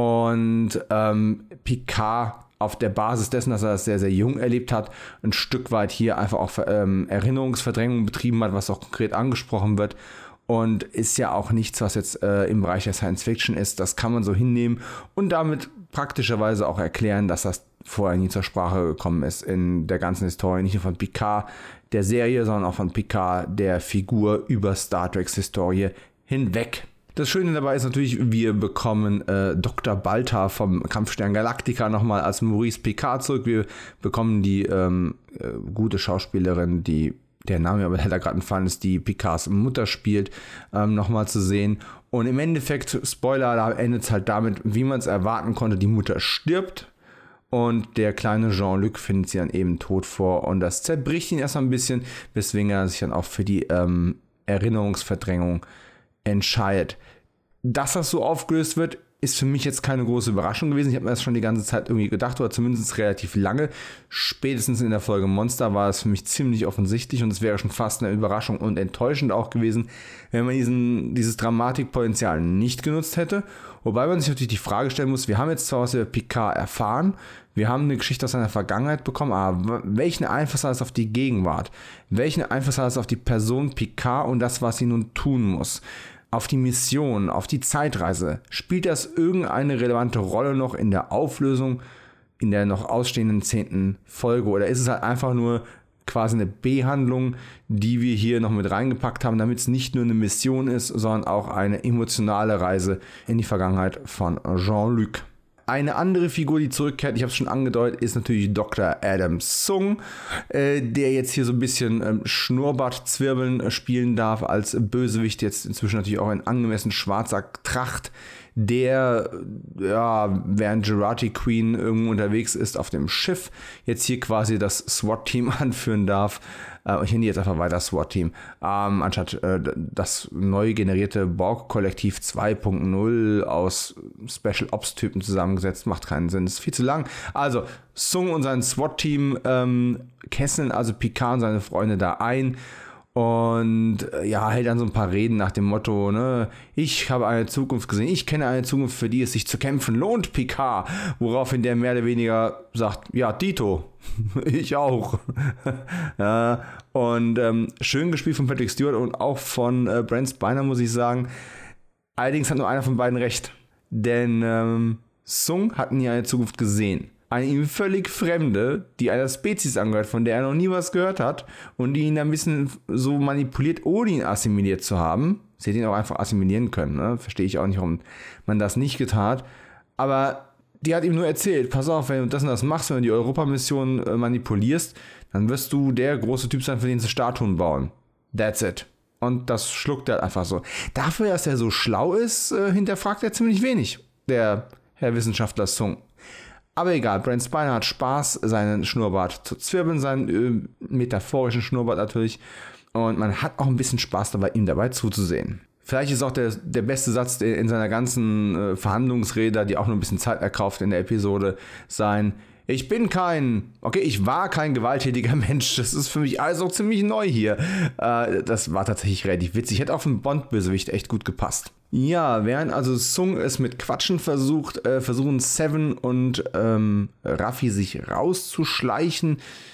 und ähm, Picard auf der Basis dessen, dass er das sehr, sehr jung erlebt hat, ein Stück weit hier einfach auch ähm, Erinnerungsverdrängung betrieben hat, was auch konkret angesprochen wird. Und ist ja auch nichts, was jetzt äh, im Bereich der Science Fiction ist. Das kann man so hinnehmen und damit praktischerweise auch erklären, dass das vorher nie zur Sprache gekommen ist in der ganzen Historie. Nicht nur von Picard, der Serie, sondern auch von Picard, der Figur, über Star Treks Historie hinweg. Das Schöne dabei ist natürlich, wir bekommen äh, Doktor Balta vom Kampfstern Galactica nochmal als Maurice Picard zurück. Wir bekommen die ähm, äh, gute Schauspielerin, die der Name aber leider gerade entfallen ist, die Picards Mutter spielt, ähm, nochmal zu sehen. Und im Endeffekt, Spoiler, da endet es halt damit, wie man es erwarten konnte, die Mutter stirbt und der kleine Jean-Luc findet sie dann eben tot vor und das zerbricht ihn erstmal ein bisschen, weswegen er sich dann auch für die ähm, Erinnerungsverdrängung entscheidet. Dass das so aufgelöst wird, ist für mich jetzt keine große Überraschung gewesen. Ich habe mir das schon die ganze Zeit irgendwie gedacht, oder zumindest relativ lange. Spätestens in der Folge Monster war es für mich ziemlich offensichtlich und es wäre schon fast eine Überraschung und enttäuschend auch gewesen, wenn man diesen, dieses Dramatikpotenzial nicht genutzt hätte. Wobei man sich natürlich die Frage stellen muss, wir haben jetzt zwar was über Picard erfahren, wir haben eine Geschichte aus seiner Vergangenheit bekommen, aber welchen Einfluss hat es auf die Gegenwart? Welchen Einfluss hat es auf die Person Picard und das, was sie nun tun muss? Auf die Mission, auf die Zeitreise. Spielt das irgendeine relevante Rolle noch in der Auflösung, in der noch ausstehenden zehnten Folge? Oder ist es halt einfach nur quasi eine B-Handlung, die wir hier noch mit reingepackt haben, damit es nicht nur eine Mission ist, sondern auch eine emotionale Reise in die Vergangenheit von Jean-Luc? Eine andere Figur, die zurückkehrt, ich habe es schon angedeutet, ist natürlich Doktor Adam Sung, äh, der jetzt hier so ein bisschen ähm, Schnurrbartzwirbeln äh, spielen darf als Bösewicht, jetzt inzwischen natürlich auch in angemessen schwarzer Tracht, der, ja, während Jurati Queen irgendwo unterwegs ist auf dem Schiff, jetzt hier quasi das SWAT-Team anführen darf. Äh, ich nenne jetzt einfach weiter SWAT-Team, ähm, anstatt äh, das neu generierte Borg-Kollektiv zwei Punkt null aus Special Ops-Typen zusammengesetzt. Macht keinen Sinn, ist viel zu lang. Also, Sung und sein SWAT-Team ähm, kesseln also Picard und seine Freunde da ein. Und ja, hält dann so ein paar Reden nach dem Motto, ne, ich habe eine Zukunft gesehen, ich kenne eine Zukunft, für die es sich zu kämpfen lohnt, Picard. Woraufhin der mehr oder weniger sagt, ja, Dito, ich auch. Ja, und ähm, schön gespielt von Patrick Stewart und auch von äh, Brent Spiner, muss ich sagen. Allerdings hat nur einer von beiden recht. Denn ähm, Sung hat nie eine Zukunft gesehen. Eine ihm völlig Fremde, die einer Spezies angehört, von der er noch nie was gehört hat und die ihn ein bisschen so manipuliert, ohne ihn assimiliert zu haben. Sie hätte ihn auch einfach assimilieren können, ne? Verstehe ich auch nicht, warum man das nicht getan hat. Aber die hat ihm nur erzählt, pass auf, wenn du das und das machst, wenn du die Europamission äh, manipulierst, dann wirst du der große Typ sein, für den sie Statuen bauen. That's it. Und das schluckt er einfach so. Dafür, dass er so schlau ist, äh, hinterfragt er ziemlich wenig, der Herr Wissenschaftler Sung. Aber egal, Brent Spiner hat Spaß, seinen Schnurrbart zu zwirbeln, seinen äh, metaphorischen Schnurrbart natürlich. Und man hat auch ein bisschen Spaß dabei, ihm dabei zuzusehen. Vielleicht ist auch der, der beste Satz in seiner ganzen äh, Verhandlungsrede, die auch nur ein bisschen Zeit erkauft in der Episode, sein: Ich bin kein, okay, ich war kein gewalttätiger Mensch. Das ist für mich also ziemlich neu hier. Äh, das war tatsächlich relativ witzig. Hätte auf einen Bond-Bösewicht echt gut gepasst. Ja, während also Sung es mit Quatschen versucht, äh, versuchen Seven und ähm, Raffi sich rauszuschleichen.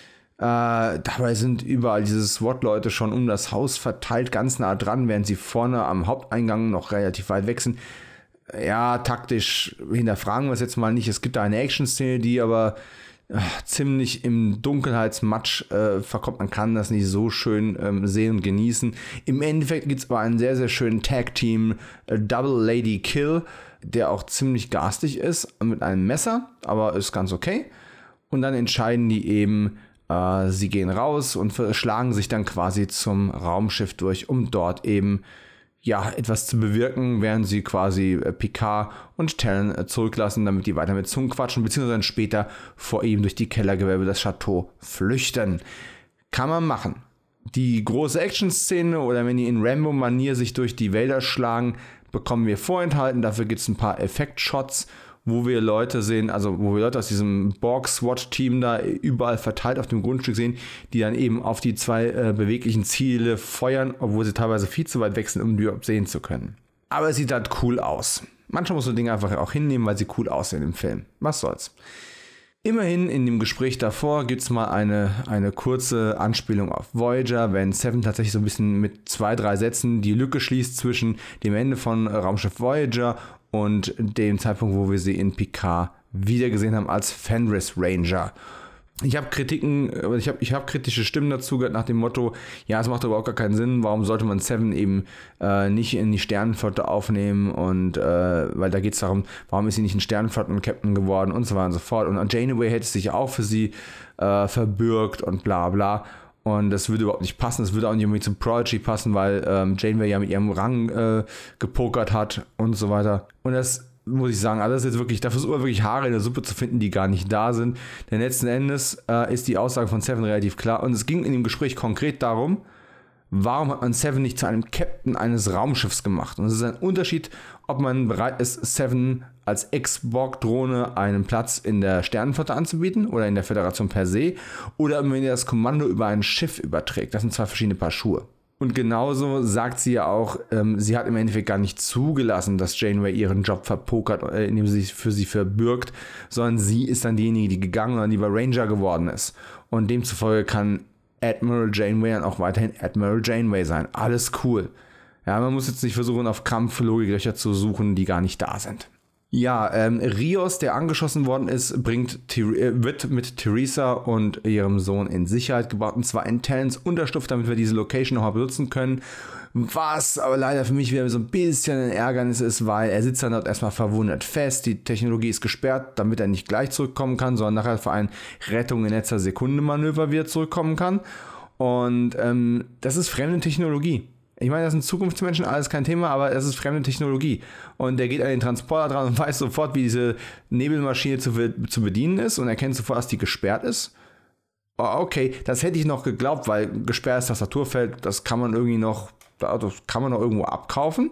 Äh, dabei sind überall diese SWAT-Leute schon um das Haus verteilt, ganz nah dran, während sie vorne am Haupteingang noch relativ weit weg sind. Ja, taktisch hinterfragen wir es jetzt mal nicht. Es gibt da eine Action-Szene, die aber ziemlich im Dunkelheitsmatsch äh, verkommt. Man kann das nicht so schön ähm, sehen und genießen. Im Endeffekt gibt es aber einen sehr, sehr schönen Tag-Team äh, Double Lady Kill, der auch ziemlich garstig ist mit einem Messer, aber ist ganz okay. Und dann entscheiden die eben, äh, sie gehen raus und schlagen sich dann quasi zum Raumschiff durch, um dort eben ja, etwas zu bewirken, während sie quasi äh, Picard und Talon äh, zurücklassen, damit die weiter mit Zungen quatschen, beziehungsweise dann später vor ihm durch die Kellergewölbe des Chateau flüchten. Kann man machen. Die große Action-Szene oder wenn die in Rambo-Manier sich durch die Wälder schlagen, bekommen wir vorenthalten. Dafür gibt es ein paar Effekt-Shots, wo wir Leute sehen, also wo wir Leute aus diesem Borg-SWAT-Team da überall verteilt auf dem Grundstück sehen, die dann eben auf die zwei äh, beweglichen Ziele feuern, obwohl sie teilweise viel zu weit weg sind, um die überhaupt sehen zu können. Aber es sieht halt cool aus. Manchmal muss man Dinge einfach auch hinnehmen, weil sie cool aussehen im Film. Was soll's. Immerhin in dem Gespräch davor gibt es mal eine, eine kurze Anspielung auf Voyager, wenn Seven tatsächlich so ein bisschen mit zwei, drei Sätzen die Lücke schließt zwischen dem Ende von Raumschiff Voyager und dem Zeitpunkt, wo wir sie in Picard wiedergesehen haben als Fenris Ranger. Ich habe Kritiken, ich habe ich hab kritische Stimmen dazu gehört nach dem Motto, ja, es macht überhaupt gar keinen Sinn, warum sollte man Seven eben äh, nicht in die Sternenflotte aufnehmen und äh, weil da geht es darum, warum ist sie nicht ein Sternenflotten-Captain geworden und so weiter und so fort. Und Janeway hätte sich auch für sie äh, verbürgt und bla bla. Und das würde überhaupt nicht passen, das würde auch nicht unbedingt zum Prodigy passen, weil ähm, Janeway ja mit ihrem Rang äh, gepokert hat und so weiter. Und das muss ich sagen, alles jetzt wirklich, da versucht man wirklich Haare in der Suppe zu finden, die gar nicht da sind. Denn letzten Endes äh, ist die Aussage von Seven relativ klar. Und es ging in dem Gespräch konkret darum, warum hat man Seven nicht zu einem Captain eines Raumschiffs gemacht? Und es ist ein Unterschied, ob man bereit ist, Seven als Ex-Borg-Drohne einen Platz in der Sternenflotte anzubieten oder in der Föderation per se, oder wenn ihr das Kommando über ein Schiff überträgt. Das sind zwei verschiedene Paar Schuhe. Und genauso sagt sie ja auch, ähm, sie hat im Endeffekt gar nicht zugelassen, dass Janeway ihren Job verpokert, äh, indem sie sich für sie verbürgt, sondern sie ist dann diejenige, die gegangen und lieber Ranger geworden ist. Und demzufolge kann Admiral Janeway dann auch weiterhin Admiral Janeway sein. Alles cool. Ja, man muss jetzt nicht versuchen, auf Krampf Logiklöcher zu suchen, die gar nicht da sind. Ja, ähm, Rios, der angeschossen worden ist, bringt äh, wird mit Theresa und ihrem Sohn in Sicherheit gebracht, und zwar in Talons Unterschlupf, damit wir diese Location nochmal benutzen können. Was aber leider für mich wieder so ein bisschen ein Ärgernis ist, weil er sitzt dann dort erstmal verwundert fest. Die Technologie ist gesperrt, damit er nicht gleich zurückkommen kann, sondern nachher für ein Rettung in letzter Sekunde Manöver wieder zurückkommen kann. Und ähm, das ist fremde Technologie. Ich meine, das sind Zukunftsmenschen, alles kein Thema, aber das ist fremde Technologie. Und der geht an den Transporter dran und weiß sofort, wie diese Nebelmaschine zu, zu bedienen ist und erkennt sofort, dass die gesperrt ist. Oh, okay, das hätte ich noch geglaubt, weil gesperrtes Tastaturfeld, das kann man irgendwie noch, das kann man noch irgendwo abkaufen.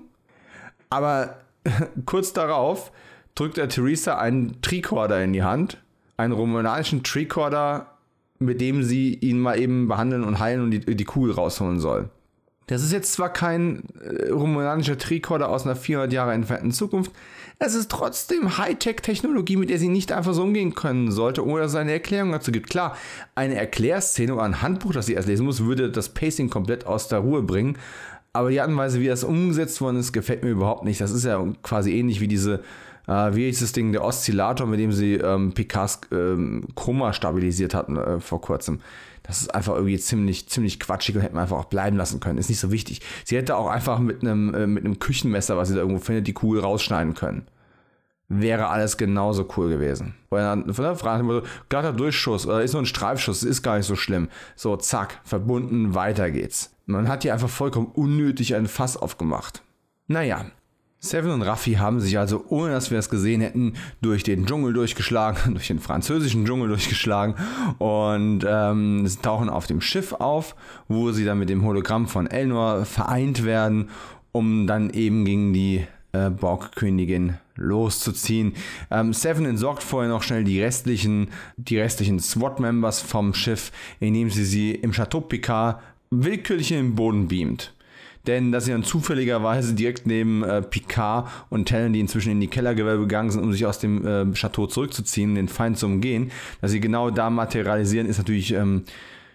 Aber kurz darauf drückt er Theresa einen Tricorder in die Hand, einen romanischen Tricorder, mit dem sie ihn mal eben behandeln und heilen und die, die Kugel rausholen soll. Das ist jetzt zwar kein äh, romulanischer Tricorder aus einer vierhundert Jahre entfernten Zukunft, es ist trotzdem Hightech-Technologie, mit der sie nicht einfach so umgehen können sollte, ohne dass es eine Erklärung dazu gibt. Klar, eine Erklärszene oder ein Handbuch, das sie erst lesen muss, würde das Pacing komplett aus der Ruhe bringen, aber die Art und Weise, wie das umgesetzt worden ist, gefällt mir überhaupt nicht. Das ist ja quasi ähnlich wie diese, äh, wie ist das Ding, der Oszillator, mit dem sie ähm, Picards ähm, Koma stabilisiert hatten äh, vor kurzem. Das ist einfach irgendwie ziemlich, ziemlich quatschig und hätte man einfach auch bleiben lassen können. Ist nicht so wichtig. Sie hätte auch einfach mit einem, äh, mit einem Küchenmesser, was sie da irgendwo findet, die Kugel rausschneiden können. Wäre alles genauso cool gewesen. Weil dann von der Frage immer so, glatter Durchschuss oder ist nur ein Streifschuss, ist gar nicht so schlimm. So, zack, verbunden, weiter geht's. Man hat hier einfach vollkommen unnötig ein Fass aufgemacht. Naja. Seven und Raffi haben sich also, ohne dass wir es gesehen hätten, durch den Dschungel durchgeschlagen, durch den französischen Dschungel durchgeschlagen und ähm, tauchen auf dem Schiff auf, wo sie dann mit dem Hologramm von Elnor vereint werden, um dann eben gegen die äh, Borg-Königin loszuziehen. Ähm, Seven entsorgt vorher noch schnell die restlichen, die restlichen SWAT-Members vom Schiff, indem sie sie im Chateau Picard willkürlich in den Boden beamt. Denn dass sie dann zufälligerweise direkt neben äh, Picard und Talon, die inzwischen in die Kellergewölbe gegangen sind, um sich aus dem äh, Chateau zurückzuziehen, den Feind zu umgehen, dass sie genau da materialisieren, ist natürlich ähm,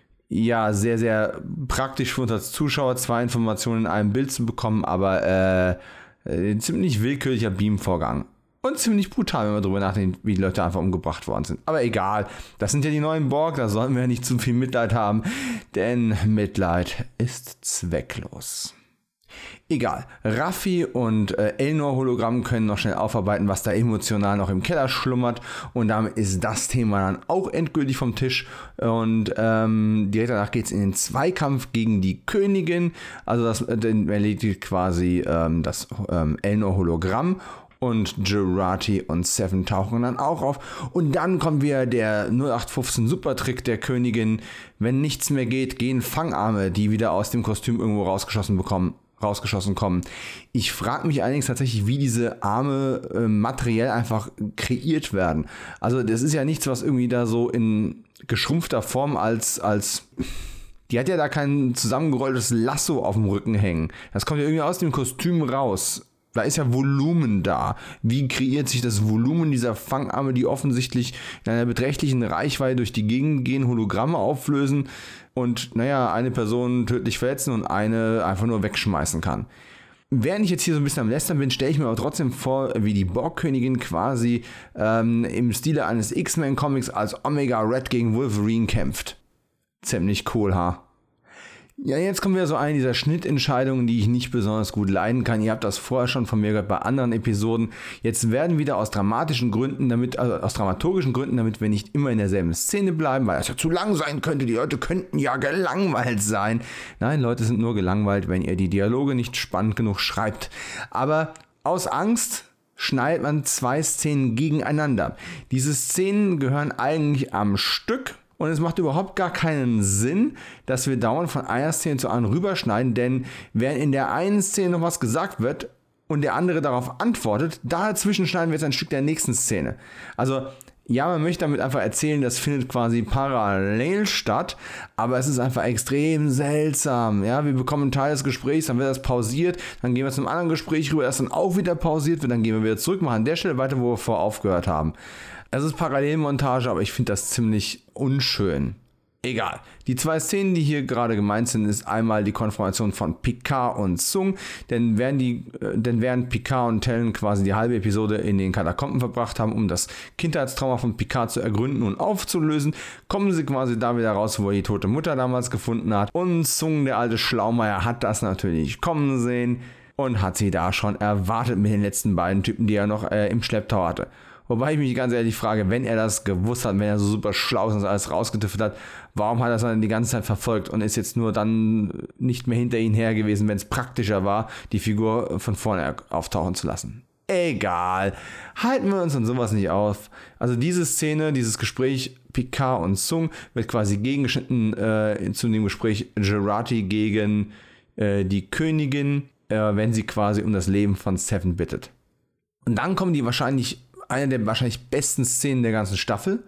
ja sehr, sehr praktisch für uns als Zuschauer, zwei Informationen in einem Bild zu bekommen, aber äh, ein ziemlich willkürlicher Beam-Vorgang. Und ziemlich brutal, wenn man drüber nachdenkt, wie die Leute einfach umgebracht worden sind. Aber egal, das sind ja die neuen Borg, da sollen wir ja nicht zu viel Mitleid haben, denn Mitleid ist zwecklos. Egal, Raffi und äh, Elnor-Hologramm können noch schnell aufarbeiten, was da emotional noch im Keller schlummert, und damit ist das Thema dann auch endgültig vom Tisch, und ähm, direkt danach geht es in den Zweikampf gegen die Königin, also das äh, erledigt quasi ähm, das ähm, Elnor-Hologramm. Und Jurati und Seven tauchen dann auch auf. Und dann kommt wieder der null acht fünfzehn Supertrick der Königin. Wenn nichts mehr geht, gehen Fangarme, die wieder aus dem Kostüm irgendwo rausgeschossen bekommen, rausgeschossen kommen. Ich frage mich allerdings tatsächlich, wie diese Arme äh, materiell einfach kreiert werden. Also das ist ja nichts, was irgendwie da so in geschrumpfter Form als... als die hat ja da kein zusammengerolltes Lasso auf dem Rücken hängen. Das kommt ja irgendwie aus dem Kostüm raus. Da ist ja Volumen da. Wie kreiert sich das Volumen dieser Fangarme, die offensichtlich in einer beträchtlichen Reichweite durch die Gegend gehen, Hologramme auflösen und, naja, eine Person tödlich verletzen und eine einfach nur wegschmeißen kann. Während ich jetzt hier so ein bisschen am Lästern bin, stelle ich mir aber trotzdem vor, wie die Borg-Königin quasi ähm, im Stile eines X-Men-Comics als Omega Red gegen Wolverine kämpft. Ziemlich cool, ha? Ja, jetzt kommen wir so eine dieser Schnittentscheidungen, die ich nicht besonders gut leiden kann. Ihr habt das vorher schon von mir gehört bei anderen Episoden. Jetzt werden wieder aus dramatischen Gründen, damit, also aus dramaturgischen Gründen, damit wir nicht immer in derselben Szene bleiben, weil das ja zu lang sein könnte. Die Leute könnten ja gelangweilt sein. Nein, Leute sind nur gelangweilt, wenn ihr die Dialoge nicht spannend genug schreibt. Aber aus Angst schneidet man zwei Szenen gegeneinander. Diese Szenen gehören eigentlich am Stück. Und es macht überhaupt gar keinen Sinn, dass wir dauernd von einer Szene zur anderen rüberschneiden, denn während in der einen Szene noch was gesagt wird und der andere darauf antwortet, dazwischen schneiden wir jetzt ein Stück der nächsten Szene. Also, ja, man möchte damit einfach erzählen, das findet quasi parallel statt, aber es ist einfach extrem seltsam. Ja, wir bekommen einen Teil des Gesprächs, dann wird das pausiert, dann gehen wir zu einem anderen Gespräch rüber, das dann auch wieder pausiert wird, dann gehen wir wieder zurück, machen an der Stelle weiter, wo wir vorher aufgehört haben. Es ist Parallelmontage, aber ich finde das ziemlich unschön. Egal. Die zwei Szenen, die hier gerade gemeint sind, ist einmal die Konfrontation von Picard und Sung, denn während, die, äh, denn während Picard und Talon quasi die halbe Episode in den Katakomben verbracht haben, um das Kindheitstrauma von Picard zu ergründen und aufzulösen, kommen sie quasi da wieder raus, wo er die tote Mutter damals gefunden hat. Und Sung, der alte Schlaumeier, hat das natürlich kommen sehen und hat sie da schon erwartet mit den letzten beiden Typen, die er noch äh, im Schlepptau hatte. Wobei ich mich ganz ehrlich frage, wenn er das gewusst hat, wenn er so super schlau ist und alles rausgetüffelt hat, warum hat er das dann die ganze Zeit verfolgt und ist jetzt nur dann nicht mehr hinter ihnen her gewesen, wenn es praktischer war, die Figur von vorne auftauchen zu lassen. Egal. Halten wir uns an sowas nicht auf. Also diese Szene, dieses Gespräch Picard und Sung wird quasi gegengeschnitten äh, zu dem Gespräch Jurati gegen äh, die Königin, äh, wenn sie quasi um das Leben von Seven bittet. Und dann kommen die wahrscheinlich eine der wahrscheinlich besten Szenen der ganzen Staffel,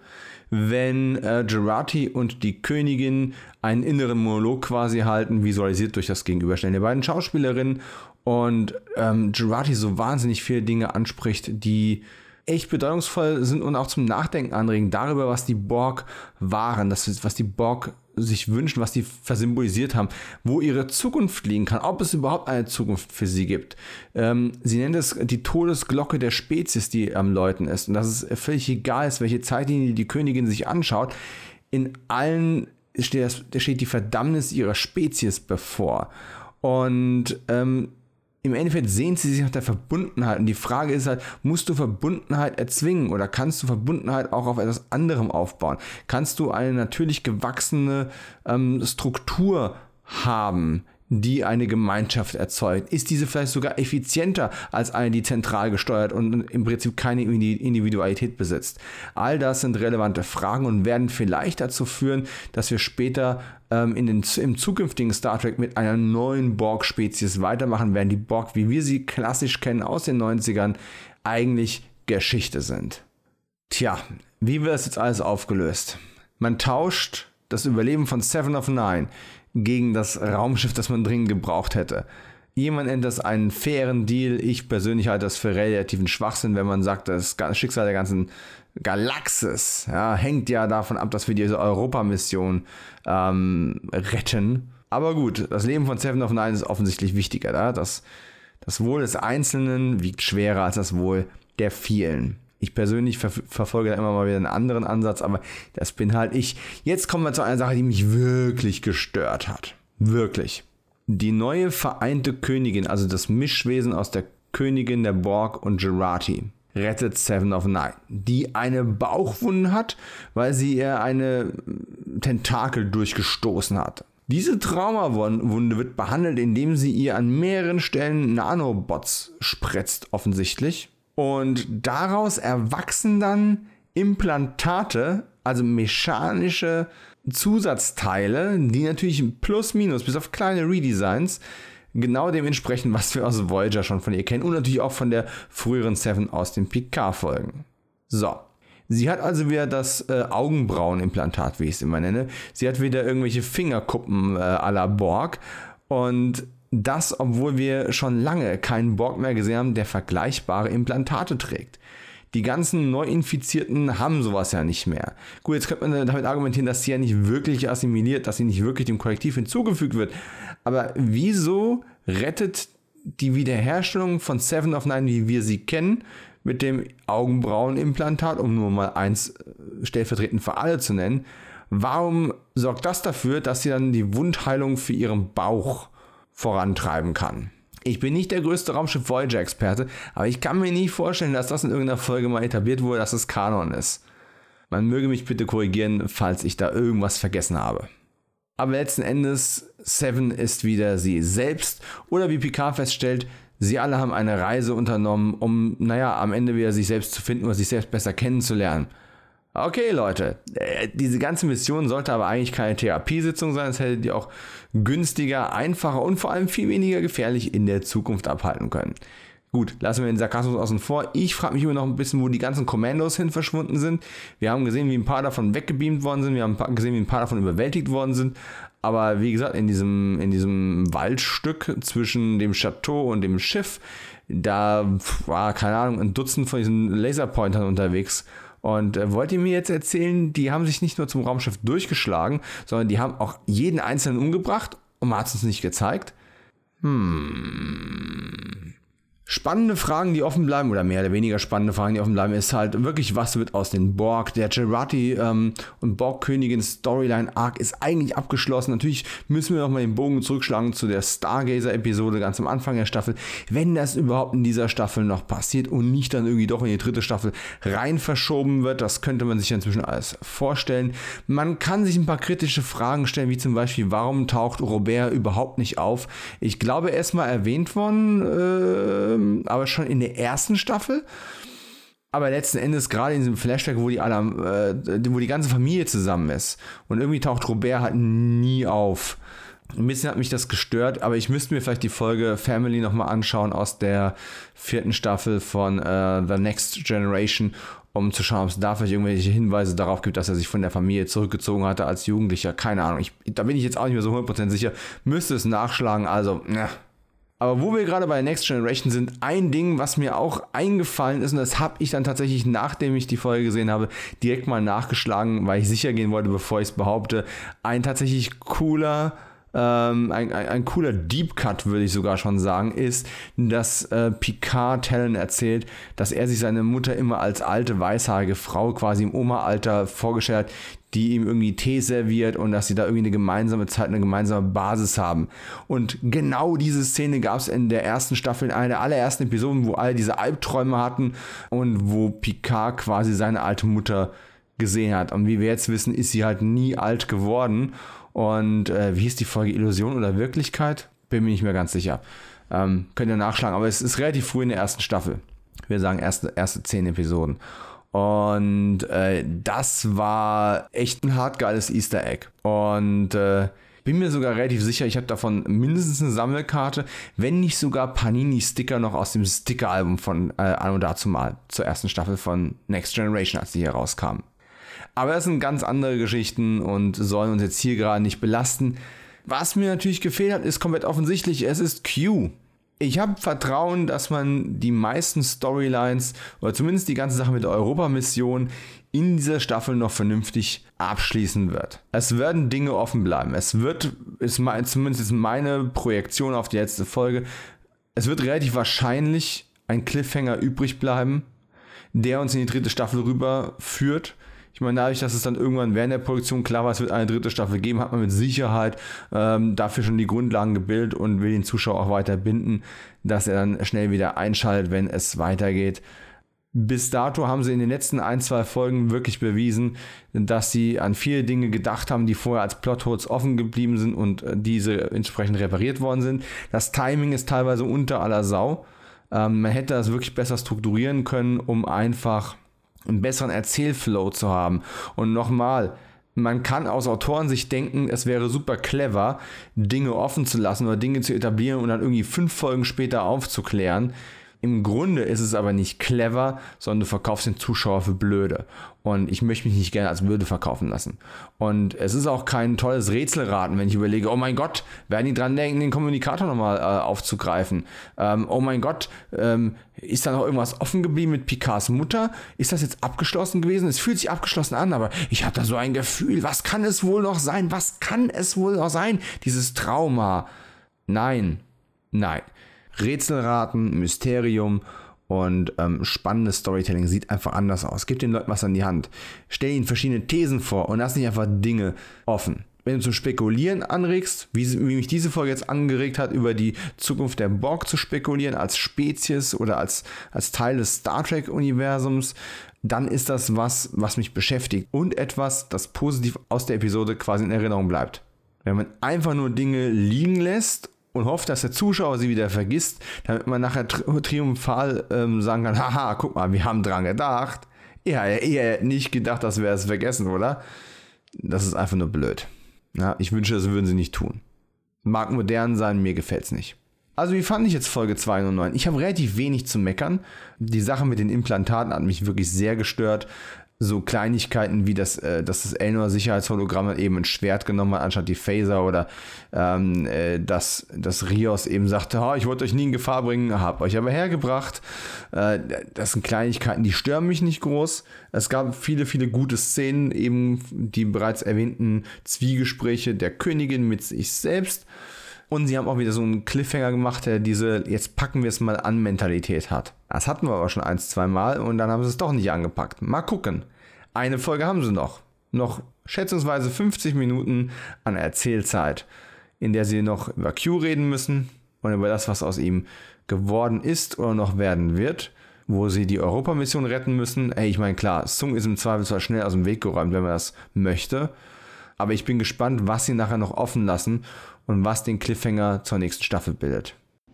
wenn äh, Jurati und die Königin einen inneren Monolog quasi halten, visualisiert durch das Gegenüberstellen der beiden Schauspielerinnen, und ähm, Jurati so wahnsinnig viele Dinge anspricht, die echt bedeutungsvoll sind und auch zum Nachdenken anregen darüber, was die Borg waren, das, was die Borg sich wünschen, was die versymbolisiert haben, wo ihre Zukunft liegen kann, ob es überhaupt eine Zukunft für sie gibt. Ähm, sie nennt es die Todesglocke der Spezies, die am Läuten ist, und dass es völlig egal ist, welche Zeitlinie die Königin sich anschaut. In allen steht, das, steht die Verdammnis ihrer Spezies bevor. Und ähm, im Endeffekt sehnt sie sich nach der Verbundenheit. Und die Frage ist halt, musst du Verbundenheit erzwingen oder kannst du Verbundenheit auch auf etwas anderem aufbauen? Kannst du eine natürlich gewachsene ähm, Struktur haben, die eine Gemeinschaft erzeugt? Ist diese vielleicht sogar effizienter als eine, die zentral gesteuert und im Prinzip keine Individualität besitzt? All das sind relevante Fragen und werden vielleicht dazu führen, dass wir später ähm, in den, im zukünftigen Star Trek mit einer neuen Borg-Spezies weitermachen werden. Die Borg, wie wir sie klassisch kennen aus den neunzigern, eigentlich Geschichte sind. Tja, wie wird das jetzt alles aufgelöst? Man tauscht das Überleben von Seven of Nine gegen das Raumschiff, das man dringend gebraucht hätte. Jemand nennt das einen fairen Deal. Ich persönlich halte das für relativen Schwachsinn, wenn man sagt, das Schicksal der ganzen Galaxis ja, hängt ja davon ab, dass wir diese Europa-Mission ähm, retten. Aber gut, das Leben von Seven of Nine ist offensichtlich wichtiger. Da? Das, das Wohl des Einzelnen wiegt schwerer als das Wohl der vielen. Ich persönlich ver- verfolge da immer mal wieder einen anderen Ansatz, aber das bin halt ich. Jetzt kommen wir zu einer Sache, die mich wirklich gestört hat. Wirklich. Die neue vereinte Königin, also das Mischwesen aus der Königin, der Borg und Jurati, rettet Seven of Nine, die eine Bauchwunde hat, weil sie ihr eine Tentakel durchgestoßen hat. Diese Traumawunde wird behandelt, indem sie ihr an mehreren Stellen Nanobots spritzt, offensichtlich. Und daraus erwachsen dann Implantate, also mechanische Zusatzteile, die natürlich plus minus, bis auf kleine Redesigns, genau dem entsprechen, was wir aus Voyager schon von ihr kennen und natürlich auch von der früheren Seven aus den Picard-Folgen. So, sie hat also wieder das äh, Augenbrauenimplantat, wie ich es immer nenne. Sie hat wieder irgendwelche Fingerkuppen äh, à la Borg und das, obwohl wir schon lange keinen Borg mehr gesehen haben, der vergleichbare Implantate trägt. Die ganzen Neuinfizierten haben sowas ja nicht mehr. Gut, jetzt könnte man damit argumentieren, dass sie ja nicht wirklich assimiliert, dass sie nicht wirklich dem Kollektiv hinzugefügt wird. Aber wieso rettet die Wiederherstellung von Seven of Nine, wie wir sie kennen, mit dem Augenbrauenimplantat, um nur mal eins stellvertretend für alle zu nennen, warum sorgt das dafür, dass sie dann die Wundheilung für ihren Bauch vorantreiben kann? Ich bin nicht der größte Raumschiff-Voyager-Experte, aber ich kann mir nicht vorstellen, dass das in irgendeiner Folge mal etabliert wurde, dass es Kanon ist. Man möge mich bitte korrigieren, falls ich da irgendwas vergessen habe. Aber letzten Endes, Seven ist wieder sie selbst, oder wie Picard feststellt, sie alle haben eine Reise unternommen, um, naja, am Ende wieder sich selbst zu finden oder sich selbst besser kennenzulernen. Okay, Leute, äh, diese ganze Mission sollte aber eigentlich keine Therapiesitzung sein, es hätte die auch günstiger, einfacher und vor allem viel weniger gefährlich in der Zukunft abhalten können. Gut, lassen wir den Sarkasmus außen vor. Ich frage mich immer noch ein bisschen, wo die ganzen Kommandos hin verschwunden sind. Wir haben gesehen, wie ein paar davon weggebeamt worden sind, wir haben gesehen, wie ein paar davon überwältigt worden sind. Aber wie gesagt, in diesem, in diesem Waldstück zwischen dem Chateau und dem Schiff, da war, keine Ahnung, ein Dutzend von diesen Laserpointern unterwegs. Und äh, wollt ihr mir jetzt erzählen, die haben sich nicht nur zum Raumschiff durchgeschlagen, sondern die haben auch jeden Einzelnen umgebracht und man hat es uns nicht gezeigt? Hm... Spannende Fragen, die offen bleiben, oder mehr oder weniger spannende Fragen, die offen bleiben, ist halt wirklich, was wird aus den Borg? Der Jurati ähm, und Borg-Königin Storyline-Arc ist eigentlich abgeschlossen. Natürlich müssen wir nochmal den Bogen zurückschlagen zu der Stargazer-Episode ganz am Anfang der Staffel. Wenn das überhaupt in dieser Staffel noch passiert und nicht dann irgendwie doch in die dritte Staffel rein verschoben wird, das könnte man sich inzwischen alles vorstellen. Man kann sich ein paar kritische Fragen stellen, wie zum Beispiel, warum taucht Robert überhaupt nicht auf? Ich glaube, er ist mal erwähnt worden, äh, aber schon in der ersten Staffel. Aber letzten Endes, gerade in diesem Flashback, wo die, alle, äh, wo die ganze Familie zusammen ist. Und irgendwie taucht Robert halt nie auf. Ein bisschen hat mich das gestört, aber ich müsste mir vielleicht die Folge Family nochmal anschauen aus der vierten Staffel von äh, The Next Generation, um zu schauen, ob es da vielleicht irgendwelche Hinweise darauf gibt, dass er sich von der Familie zurückgezogen hatte als Jugendlicher. Keine Ahnung, ich, da bin ich jetzt auch nicht mehr so hundert Prozent sicher. Müsste es nachschlagen, also, ne. Aber wo wir gerade bei Next Generation sind, ein Ding, was mir auch eingefallen ist, und das habe ich dann tatsächlich, nachdem ich die Folge gesehen habe, direkt mal nachgeschlagen, weil ich sicher gehen wollte, bevor ich es behaupte, ein tatsächlich cooler, ähm, ein, ein, ein cooler Deep Cut, würde ich sogar schon sagen, ist, dass äh, Picard Talon erzählt, dass er sich seine Mutter immer als alte, weißhaarige Frau quasi im Oma-Alter vorgestellt hat, die ihm irgendwie Tee serviert und dass sie da irgendwie eine gemeinsame Zeit, eine gemeinsame Basis haben. Und genau diese Szene gab es in der ersten Staffel, in einer der allerersten Episoden, wo alle diese Albträume hatten und wo Picard quasi seine alte Mutter gesehen hat. Und wie wir jetzt wissen, ist sie halt nie alt geworden. Und äh, wie hieß die Folge? Illusion oder Wirklichkeit? Bin mir nicht mehr ganz sicher. Ähm, könnt ihr nachschlagen. Aber es ist relativ früh in der ersten Staffel. Wir sagen erste, erste zehn Episoden. Und äh, das war echt ein hart geiles Easter Egg. Und äh, bin mir sogar relativ sicher, ich habe davon mindestens eine Sammelkarte, wenn nicht sogar Panini-Sticker noch aus dem Sticker-Album von äh, Anno dazumal zur ersten Staffel von Next Generation, als die hier rauskamen. Aber das sind ganz andere Geschichten und sollen uns jetzt hier gerade nicht belasten. Was mir natürlich gefehlt hat, ist komplett offensichtlich, es ist Q. Ich habe Vertrauen, dass man die meisten Storylines oder zumindest die ganze Sache mit der Europa-Mission in dieser Staffel noch vernünftig abschließen wird. Es werden Dinge offen bleiben. Es wird, ist mein, zumindest ist meine Projektion auf die letzte Folge, es wird relativ wahrscheinlich ein Cliffhanger übrig bleiben. der uns in die dritte Staffel rüberführt. Ich meine, dadurch, dass es dann irgendwann während der Produktion klar war, es wird eine dritte Staffel geben, hat man mit Sicherheit ähm, dafür schon die Grundlagen gebildet und will den Zuschauer auch weiter binden, dass er dann schnell wieder einschaltet, wenn es weitergeht. Bis dato haben sie in den letzten ein, zwei Folgen wirklich bewiesen, dass sie an viele Dinge gedacht haben, die vorher als Plotholes offen geblieben sind und diese entsprechend repariert worden sind. Das Timing ist teilweise unter aller Sau. Ähm, man hätte das wirklich besser strukturieren können, um einfach einen besseren Erzählflow zu haben. Und nochmal, man kann aus Autorensicht denken, es wäre super clever, Dinge offen zu lassen oder Dinge zu etablieren und dann irgendwie fünf Folgen später aufzuklären. Im Grunde ist es aber nicht clever, sondern du verkaufst den Zuschauer für blöde. Und ich möchte mich nicht gerne als blöde verkaufen lassen. Und es ist auch kein tolles Rätselraten, wenn ich überlege, oh mein Gott, werden die dran denken, den Kommunikator nochmal äh, aufzugreifen? Ähm, oh mein Gott, ähm, ist da noch irgendwas offen geblieben mit Picards Mutter? Ist das jetzt abgeschlossen gewesen? Es fühlt sich abgeschlossen an, aber ich habe da so ein Gefühl, was kann es wohl noch sein? Was kann es wohl noch sein? Dieses Trauma. Nein, nein. Rätselraten, Mysterium und ähm, spannendes Storytelling sieht einfach anders aus. Gib den Leuten was an die Hand. Stell ihnen verschiedene Thesen vor und lass nicht einfach Dinge offen. Wenn du zum Spekulieren anregst, wie, wie mich diese Folge jetzt angeregt hat, über die Zukunft der Borg zu spekulieren als Spezies oder als, als Teil des Star Trek-Universums, dann ist das was, was mich beschäftigt und etwas, das positiv aus der Episode quasi in Erinnerung bleibt. Wenn man einfach nur Dinge liegen lässt und hofft, dass der Zuschauer sie wieder vergisst, damit man nachher tri- triumphal ähm, sagen kann, haha, guck mal, wir haben dran gedacht. Ja, eher nicht gedacht, dass wir es vergessen, oder? Das ist einfach nur blöd. Ja, ich wünsche, das würden sie nicht tun. Mag modern sein, mir gefällt's nicht. Also wie fand ich jetzt Folge zweihundertneun? Ich habe relativ wenig zu meckern. Die Sache mit den Implantaten hat mich wirklich sehr gestört. So Kleinigkeiten wie das, äh, dass das Elnor-Sicherheitshologramm eben ein Schwert genommen hat, anstatt die Phaser, oder ähm, äh, dass, dass Rios eben sagte, oh, ich wollte euch nie in Gefahr bringen, hab euch aber hergebracht. Äh, das sind Kleinigkeiten, die stören mich nicht groß. Es gab viele, viele gute Szenen, eben die bereits erwähnten Zwiegespräche der Königin mit sich selbst. Und sie haben auch wieder so einen Cliffhanger gemacht, der diese jetzt packen wir es mal an Mentalität hat. Das hatten wir aber schon ein, zwei Mal und dann haben sie es doch nicht angepackt. Mal gucken. Eine Folge haben sie noch. Noch schätzungsweise fünfzig Minuten an Erzählzeit, in der sie noch über Q reden müssen und über das, was aus ihm geworden ist oder noch werden wird, wo sie die Europamission retten müssen. Ey, ich meine, klar, Sung ist im Zweifelsfall schnell aus dem Weg geräumt, wenn man das möchte. Aber ich bin gespannt, was sie nachher noch offen lassen und was den Cliffhanger zur nächsten Staffel bildet.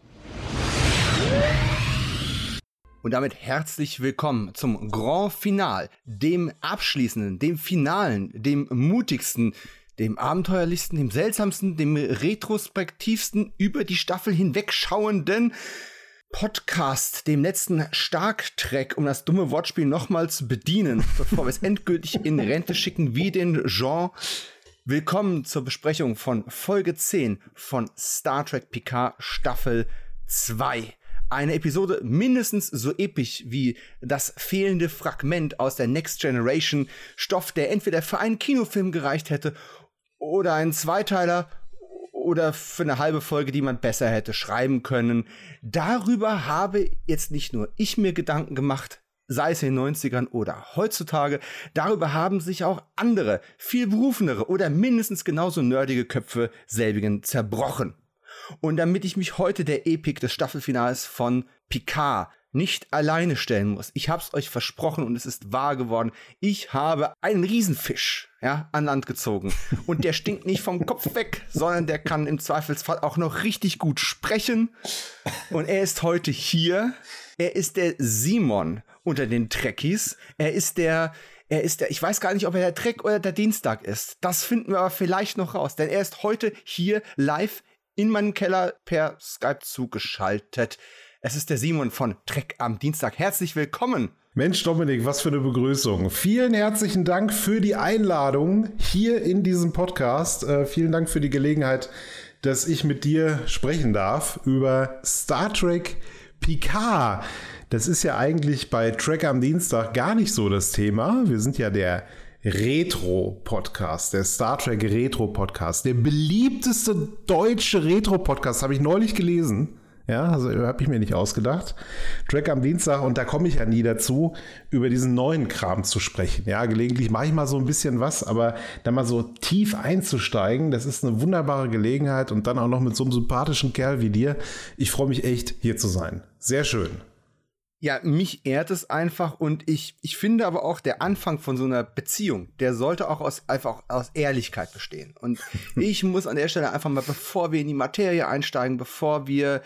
Und damit herzlich willkommen zum Grand Final, dem abschließenden, dem finalen, dem mutigsten, dem abenteuerlichsten, dem seltsamsten, dem retrospektivsten, über die Staffel hinwegschauenden Podcast, dem letzten Stark-Track, um das dumme Wortspiel nochmal zu bedienen, bevor wir es endgültig in Rente schicken, wie den Jean. Willkommen zur Besprechung von Folge zehn von Star Trek Picard Staffel zwei. Eine Episode mindestens so episch wie das fehlende Fragment aus der Next Generation. Stoff, der entweder für einen Kinofilm gereicht hätte oder einen Zweiteiler oder für eine halbe Folge, die man besser hätte schreiben können. Darüber habe jetzt nicht nur ich mir Gedanken gemacht, sei es in den neunzigern oder heutzutage. Darüber haben sich auch andere, viel berufenere oder mindestens genauso nerdige Köpfe selbigen zerbrochen. Und damit ich mich heute der Epik des Staffelfinals von Picard nicht alleine stellen muss, ich hab's euch versprochen und es ist wahr geworden, ich habe einen Riesenfisch, ja, an Land gezogen. Und der stinkt nicht vom Kopf weg, sondern der kann im Zweifelsfall auch noch richtig gut sprechen. Und er ist heute hier. Er ist der Simon unter den Trekkies. Er ist der, er ist der, ich weiß gar nicht, ob er der Trek oder der Dienstag ist. Das finden wir aber vielleicht noch raus, denn er ist heute hier live in meinem Keller per Skype zugeschaltet. Es ist der Simon von Trek am Dienstag. Herzlich willkommen. Mensch, Dominik, was für eine Begrüßung. Vielen herzlichen Dank für die Einladung hier in diesem Podcast. Äh, vielen Dank für die Gelegenheit, dass ich mit dir sprechen darf über Star Trek Picard. Das ist ja eigentlich bei Trek am Dienstag gar nicht so das Thema. Wir sind ja der Retro-Podcast, der Star Trek Retro-Podcast, der beliebteste deutsche Retro-Podcast, habe ich neulich gelesen. Ja, also habe ich mir nicht ausgedacht. Track am Dienstag, und da komme ich ja nie dazu, über diesen neuen Kram zu sprechen. Ja, gelegentlich mache ich mal so ein bisschen was, aber da mal so tief einzusteigen, das ist eine wunderbare Gelegenheit, und dann auch noch mit so einem sympathischen Kerl wie dir. Ich freue mich echt, hier zu sein. Sehr schön. Ja, mich ehrt es einfach, und ich, ich finde aber auch, der Anfang von so einer Beziehung, der sollte auch aus, einfach aus Ehrlichkeit bestehen. Und ich muss an der Stelle einfach mal, bevor wir in die Materie einsteigen, bevor wir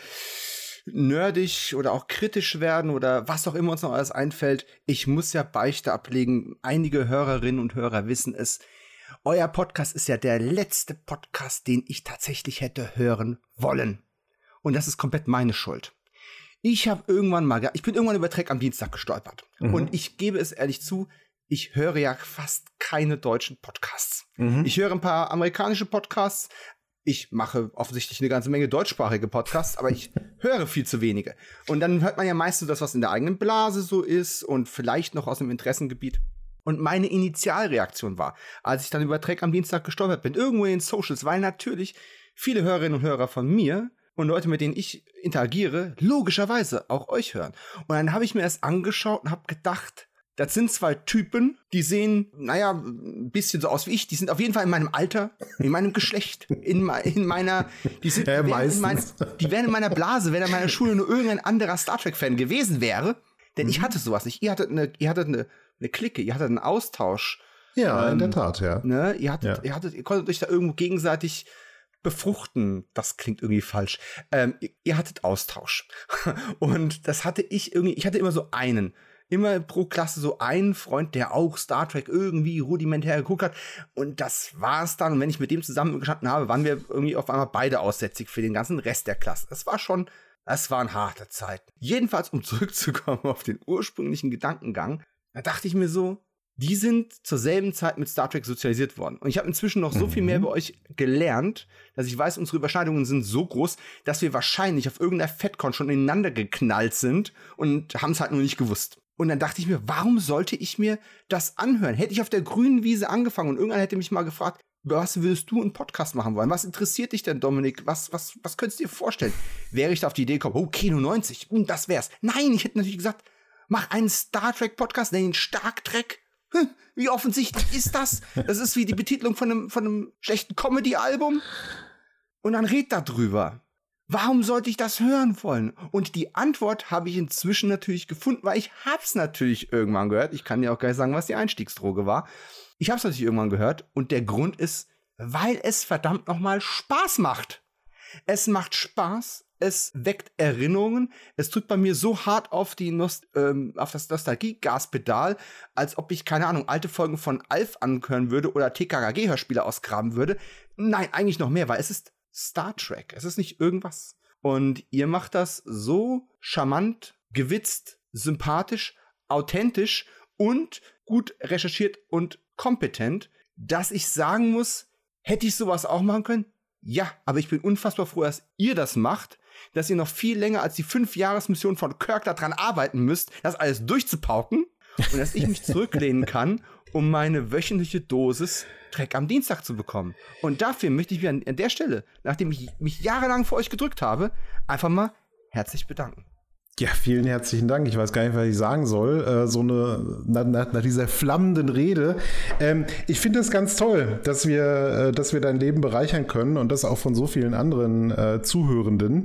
nerdig oder auch kritisch werden oder was auch immer uns noch alles einfällt, ich muss ja Beichte ablegen. Einige Hörerinnen und Hörer wissen es. Euer Podcast ist ja der letzte Podcast, den ich tatsächlich hätte hören wollen. Und das ist komplett meine Schuld. Ich habe irgendwann mal, ich bin irgendwann über Track am Dienstag gestolpert. Mhm. Und ich gebe es ehrlich zu, ich höre ja fast keine deutschen Podcasts. Mhm. Ich höre ein paar amerikanische Podcasts. Ich mache offensichtlich eine ganze Menge deutschsprachige Podcasts, aber ich höre viel zu wenige. Und dann hört man ja meistens das, was in der eigenen Blase so ist und vielleicht noch aus dem Interessengebiet. Und meine Initialreaktion war, als ich dann über Track am Dienstag gestolpert bin, irgendwo in den Socials, weil natürlich viele Hörerinnen und Hörer von mir und Leute, mit denen ich interagiere, logischerweise auch euch hören. Und dann habe ich mir das angeschaut und habe gedacht, das sind zwei Typen, die sehen, naja, ein bisschen so aus wie ich. Die sind auf jeden Fall in meinem Alter, in meinem Geschlecht, in, in meiner, die sind, ja, wären in mein, die wären in meiner Blase, wenn in meiner Schule nur irgendein anderer Star Trek-Fan gewesen wäre. Denn mhm. ich hatte sowas nicht. Ihr hattet eine, ihr hattet eine, eine Clique, ihr hattet einen Austausch. Ja, ähm, in der Tat, ja. Ne? Ihr hattet, ja. ihr hattet, ihr konntet euch da irgendwo gegenseitig befruchten, das klingt irgendwie falsch. Ähm, ihr, ihr hattet Austausch. Und das hatte ich irgendwie, ich hatte immer so einen, immer pro Klasse so einen Freund, der auch Star Trek irgendwie rudimentär geguckt hat. Und das war's dann. Und wenn ich mit dem zusammengestanden habe, waren wir irgendwie auf einmal beide aussätzig für den ganzen Rest der Klasse. Das war schon, das waren harte Zeiten. Jedenfalls, um zurückzukommen auf den ursprünglichen Gedankengang, da dachte ich mir so, die sind zur selben Zeit mit Star Trek sozialisiert worden. Und ich habe inzwischen noch so viel mehr über euch gelernt, dass ich weiß, unsere Überschneidungen sind so groß, dass wir wahrscheinlich auf irgendeiner FedCon schon ineinander geknallt sind und haben es halt nur nicht gewusst. Und dann dachte ich mir, warum sollte ich mir das anhören? Hätte ich auf der grünen Wiese angefangen und irgendeiner hätte mich mal gefragt, über was würdest du einen Podcast machen wollen? Was interessiert dich denn, Dominik? Was, was, was könntest du dir vorstellen? Wäre ich da auf die Idee gekommen, oh, Kino neunzig, das wär's. Nein, ich hätte natürlich gesagt, mach einen Star Trek-Podcast, nenn ihn Stark Trek. Wie offensichtlich ist das? Das ist wie die Betitelung von einem, von einem schlechten Comedy-Album. Und dann red da drüber. Warum sollte ich das hören wollen? Und die Antwort habe ich inzwischen natürlich gefunden, weil ich hab's natürlich irgendwann gehört. Ich kann dir auch gar nicht sagen, was die Einstiegsdroge war. Ich hab's natürlich irgendwann gehört. Und der Grund ist, weil es verdammt nochmal Spaß macht. Es macht Spaß. Es weckt Erinnerungen. Es drückt bei mir so hart auf die Nost- ähm, auf das Nostalgie-Gaspedal, als ob ich, keine Ahnung, alte Folgen von Alf anhören würde oder T K K G-Hörspiele ausgraben würde. Nein, eigentlich noch mehr, weil es ist Star Trek. Es ist nicht irgendwas. Und ihr macht das so charmant, gewitzt, sympathisch, authentisch und gut recherchiert und kompetent, dass ich sagen muss, hätte ich sowas auch machen können? Ja, aber ich bin unfassbar froh, dass ihr das macht, dass ihr noch viel länger als die Fünf-Jahres-Mission von Kirk daran arbeiten müsst, das alles durchzupauken und dass ich mich zurücklehnen kann, um meine wöchentliche Dosis Trek am Dienstag zu bekommen. Und dafür möchte ich mich an, an der Stelle, nachdem ich mich jahrelang für euch gedrückt habe, einfach mal herzlich bedanken. Ja, vielen herzlichen Dank. Ich weiß gar nicht, was ich sagen soll. Äh, so eine, nach, nach dieser flammenden Rede. Ähm, ich finde es ganz toll, dass wir, äh, dass wir dein Leben bereichern können und das auch von so vielen anderen äh, Zuhörenden.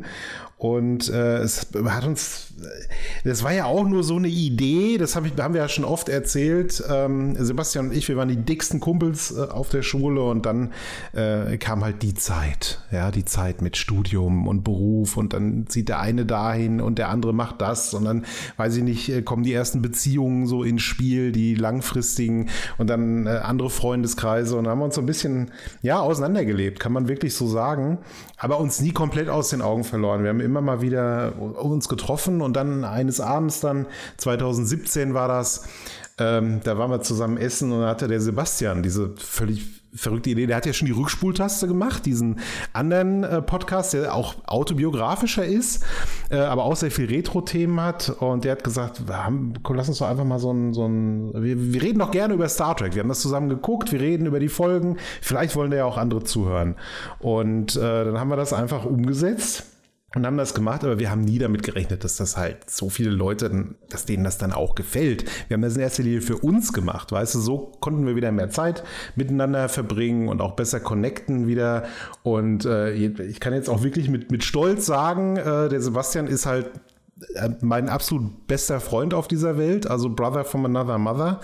Und äh, es hat uns, das war ja auch nur so eine Idee, das hab ich, haben wir ja schon oft erzählt. Ähm, Sebastian und ich, wir waren die dicksten Kumpels äh, auf der Schule und dann äh, kam halt die Zeit, ja, die Zeit mit Studium und Beruf und dann zieht der eine dahin und der andere macht das und dann, weiß ich nicht, kommen die ersten Beziehungen so ins Spiel, die langfristigen und dann äh, andere Freundeskreise und dann haben wir uns so ein bisschen, ja, auseinandergelebt, kann man wirklich so sagen, aber uns nie komplett aus den Augen verloren. Wir haben immer mal wieder uns getroffen und dann eines Abends dann, zwanzig siebzehn war das, ähm, da waren wir zusammen essen und da hatte der Sebastian diese völlig verrückte Idee, der hat ja schon die Rückspultaste gemacht, diesen anderen äh, Podcast, der auch autobiografischer ist, äh, aber auch sehr viel Retro-Themen hat und der hat gesagt, wir haben, komm, lass uns doch einfach mal so ein, so ein wir, wir reden doch gerne über Star Trek, wir haben das zusammen geguckt, wir reden über die Folgen, vielleicht wollen da ja auch andere zuhören und äh, dann haben wir das einfach umgesetzt. und haben das gemacht, aber wir haben nie damit gerechnet, dass das halt so viele Leute, dass denen das dann auch gefällt. Wir haben das in erster Linie für uns gemacht, weißt du, so konnten wir wieder mehr Zeit miteinander verbringen und auch besser connecten wieder. Und äh, ich kann jetzt auch wirklich mit, mit Stolz sagen, äh, der Sebastian ist halt mein absolut bester Freund auf dieser Welt, also Brother from another mother.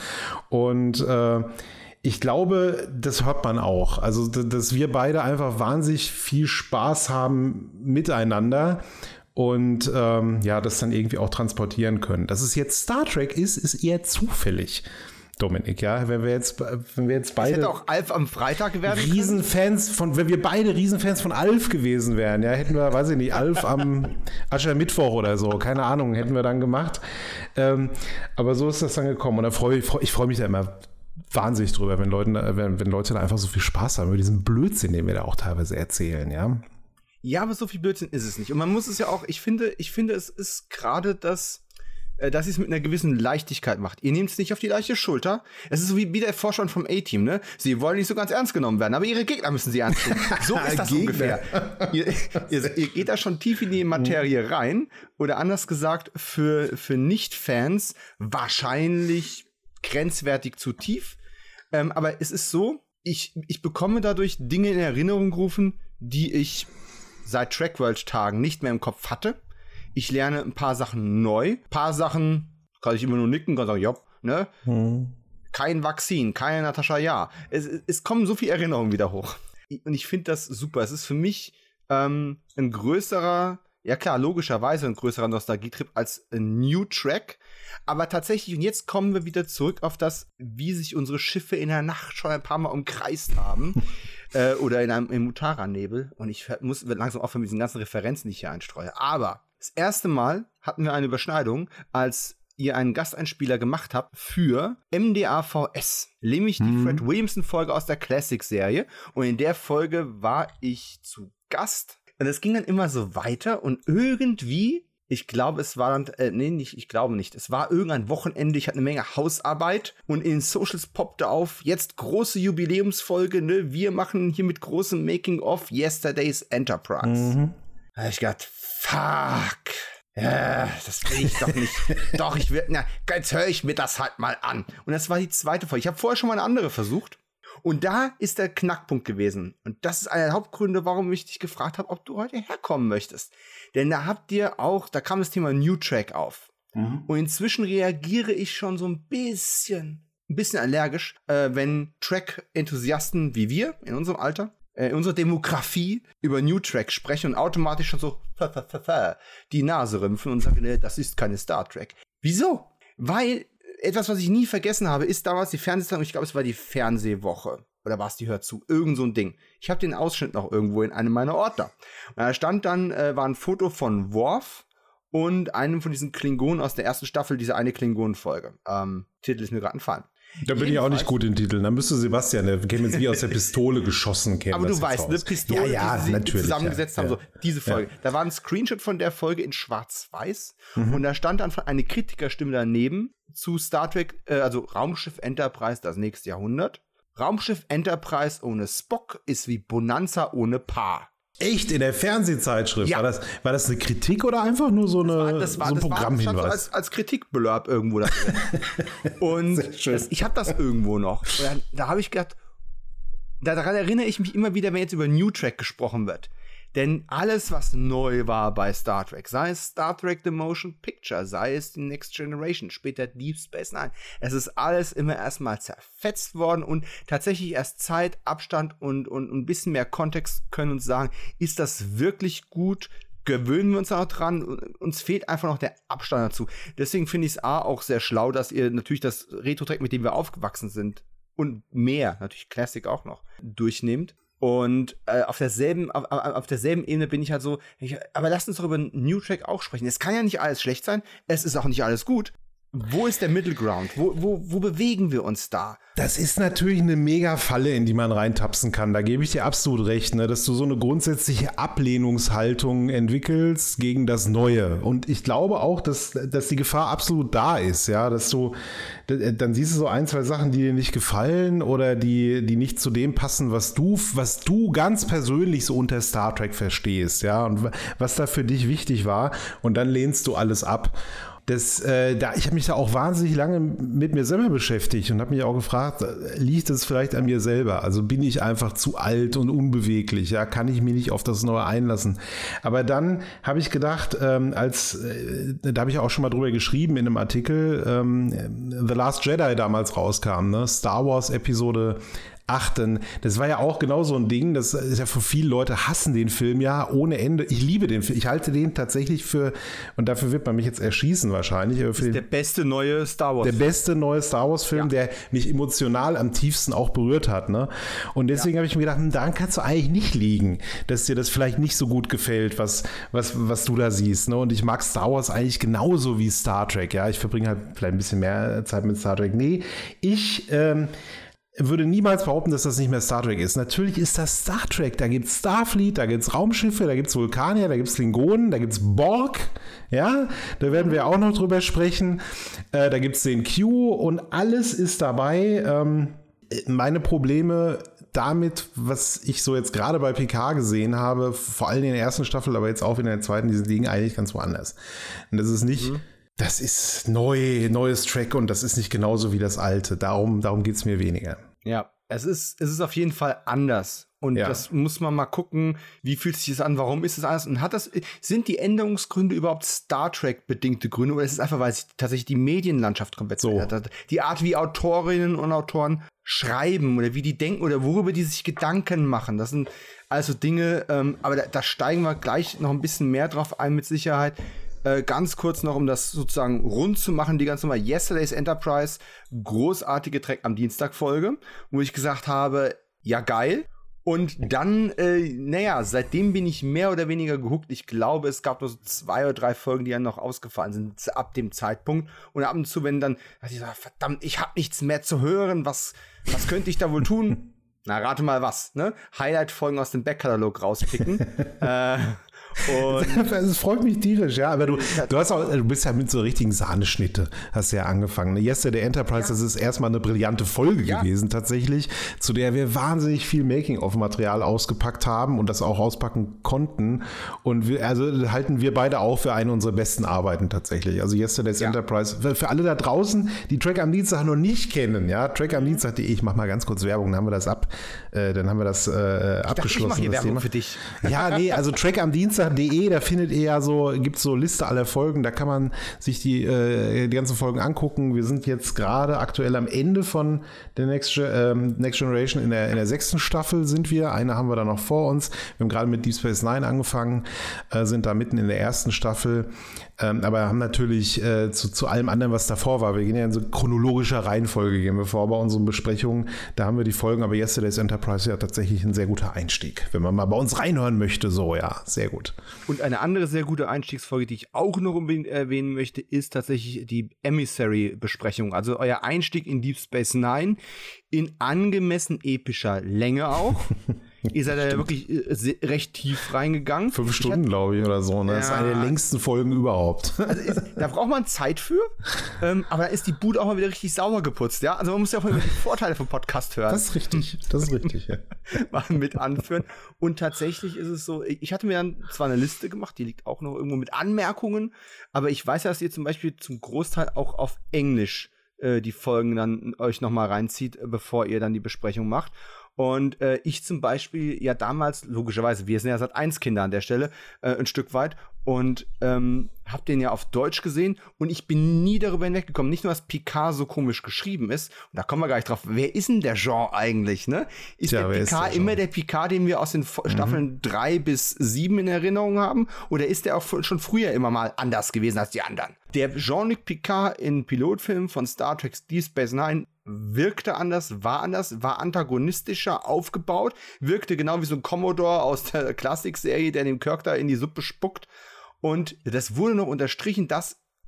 Und äh, ich glaube, das hört man auch. Also, dass wir beide einfach wahnsinnig viel Spaß haben miteinander und ähm, ja, das dann irgendwie auch transportieren können. Dass es jetzt Star Trek ist, ist eher zufällig, Dominik, ja. Wenn wir jetzt, wenn wir jetzt beide. Das hätte auch Alf am Freitag werden können. Riesenfans von, wenn wir beide Riesenfans von Alf gewesen wären, ja, hätten wir, weiß ich nicht, Alf am Aschermittwoch oder so, keine Ahnung, hätten wir dann gemacht. Ähm, aber so ist das dann gekommen. Und da freue ich, ich freue mich da immer wahnsinnig drüber, wenn, Leuten, wenn, wenn Leute da einfach so viel Spaß haben über diesen Blödsinn, den wir da auch teilweise erzählen, ja. Ja, aber so viel Blödsinn ist es nicht. Und man muss es ja auch, ich finde, ich finde, es ist gerade das, äh, dass sie es mit einer gewissen Leichtigkeit macht. Ihr nehmt es nicht auf die leichte Schulter. Es ist so wie, wie der Vorstand vom A-Team, ne? Sie wollen nicht so ganz ernst genommen werden, aber ihre Gegner müssen sie ernst nehmen. So ist das ungefähr. ihr, ihr, ihr geht da schon tief in die Materie rein. Oder anders gesagt, für, für Nicht-Fans wahrscheinlich grenzwertig zu tief. Ähm, aber es ist so, ich, ich bekomme dadurch Dinge in Erinnerung gerufen, die ich seit Trackworld-Tagen nicht mehr im Kopf hatte. Ich lerne ein paar Sachen neu. Ein paar Sachen kann ich immer nur nicken, kann sagen, ja, ne? Hm. Kein Vakzin, keine Natascha, ja. Es, es kommen so viele Erinnerungen wieder hoch. Und ich finde das super. Es ist für mich ähm, ein größerer, ja klar, logischerweise ein größerer Nostalgietrip als ein New Track. Aber tatsächlich, und jetzt kommen wir wieder zurück auf das, wie sich unsere Schiffe in der Nacht schon ein paar Mal umkreist haben. äh, oder in einem im Mutara-Nebel. Und ich muss langsam aufhören mit diesen ganzen Referenzen, die ich hier einstreue. Aber das erste Mal hatten wir eine Überschneidung, als ihr einen Gasteinspieler gemacht habt für M D A V S. Nämlich die mhm. Fred Williamson-Folge aus der Classic-Serie. Und in der Folge war ich zu Gast. Und es ging dann immer so weiter. Und irgendwie, ich glaube, es war dann, äh, nee, nicht, ich glaube nicht. Es war irgendein Wochenende, ich hatte eine Menge Hausarbeit. Und in den Socials poppte auf, jetzt große Jubiläumsfolge, ne? Wir machen hier mit großem Making-of Yesterday's Enterprise. Mhm. Da hab ich gedacht, fuck. Ja, das will ich doch nicht. Doch, ich will, na, jetzt höre ich mir das halt mal an. Und das war die zweite Folge. Ich habe vorher schon mal eine andere versucht. Und da ist der Knackpunkt gewesen. Und das ist einer der Hauptgründe, warum ich dich gefragt habe, ob du heute herkommen möchtest. Denn da habt ihr auch, da kam das Thema New Track auf. Mhm. Und inzwischen reagiere ich schon so ein bisschen, ein bisschen allergisch, äh, wenn Track-Enthusiasten wie wir in unserem Alter, in unserer Demografie über New Track sprechen und automatisch schon so die Nase rümpfen und sagen, das ist keine Star Trek. Wieso? Weil etwas, was ich nie vergessen habe, ist damals die Fernsehsendung, ich glaube, es war die Fernsehwoche. Oder war es die Hör zu? Irgend so ein Ding. Ich habe den Ausschnitt noch irgendwo in einem meiner Ordner. Und da stand dann, äh, war ein Foto von Worf und einem von diesen Klingonen aus der ersten Staffel, diese eine Klingonen-Folge. Ähm, Titel ist mir gerade entfallen. Da bin ich auch nicht gut in Titeln. Da müsste Sebastian, der käme jetzt wie aus der Pistole geschossen. Aber du weißt, eine Pistole, ja, ja, die sie natürlich, zusammengesetzt ja, haben. ja. So, diese Folge. Ja. Da war ein Screenshot von der Folge in schwarz-weiß. Mhm. Und da stand dann eine Kritikerstimme daneben zu Star Trek, äh, also Raumschiff Enterprise, das nächste Jahrhundert. Raumschiff Enterprise ohne Spock ist wie Bonanza ohne Paar. Echt? In der Fernsehzeitschrift? Ja. War das, war das eine Kritik oder einfach nur so, eine, das war, das war, so ein das Programmhinweis? War, das als, als Kritikblurb irgendwo da drin. Und das, ich habe das irgendwo noch. Und dann, da habe ich gedacht, daran erinnere ich mich immer wieder, wenn jetzt über New Track gesprochen wird. Denn alles, was neu war bei Star Trek, sei es Star Trek The Motion Picture, sei es die Next Generation, später Deep Space Nine, es ist alles immer erstmal zerfetzt worden und tatsächlich erst Zeit, Abstand und, und ein bisschen mehr Kontext können uns sagen, ist das wirklich gut? Gewöhnen wir uns auch dran? Uns fehlt einfach noch der Abstand dazu. Deswegen finde ich es A auch sehr schlau, dass ihr natürlich das Retro-Track, mit dem wir aufgewachsen sind und mehr, natürlich Classic auch noch, durchnehmt. Und äh, auf derselben auf, auf derselben Ebene bin ich halt so, ich, aber lasst uns doch über New Track auch sprechen. Es kann ja nicht alles schlecht sein, es ist auch nicht alles gut, Wo ist der Middle Ground? Wo, wo, wo bewegen wir uns da? Das ist natürlich eine mega Falle, in die man reintapsen kann. Da gebe ich dir absolut recht, ne? Dass du so eine grundsätzliche Ablehnungshaltung entwickelst gegen das Neue. Und ich glaube auch, dass, dass die Gefahr absolut da ist, ja, dass du, dann siehst du so ein, zwei Sachen, die dir nicht gefallen oder die, die nicht zu dem passen, was du, was du ganz persönlich so unter Star Trek verstehst, ja, und was da für dich wichtig war. Und dann lehnst du alles ab. Das, äh, da, ich habe mich da auch wahnsinnig lange mit mir selber beschäftigt und habe mich auch gefragt, liegt es vielleicht an mir selber? Also bin ich einfach zu alt und unbeweglich? Ja, kann ich mich nicht auf das Neue einlassen? Aber dann habe ich gedacht, ähm, als äh, da habe ich auch schon mal drüber geschrieben in einem Artikel, ähm, The Last Jedi damals rauskam, ne? Star Wars Episode achten. Das war ja auch genau so ein Ding, das ist ja für viele Leute hassen den Film ja ohne Ende. Ich liebe den Film. Ich halte den tatsächlich für, und dafür wird man mich jetzt erschießen wahrscheinlich. Aber für ist den, der beste neue Star Wars. Der beste neue Star Wars Film, ja, der mich emotional am tiefsten auch berührt hat. Ne? Und deswegen ja. habe ich mir gedacht, daran kannst du eigentlich nicht liegen, dass dir das vielleicht nicht so gut gefällt, was, was, was du da siehst. Ne? Und ich mag Star Wars eigentlich genauso wie Star Trek. Ja, ich verbringe halt vielleicht ein bisschen mehr Zeit mit Star Trek. Nee, ich ähm, würde niemals behaupten, dass das nicht mehr Star Trek ist. Natürlich ist das Star Trek. Da gibt es Starfleet, da gibt es Raumschiffe, da gibt es Vulkanier, da gibt es Klingonen, da gibt es Borg. Ja, da werden wir auch noch drüber sprechen. Äh, da gibt es den Q und alles ist dabei. Ähm, meine Probleme damit, was ich so jetzt gerade bei Picard gesehen habe, vor allem in der ersten Staffel, aber jetzt auch in der zweiten, die liegen eigentlich ganz woanders. Und das ist nicht... Mhm. Das ist neu, neues Track und das ist nicht genauso wie das alte. Darum, darum geht es mir weniger. Ja, es ist, es ist auf jeden Fall anders. Und ja. das muss man mal gucken, wie fühlt sich das an, warum ist es anders? Und hat das, sind die Änderungsgründe überhaupt Star Trek-bedingte Gründe oder ist es einfach, weil sich tatsächlich die Medienlandschaft komplett verändert hat? Die Art, wie Autorinnen und Autoren schreiben oder wie die denken oder worüber die sich Gedanken machen. Das sind also Dinge, ähm, aber da, da steigen wir gleich noch ein bisschen mehr drauf ein mit Sicherheit. Äh, ganz kurz noch, um das sozusagen rund zu machen, die ganze Nummer Yesterday's Enterprise, großartige Trek am Dienstag Folge, wo ich gesagt habe, ja geil. Und dann, äh, naja, seitdem bin ich mehr oder weniger gehuckt. Ich glaube, es gab nur so zwei oder drei Folgen, die dann noch ausgefallen sind ab dem Zeitpunkt. Und ab und zu, wenn dann, dachte ich so, verdammt, ich habe nichts mehr zu hören, was, was könnte ich da wohl tun? Na, rate mal was, ne? Highlight-Folgen aus dem Backkatalog rauspicken. äh, Und es freut mich tierisch, ja, aber du, du hast auch, du bist ja mit so richtigen Sahneschnitte, hast ja angefangen. Yesterday Enterprise, ja. Das ist erstmal eine brillante Folge ja. gewesen tatsächlich, zu der wir wahnsinnig viel Making-of-Material ausgepackt haben und das auch auspacken konnten. Und wir, also halten wir beide auch für eine unserer besten Arbeiten tatsächlich. Also Yesterday's ja. Enterprise, für, für alle da draußen, die Track am Dienstag noch nicht kennen, ja, Track am Dienstag punkt de, ich mach mal ganz kurz Werbung, dann haben wir das ab, äh, dann haben wir das äh, abgeschlossen. Ich mach hier Werbung Thema. Für dich. Ja, nee, also Track am Dienstag punkt de, da findet ihr ja so, gibt es so Liste aller Folgen, da kann man sich die, äh, die ganzen Folgen angucken. Wir sind jetzt gerade aktuell am Ende von der Next, ähm, Next Generation, in der, in der sechsten Staffel sind wir, eine haben wir da noch vor uns. Wir haben gerade mit Deep Space Nine angefangen, äh, sind da mitten in der ersten Staffel, ähm, aber haben natürlich äh, zu, zu allem anderen, was davor war, wir gehen ja in so chronologischer Reihenfolge, gehen wir vor bei unseren Besprechungen, da haben wir die Folgen, aber Yesterday's Enterprise ja tatsächlich ein sehr guter Einstieg, wenn man mal bei uns reinhören möchte, so, ja, sehr gut. Und eine andere sehr gute Einstiegsfolge, die ich auch noch unbedingt erwähnen möchte, ist tatsächlich die Emissary-Besprechung. Also euer Einstieg in Deep Space Nine in angemessen epischer Länge auch. Ihr seid ja wirklich äh, recht tief reingegangen. Fünf Stunden, glaube ich, oder so. Ne? Ja. Das ist eine der längsten Folgen überhaupt. Also ist, da braucht man Zeit für. Ähm, aber da ist die Bude auch mal wieder richtig sauber geputzt. Ja? Also man muss ja auch mal die Vorteile vom Podcast hören. Das ist richtig. Das ist richtig, ja. Mal mit anführen. Und tatsächlich ist es so, ich hatte mir dann zwar eine Liste gemacht, die liegt auch noch irgendwo mit Anmerkungen, aber ich weiß ja, dass ihr zum Beispiel zum Großteil auch auf Englisch äh, die Folgen dann euch noch mal reinzieht, bevor ihr dann die Besprechung macht. Und äh, ich zum Beispiel ja damals, logischerweise, wir sind ja Sat eins Kinder an der Stelle, äh, ein Stück weit, und ähm, hab den ja auf Deutsch gesehen und ich bin nie darüber hinweggekommen, nicht nur, dass Picard so komisch geschrieben ist, und da kommen wir gleich drauf, wer ist denn der Jean eigentlich, ne? Ist Tja, der Picard ist der immer der Picard, den wir aus den mhm. Staffeln drei bis sieben in Erinnerung haben, oder ist der auch schon früher immer mal anders gewesen als die anderen? Der Jean-Luc Picard in Pilotfilmen von Star Trek Deep Space Nine wirkte anders, war anders, war antagonistischer aufgebaut, wirkte genau wie so ein Commodore aus der Klassikserie, der dem Kirk da in die Suppe spuckt. Und das wurde noch unterstrichen, dass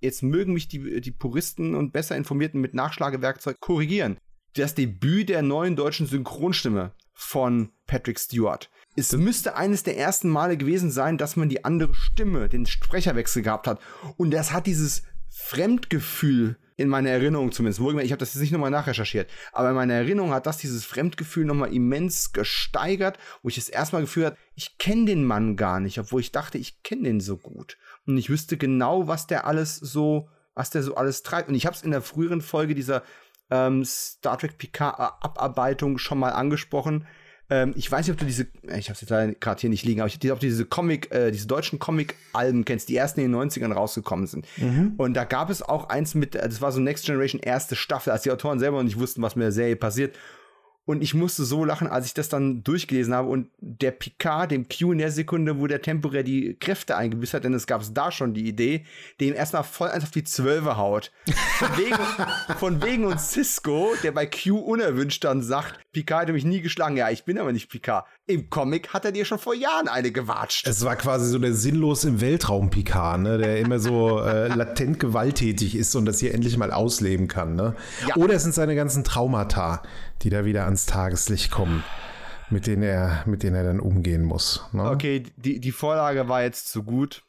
jetzt mögen mich die, die Puristen und besser Informierten mit Nachschlagewerkzeug korrigieren. Das Debüt der neuen deutschen Synchronstimme von Patrick Stewart. Es müsste eines der ersten Male gewesen sein, dass man die andere Stimme, den Sprecherwechsel gehabt hat. Und das hat dieses Fremdgefühl in meiner Erinnerung zumindest, ich habe das jetzt nicht nochmal nachrecherchiert, aber in meiner Erinnerung hat das dieses Fremdgefühl nochmal immens gesteigert, wo ich das erstmal Gefühl hatte, ich kenne den Mann gar nicht, obwohl ich dachte, ich kenne den so gut. Und ich wüsste genau, was der alles so, was der so alles treibt. Und ich habe es in der früheren Folge dieser ähm, Star Trek Picard-Abarbeitung schon mal angesprochen. Ähm, ich weiß nicht, ob du diese, ich habe es jetzt gerade hier nicht liegen, aber ich ob du diese Comic, äh, diese deutschen Comic-Alben kennst, die ersten in den neunzigern rausgekommen sind. Mhm. Und da gab es auch eins mit, das war so Next Generation erste Staffel, als die Autoren selber noch nicht wussten, was mit der Serie passiert. Und ich musste so lachen, als ich das dann durchgelesen habe und der Picard, dem Q in der Sekunde, wo der temporär die Kräfte eingebüßt hat, denn es gab da schon die Idee, dem erstmal voll eins auf die Zwölfe haut. Von wegen, von wegen und Cisco, der bei Q unerwünscht dann sagt, Picard hätte mich nie geschlagen. Ja, ich bin aber nicht Picard. Im Comic hat er dir schon vor Jahren eine gewatscht. Es war quasi so der sinnlos im Weltraum Picard, ne, der immer so äh, latent gewalttätig ist und das hier endlich mal ausleben kann. Ne? Ja. Oder es sind seine ganzen Traumata, die da wieder ans Tageslicht kommen, mit denen er, mit denen er dann umgehen muss. Ne? Okay, die, die Vorlage war jetzt zu gut.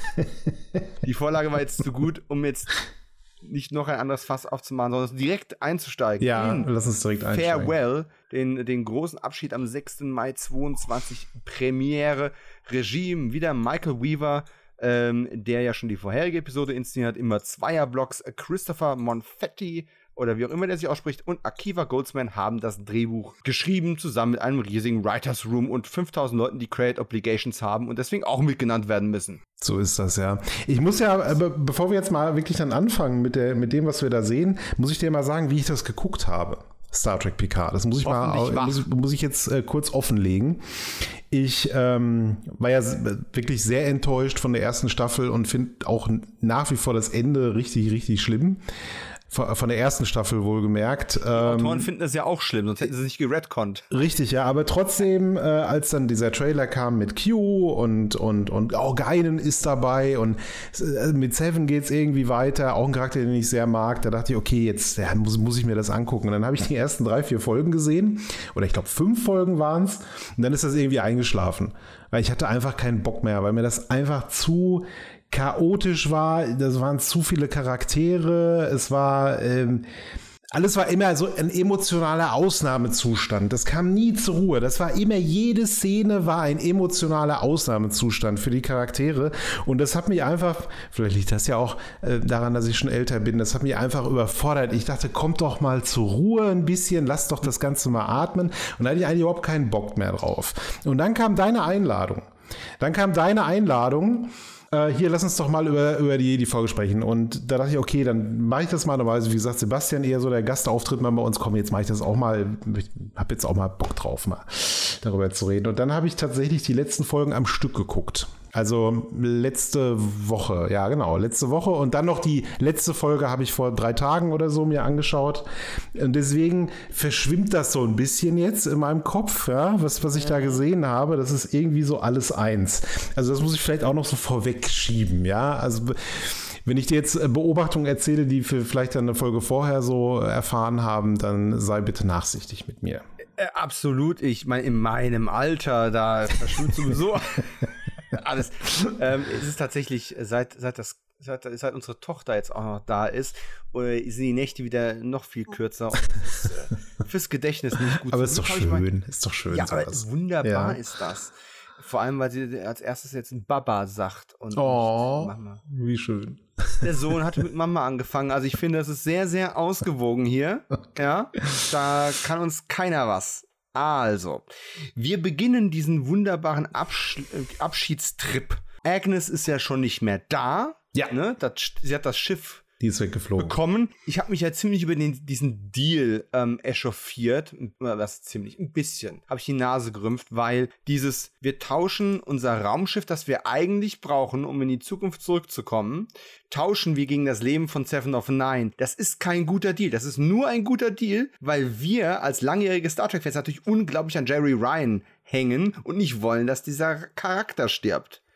Die Vorlage war jetzt zu gut, um jetzt nicht noch ein anderes Fass aufzumachen, sondern direkt einzusteigen. Ja, lass uns direkt einsteigen. Farewell, den, den großen Abschied am sechsten Mai zweiundzwanzig, Premiere, Regie, wieder Michael Weaver, ähm, der ja schon die vorherige Episode inszeniert hat, immer Zweierblocks, Christopher Monfetti, oder wie auch immer der sich ausspricht, und Akiva Goldsman haben das Drehbuch geschrieben, zusammen mit einem riesigen Writers Room und fünftausend Leuten, die Create Obligations haben und deswegen auch mitgenannt werden müssen. So ist das, ja. Ich muss ja, be- bevor wir jetzt mal wirklich dann anfangen mit, der, mit dem, was wir da sehen, muss ich dir mal sagen, wie ich das geguckt habe. Star Trek Picard. Das muss ich mal, muss, muss ich jetzt äh, kurz offenlegen. Ich ähm, war ja wirklich sehr enttäuscht von der ersten Staffel und finde auch nach wie vor das Ende richtig, richtig schlimm. Von der ersten Staffel wohlgemerkt. Die Autoren ähm, finden das ja auch schlimm, sonst hätten sie nicht geredconnt. Richtig, ja, aber trotzdem, äh, als dann dieser Trailer kam mit Q und und und auch Guinan ist dabei und äh, mit Seven geht's irgendwie weiter, auch ein Charakter, den ich sehr mag, da dachte ich, okay, jetzt ja, muss, muss ich mir das angucken. Und dann habe ich die ersten drei, vier Folgen gesehen, oder ich glaube fünf Folgen waren's, und dann ist das irgendwie eingeschlafen. Weil ich hatte einfach keinen Bock mehr, weil mir das einfach zu chaotisch war, das waren zu viele Charaktere, es war, ähm, alles war immer so ein emotionaler Ausnahmezustand, das kam nie zur Ruhe, das war immer, jede Szene war ein emotionaler Ausnahmezustand für die Charaktere und das hat mich einfach, vielleicht liegt das ja auch äh, daran, dass ich schon älter bin, das hat mich einfach überfordert, ich dachte, kommt doch mal zur Ruhe ein bisschen, lass doch das Ganze mal atmen und da hatte ich eigentlich überhaupt keinen Bock mehr drauf. Und dann kam deine Einladung, dann kam deine Einladung, Uh, hier, lass uns doch mal über, über die, die Folge sprechen. Und da dachte ich, okay, dann mache ich das mal. Normalerweise, wie gesagt, Sebastian eher so der Gastauftritt mal bei uns. Komm, jetzt mache ich das auch mal. Ich habe jetzt auch mal Bock drauf, mal darüber zu reden. Und dann habe ich tatsächlich die letzten Folgen am Stück geguckt. Also letzte Woche, ja genau, letzte Woche. Und dann noch die letzte Folge habe ich vor drei Tagen oder so mir angeschaut. Und deswegen verschwimmt das so ein bisschen jetzt in meinem Kopf, ja, was, was ich da gesehen habe. Das ist irgendwie so alles eins. Also das muss ich vielleicht auch noch so vorwegschieben, ja. Also wenn ich dir jetzt Beobachtungen erzähle, die wir vielleicht dann eine Folge vorher so erfahren haben, dann sei bitte nachsichtig mit mir. Äh, absolut. Ich meine, in meinem Alter, da verschwimmt sowieso alles. Ähm, es ist tatsächlich, seit, seit, das, seit, seit unsere Tochter jetzt auch noch da ist, äh, sind die Nächte wieder noch viel kürzer. Und das ist äh, fürs Gedächtnis nicht gut. Aber ist doch schön, mein, ist doch schön. Ja, aber wunderbar ja. ist das. Vor allem, weil sie als erstes jetzt ein Baba sagt. Und oh, Mama. Wie schön. Der Sohn hatte mit Mama angefangen. Also ich finde, das ist sehr, sehr ausgewogen hier. Okay. Ja, da kann uns keiner was. Also, wir beginnen diesen wunderbaren Absch- Abschiedstrip. Agnes ist ja schon nicht mehr da. Ja. Ne? Das, sie hat das Schiff Die ist weggeflogen. bekommen. Ich habe mich ja ziemlich über den, diesen Deal ähm, echauffiert. Was ziemlich, ein bisschen. Habe ich die Nase gerümpft, weil dieses, wir tauschen unser Raumschiff, das wir eigentlich brauchen, um in die Zukunft zurückzukommen, tauschen wir gegen das Leben von Seven of Nine. Das ist kein guter Deal. Das ist nur ein guter Deal, weil wir als langjährige Star Trek-Fans natürlich unglaublich an Jerry Ryan hängen und nicht wollen, dass dieser Charakter stirbt.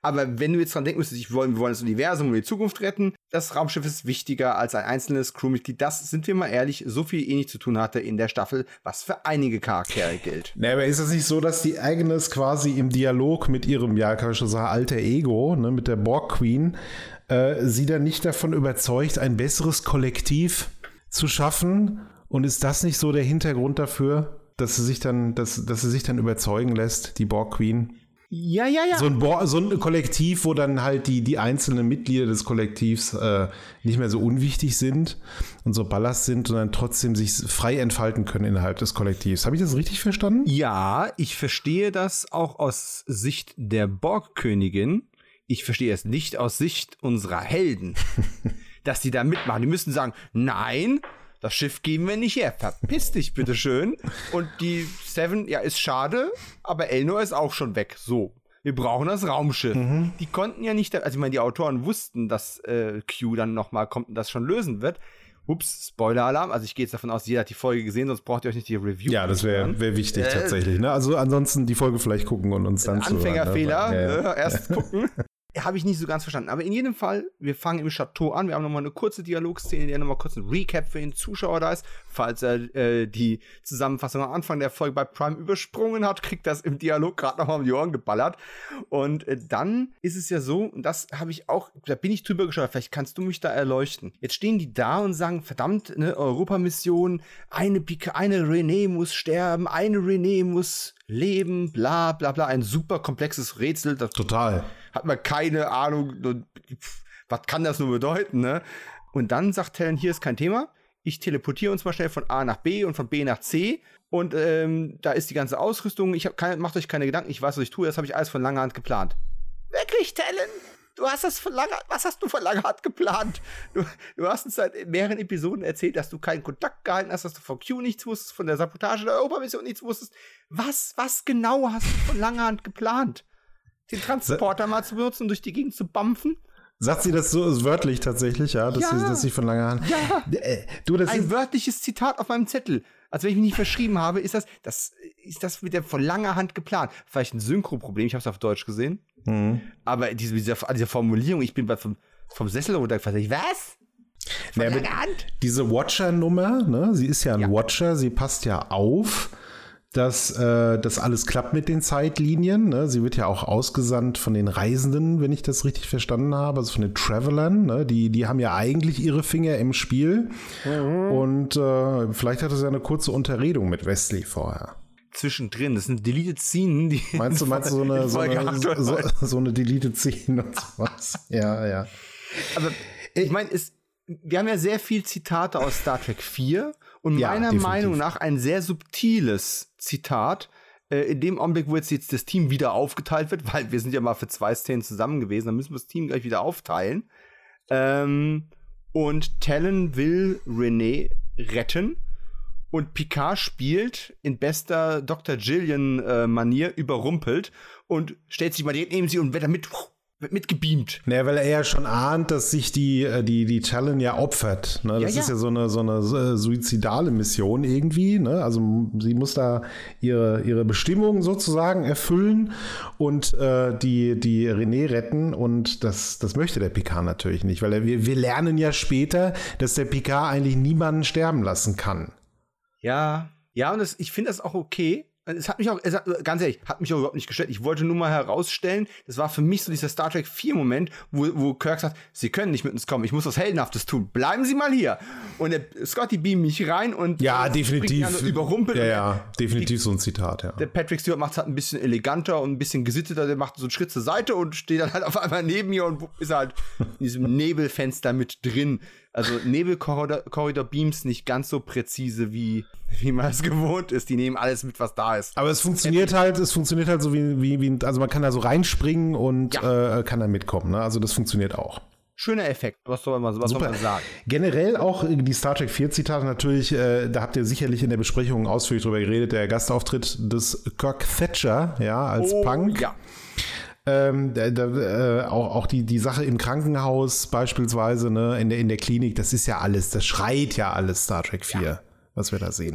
Aber wenn du jetzt dran denken müsstest, ich wollen, wir wollen das Universum und die Zukunft retten, das Raumschiff ist wichtiger als ein einzelnes Crewmitglied. Das, sind wir mal ehrlich, so viel eh nicht zu tun hatte in der Staffel, was für einige Charaktere gilt. Na, aber ist es nicht so, dass die Agnes quasi im Dialog mit ihrem, ja, kann ich schon sagen, alter Ego, ne, mit der Borg Queen, äh, sie dann nicht davon überzeugt, ein besseres Kollektiv zu schaffen? Und ist das nicht so der Hintergrund dafür, dass sie sich dann, dass, dass sie sich dann überzeugen lässt, die Borg Queen? Ja, ja, ja. So ein, Bo- so ein Kollektiv, wo dann halt die, die einzelnen Mitglieder des Kollektivs äh, nicht mehr so unwichtig sind und so Ballast sind und dann trotzdem sich frei entfalten können innerhalb des Kollektivs. Habe ich das richtig verstanden? Ja, ich verstehe das auch aus Sicht der Borg-Königin. Ich verstehe es nicht aus Sicht unserer Helden, dass die da mitmachen. Die müssen sagen, nein, das Schiff geben wir nicht her. Verpiss dich, bitteschön. Und die Seven, ja, ist schade, aber Elnor ist auch schon weg. So, wir brauchen das Raumschiff. Mhm. Die konnten ja nicht, also ich meine, die Autoren wussten, dass äh, Q dann noch mal kommt und das schon lösen wird. Ups, Spoiler-Alarm. Also ich gehe jetzt davon aus, jeder hat die Folge gesehen, sonst braucht ihr euch nicht die Review. Ja, das wäre wär wichtig äh, tatsächlich. Ne? Also ansonsten die Folge vielleicht gucken und uns dann zu Anfängerfehler, ne? ja, ja. äh, erst gucken. Habe ich nicht so ganz verstanden. Aber in jedem Fall, wir fangen im Chateau an. Wir haben nochmal eine kurze Dialogszene, in der nochmal kurz ein Recap für den Zuschauer da ist. Falls er äh, die Zusammenfassung am Anfang der Folge bei Prime übersprungen hat, kriegt das im Dialog gerade nochmal um die Ohren geballert. Und äh, dann ist es ja so, und das habe ich auch, da bin ich drüber geschaut, vielleicht kannst du mich da erleuchten. Jetzt stehen die da und sagen, verdammt, eine Europamission, eine, Pika, eine Renée muss sterben, eine Renée muss leben, bla bla bla. Ein super komplexes Rätsel. Das Total. Hat man keine Ahnung, was kann das nur bedeuten, ne? Und dann sagt Talon, hier ist kein Thema. Ich teleportiere uns mal schnell von A nach B und von B nach C. Und ähm, da ist die ganze Ausrüstung. Ich hab keine, macht euch keine Gedanken, ich weiß, was ich tue. Das habe ich alles von langer Hand geplant. Wirklich, Talon? Du hast das von langer, was hast du von langer Hand geplant? Du, du hast uns seit mehreren Episoden erzählt, dass du keinen Kontakt gehalten hast, dass du von Q nichts wusstest, von der Sabotage der Europamission nichts wusstest. Was, was genau hast du von langer Hand geplant? Den Transporter mal zu benutzen und durch die Gegend zu bampfen? Sagt sie das so wörtlich tatsächlich, ja? Dass, ja. sie, dass sie von langer Hand. Ja. Äh, du, das Ein ist wörtliches Zitat auf meinem Zettel. Also wenn ich mich nicht verschrieben habe, ist das, das ist das mit der von langer Hand geplant. Vielleicht ein Synchroproblem, ich habe es auf Deutsch gesehen. Mhm. Aber diese, diese, diese Formulierung, ich bin vom, vom Sessel runtergefallen. Was? Von naja, langer Hand? Diese Watcher-Nummer, ne? Sie ist ja ein ja. Watcher, sie passt ja auf, dass äh, das alles klappt mit den Zeitlinien. Ne? Sie wird ja auch ausgesandt von den Reisenden, wenn ich das richtig verstanden habe, also von den Travelern. Ne? Die, die haben ja eigentlich ihre Finger im Spiel. Mhm. Und äh, vielleicht hatte sie ja eine kurze Unterredung mit Wesley vorher. Zwischendrin, das sind Deleted Szenen, die. Meinst du, meinst du so eine, so eine, so, so eine Deleted Szene und sowas? Ja, ja. Aber ich meine, wir haben ja sehr viel Zitate aus Star Trek vier und ja, meiner definitiv. Meinung nach ein sehr subtiles Zitat, äh, in dem Augenblick, wo jetzt, jetzt das Team wieder aufgeteilt wird, weil wir sind ja mal für zwei Szenen zusammen gewesen, dann müssen wir das Team gleich wieder aufteilen. Ähm, und Talon will Renée retten. Und Picard spielt in bester Doktor Gillian-Manier äh, überrumpelt und stellt sich mal direkt neben sie und wird damit wird mitgebeamt. Naja, weil er ja schon ahnt, dass sich die, die, die Talon ja opfert. Ne? Das ja, ist ja. ja so eine, so eine äh, suizidale Mission irgendwie. Ne? Also sie muss da ihre, ihre Bestimmung sozusagen erfüllen und äh, die, die Renée retten. Und das, das möchte der Picard natürlich nicht, weil er, wir, wir lernen ja später, dass der Picard eigentlich niemanden sterben lassen kann. Ja, ja, und das, ich finde das auch okay. Es hat mich auch, es hat, ganz ehrlich, hat mich auch überhaupt nicht gestört. Ich wollte nur mal herausstellen, das war für mich so dieser Star Trek vier Moment, wo, wo Kirk sagt, Sie können nicht mit uns kommen, ich muss was Heldenhaftes tun, bleiben Sie mal hier. Und der Scotty beamt mich rein und ja, definitiv überrumpelt. Ja, ja, definitiv die, so ein Zitat, ja. Der Patrick Stewart macht es halt ein bisschen eleganter und ein bisschen gesitteter, der macht so einen Schritt zur Seite und steht dann halt auf einmal neben mir und ist halt in diesem Nebelfenster mit drin. Also Nebelkorridor-Beams nicht ganz so präzise, wie, wie man es gewohnt ist. Die nehmen alles mit, was da ist. Aber es funktioniert halt, es funktioniert halt so wie, wie, wie also man kann da so reinspringen und ja. äh, kann da mitkommen. Ne? Also das funktioniert auch. Schöner Effekt, was soll man, was soll man sagen? Generell auch die Star Trek vier Zitate natürlich, äh, da habt ihr sicherlich in der Besprechung ausführlich drüber geredet, der Gastauftritt des Kirk Thatcher, ja, als oh, Punk. Ja. Ähm, da, da, äh, auch, auch die, die Sache im Krankenhaus beispielsweise, ne, in der, in der Klinik, das ist ja alles, das schreit ja alles Star Trek vier, ja. was wir da sehen, ne?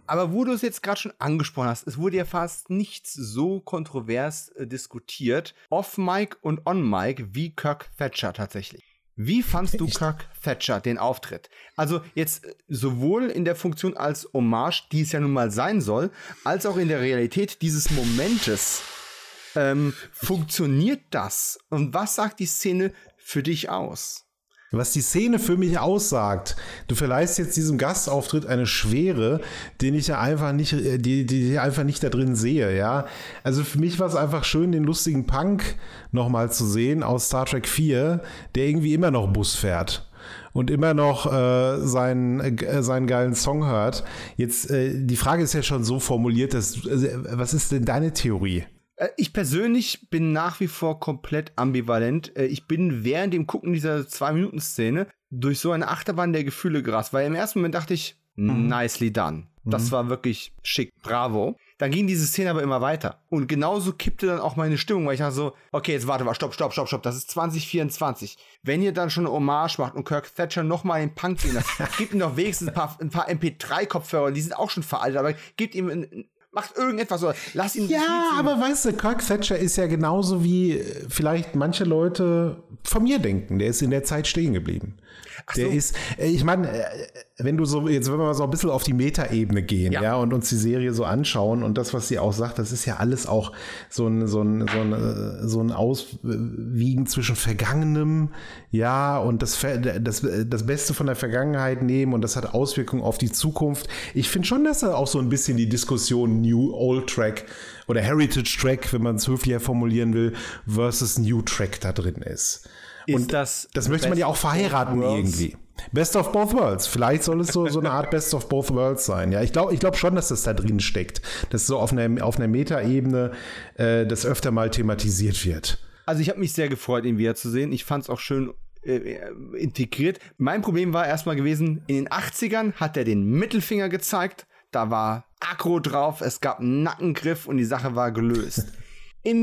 Aber wo du es jetzt gerade schon angesprochen hast, es wurde ja fast nichts so kontrovers äh, diskutiert, off-Mic und on-Mic, wie Kirk Thatcher tatsächlich. Wie fandst du Kirk Thatcher, den Auftritt? Also jetzt sowohl in der Funktion als Hommage, die es ja nun mal sein soll, als auch in der Realität dieses Momentes. Ähm, funktioniert das? Und was sagt die Szene für dich aus? Was die Szene für mich aussagt, du verleihst jetzt diesem Gastauftritt eine Schwere, den ich ja einfach nicht, die, die ich einfach nicht da drin sehe, ja. Also für mich war es einfach schön, den lustigen Punk nochmal zu sehen aus Star Trek vier, der irgendwie immer noch Bus fährt und immer noch äh, seinen, äh, seinen geilen Song hört. Jetzt, äh, die Frage ist ja schon so formuliert, dass, äh, was ist denn deine Theorie? Ich persönlich bin nach wie vor komplett ambivalent. Ich bin während dem Gucken dieser Zwei-Minuten-Szene durch so eine Achterbahn der Gefühle gerast, weil im ersten Moment dachte ich, mhm. nicely done. Das mhm. war wirklich schick, bravo. Dann ging diese Szene aber immer weiter. Und genauso kippte dann auch meine Stimmung, weil ich dachte so, okay, jetzt warte mal, stopp, stopp, stopp, stopp, das ist zwanzig vierundzwanzig. Wenn ihr dann schon eine Hommage macht und Kirk Thatcher nochmal in Punk gehen lasst, gebt ihm doch wenigstens ein paar, ein paar M P drei Kopfhörer, die sind auch schon veraltet, aber gebt ihm ein macht irgendetwas oder lass ihn. Ja, aber weißt du, Kirk Thatcher ist ja genauso wie vielleicht manche Leute von mir denken. Der ist in der Zeit stehen geblieben. Ach der so. ist, ich meine, wenn du so, jetzt wenn wir mal so ein bisschen auf die Metaebene gehen, ja. ja, und uns die Serie so anschauen und das, was sie auch sagt, das ist ja alles auch so ein, so ein, so ein, so ein Auswiegen zwischen Vergangenem, ja, und das, das, das Beste von der Vergangenheit nehmen und das hat Auswirkungen auf die Zukunft. Ich finde schon, dass da auch so ein bisschen die Diskussion New Old Track oder Heritage Track, wenn man es höflicher formulieren will, versus New Track da drin ist. Ist und das, das möchte man ja auch verheiraten irgendwie. Best of both worlds. Vielleicht soll es so, so eine Art Best of both worlds sein. Ja, ich glaube ich glaub schon, dass das da drin steckt. Dass so auf einer, auf einer Metaebene äh, das öfter mal thematisiert wird. Also ich habe mich sehr gefreut, ihn wiederzusehen. Ich fand es auch schön äh, integriert. Mein Problem war erstmal gewesen, in den achtzigern hat er den Mittelfinger gezeigt. Da war Aggro drauf, es gab einen Nackengriff und die Sache war gelöst. in,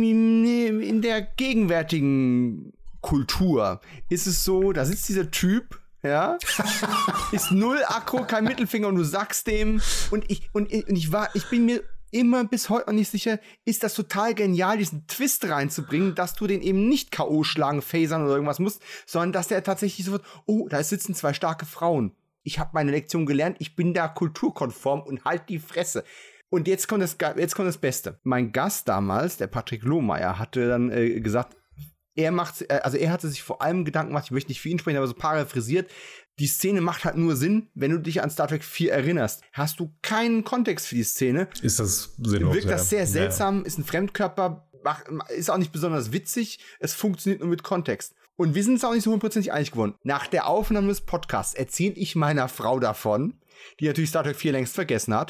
in der gegenwärtigen Kultur ist es so, da sitzt dieser Typ, ja, ist null Akku, kein Mittelfinger und du sagst dem und ich und ich, und ich war, ich bin mir immer bis heute noch nicht sicher, ist das total genial, diesen Twist reinzubringen, dass du den eben nicht K O schlagen, phasern oder irgendwas musst, sondern dass der tatsächlich so wird, oh, da sitzen zwei starke Frauen. Ich habe meine Lektion gelernt, ich bin da kulturkonform und halt die Fresse. Und jetzt kommt das, jetzt kommt das Beste. Mein Gast damals, der Patrick Lohmeier, hatte dann äh, gesagt, er macht, also er hatte sich vor allem Gedanken gemacht, ich möchte nicht für ihn sprechen, aber so paraphrasiert, die Szene macht halt nur Sinn, wenn du dich an Star Trek vier erinnerst. Hast du keinen Kontext für die Szene, ist das sinnlos. Wirkt das sehr seltsam, ja. Ist ein Fremdkörper, ist auch nicht besonders witzig, es funktioniert nur mit Kontext. Und wir sind uns auch nicht so hundertprozentig einig geworden. Nach der Aufnahme des Podcasts erzähle ich meiner Frau davon, die natürlich Star Trek vier längst vergessen hat,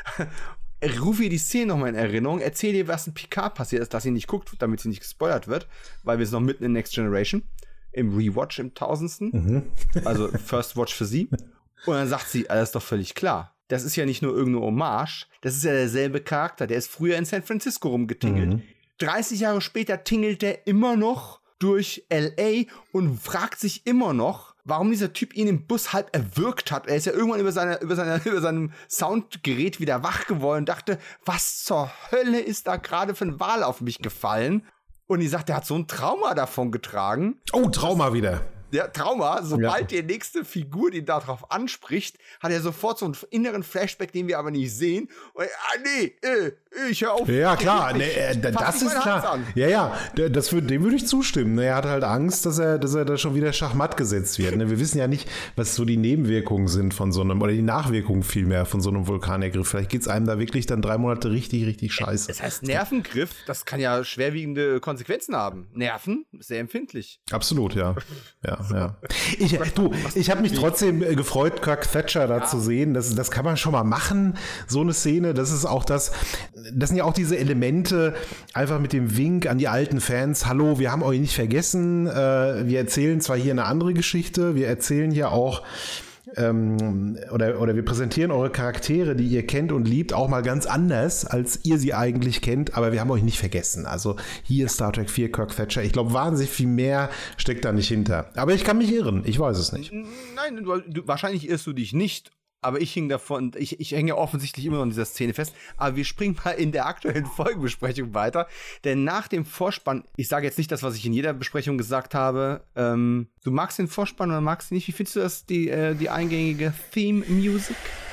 rufe ihr die Szene nochmal in Erinnerung, erzähle ihr, was in Picard passiert ist, dass sie nicht guckt, damit sie nicht gespoilert wird, weil wir sind noch mitten in Next Generation, im Rewatch im tausendsten. Mhm. Also First Watch für sie. Und dann sagt sie, alles ist doch völlig klar. Das ist ja nicht nur irgendeine Hommage, das ist ja derselbe Charakter, der ist früher in San Francisco rumgetingelt. Mhm. dreißig Jahre später tingelt der immer noch durch L A und fragt sich immer noch, warum dieser Typ ihn im Bus halb erwürgt hat. Er ist ja irgendwann über seine, über seine, über seinem Soundgerät wieder wach geworden und dachte, was zur Hölle ist da gerade für ein Wal auf mich gefallen? Und ich sagte, er hat so ein Trauma davon getragen. Oh, Trauma wieder. Ja, Trauma. Sobald ja. die nächste Figur, die darauf anspricht, hat er sofort so einen inneren Flashback, den wir aber nicht sehen. Und, ah, nee, äh, ich hör auf. Ja, klar, nee, äh, das ist klar. Ja, ja, das würd, dem würde ich zustimmen. Er hat halt Angst, dass er, dass er da schon wieder Schachmatt gesetzt wird. Wir wissen ja nicht, was so die Nebenwirkungen sind von so einem, oder die Nachwirkungen vielmehr von so einem Vulkanergriff. Vielleicht geht es einem da wirklich dann drei Monate richtig, richtig scheiße. Das heißt, Nervengriff, das kann ja schwerwiegende Konsequenzen haben. Nerven, sehr empfindlich. Absolut, ja. Ja. Ja. Ich, du, ich habe mich trotzdem gefreut, Kirk Thatcher da ja. zu sehen. Das, das kann man schon mal machen, so eine Szene. Das ist auch das, das sind ja auch diese Elemente, einfach mit dem Wink an die alten Fans. Hallo, wir haben euch nicht vergessen. Äh, wir erzählen zwar hier eine andere Geschichte, wir erzählen hier auch Ähm, oder, oder wir präsentieren eure Charaktere, die ihr kennt und liebt, auch mal ganz anders, als ihr sie eigentlich kennt, aber wir haben euch nicht vergessen. Also hier ist Star Trek vier, Kirk Thatcher. Ich glaube, wahnsinnig viel mehr steckt da nicht hinter. Aber ich kann mich irren, ich weiß es nicht. Nein, du, du, wahrscheinlich irrst du dich nicht. Aber ich hing davon, ich, ich hänge ja offensichtlich immer noch in dieser Szene fest. Aber wir springen mal in der aktuellen Folgenbesprechung weiter. Denn nach dem Vorspann, ich sage jetzt nicht das, was ich in jeder Besprechung gesagt habe, ähm, du magst den Vorspann oder magst du nicht? Wie findest du das, die, äh, die eingängige Theme-Music?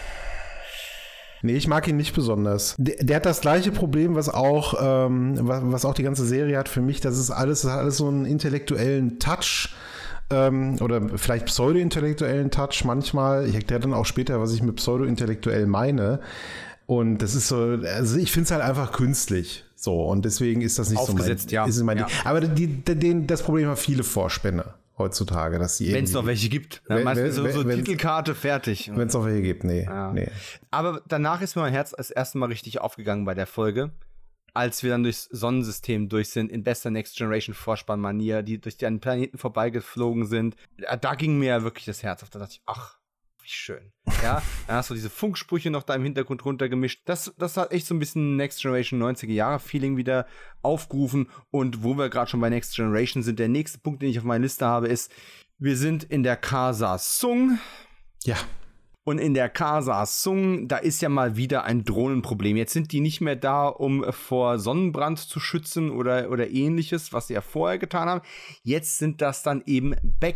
Nee, ich mag ihn nicht besonders. Der, der hat das gleiche Problem, was auch, ähm, was, was auch die ganze Serie hat für mich. Das ist alles, das hat alles so einen intellektuellen Touch. Ähm, oder vielleicht pseudo-intellektuellen Touch manchmal. Ich erkläre dann auch später, was ich mit pseudo-intellektuell meine. Und das ist so, also ich finde es halt einfach künstlich. So, und deswegen ist das nicht Aufgesetzt, so mein, ja. ist es mein ja. Ding. Aber die, die, das Problem haben viele Vorspänne heutzutage, dass sie wenn es noch welche gibt. Ja, meistens so, so Titelkarte fertig. Wenn es noch welche gibt, nee, ja. nee. Aber danach ist mir mein Herz das erste Mal richtig aufgegangen bei der Folge, als wir dann durchs Sonnensystem durch sind, in bester Next Generation Vorspann-Manier, die durch den Planeten vorbeigeflogen sind. Da ging mir ja wirklich das Herz auf. Da dachte ich, ach, wie schön. Ja, dann hast du diese Funksprüche noch da im Hintergrund runtergemischt. Das, das hat echt so ein bisschen Next Generation neunziger-Jahre-Feeling wieder aufgerufen. Und wo wir gerade schon bei Next Generation sind, der nächste Punkt, den ich auf meiner Liste habe, ist, wir sind in der Casa Sung. Ja. Und in der Casa Sung, da ist ja mal wieder ein Drohnenproblem. Jetzt sind die nicht mehr da, um vor Sonnenbrand zu schützen oder, oder ähnliches, was sie ja vorher getan haben. Jetzt sind das dann eben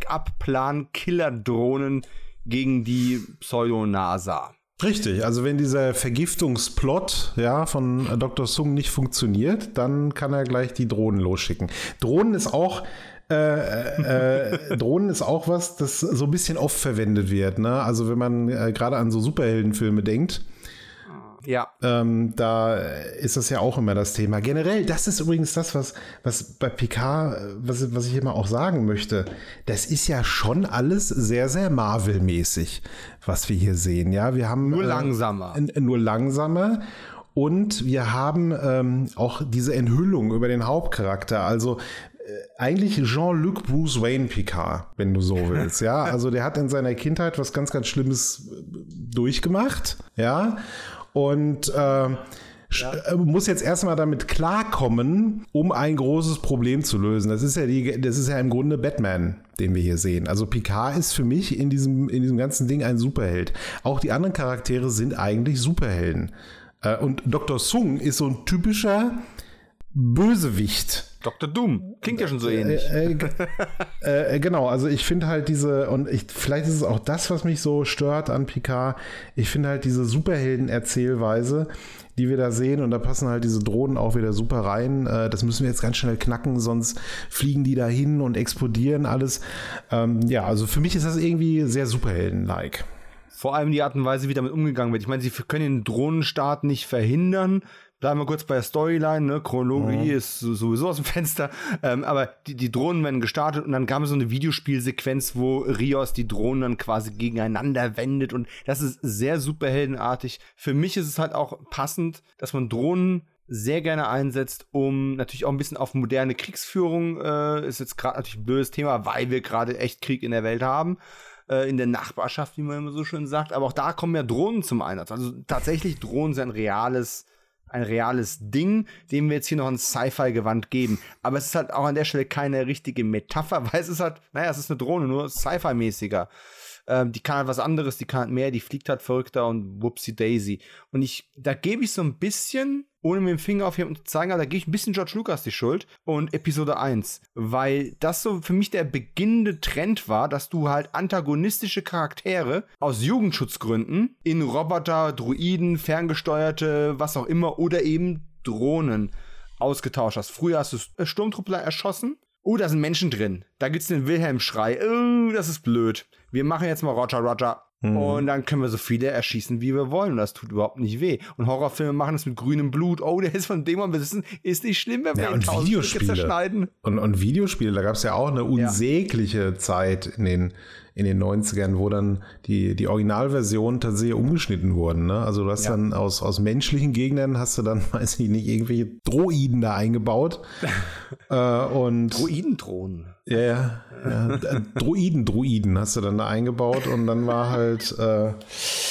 Backup-Plan-Killer-Drohnen gegen die Pseudo-NASA. Richtig, also wenn dieser Vergiftungsplot ja, von Doktor Sung nicht funktioniert, dann kann er gleich die Drohnen losschicken. Drohnen ist auch Äh, äh, Drohnen ist auch was, das so ein bisschen oft verwendet wird. Ne? Also wenn man äh, gerade an so Superheldenfilme denkt, ja. ähm, da ist das ja auch immer das Thema. Generell, das ist übrigens das, was, was bei Picard, was, was ich immer auch sagen möchte, das ist ja schon alles sehr, sehr Marvel-mäßig, was wir hier sehen. Ja, wir haben nur langsamer. Äh, nur langsamer. Und wir haben ähm, auch diese Enthüllung über den Hauptcharakter. Also eigentlich Jean-Luc Bruce Wayne Picard, wenn du so willst, ja. Also der hat in seiner Kindheit was ganz, ganz Schlimmes durchgemacht, ja. Und äh, ja. muss jetzt erstmal damit klarkommen, um ein großes Problem zu lösen. Das ist ja die, das ist ja im Grunde Batman, den wir hier sehen. Also Picard ist für mich in diesem, in diesem ganzen Ding ein Superheld. Auch die anderen Charaktere sind eigentlich Superhelden. Und Doktor Sung ist so ein typischer Bösewicht. Doktor Doom. Klingt ja schon so ähnlich. Äh, äh, äh, genau, also ich finde halt diese, und ich, vielleicht ist es auch das, was mich so stört an Picard, ich finde halt diese Superhelden-Erzählweise, die wir da sehen, und da passen halt diese Drohnen auch wieder super rein. Äh, das müssen wir jetzt ganz schnell knacken, sonst fliegen die dahin und explodieren alles. Ähm, ja, also für mich ist das irgendwie sehr Superhelden-like. Vor allem die Art und Weise, wie damit umgegangen wird. Ich meine, sie können den Drohnenstart nicht verhindern. Bleiben wir kurz bei der Storyline, ne? Chronologie oh. ist sowieso aus dem Fenster. Ähm, aber die, die Drohnen werden gestartet und dann kam so eine Videospielsequenz, wo Rios die Drohnen dann quasi gegeneinander wendet. Und das ist sehr superheldenartig. Für mich ist es halt auch passend, dass man Drohnen sehr gerne einsetzt, um natürlich auch ein bisschen auf moderne Kriegsführung, äh, ist jetzt gerade natürlich ein blödes Thema, weil wir gerade echt Krieg in der Welt haben. In der Nachbarschaft, wie man immer so schön sagt. Aber auch da kommen ja Drohnen zum Einsatz. Also tatsächlich, Drohnen sind ein reales, ein reales Ding, dem wir jetzt hier noch ein Sci-Fi-Gewand geben. Aber es ist halt auch an der Stelle keine richtige Metapher, weil es ist halt, naja, es ist eine Drohne, nur Sci-Fi-mäßiger. Ähm, die kann halt was anderes, die kann halt mehr, die fliegt halt verrückter und whoopsie daisy. Und ich, da gebe ich so ein bisschen, ohne mit dem Finger auf jemanden zu zeigen, aber da gebe ich ein bisschen George Lucas die Schuld und Episode eins. Weil das so für mich der beginnende Trend war, dass du halt antagonistische Charaktere aus Jugendschutzgründen in Roboter, Droiden, ferngesteuerte, was auch immer, oder eben Drohnen ausgetauscht hast. Früher hast du Sturmtruppler erschossen. Oh, da sind Menschen drin. Da gibt's den Wilhelm-Schrei. Oh, das ist blöd. Wir machen jetzt mal Roger, Roger. Mhm. Und dann können wir so viele erschießen, wie wir wollen. Und das tut überhaupt nicht weh. Und Horrorfilme machen das mit grünem Blut. Oh, der ist von Dämon besessen. Ist nicht schlimm, wenn wir ja, ihn tausend Stücke zerschneiden. Und, und Videospiele, da gab es ja auch eine unsägliche ja. Zeit in den, in den neunzigern, wo dann die, die Originalversionen tatsächlich umgeschnitten wurden. Ne? Also du hast ja. dann aus, aus menschlichen Gegnern hast du dann, weiß ich nicht, irgendwelche Droiden da eingebaut. äh, und Droidendrohnen. Ja, ja. ja. Droiden, Droiden hast du dann da eingebaut und dann war halt, äh,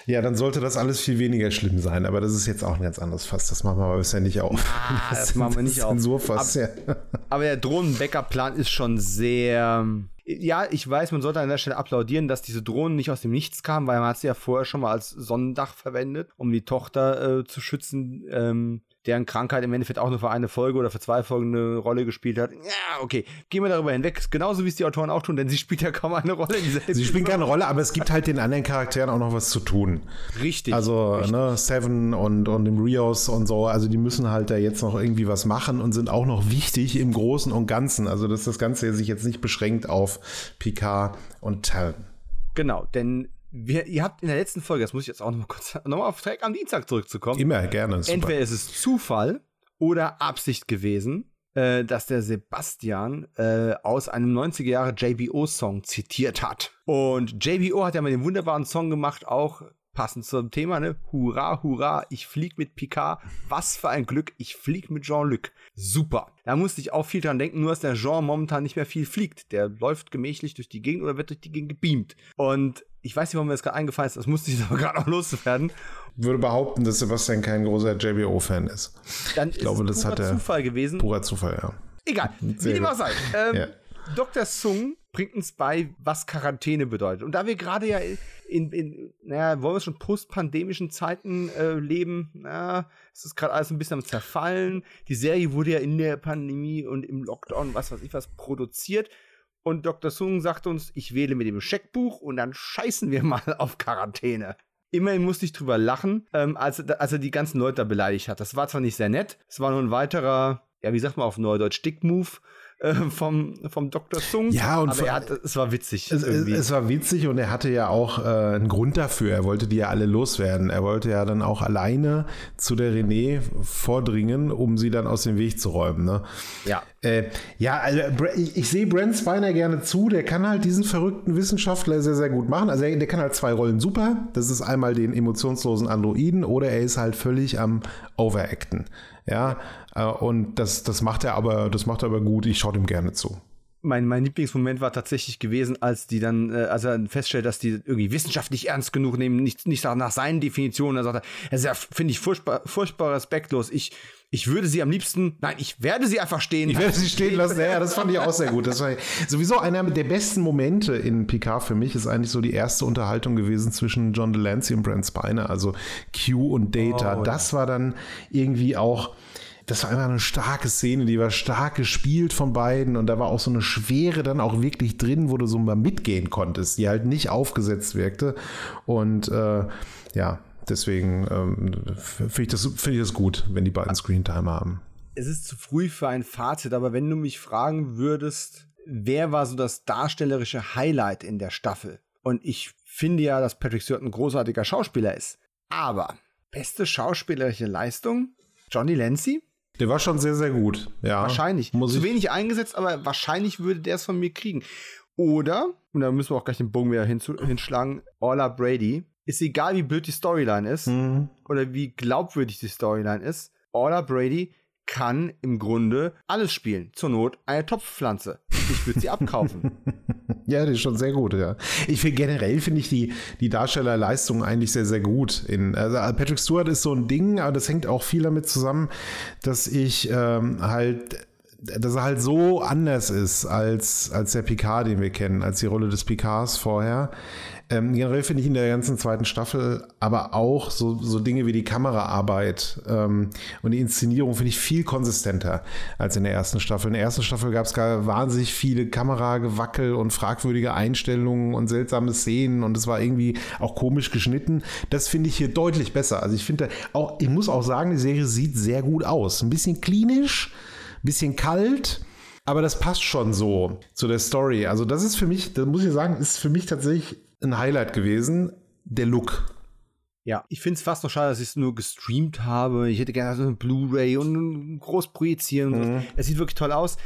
Ja, dann sollte das alles viel weniger schlimm sein. Aber das ist jetzt auch ein ganz anderes Fass. Das machen wir aber bisher nicht auf. Ah, das, das machen wir nicht auf. Zensurfass, aber, ja. aber der Drohnen-Backup-Plan ist schon sehr... Ja, ich weiß, man sollte an der Stelle applaudieren, dass diese Drohnen nicht aus dem Nichts kamen, weil man hat sie ja vorher schon mal als Sonnendach verwendet, um die Tochter äh, zu schützen, ähm, deren Krankheit im Endeffekt auch nur für eine Folge oder für zwei Folgen eine Rolle gespielt hat. Ja, okay, gehen wir darüber hinweg. Genauso wie es die Autoren auch tun, denn sie spielt ja kaum eine Rolle in dieser Sie spielen keine Rolle, aber es gibt halt den anderen Charakteren auch noch was zu tun. Richtig. Also, richtig. ne, Seven und, und dem Rios und so, also die müssen halt da jetzt noch irgendwie was machen und sind auch noch wichtig im Großen und Ganzen. Also, dass das Ganze sich jetzt nicht beschränkt auf Picard und Talon. Genau, denn Wir, ihr habt in der letzten Folge, das muss ich jetzt auch noch mal kurz, nochmal auf Track am Dienstag zurückzukommen. Immer, gerne. Super. Entweder ist es Zufall oder Absicht gewesen, äh, dass der Sebastian äh, aus einem neunziger Jahre J B O-Song zitiert hat. Und J B O hat ja mal den wunderbaren Song gemacht, auch passend zum Thema, ne? Hurra, hurra, ich flieg mit Picard. Was für ein Glück, ich flieg mit Jean-Luc. Super. Da musste ich auch viel dran denken, nur dass der Jean momentan nicht mehr viel fliegt. Der läuft gemächlich durch die Gegend oder wird durch die Gegend gebeamt. Und ich weiß nicht, warum mir das gerade eingefallen ist, das musste ich aber gerade auch loswerden. Ich würde behaupten, dass Sebastian kein großer J B O-Fan ist. Dann ich ist glaube, es das purer hat er Zufall gewesen. Purer Zufall, ja. Egal, wie dem auch sei. Ähm, ja. Doktor Sung bringt uns bei, was Quarantäne bedeutet. Und da wir gerade ja in, in, naja, wollen wir schon postpandemischen Zeiten äh, leben, na, es ist gerade alles ein bisschen am Zerfallen. Die Serie wurde ja in der Pandemie und im Lockdown, was weiß ich was, produziert. Und Doktor Sung sagt uns, ich wähle mit dem Scheckbuch und dann scheißen wir mal auf Quarantäne. Immerhin musste ich drüber lachen, ähm, als, als er die ganzen Leute da beleidigt hat. Das war zwar nicht sehr nett, es war nur ein weiterer, ja, wie sagt man auf Neudeutsch, Dick-Move äh, vom, vom Doktor Sung. Ja, und aber er hat, es war witzig. Es, es war witzig und er hatte ja auch äh, einen Grund dafür. Er wollte die ja alle loswerden. Er wollte ja dann auch alleine zu der René vordringen, um sie dann aus dem Weg zu räumen. Ne? Ja. Äh, ja, also ich, ich sehe Brent Spiner gerne zu. Der kann halt diesen verrückten Wissenschaftler sehr, sehr gut machen. Also er, der kann halt zwei Rollen super. Das ist einmal den emotionslosen Androiden oder er ist halt völlig am Overacten. Ja, äh, und das, das macht er aber, das macht er aber gut. Ich schaue dem gerne zu. Mein, mein Lieblingsmoment war tatsächlich gewesen, als die dann, äh, als er feststellt, dass die irgendwie wissenschaftlich ernst genug nehmen, nicht, nicht nach seinen Definitionen. Da sagt er, das ja, finde ich furchtbar, furchtbar respektlos. Ich, ich würde sie am liebsten, nein, ich werde sie einfach stehen Ich werde sie stehen lassen. Ja, das fand ich auch sehr gut. Das war sowieso einer der besten Momente in Picard für mich, ist eigentlich so die erste Unterhaltung gewesen zwischen John Delancey und Brent Spiner, also Q und Data. Oh, das war dann irgendwie auch, das war einfach eine starke Szene, die war stark gespielt von beiden und da war auch so eine Schwere dann auch wirklich drin, wo du so mal mitgehen konntest, die halt nicht aufgesetzt wirkte und äh, ja, deswegen ähm, finde ich, das, find ich das gut, wenn die beiden Screentime haben. Es ist zu früh für ein Fazit, aber wenn du mich fragen würdest, wer war so das darstellerische Highlight in der Staffel? Und ich finde ja, dass Patrick Stewart ein großartiger Schauspieler ist, aber beste schauspielerische Leistung? Johnny Lancy? Der war schon sehr, sehr gut. Ja, wahrscheinlich. Muss Zu wenig eingesetzt, aber wahrscheinlich würde der es von mir kriegen. Oder, und da müssen wir auch gleich den Bogen wieder hinzu, hinschlagen, Orla Brady. Ist egal, wie blöd die Storyline ist mhm. oder wie glaubwürdig die Storyline ist. Orla Brady kann im Grunde alles spielen. Zur Not eine Topfpflanze. Ich würde sie abkaufen. Ja, das ist schon sehr gut, ja. Ich finde generell finde ich die, die Darstellerleistung eigentlich sehr, sehr gut. In, also Patrick Stewart ist so ein Ding, aber das hängt auch viel damit zusammen, dass ich ähm, halt, dass er halt so anders ist als, als der Picard, den wir kennen, als die Rolle des Picards vorher. Ähm, generell finde ich in der ganzen zweiten Staffel aber auch so, so Dinge wie die Kameraarbeit ähm, und die Inszenierung finde ich viel konsistenter als in der ersten Staffel. In der ersten Staffel gab es gar wahnsinnig viele Kameragewackel und fragwürdige Einstellungen und seltsame Szenen und es war irgendwie auch komisch geschnitten. Das finde ich hier deutlich besser. Also ich finde auch, ich muss auch sagen, die Serie sieht sehr gut aus. Ein bisschen klinisch, ein bisschen kalt, aber das passt schon so zu der Story. Also das ist für mich, das muss ich sagen, ist für mich tatsächlich ein Highlight gewesen, der Look. Ja, ich finde es fast noch schade, dass ich es nur gestreamt habe. Ich hätte gerne so eine Blu-ray und groß projizieren. Und mhm. Es sieht wirklich toll aus.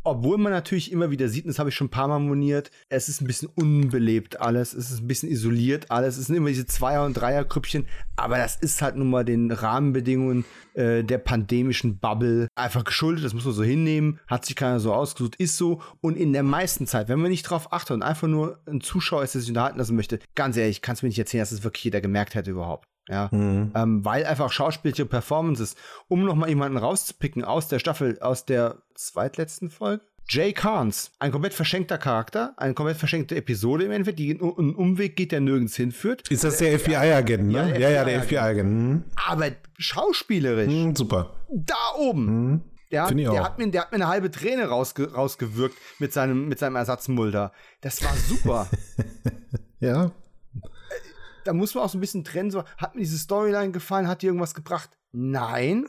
Obwohl man natürlich immer wieder sieht, und das habe ich schon ein paar Mal moniert, es ist ein bisschen unbelebt alles, es ist ein bisschen isoliert alles, es sind immer diese Zweier- und Dreierkrüppchen, aber das ist halt nun mal den Rahmenbedingungen äh, der pandemischen Bubble einfach geschuldet, das muss man so hinnehmen, hat sich keiner so ausgesucht, ist so. Und in der meisten Zeit, wenn man nicht drauf achtet und einfach nur ein Zuschauer ist, der sich unterhalten lassen möchte, ganz ehrlich, kannst du mir nicht erzählen, dass es wirklich jeder gemerkt hätte überhaupt. Ja, mhm. ähm, weil einfach schauspielerische Performances, um noch mal jemanden rauszupicken aus der Staffel, aus der zweitletzten Folge, Jay Carnes, ein komplett verschenkter Charakter, eine komplett verschenkte Episode im Endeffekt, die einen Umweg geht, der nirgends hinführt. Ist das der, der F B I-Agent, ne? Ja, ja, ja, der F B I-Agent. Mhm. Aber schauspielerisch, mhm, super. Da oben. Mhm. Ja, der, der, hat mir, der hat mir eine halbe Träne rausge- rausgewirkt mit seinem, mit seinem Ersatzmulder. Das war super. Ja. Da muss man auch so ein bisschen trennen, so, hat mir diese Storyline gefallen, hat dir irgendwas gebracht? Nein.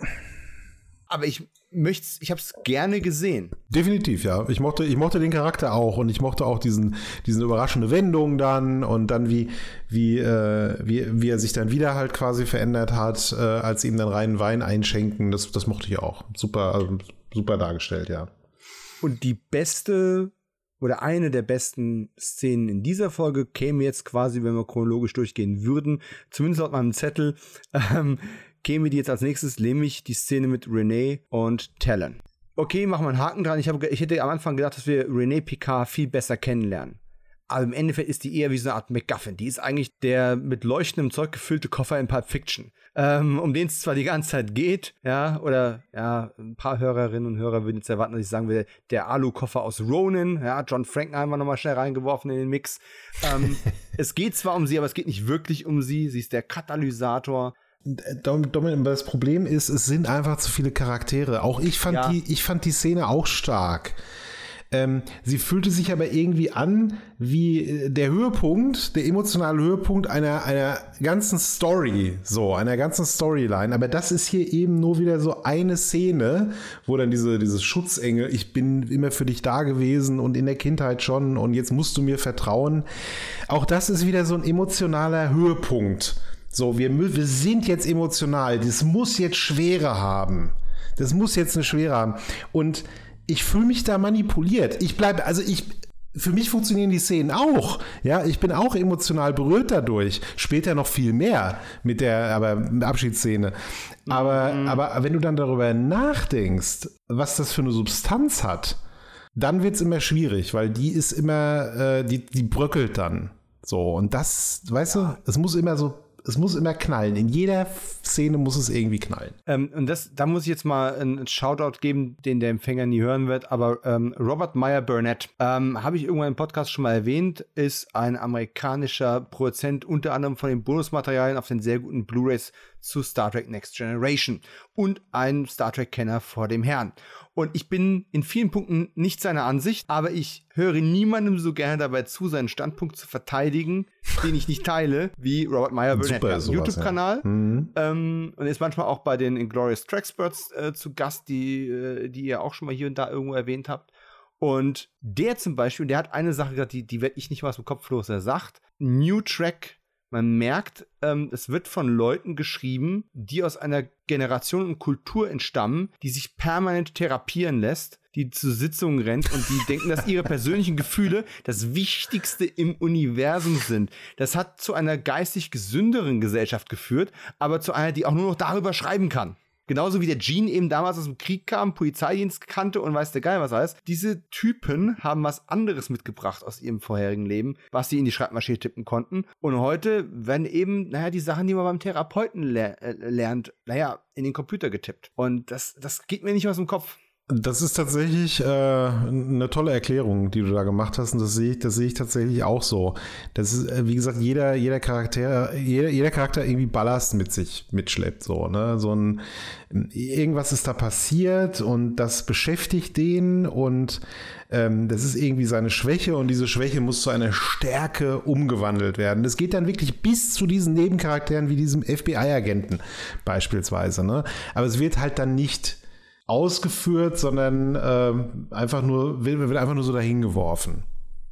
Aber ich möchte, ich habe es gerne gesehen. Definitiv, ja. Ich mochte, ich mochte den Charakter auch und ich mochte auch diesen, diesen überraschende Wendung dann und dann wie, wie, äh, wie, wie er sich dann wieder halt quasi verändert hat, äh, als sie ihm dann reinen Wein einschenken. Das, das mochte ich auch. Super, also super dargestellt, ja. Und die beste oder eine der besten Szenen in dieser Folge käme jetzt quasi, wenn wir chronologisch durchgehen würden, zumindest laut meinem Zettel, ähm, käme die jetzt als nächstes, nämlich die Szene mit Renee und Talon. Okay, machen wir einen Haken dran. Ich, hab, ich hätte am Anfang gedacht, dass wir Renee Picard viel besser kennenlernen. Aber im Endeffekt ist die eher wie so eine Art MacGuffin. Die ist eigentlich der mit leuchtendem Zeug gefüllte Koffer in Pulp Fiction. Ähm, um den es zwar die ganze Zeit geht, ja, oder ja, ein paar Hörerinnen und Hörer würden jetzt erwarten, dass ich sagen will, der Alu-Koffer aus Ronin, ja, John Frankenheimer nochmal schnell reingeworfen in den Mix. Ähm, es geht zwar um sie, aber es geht nicht wirklich um sie. Sie ist der Katalysator. Dominik, das Problem ist, es sind einfach zu viele Charaktere. Auch ich fand, ja. die, ich fand die Szene auch stark. Ähm, sie fühlte sich aber irgendwie an wie der Höhepunkt, der emotionale Höhepunkt einer, einer ganzen Story, so, einer ganzen Storyline. Aber das ist hier eben nur wieder so eine Szene, wo dann diese, dieses Schutzengel, ich bin immer für dich da gewesen und in der Kindheit schon und jetzt musst du mir vertrauen. Auch das ist wieder so ein emotionaler Höhepunkt. So, wir, wir sind jetzt emotional, das muss jetzt Schwere haben. Das muss jetzt eine Schwere haben. Und ich fühle mich da manipuliert. Ich bleibe, also ich, für mich funktionieren die Szenen auch. Ja, ich bin auch emotional berührt dadurch. Später noch viel mehr mit der aber Abschiedsszene. Aber, mhm. aber wenn du dann darüber nachdenkst, was das für eine Substanz hat, dann wird es immer schwierig, weil die ist immer, äh, die, die bröckelt dann. So, und das, weißt ja. du, es muss immer so, es muss immer knallen. In jeder Szene muss es irgendwie knallen. Ähm, und das, da muss ich jetzt mal einen Shoutout geben, den der Empfänger nie hören wird. Aber ähm, Robert Meyer Burnett, ähm, habe ich irgendwann im Podcast schon mal erwähnt, ist ein amerikanischer Produzent, unter anderem von den Bonusmaterialien auf den sehr guten Blu-rays zu Star Trek Next Generation und ein Star Trek-Kenner vor dem Herrn. Und ich bin in vielen Punkten nicht seiner Ansicht, aber ich höre niemandem so gerne dabei zu, seinen Standpunkt zu verteidigen, den ich nicht teile, wie Robert Meyer Burnett. Er hat einen YouTube-Kanal ja. mhm. ähm, und ist manchmal auch bei den Inglorious Tracksperts äh, zu Gast, die, äh, die ihr auch schon mal hier und da irgendwo erwähnt habt. Und der zum Beispiel, der hat eine Sache gesagt, die, die werde ich nicht mal aus dem Kopf los. Er sagt, New Track, man merkt, ähm, es wird von Leuten geschrieben, die aus einer Generation und Kultur entstammen, die sich permanent therapieren lässt, die zu Sitzungen rennt und die denken, dass ihre persönlichen Gefühle das Wichtigste im Universum sind. Das hat zu einer geistig gesünderen Gesellschaft geführt, aber zu einer, die auch nur noch darüber schreiben kann. Genauso wie der Gene eben damals aus dem Krieg kam, Polizeidienst kannte und weiß der Geil was heißt. Diese Typen haben was anderes mitgebracht aus ihrem vorherigen Leben, was sie in die Schreibmaschine tippen konnten. Und heute werden eben, naja, die Sachen, die man beim Therapeuten le- lernt, naja, in den Computer getippt. Und das, das geht mir nicht aus dem Kopf. Das ist tatsächlich äh, eine tolle Erklärung, die du da gemacht hast, und das sehe ich, das sehe ich tatsächlich auch so. Das ist, wie gesagt, jeder, jeder Charakter, jeder, jeder Charakter irgendwie Ballast mit sich mitschleppt, so, ne? So ein, irgendwas ist da passiert und das beschäftigt den und ähm, das ist irgendwie seine Schwäche und diese Schwäche muss zu einer Stärke umgewandelt werden. Das geht dann wirklich bis zu diesen Nebencharakteren wie diesem F B I-Agenten beispielsweise, ne? Aber es wird halt dann nicht ausgeführt, sondern ähm, einfach nur, wird, wird einfach nur so dahin geworfen.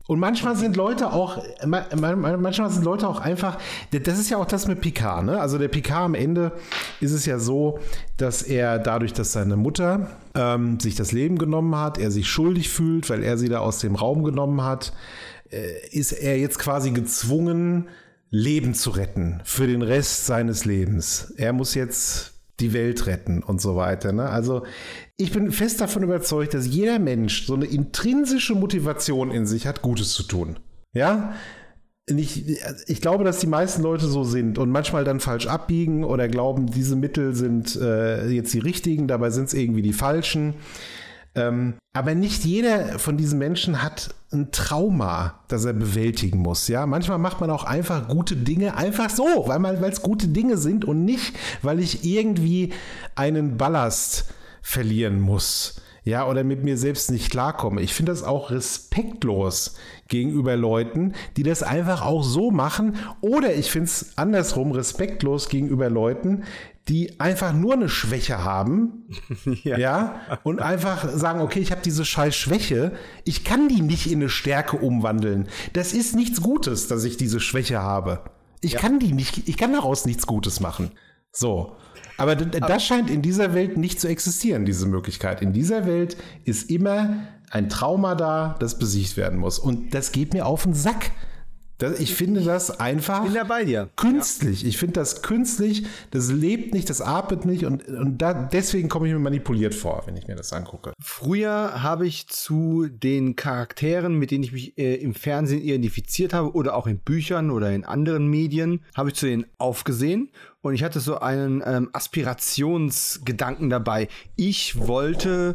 Und manchmal sind Leute auch, manchmal sind Leute auch einfach, das ist ja auch das mit Picard, ne? Also der Picard am Ende ist es ja so, dass er dadurch, dass seine Mutter ähm, sich das Leben genommen hat, er sich schuldig fühlt, weil er sie da aus dem Raum genommen hat, äh, ist er jetzt quasi gezwungen, Leben zu retten für den Rest seines Lebens. Er muss jetzt die Welt retten und so weiter, ne? Also ich bin fest davon überzeugt, dass jeder Mensch so eine intrinsische Motivation in sich hat, Gutes zu tun. Ja? Ich, ich glaube, dass die meisten Leute so sind und manchmal dann falsch abbiegen oder glauben, diese Mittel sind äh, jetzt die richtigen, dabei sind es irgendwie die falschen. Ähm, aber nicht jeder von diesen Menschen hat ein Trauma, das er bewältigen muss. Ja? Manchmal macht man auch einfach gute Dinge einfach so, weil es gute Dinge sind und nicht, weil ich irgendwie einen Ballast verlieren muss, ja, oder mit mir selbst nicht klarkomme. Ich finde das auch respektlos gegenüber Leuten, die das einfach auch so machen, oder ich finde es andersrum respektlos gegenüber Leuten, die einfach nur eine Schwäche haben, ja. ja, und einfach sagen, okay, ich habe diese scheiß Schwäche, ich kann die nicht in eine Stärke umwandeln. Das ist nichts Gutes, dass ich diese Schwäche habe. Ich ja. kann die nicht, ich kann daraus nichts Gutes machen. So. Aber d- das scheint in dieser Welt nicht zu existieren, diese Möglichkeit. In dieser Welt ist immer ein Trauma da, das besiegt werden muss. Und das geht mir auf den Sack. Das, ich finde das einfach Bin da bei dir. künstlich. Ja. Ich finde das künstlich, das lebt nicht, das atmet nicht. Und, und da, deswegen komme ich mir manipuliert vor, wenn ich mir das angucke. Früher habe ich zu den Charakteren, mit denen ich mich äh, im Fernsehen identifiziert habe oder auch in Büchern oder in anderen Medien, habe ich zu denen aufgesehen. Und ich hatte so einen ähm, Aspirationsgedanken dabei. Ich wollte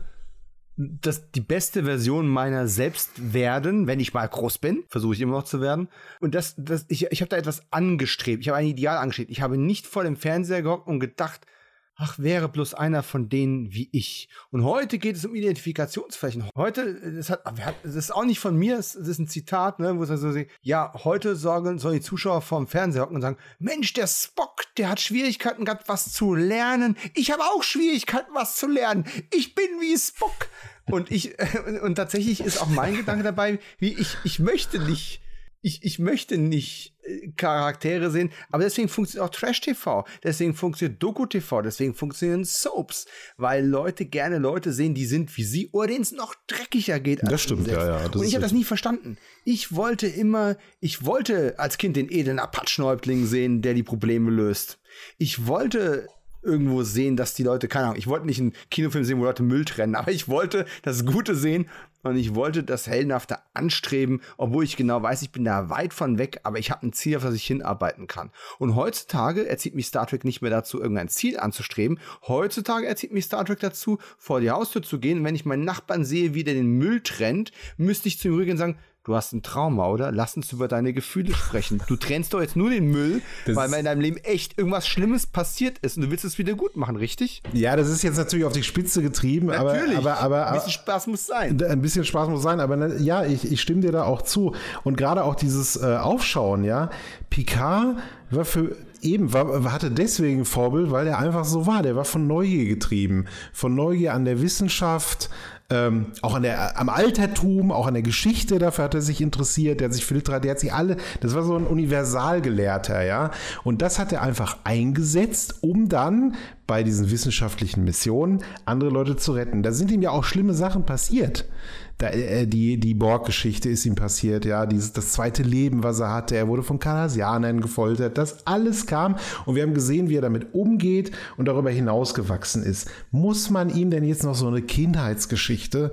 das die beste Version meiner selbst werden, wenn ich mal groß bin, versuche ich immer noch zu werden. Und das, das, ich, ich habe da etwas angestrebt. Ich habe ein Ideal angestrebt. Ich habe nicht vor dem Fernseher gehockt und gedacht, ach, wäre bloß einer von denen wie ich. Und heute geht es um Identifikationsflächen. Heute, das, hat, das ist auch nicht von mir, das ist ein Zitat, ne, wo es so sagt, ja, heute sorgen, sollen die Zuschauer vorm Fernseher hocken und sagen, Mensch, der Spock, der hat Schwierigkeiten gehabt, was zu lernen. Ich habe auch Schwierigkeiten, was zu lernen. Ich bin wie Spock. Und ich, und tatsächlich ist auch mein Gedanke dabei, wie ich, ich möchte nicht, Ich, ich möchte nicht äh, Charaktere sehen, aber deswegen funktioniert auch Trash-T V, deswegen funktioniert Doku-T V, deswegen funktionieren Soaps, weil Leute gerne Leute sehen, die sind wie sie oder denen es noch dreckiger geht als das stimmt, ja, ja. Das und ich habe das nie verstanden. Ich wollte immer, ich wollte als Kind den edlen Apachenhäuptling sehen, der die Probleme löst. Ich wollte irgendwo sehen, dass die Leute, keine Ahnung, ich wollte nicht einen Kinofilm sehen, wo Leute Müll trennen, aber ich wollte das Gute sehen und ich wollte das Heldenhafte anstreben, obwohl ich genau weiß, ich bin da weit von weg, aber ich habe ein Ziel, auf das ich hinarbeiten kann. Und heutzutage erzieht mich Star Trek nicht mehr dazu, irgendein Ziel anzustreben. Heutzutage erzieht mich Star Trek dazu, vor die Haustür zu gehen. Und wenn ich meinen Nachbarn sehe, wie der den Müll trennt, müsste ich zu ihm rübergehen und sagen, du hast ein Trauma, oder? Lass uns über deine Gefühle sprechen. Du trennst doch jetzt nur den Müll, das weil in deinem Leben echt irgendwas Schlimmes passiert ist und du willst es wieder gut machen, richtig? Ja, das ist jetzt natürlich auf die Spitze getrieben. Natürlich. Aber, aber, aber, ein bisschen Spaß muss sein. Ein bisschen Spaß muss sein, aber ne, ja, ich, ich stimme dir da auch zu. Und gerade auch dieses äh, Aufschauen, ja. Picard war für eben, war, hatte deswegen ein Vorbild, weil er einfach so war. Der war von Neugier getrieben. Von Neugier an der Wissenschaft, Ähm, auch an der, am Altertum, auch an der Geschichte, dafür hat er sich interessiert, der hat sich für Literatur, der hat sich alle, das war so ein Universalgelehrter, ja, und das hat er einfach eingesetzt, um dann bei diesen wissenschaftlichen Missionen andere Leute zu retten. Da sind ihm ja auch schlimme Sachen passiert. Da, äh, die, die Borg-Geschichte ist ihm passiert, ja, dieses, das zweite Leben, was er hatte, er wurde von Cardassianern gefoltert, das alles kam und wir haben gesehen, wie er damit umgeht und darüber hinausgewachsen ist. Muss man ihm denn jetzt noch so eine Kindheitsgeschichte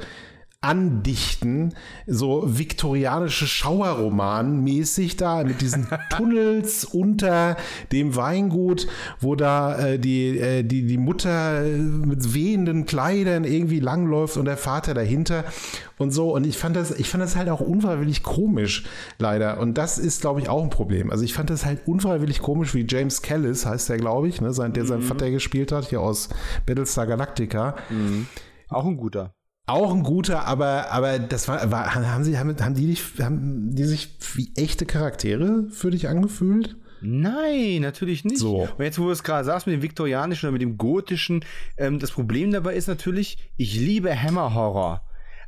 andichten, so viktorianische Schauerroman-mäßig da mit diesen Tunnels unter dem Weingut, wo da äh, die, äh, die, die Mutter mit wehenden Kleidern irgendwie langläuft und der Vater dahinter und so. Und ich fand das, ich fand das halt auch unfreiwillig komisch, leider. Und das ist, glaube ich, auch ein Problem. Also ich fand das halt unfreiwillig komisch, wie James Callis heißt der, glaube ich, ne, sein, der mhm. seinen Vater gespielt hat, hier aus Battlestar Galactica. Mhm. Auch ein guter. Auch ein guter, aber, aber das war, war haben sie, haben, haben die dich, haben die sich wie echte Charaktere für dich angefühlt? Nein, natürlich nicht. So. Und jetzt, wo du es gerade sagst, mit dem viktorianischen oder mit dem gotischen, ähm, das Problem dabei ist natürlich, ich liebe Hammer-Horror.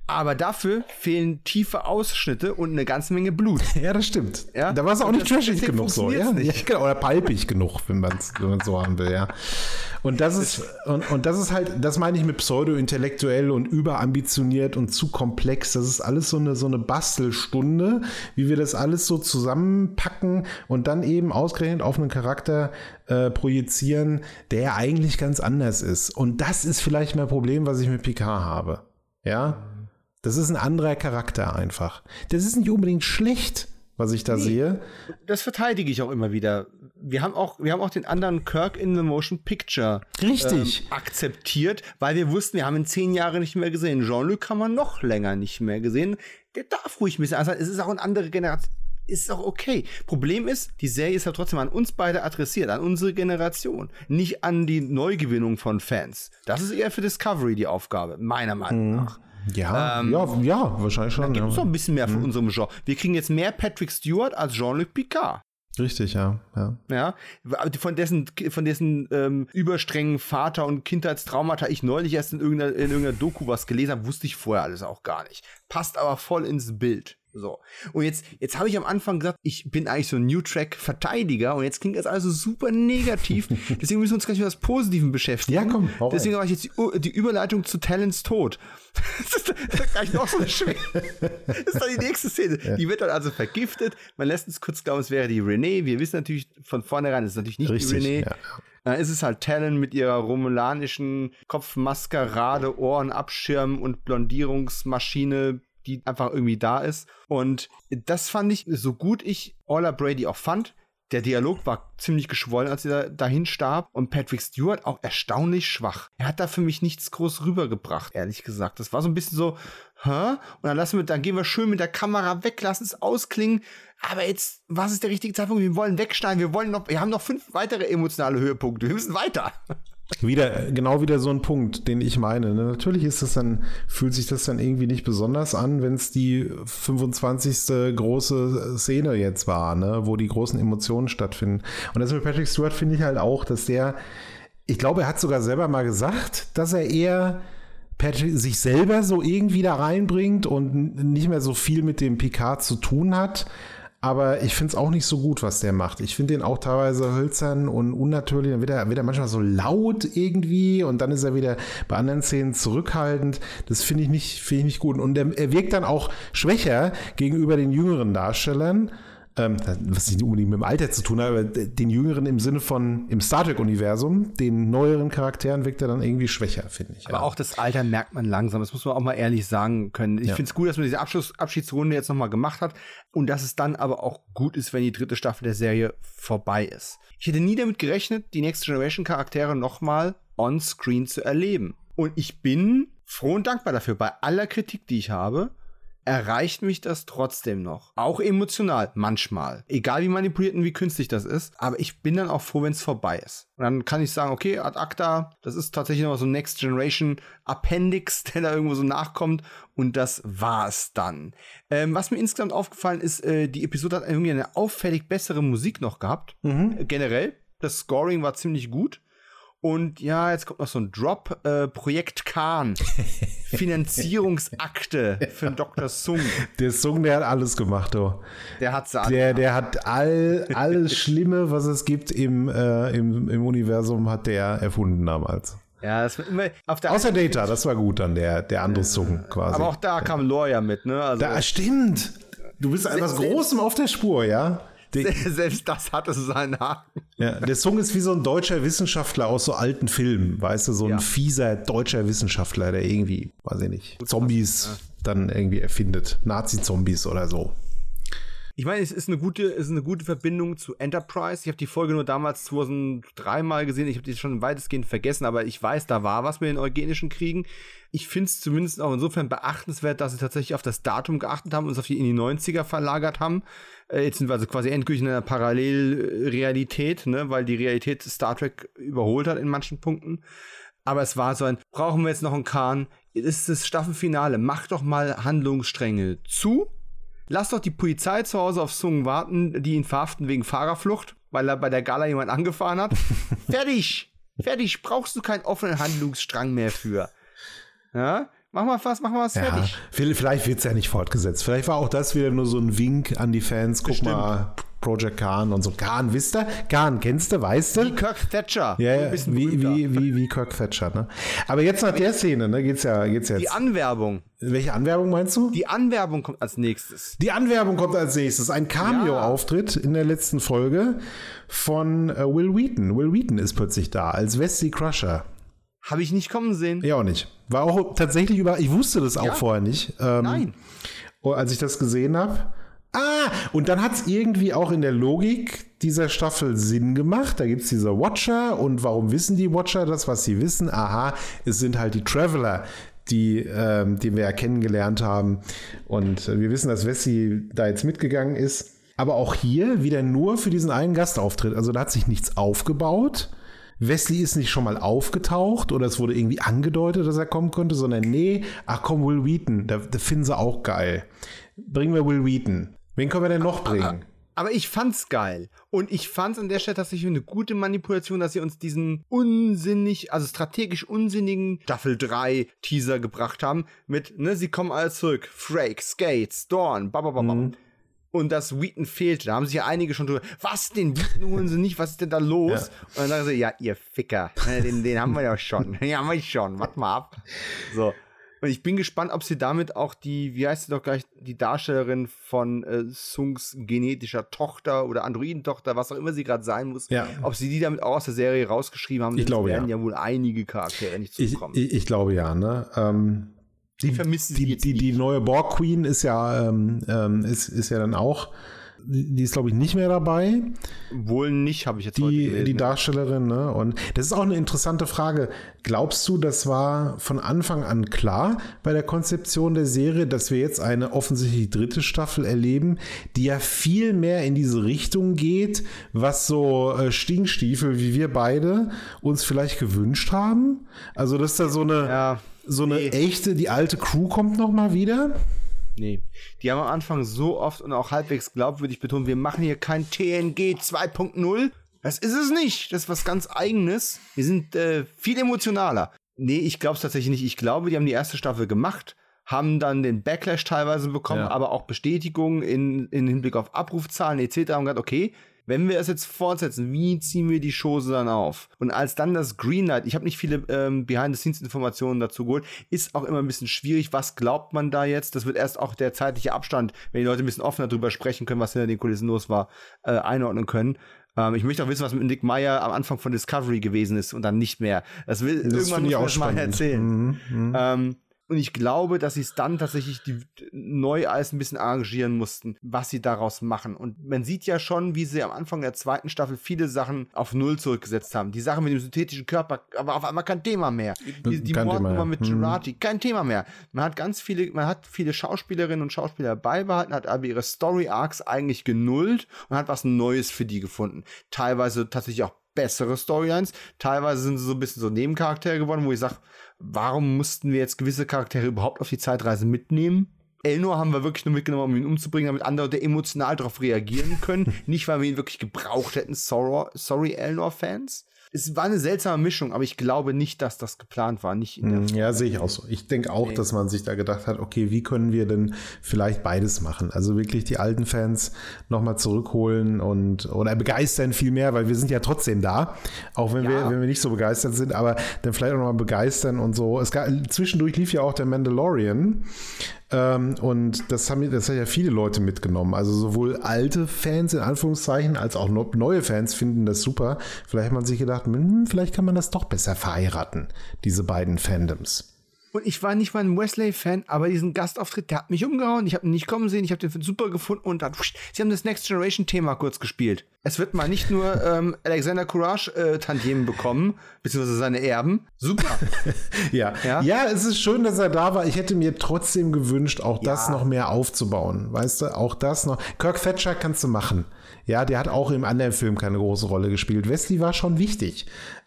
Aber dafür fehlen tiefe Ausschnitte und eine ganze Menge Blut. Ja, das stimmt. Ja? Da war es auch Und nicht das- trashig deswegen genug so. Ja? funktioniert's Ja, genau. Oder palpig genug, wenn man es wenn man's so haben will, ja. Und das ist, und, und das ist halt, das meine ich mit pseudo-intellektuell und überambitioniert und zu komplex. Das ist alles so eine, so eine Bastelstunde, wie wir das alles so zusammenpacken und dann eben ausgerechnet auf einen Charakter äh, projizieren, der eigentlich ganz anders ist. Und das ist vielleicht mein Problem, was ich mit Picard habe. Ja? Das ist ein anderer Charakter einfach. Das ist nicht unbedingt schlecht, was ich da Nee. sehe. Das verteidige ich auch immer wieder. Wir haben auch, wir haben auch den anderen Kirk in the Motion Picture Richtig. ähm, akzeptiert, weil wir wussten, wir haben ihn zehn Jahre nicht mehr gesehen. Jean-Luc haben wir noch länger nicht mehr gesehen. Der darf ruhig ein bisschen. Also es ist auch eine andere Generation. Ist auch okay. Problem ist, die Serie ist ja trotzdem an uns beide adressiert, an unsere Generation, nicht an die Neugewinnung von Fans. Das ist eher für Discovery die Aufgabe, meiner Meinung nach. Ja, Ähm, ja, ja, wahrscheinlich schon. Gibt es Ja. noch ein bisschen mehr von unserem Genre. Wir kriegen jetzt mehr Patrick Stewart als Jean-Luc Picard. Richtig, ja. ja. Ja, von dessen, von dessen ähm, überstrengen Vater- und Kindheitstraumata ich neulich erst in irgendeiner, in irgendeiner Doku was gelesen habe, wusste ich vorher alles auch gar nicht. Passt aber voll ins Bild. So. Und jetzt, jetzt habe ich am Anfang gesagt, ich bin eigentlich so ein New Track-Verteidiger und jetzt klingt das also super negativ. Deswegen müssen wir uns gleich mit was Positivem beschäftigen. Ja, komm, hau rein. Deswegen mache ich jetzt die, U- die Überleitung zu Talents Tod. Das ist, das ist gleich noch so eine schwer. Das ist dann die nächste Szene. Ja. Die wird dann also vergiftet. Man lässt uns kurz glauben, es wäre die Renee. Wir wissen natürlich von vornherein, es ist natürlich nicht Richtig, die Renee. ja. Dann ist es halt Talon mit ihrer romulanischen Kopfmaskerade, Ohrenabschirm und Blondierungsmaschine, die einfach irgendwie da ist. Und das fand ich, so gut ich Orla Brady auch fand, der Dialog war ziemlich geschwollen, als sie da, dahin starb. Und Patrick Stewart auch erstaunlich schwach. Er hat da für mich nichts groß rübergebracht, ehrlich gesagt. Das war so ein bisschen so, hä? Und dann lassen wir, dann gehen wir schön mit der Kamera weg, lassen es ausklingen. Aber jetzt, was ist der richtige Zeitpunkt? Wir wollen wegschneiden, wir wollen noch, wir haben noch fünf weitere emotionale Höhepunkte. Wir müssen weiter. Wieder, genau wieder so ein Punkt, den ich meine. Ne? Natürlich ist das dann, fühlt sich das dann irgendwie nicht besonders an, wenn es die fünfundzwanzigste große Szene jetzt war, ne? Wo die großen Emotionen stattfinden. Und das mit Patrick Stewart finde ich halt auch, dass der, ich glaube, er hat sogar selber mal gesagt, dass er eher Patrick, sich selber so irgendwie da reinbringt und nicht mehr so viel mit dem Picard zu tun hat. Aber ich finde es auch nicht so gut, was der macht. Ich finde den auch teilweise hölzern und unnatürlich. Dann wird er, wird er manchmal so laut irgendwie und dann ist er wieder bei anderen Szenen zurückhaltend. Das finde ich nicht, finde ich nicht gut. Und er, er wirkt dann auch schwächer gegenüber den jüngeren Darstellern. Ähm, was nicht unbedingt mit dem Alter zu tun hat, aber den jüngeren im Sinne von im Star Trek-Universum, den neueren Charakteren wirkt er dann irgendwie schwächer, finde ich. Aber ja. auch das Alter merkt man langsam. Das muss man auch mal ehrlich sagen können. Ich Ja. finde es gut, dass man diese Abschluss, Abschiedsrunde jetzt noch mal gemacht hat und dass es dann aber auch gut ist, wenn die dritte Staffel der Serie vorbei ist. Ich hätte nie damit gerechnet, die Next Generation Charaktere noch mal on-screen zu erleben. Und ich bin froh und dankbar dafür. Bei aller Kritik, die ich habe, erreicht mich das trotzdem noch. Auch emotional, manchmal. Egal wie manipuliert und wie künstlich das ist. Aber ich bin dann auch froh, wenn es vorbei ist. Und dann kann ich sagen, okay, ad acta, das ist tatsächlich noch so ein Next Generation Appendix, der da irgendwo so nachkommt. Und das war's dann. Ähm, was mir insgesamt aufgefallen ist, äh, die Episode hat irgendwie eine auffällig bessere Musik noch gehabt. Mhm. Äh, generell. Das Scoring war ziemlich gut. Und ja, jetzt kommt noch so ein Drop. Äh, Projekt Khan. Finanzierungsakte für Doktor Sung. Der Sung, der hat alles gemacht, oh. Der hat Der, der hat all, alles Schlimme, was es gibt im, äh, im, im Universum, hat der erfunden damals. Ja, das war immer auf der Außer Data, das war gut dann, der, der andere Sung quasi. Aber auch da kam Lawyer mit, ne? Also da, stimmt. Du bist etwas Großem auf der Spur, ja? Der, selbst das hatte so seinen Haken. ja, der Sung ist wie so ein deutscher Wissenschaftler aus so alten Filmen, weißt du, so ein Ja. fieser deutscher Wissenschaftler, der irgendwie, weiß ich nicht, Zombies ja. dann irgendwie erfindet. Nazi-Zombies oder so. Ich meine, es ist eine gute, es ist eine gute Verbindung zu Enterprise. Ich habe die Folge nur damals zweitausenddrei mal gesehen. Ich habe die schon weitestgehend vergessen, aber ich weiß, da war was mit den eugenischen Kriegen. Ich finde es zumindest auch insofern beachtenswert, dass sie tatsächlich auf das Datum geachtet haben und es auf die in die neunziger verlagert haben. Äh, jetzt sind wir also quasi endgültig in einer Parallelrealität, ne, weil die Realität Star Trek überholt hat in manchen Punkten. Aber es war so ein, brauchen wir jetzt noch einen Khan? Das ist das Staffelfinale. Mach doch mal Handlungsstränge zu. Lass doch die Polizei zu Hause auf Sung warten, die ihn verhaften wegen Fahrerflucht, weil er bei der Gala jemand angefahren hat. Fertig! Fertig! Brauchst du keinen offenen Handlungsstrang mehr für. Ja? Mach mal was, mach mal was fertig. Ja, vielleicht wird es ja nicht fortgesetzt. Vielleicht war auch das wieder nur so ein Wink an die Fans. Guck Bestimmt. mal, Project Khan und so. Khan, wisst ihr? Khan, kennst du, weißt du? Wie Kirk Thatcher. Ja, ja wie, wie, wie, wie Kirk Thatcher, ne? Aber jetzt nach der Szene, ne, geht's ja, geht's jetzt. Die Anwerbung. Welche Anwerbung meinst du? Die Anwerbung kommt als nächstes. Die Anwerbung kommt als nächstes. Ein Cameo-Auftritt ja. in der letzten Folge von äh, Will Wheaton. Will Wheaton ist plötzlich da, als Wesley Crusher. Habe ich nicht kommen sehen. Ja, auch nicht. War auch tatsächlich über, ich wusste das auch ja. vorher nicht. Ähm, Nein. Als ich das gesehen habe. Ah, und dann hat es irgendwie auch in der Logik dieser Staffel Sinn gemacht. Da gibt es diese Watcher. Und warum wissen die Watcher das, was sie wissen? Aha, es sind halt die Traveler, die, ähm, die wir ja kennengelernt haben. Und äh, wir wissen, dass Wesley da jetzt mitgegangen ist. Aber auch hier wieder nur für diesen einen Gastauftritt. Also da hat sich nichts aufgebaut. Wesley ist nicht schon mal aufgetaucht oder es wurde irgendwie angedeutet, dass er kommen könnte, sondern nee, ach komm, Will Wheaton, da, da finden sie auch geil. Bringen wir Will Wheaton. Wen können wir denn noch bringen? Aber, aber ich fand's geil. Und ich fand's an der Stelle tatsächlich eine gute Manipulation, dass sie uns diesen unsinnig, also strategisch unsinnigen Staffel drei Teaser gebracht haben mit, ne, sie kommen alle zurück. Frake, Skates, Dawn, babababam. Mhm. Und das Wheaton fehlte. Da haben sich ja einige schon drüber, was, den Wheaton holen sie nicht, was ist denn da los? Ja. Und dann sagen sie, ja, ihr Ficker, den, den haben wir ja schon. Den haben wir schon, warte mal ab. So. Und ich bin gespannt, ob sie damit auch die, wie heißt sie doch gleich, die Darstellerin von äh, Sungs genetischer Tochter oder Androidentochter, was auch immer sie gerade sein muss, ja. ob sie die damit auch aus der Serie rausgeschrieben haben. Ich glaube, werden ja. ja wohl einige Charaktere nicht zukommen. Ich, ich, ich glaube, ja, ne? Ähm Die vermissen sie die, jetzt die, nicht. Die neue Borg Queen ist ja, ähm, ist, ist ja dann auch, die ist, glaube ich, nicht mehr dabei. Wohl nicht, habe ich jetzt die, heute gelesen. Die Darstellerin, ne? Und das ist auch eine interessante Frage. Glaubst du, das war von Anfang an klar bei der Konzeption der Serie, dass wir jetzt eine offensichtlich dritte Staffel erleben, die ja viel mehr in diese Richtung geht, was so äh, Stinkstiefel wie wir beide uns vielleicht gewünscht haben? Also, dass da so eine, ja, so eine nee. echte, die alte Crew kommt noch mal wieder? Nee, die haben am Anfang so oft und auch halbwegs glaubwürdig betont, wir machen hier kein T N G zwei Punkt null. Das ist es nicht. Das ist was ganz Eigenes. Wir sind äh, viel emotionaler. Nee, ich glaube es tatsächlich nicht. Ich glaube, die haben die erste Staffel gemacht, haben dann den Backlash teilweise bekommen, ja. aber auch Bestätigungen in, in Hinblick auf Abrufzahlen et cetera. Und gesagt, okay, wenn wir es jetzt fortsetzen, wie ziehen wir die Chose dann auf? Und als dann das Greenlight, ich habe nicht viele ähm, Behind-the-Scenes-Informationen dazu geholt, ist auch immer ein bisschen schwierig, was glaubt man da jetzt? Das wird erst auch der zeitliche Abstand, wenn die Leute ein bisschen offener drüber sprechen können, was hinter den Kulissen los war, äh, einordnen können. Ähm, ich möchte auch wissen, was mit Nick Meyer am Anfang von Discovery gewesen ist und dann nicht mehr. Das will das irgendwann muss man das mal erzählen. Mhm, mh. ähm, Und ich glaube, dass sie es dann tatsächlich die, neu alles ein bisschen arrangieren mussten, was sie daraus machen. Und man sieht ja schon, wie sie am Anfang der zweiten Staffel viele Sachen auf Null zurückgesetzt haben. Die Sache mit dem synthetischen Körper, aber auf einmal kein Thema mehr. Die, die Mordnummer mit Jurati, hm. kein Thema mehr. Man hat ganz viele, man hat viele Schauspielerinnen und Schauspieler beibehalten, hat aber ihre Story-Arcs eigentlich genullt und hat was Neues für die gefunden. Teilweise tatsächlich auch bessere Storylines. Teilweise sind sie so ein bisschen so Nebencharaktere geworden, wo ich sage, warum mussten wir jetzt gewisse Charaktere überhaupt auf die Zeitreise mitnehmen? Elnor haben wir wirklich nur mitgenommen, um ihn umzubringen, damit andere da emotional darauf reagieren können. Nicht, weil wir ihn wirklich gebraucht hätten. Sorry, sorry Elnor-Fans. Es war eine seltsame Mischung, aber ich glaube nicht, dass das geplant war. Nicht in der ja, sehe ich auch so. Ich denke auch, nee. dass man sich da gedacht hat, okay, wie können wir denn vielleicht beides machen? Also wirklich die alten Fans nochmal zurückholen und oder begeistern viel mehr, weil wir sind ja trotzdem da, auch wenn, ja. wir, wenn wir nicht so begeistert sind, aber dann vielleicht auch nochmal begeistern und so. Es gab, zwischendurch lief ja auch der Mandalorian. Ähm, und das haben das hat ja viele Leute mitgenommen. Also sowohl alte Fans in Anführungszeichen als auch no, neue Fans finden das super. Vielleicht hat man sich gedacht, hm, vielleicht kann man das doch besser verheiraten, diese beiden Fandoms. Und ich war nicht mal ein Wesley-Fan, aber diesen Gastauftritt, der hat mich umgehauen. Ich habe ihn nicht kommen sehen, ich habe den super gefunden und dann, sie haben das Next Generation-Thema kurz gespielt. Es wird mal nicht nur ähm, Alexander Courage äh, Tantiemen bekommen, beziehungsweise seine Erben. Super. ja. ja, ja, es ist schön, dass er da war. Ich hätte mir trotzdem gewünscht, auch ja. das noch mehr aufzubauen. Weißt du, auch das noch. Kirk Thatcher kannst du machen. Ja, der hat auch im anderen Film keine große Rolle gespielt. Wesley war schon wichtig.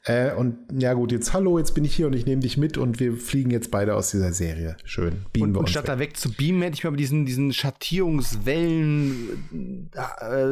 Äh, und ja gut, jetzt hallo, jetzt bin ich hier und ich nehme dich mit und wir fliegen jetzt beide aus dieser Serie. Schön. Beamen und, wir uns und statt weg. da weg zu beamen, hätte ich mir aber diesen, diesen Schattierungswellen äh,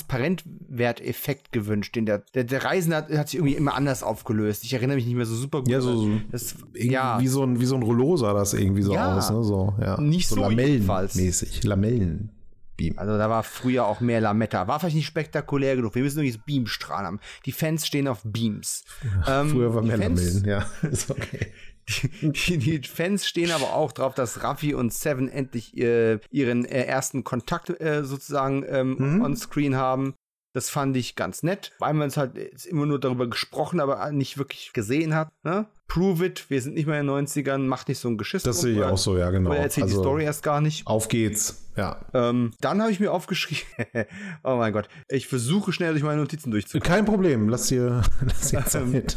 Transparentwerteffekt gewünscht. Den der, der, der Reisende hat, hat sich irgendwie immer anders aufgelöst. Ich erinnere mich nicht mehr so super gut. Ja, so, das, ja. Wie, so ein, wie so ein Rollo sah das irgendwie so ja. aus. Ne? So, ja. Nicht so, so Lamellenmäßig. Lamellen. Beam. Also da war früher auch mehr Lametta. War vielleicht nicht spektakulär genug. Wir müssen nur diese Beamstrahlen haben. Die Fans stehen auf Beams. Ähm, früher war mehr Lamellen, ja. Ist okay. Die, die Fans stehen aber auch drauf, dass Raffi und Seven endlich äh, ihren äh, ersten Kontakt äh, sozusagen ähm, mhm. on-screen haben. Das fand ich ganz nett, weil man es halt jetzt immer nur darüber gesprochen, aber nicht wirklich gesehen hat. Ne? Prove it, wir sind nicht mehr in den neunzigern, macht nicht so ein Geschiss. Das sehe ich auch so, ja, genau. Oder erzählt also, die Story erst gar nicht. Auf geht's, ja. Ähm, dann habe ich mir aufgeschrieben, oh mein Gott, ich versuche schnell durch meine Notizen durchzukommen. Kein Problem, lass dir, lass dir Zeit.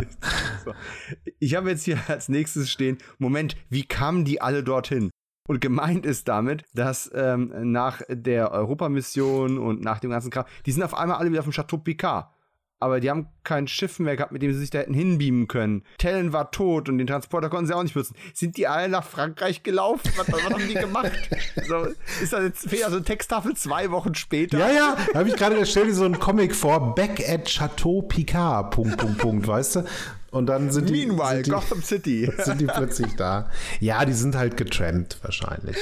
So. Ich habe jetzt hier als nächstes stehen, Moment, wie kamen die alle dorthin? Und gemeint ist damit, dass ähm, nach der Europamission und nach dem ganzen Kram, die sind auf einmal alle wieder auf dem Chateau Picard. Aber die haben kein Schiff mehr gehabt, mit dem sie sich da hätten hinbeamen können. Talon war tot und den Transporter konnten sie auch nicht nutzen. Sind die alle nach Frankreich gelaufen? Was, was haben die gemacht? So, ist das jetzt also Texttafel zwei Wochen später? Ja, ja, da habe ich gerade, stell dir so einen Comic vor, Back at Chateau Picard, Punkt, Punkt, Punkt, weißt du? Und dann sind die, Meanwhile, sind die, Gotham City. sind die plötzlich da. Ja, die sind halt getrennt wahrscheinlich.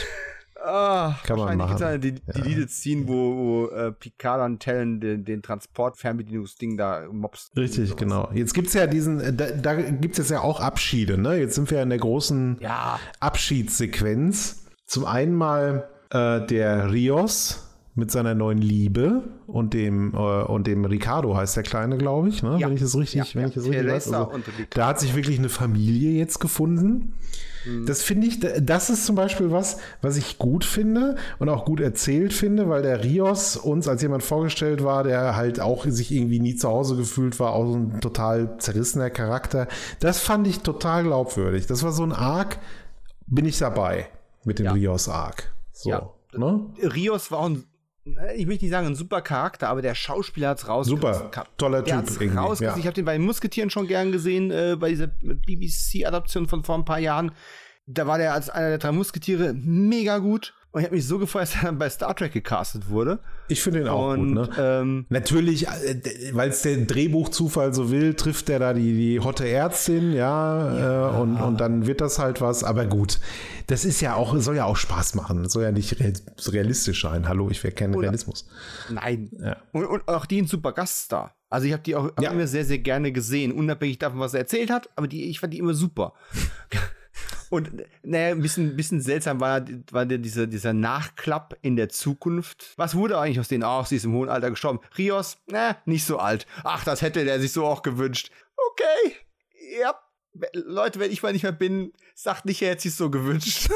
Ah, Kann man machen. Gibt's die, die ja. Lieder ziehen, wo, wo äh, Picard und Talon den, den Transport-Fernbedienungsding da mobst. Richtig, genau. Jetzt gibt's ja diesen, da, da gibt's jetzt ja auch Abschiede, ne? Jetzt sind wir in der großen ja. Abschiedssequenz. Zum einen mal äh, der Rios mit seiner neuen Liebe und dem äh, und dem Ricardo heißt der Kleine, glaube ich, ne? Ja. Wenn ich es richtig, ja, wenn ja. ich es richtig weiß. Also, da hat sich wirklich eine Familie jetzt gefunden. Mhm. Das finde ich, das ist zum Beispiel was, was ich gut finde und auch gut erzählt finde, weil der Rios uns als jemand vorgestellt war, der halt auch sich irgendwie nie zu Hause gefühlt war, auch so ein total zerrissener Charakter. Das fand ich total glaubwürdig. Das war so ein Arc, bin ich dabei mit dem ja. Rios-Arc. So, ja. ne? Rios war auch ein ich möchte nicht sagen, ein super Charakter, aber der Schauspieler hat's rausgerissen. Super, toller der Typ. Hat's rausgerissen. Ja. Ich habe den bei den Musketieren schon gern gesehen, äh, bei dieser B B C-Adaption von vor ein paar Jahren. Da war der als einer der drei Musketiere mega gut. Und ich habe mich so gefreut, dass er dann bei Star Trek gecastet wurde. Ich finde ihn auch und, gut, ne? Ähm, Natürlich, weil es der Drehbuchzufall so will, trifft er da die, die hotte Ärztin, ja, ja. Äh, und, und dann wird das halt was. Aber gut, das ist ja auch, soll ja auch Spaß machen. Soll ja nicht realistisch sein. Hallo, ich will keinen Realismus. Nein. Ja. Und, und auch die ein super Gaststar. Also ich habe die auch ja. immer sehr, sehr gerne gesehen, unabhängig davon, was er erzählt hat. Aber die, ich fand die immer super. Und naja, ein bisschen, bisschen seltsam war, war der, dieser, dieser Nachklapp in der Zukunft. Was wurde eigentlich aus denen? Ach, sie ist im hohen Alter gestorben. Rios, na, nicht so alt. Ach, das hätte der sich so auch gewünscht. Okay, ja, Leute, wenn ich mal nicht mehr bin, sagt nicht, er hätte sich so gewünscht.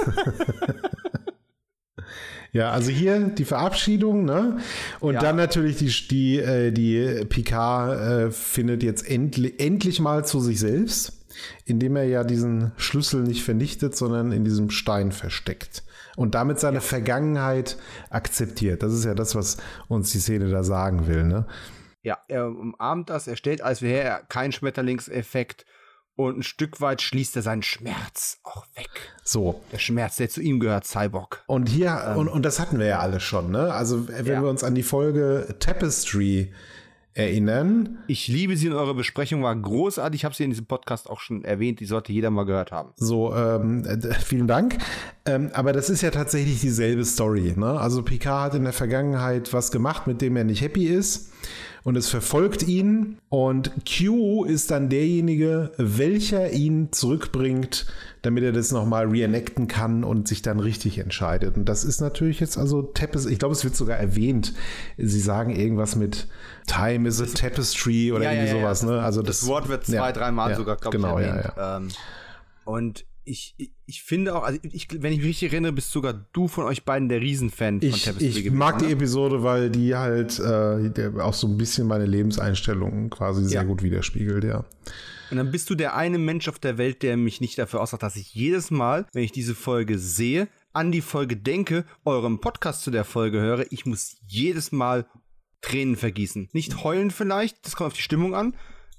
Ja, also hier die Verabschiedung, ne? Und ja. dann natürlich die, die, äh, die Picard äh, findet jetzt endlich, endlich mal zu sich selbst. Indem er ja diesen Schlüssel nicht vernichtet, sondern in diesem Stein versteckt. Und damit seine ja. Vergangenheit akzeptiert. Das ist ja das, was uns die Szene da sagen will, ne? Ja, er umarmt das, er stellt alles wieder her, kein Schmetterlingseffekt. Und ein Stück weit schließt er seinen Schmerz auch weg. So. Der Schmerz, der zu ihm gehört, Cyborg. Und hier, ähm, und, und das hatten wir ja alle schon, ne? Also, wenn ja. wir uns an die Folge Tapestry erinnern. Ich liebe sie und eure Besprechung war großartig. Ich habe sie in diesem Podcast auch schon erwähnt. Die sollte jeder mal gehört haben. So, ähm, äh, vielen Dank. Ähm, aber das ist ja tatsächlich dieselbe Story, ne? Also Picard hat in der Vergangenheit was gemacht, mit dem er nicht happy ist. Und es verfolgt ihn. Und Q ist dann derjenige, welcher ihn zurückbringt, damit er das nochmal reenacten kann und sich dann richtig entscheidet. Und das ist natürlich jetzt also Tapestry. Ich glaube, es wird sogar erwähnt. Sie sagen irgendwas mit Time is a Tapestry oder ja, irgendwie ja, sowas. Ja, ne? Also das, das Wort wird zwei, ja, dreimal ja, sogar, glaube genau, ich, erwähnt. Ja, ja. Ähm, und ich, ich, ich finde auch, also ich, wenn ich mich richtig erinnere, bist sogar du von euch beiden der Riesenfan von ich, Tapestry ich gewesen. Ich mag die Episode, weil die halt äh, der auch so ein bisschen meine Lebenseinstellungen quasi sehr ja. gut widerspiegelt, ja. Und dann bist du der eine Mensch auf der Welt, der mich nicht dafür aussagt, dass ich jedes Mal, wenn ich diese Folge sehe, an die Folge denke, eurem Podcast zu der Folge höre, ich muss jedes Mal Tränen vergießen. Nicht heulen vielleicht, das kommt auf die Stimmung an,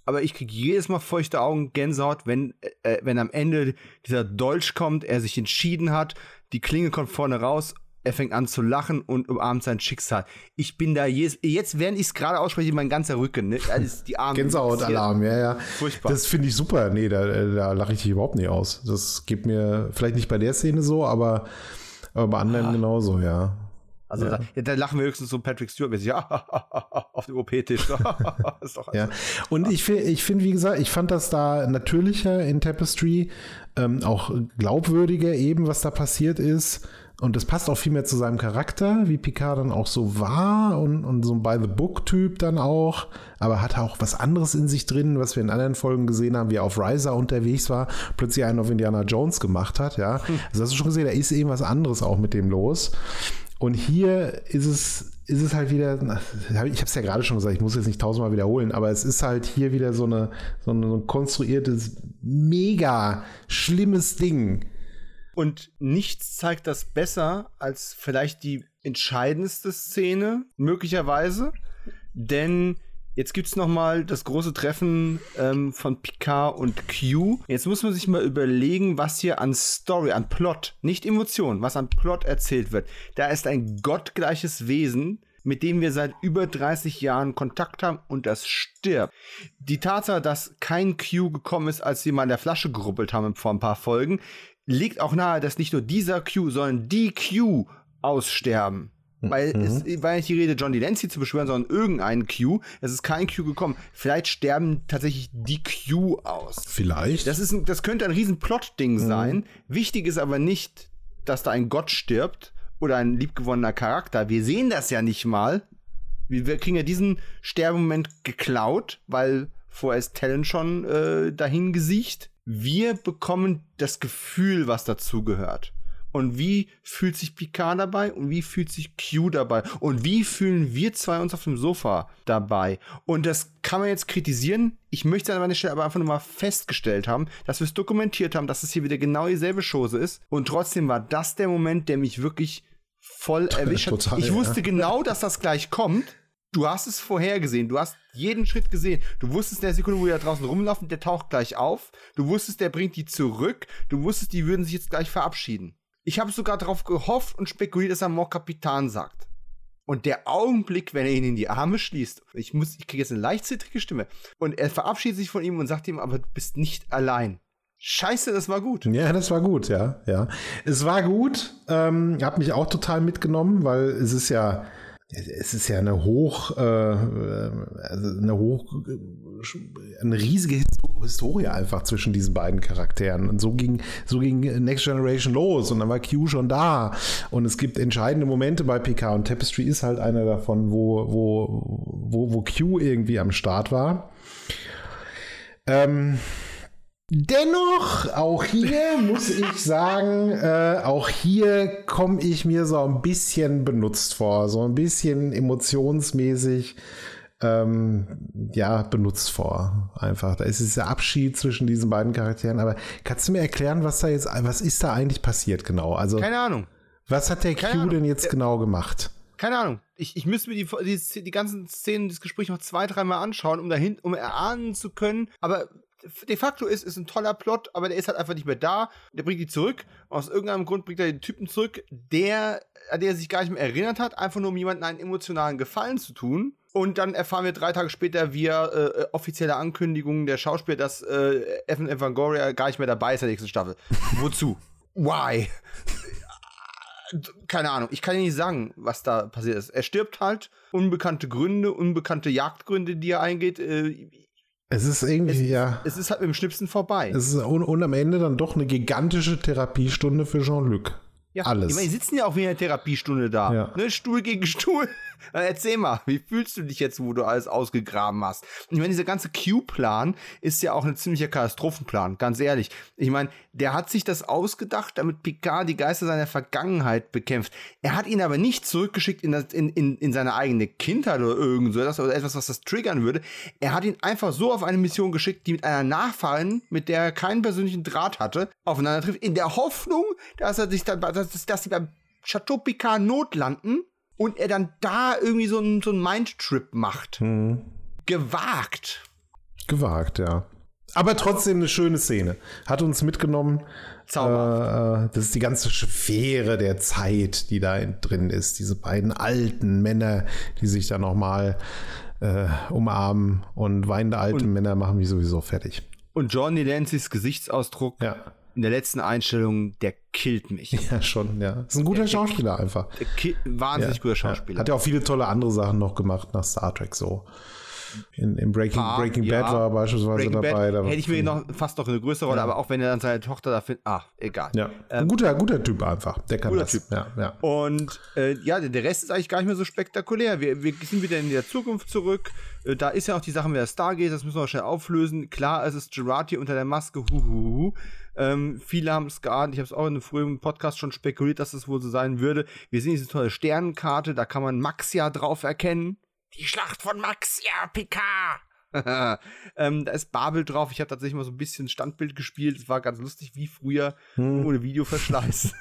aber ich kriege jedes Mal feuchte Augen, Gänsehaut, wenn, äh, wenn am Ende dieser Dolch kommt, er sich entschieden hat, die Klinge kommt vorne raus, er fängt an zu lachen und umarmt sein Schicksal. Ich bin da jetzt, jetzt während ich es gerade ausspreche, mein ganzer Rücken, ne? Also die Arme. Gänsehaut-Alarm, ja, ja. Furchtbar. Das finde ich super. Nee, da, da lache ich dich überhaupt nicht aus. Das geht mir vielleicht nicht bei der Szene so, aber, aber bei anderen ah. genauso, ja. Also ja. Da, da lachen wir höchstens so Patrick Stewart, ja, auf dem O P-Tisch. Ist doch ja. Und ich finde, ich find, wie gesagt, ich fand das da natürlicher in Tapestry, ähm, auch glaubwürdiger eben, was da passiert ist. Und das passt auch viel mehr zu seinem Charakter, wie Picard dann auch so war und, und so ein By-the-Book-Typ dann auch. Aber hat auch was anderes in sich drin, was wir in anderen Folgen gesehen haben, wie er auf Risa unterwegs war, plötzlich einen auf Indiana Jones gemacht hat. Ja, hm. Also hast du schon gesehen, da ist eben was anderes auch mit dem los. Und hier ist es, ist es halt wieder, ich habe es ja gerade schon gesagt, ich muss jetzt nicht tausendmal wiederholen, aber es ist halt hier wieder so, eine, so, eine, so ein konstruiertes, mega schlimmes Ding. Und nichts zeigt das besser als vielleicht die entscheidendste Szene, möglicherweise. Denn jetzt gibt's noch mal das große Treffen ähm, von Picard und Q. Jetzt muss man sich mal überlegen, was hier an Story, an Plot, nicht Emotion, was an Plot erzählt wird. Da ist ein gottgleiches Wesen, mit dem wir seit über dreißig Jahren Kontakt haben und das stirbt. Die Tatsache, dass kein Q gekommen ist, als sie mal in der Flasche gerubbelt haben vor ein paar Folgen, liegt auch nahe, dass nicht nur dieser Q, sondern die Q aussterben. Weil mhm. es war nicht die Rede, John Delancey zu beschwören, sondern irgendeinen Q. Es ist kein Q gekommen. Vielleicht sterben tatsächlich die Q aus. Vielleicht. Das ist ein, das könnte ein riesen Plot-Ding mhm. sein. Wichtig ist aber nicht, dass da ein Gott stirbt oder ein liebgewonnener Charakter. Wir sehen das ja nicht mal. Wir, wir kriegen ja diesen Sterbemoment geklaut, weil vorher ist Talon schon äh, dahin gesiecht. Wir bekommen das Gefühl, was dazugehört. Und wie fühlt sich Picard dabei? Und wie fühlt sich Q dabei? Und wie fühlen wir zwei uns auf dem Sofa dabei? Und das kann man jetzt kritisieren. Ich möchte an meiner Stelle aber einfach nur mal festgestellt haben, dass wir es dokumentiert haben, dass es hier wieder genau dieselbe Chose ist. Und trotzdem war das der Moment, der mich wirklich voll erwischt hat. Total, ich wusste ja. genau, dass das gleich kommt. Du hast es vorhergesehen, du hast jeden Schritt gesehen. Du wusstest in der Sekunde, wo die da draußen rumlaufen, der taucht gleich auf. Du wusstest, der bringt die zurück. Du wusstest, die würden sich jetzt gleich verabschieden. Ich habe sogar darauf gehofft und spekuliert, dass er Mon Kapitan sagt. Und der Augenblick, wenn er ihn in die Arme schließt, ich muss, ich kriege jetzt eine leicht zittrige Stimme, und er verabschiedet sich von ihm und sagt ihm, aber du bist nicht allein. Scheiße, das war gut. Ja, das war gut, ja, ja. Es war gut, ähm, hat mich auch total mitgenommen, weil es ist ja, es ist ja eine hoch, äh, also eine hoch, eine riesige Historie einfach zwischen diesen beiden Charakteren. Und so ging, so ging Next Generation los und dann war Q schon da. Und es gibt entscheidende Momente bei Picard und Tapestry ist halt einer davon, wo, wo, wo, wo Q irgendwie am Start war. Ähm, Dennoch, auch hier muss ich sagen, äh, auch hier komme ich mir so ein bisschen benutzt vor, so ein bisschen emotionsmäßig, ähm, ja, benutzt vor. Einfach, da ist dieser Abschied zwischen diesen beiden Charakteren. Aber kannst du mir erklären, was da jetzt, was ist da eigentlich passiert genau? Also, keine Ahnung. Was hat der Keine Q Ahnung. denn jetzt der, genau gemacht? Keine Ahnung. Ich, ich müsste mir die, die, die ganzen Szenen, das Gespräch noch zwei, dreimal anschauen, um dahin, um erahnen zu können, aber de facto ist es ein toller Plot, aber der ist halt einfach nicht mehr da. Der bringt die zurück. Aus irgendeinem Grund bringt er den Typen zurück, der, an der er sich gar nicht mehr erinnert hat, einfach nur um jemandem einen emotionalen Gefallen zu tun. Und dann erfahren wir drei Tage später via äh, offizielle Ankündigung der Schauspieler, dass äh, Evan Evangoria gar nicht mehr dabei ist in der nächsten Staffel. Wozu? Why? Keine Ahnung. Ich kann dir nicht sagen, was da passiert ist. Er stirbt halt. Unbekannte Gründe, unbekannte Jagdgründe, die er eingeht. Äh, Es ist irgendwie, es, ja. Es ist halt mit dem Schnipsen vorbei. Es ist und, und am Ende dann doch eine gigantische Therapiestunde für Jean-Luc. Ja, alles. Ich meine, die sitzen ja auch wie in der Therapiestunde da. Ja. Ne, Stuhl gegen Stuhl. Dann erzähl mal, wie fühlst du dich jetzt, wo du alles ausgegraben hast? Ich meine, dieser ganze Q-Plan ist ja auch ein ziemlicher Katastrophenplan, ganz ehrlich. Ich meine, der hat sich das ausgedacht, damit Picard die Geister seiner Vergangenheit bekämpft. Er hat ihn aber nicht zurückgeschickt in, das, in, in, in seine eigene Kindheit oder irgend so etwas, oder etwas, was das triggern würde. Er hat ihn einfach so auf eine Mission geschickt, die mit einer Nachfahrin, mit der er keinen persönlichen Draht hatte, aufeinander trifft, in der Hoffnung, dass er sich dann, dass, dass sie beim Chateau Picard notlanden und er dann da irgendwie so einen so einen Mindtrip macht. Hm. Gewagt. Gewagt, ja. Aber trotzdem eine schöne Szene. Hat uns mitgenommen. Zauberhaft. Äh, das ist die ganze Schwere der Zeit, die da drin ist. Diese beiden alten Männer, die sich da nochmal äh, umarmen. Und weinende alte und, Männer machen mich sowieso fertig. Und Johnny Lancys Gesichtsausdruck ja. in der letzten Einstellung, der killt mich. Ja, schon, ja. Ist ein guter der, Schauspieler der, einfach. Der kill, wahnsinnig ja, guter Schauspieler. Ja. Hat ja auch viele tolle andere Sachen noch gemacht nach Star Trek so. In, in Breaking, ah, Breaking ja. Bad war er beispielsweise Breaking dabei. Bad hätte ich mir noch fast noch eine größere Rolle, ja. aber auch wenn er dann seine Tochter da findet, ah, egal. Ja. Ähm, ein guter, guter Typ einfach, der kann guter das. Typ. Ja, ja. Und äh, ja, der Rest ist eigentlich gar nicht mehr so spektakulär. Wir, wir sind wieder in der Zukunft zurück. Äh, da ist ja auch die Sache mit der Stargate, das müssen wir schnell auflösen. Klar, es ist Jurati unter der Maske, huhuhu. Ähm, viele haben es geahnt, ich habe es auch in einem früheren Podcast schon spekuliert, dass es wohl so sein würde. Wir sehen diese tolle Sternenkarte, da kann man Maxia drauf erkennen. Die Schlacht von Maxia, Picard! ähm, da ist Babel drauf. Ich habe tatsächlich mal so ein bisschen Standbild gespielt. Es war ganz lustig, wie früher, hm. ohne Videoverschleiß.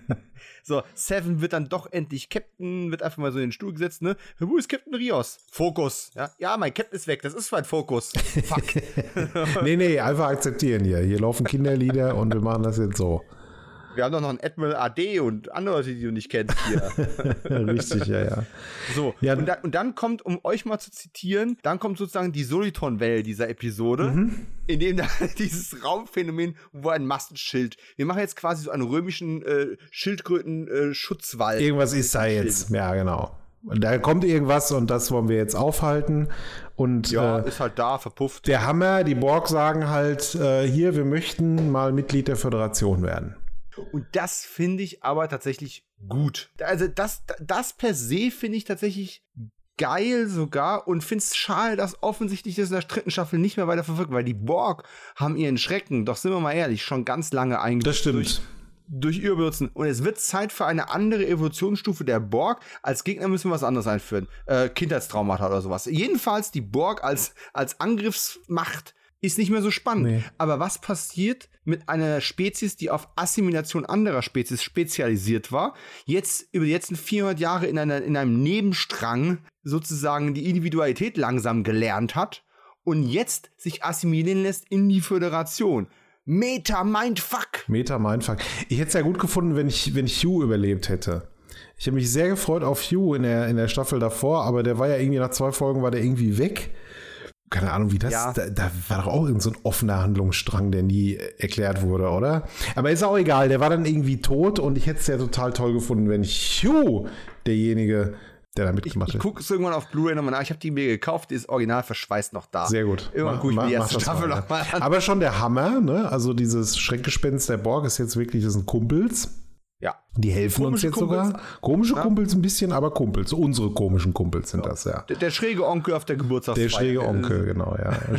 So, Seven wird dann doch endlich Captain, wird einfach mal so in den Stuhl gesetzt, ne? Wo ist Captain Rios? Fokus. Ja, ja, mein Captain ist weg. Das ist mein Fokus. Fuck. nee, nee, einfach akzeptieren hier. Hier laufen Kinderlieder und wir machen das jetzt so. Wir haben doch noch einen Admiral A D und andere Leute, die du nicht kennst hier. Richtig, ja, ja. So, ja. Und, da, und dann kommt, um euch mal zu zitieren, dann kommt sozusagen die Soliton-Welle dieser Episode, mhm. in dem da dieses Raumphänomen, wo ein Mastenschild, wir machen jetzt quasi so einen römischen äh, Schildkröten-Schutzwall. Äh, Irgendwas ist da jetzt, ja, genau. Da kommt irgendwas und das wollen wir jetzt aufhalten. Und, ja, äh, ist halt da, verpufft. Der Hammer, die Borg sagen halt, äh, hier, wir möchten mal Mitglied der Föderation werden. Und das finde ich aber tatsächlich gut. Also das, das per se finde ich tatsächlich geil sogar und finde es schade, dass offensichtlich das in der dritten Staffel nicht mehr weiter verfolgt, weil die Borg haben ihren Schrecken, doch sind wir mal ehrlich, schon ganz lange eingeführt. Das stimmt. Durch, durch Überbenutzen. Und es wird Zeit für eine andere Evolutionsstufe der Borg. Als Gegner müssen wir was anderes einführen. Äh, Kindheitstraumata oder sowas. Jedenfalls die Borg als, als Angriffsmacht ist nicht mehr so spannend. Nee. Aber was passiert mit einer Spezies, die auf Assimilation anderer Spezies spezialisiert war, jetzt über die letzten vierhundert Jahre in, einer, in einem Nebenstrang sozusagen die Individualität langsam gelernt hat und jetzt sich assimilieren lässt in die Föderation? Meta-Mindfuck! Meta-Mindfuck. Ich hätte es ja gut gefunden, wenn ich, wenn Hugh überlebt hätte. Ich habe mich sehr gefreut auf Hugh in der, in der Staffel davor, aber der war ja irgendwie nach zwei Folgen war der irgendwie weg. Keine Ahnung, wie das, ja. da, da war doch auch irgend so ein offener Handlungsstrang, der nie erklärt wurde, oder? Aber ist auch egal, der war dann irgendwie tot und ich hätte es ja total toll gefunden, wenn Hugh derjenige, der da mitgemacht hat. Ich, ich gucke es irgendwann auf Blu-ray nochmal nach, ich habe die mir gekauft, die ist original verschweißt noch da. Sehr gut. Irgendwann gucke ich mir die erste Staffel mal, nochmal ja. an. Aber schon der Hammer, ne? Also dieses Schreckgespenst der Borg ist jetzt wirklich, das sind Kumpels. Ja. Die helfen Komische uns jetzt Kumpels. sogar. Komische ja. Kumpels ein bisschen, aber Kumpels. Unsere komischen Kumpels sind ja. das, ja. Der, der schräge Onkel auf der Geburtstagsfeier. Der schräge Onkel, genau, ja.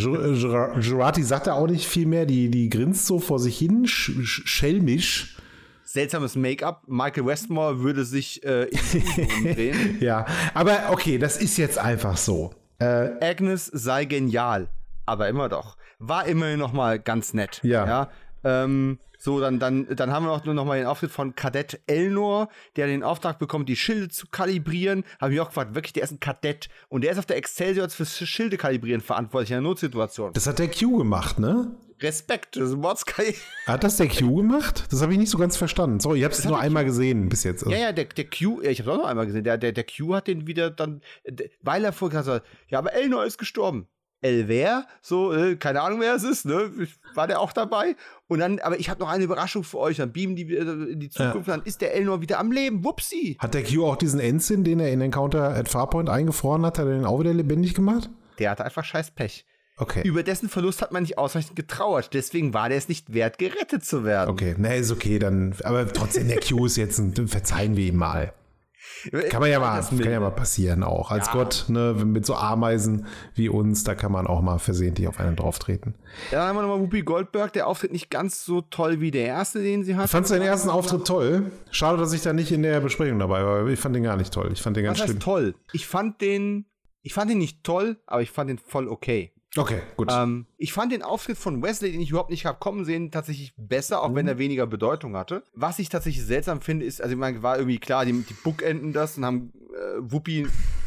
Jurati sagt da auch nicht viel mehr. Die, die grinst so vor sich hin, sch schelmisch. Seltsames Make-up. Michael Westmore würde sich äh, in die drehen. Ja, aber okay, das ist jetzt einfach so. Äh, Agnes sei genial, aber immer doch. War immerhin noch mal ganz nett. Ja. ja? Ähm, So, dann, dann, dann haben wir auch nur noch mal den Auftritt von Kadett Elnor, der den Auftrag bekommt, die Schilde zu kalibrieren. Habe ich auch gefragt, wirklich, der ist ein Kadett. Und der ist auf der Excelsior fürs Schilde kalibrieren verantwortlich in einer Notsituation. Das hat der Q gemacht, ne? Respekt, das ist Mordskai. Hat das der Q gemacht? Das habe ich nicht so ganz verstanden. Sorry, ich habe es nur einmal gesehen bis jetzt. Ja, ja, der, der Q, ich habe es auch noch einmal gesehen. Der, der, der Q hat den wieder dann, weil er vorher gesagt hat, ja, aber Elnor ist gestorben. El wer? So, äh, keine Ahnung, wer es ist, ne? War der auch dabei? Und dann, aber ich habe noch eine Überraschung für euch. Dann beamen die in die Zukunft, ja. Dann ist der Elnor wieder am Leben. Wupsi! Hat der Q auch diesen Ensign, den er in Encounter at Farpoint eingefroren hat, hat er den auch wieder lebendig gemacht? Der hatte einfach scheiß Pech. Okay. Über dessen Verlust hat man nicht ausreichend getrauert. Deswegen war der es nicht wert, gerettet zu werden. Okay, na, ist okay, dann. Aber trotzdem, der Q ist jetzt ein, verzeihen wir ihm mal. Kann man ja mal, kann ja mal passieren auch. Als ja. Gott, ne, mit so Ameisen wie uns, da kann man auch mal versehentlich auf einen drauf treten. Ja, dann haben wir nochmal Whoopi Goldberg, der Auftritt nicht ganz so toll wie der erste, den sie hat. Fandst du den ersten Auftritt toll? Schade, dass ich da nicht in der Besprechung dabei war. Ich fand den gar nicht toll. Ich fand den ganz Was schlimm. heißt toll? Ich fand den, ich fand den nicht toll, aber ich fand den voll okay. Okay, gut. Ähm, ich fand den Auftritt von Wesley, den ich überhaupt nicht habe kommen sehen, tatsächlich besser, auch mhm. wenn er weniger Bedeutung hatte. Was ich tatsächlich seltsam finde, ist, also ich meine, war irgendwie klar, die, die bookenden das und haben äh, Whoopi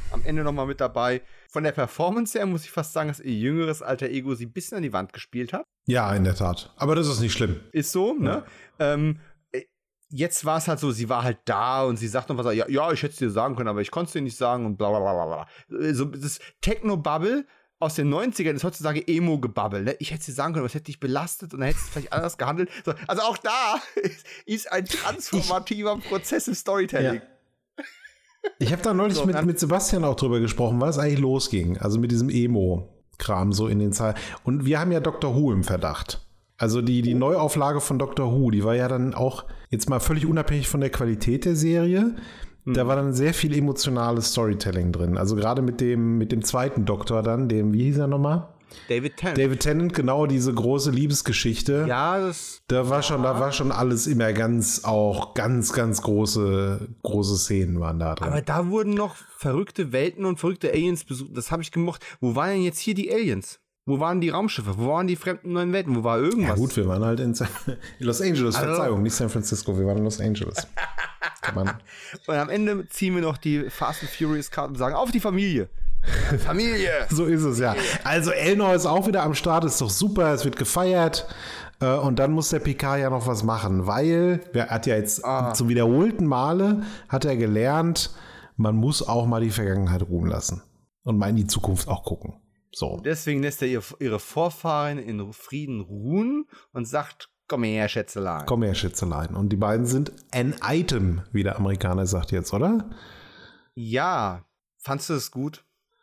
am Ende nochmal mit dabei. Von der Performance her muss ich fast sagen, dass ihr jüngeres alter Ego sie ein bisschen an die Wand gespielt hat. Ja, in der Tat. Aber das ist nicht schlimm. Ist so, ne? Ja. Ähm, jetzt war es halt so, sie war halt da und sie sagt noch was, ja, ja ich hätte es dir sagen können, aber ich konnte es dir nicht sagen und bla bla bla bla. So, das Techno-Bubble aus den neunzigern ist heutzutage Emo-Gebabbel. Ne? Ich hätte es dir sagen können, aber es hätte dich belastet und dann hättest du vielleicht anders gehandelt. So, also auch da ist ein transformativer ich, Prozess im Storytelling. Ja. Ich habe da neulich so, mit, mit Sebastian auch drüber gesprochen, was eigentlich losging. Also mit diesem Emo-Kram so in den Zahlen. Und wir haben ja Doctor Who im Verdacht. Also die, die Neuauflage von Doctor Who, die war ja dann auch jetzt mal völlig unabhängig von der Qualität der Serie. Mhm. Da war dann sehr viel emotionales Storytelling drin. Also gerade mit dem, mit dem zweiten Doktor dann, dem, wie hieß er nochmal? David Tennant. David Tennant, genau, diese große Liebesgeschichte. Ja, das. Da war schon, da war schon alles immer ganz, auch ganz, ganz große, große Szenen waren da drin. Aber da wurden noch verrückte Welten und verrückte Aliens besucht. Das habe ich gemocht. Wo waren denn jetzt hier die Aliens? Wo waren die Raumschiffe? Wo waren die fremden neuen Welten? Wo war irgendwas? Ja gut, wir waren halt in Los Angeles, also. Verzeihung, nicht San Francisco, wir waren in Los Angeles. Kann man. Und am Ende ziehen wir noch die Fast and Furious Karten und sagen, auf die Familie. Familie! So ist es, ja. Also Elnor ist auch wieder am Start, ist doch super, es wird gefeiert. Und dann muss der Picard ja noch was machen, weil, er hat ja jetzt ah. zum wiederholten Male, hat er gelernt, man muss auch mal die Vergangenheit ruhen lassen. Und mal in die Zukunft auch gucken. So. Deswegen lässt er ihre Vorfahren in Frieden ruhen und sagt, komm her, Schätzelein. Komm her, Schätzelein. Und die beiden sind ein Item, wie der Amerikaner sagt jetzt, oder? Ja. Fandst du es gut?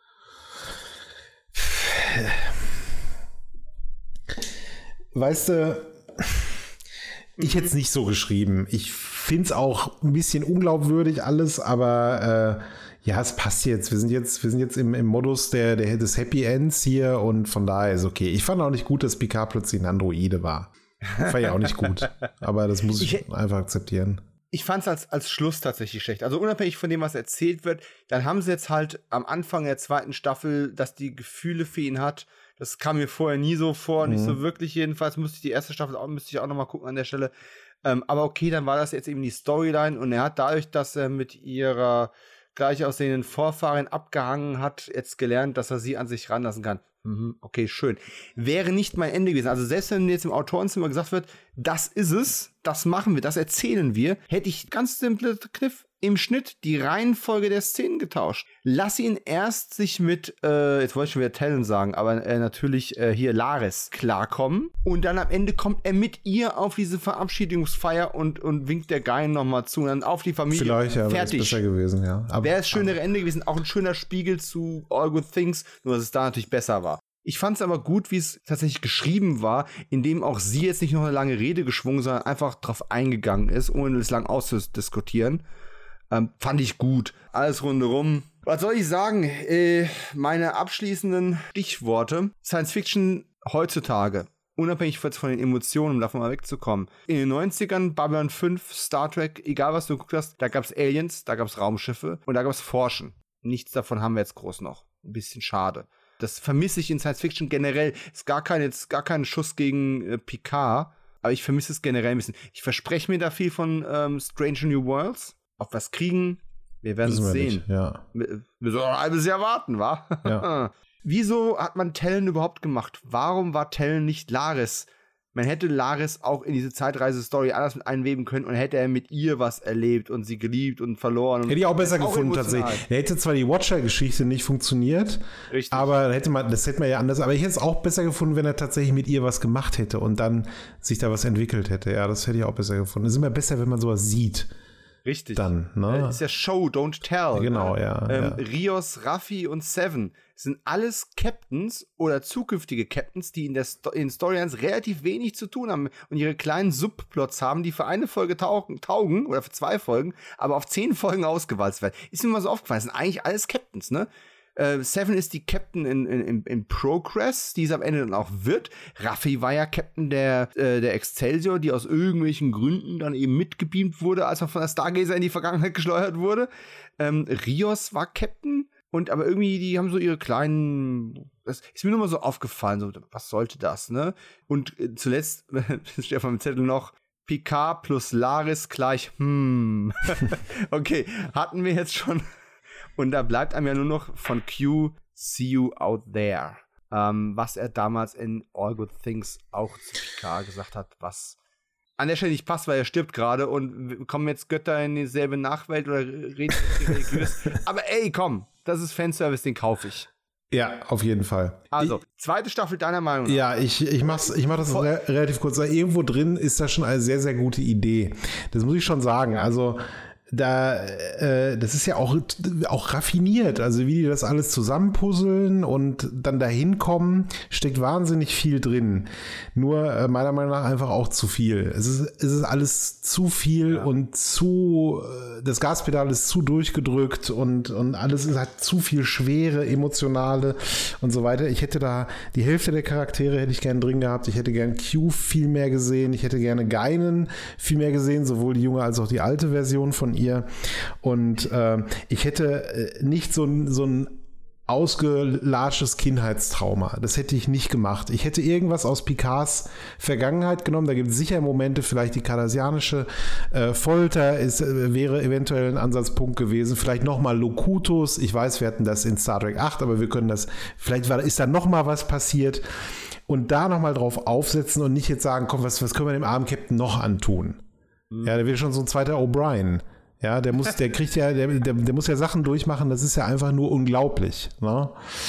Weißt du, ich hätte es nicht so geschrieben. Ich finde es auch ein bisschen unglaubwürdig alles, aber äh, ja, es passt jetzt. Wir sind jetzt, wir sind jetzt im, im Modus der, der, des Happy Ends hier und von daher ist okay. Ich fand auch nicht gut, dass Picard plötzlich ein Androide war. War ja auch nicht gut. Aber das muss ich, ich einfach akzeptieren. Ich fand es als, als Schluss tatsächlich schlecht. Also unabhängig von dem, was erzählt wird, dann haben sie jetzt halt am Anfang der zweiten Staffel, dass die Gefühle für ihn hat. Das kam mir vorher nie so vor, mhm. nicht so wirklich jedenfalls. Musste ich die erste Staffel auch, müsste ich auch noch mal gucken an der Stelle. Ähm, aber okay, dann war das jetzt eben die Storyline und er hat dadurch, dass er mit ihrer gleich aussehenden Vorfahrin abgehangen hat, jetzt gelernt, dass er sie an sich ranlassen kann. Mhm, okay, schön. Wäre nicht mein Ende gewesen. Also selbst wenn jetzt im Autorenzimmer gesagt wird, das ist es, das machen wir, das erzählen wir, hätte ich ganz simple Kniff im Schnitt die Reihenfolge der Szenen getauscht. Lass ihn erst sich mit, äh, jetzt wollte ich schon wieder Talon sagen, aber äh, natürlich äh, hier Laris klarkommen. Und dann am Ende kommt er mit ihr auf diese Verabschiedungsfeier und, und winkt der Gein nochmal zu und dann auf die Familie. Vielleicht, ja, fertig. Wäre besser gewesen, ja. Wäre das schönere Ende gewesen, auch ein schöner Spiegel zu All Good Things, nur dass es da natürlich besser war. Ich fand es aber gut, wie es tatsächlich geschrieben war, indem auch sie jetzt nicht noch eine lange Rede geschwungen, sondern einfach drauf eingegangen ist, ohne es lang auszudiskutieren. Ähm, fand ich gut. Alles rundherum. Was soll ich sagen? Äh, meine abschließenden Stichworte. Science Fiction heutzutage. Unabhängig von den Emotionen, um davon mal wegzukommen. In den neunzigern, Babylon fünf, Star Trek, egal was du geguckt hast, da gab's Aliens, da gab's Raumschiffe und da gab's Forschen. Nichts davon haben wir jetzt groß noch. Ein bisschen schade. Das vermisse ich in Science Fiction generell. Ist gar kein, jetzt gar kein Schuss gegen äh, Picard, aber ich vermisse es generell ein bisschen. Ich verspreche mir da viel von ähm, Strange New Worlds. Ob wir es kriegen, wir werden es sehen. Nicht, ja. Wir, wir sollen ein halbes Jahr warten, wa? Ja. Wieso hat man Talon überhaupt gemacht? Warum war Talon nicht Laris? Man hätte Laris auch in diese Zeitreise-Story anders mit einweben können und hätte er mit ihr was erlebt und sie geliebt und verloren. Und hätte ich auch besser auch gefunden, emotional. Tatsächlich. Da hätte zwar die Watcher-Geschichte nicht funktioniert, richtig. Aber hätte man, das hätte man ja anders, aber ich hätte es auch besser gefunden, wenn er tatsächlich mit ihr was gemacht hätte und dann sich da was entwickelt hätte. Ja, das hätte ich auch besser gefunden. Es ist immer besser, wenn man sowas sieht. Richtig. Dann, ne? Ist ja Show, don't tell. Genau, ne? ja, ähm, ja. Rios, Raffi und Seven sind alles Captains oder zukünftige Captains, die in der Sto- in Storylines relativ wenig zu tun haben und ihre kleinen Subplots haben, die für eine Folge taugen, taugen oder für zwei Folgen, aber auf zehn Folgen ausgewalzt werden. Ist mir mal so aufgefallen, das sind eigentlich alles Captains, ne? Äh, Seven ist die Captain in, in, in Progress, die es am Ende dann auch wird. Raffi war ja Captain der, äh, der Excelsior, die aus irgendwelchen Gründen dann eben mitgebeamt wurde, als er von der Stargazer in die Vergangenheit geschleudert wurde. Ähm, Rios war Captain und aber irgendwie, die haben so ihre kleinen, das ist mir nur mal so aufgefallen, so, was sollte das, ne? Und äh, zuletzt, steht auf meinem Zettel noch, Picard plus Laris gleich, hm. Okay, hatten wir jetzt schon Und da bleibt einem ja nur noch von Q See You Out There, ähm, was er damals in All Good Things auch zu Picard gesagt hat, was an der Stelle nicht passt, weil er stirbt gerade und kommen jetzt Götter in dieselbe Nachwelt oder reden religiös. Aber ey, komm, das ist Fanservice, den kaufe ich. Ja, auf jeden Fall. Also, zweite Staffel deiner Meinung nach? Ja, ich, ich, mach's, ich mach das re- relativ kurz. Irgendwo drin ist da schon eine sehr, sehr gute Idee. Das muss ich schon sagen. Also, da, äh, das ist ja auch, auch raffiniert. Also, wie die das alles zusammenpuzzeln und dann dahin kommen, steckt wahnsinnig viel drin. Nur, äh, meiner Meinung nach einfach auch zu viel. Es ist, es ist alles zu viel ja. und zu, äh, das Gaspedal ist zu durchgedrückt und, und alles ist, hat zu viel Schwere, emotionale und so weiter. Ich hätte da, die Hälfte der Charaktere hätte ich gern drin gehabt. Ich hätte gern Q viel mehr gesehen. Ich hätte gerne Guinan viel mehr gesehen, sowohl die junge als auch die alte Version von ihr. Und äh, ich hätte nicht so ein, so ein ausgelatschtes Kindheitstrauma. Das hätte ich nicht gemacht. Ich hätte irgendwas aus Picards Vergangenheit genommen. Da gibt es sicher Momente, vielleicht die kardassianische äh, Folter ist, äh, wäre eventuell ein Ansatzpunkt gewesen. Vielleicht nochmal Locutus. Ich weiß, wir hatten das in Star Trek acht, aber wir können das, vielleicht war, ist da nochmal was passiert. Und da nochmal drauf aufsetzen und nicht jetzt sagen, komm, was, was können wir dem armen Captain noch antun? Mhm. Ja, der wird schon so ein zweiter O'Brien. Ja, der muss, der kriegt ja, der, der, der muss ja Sachen durchmachen, das ist ja einfach nur unglaublich. Ne?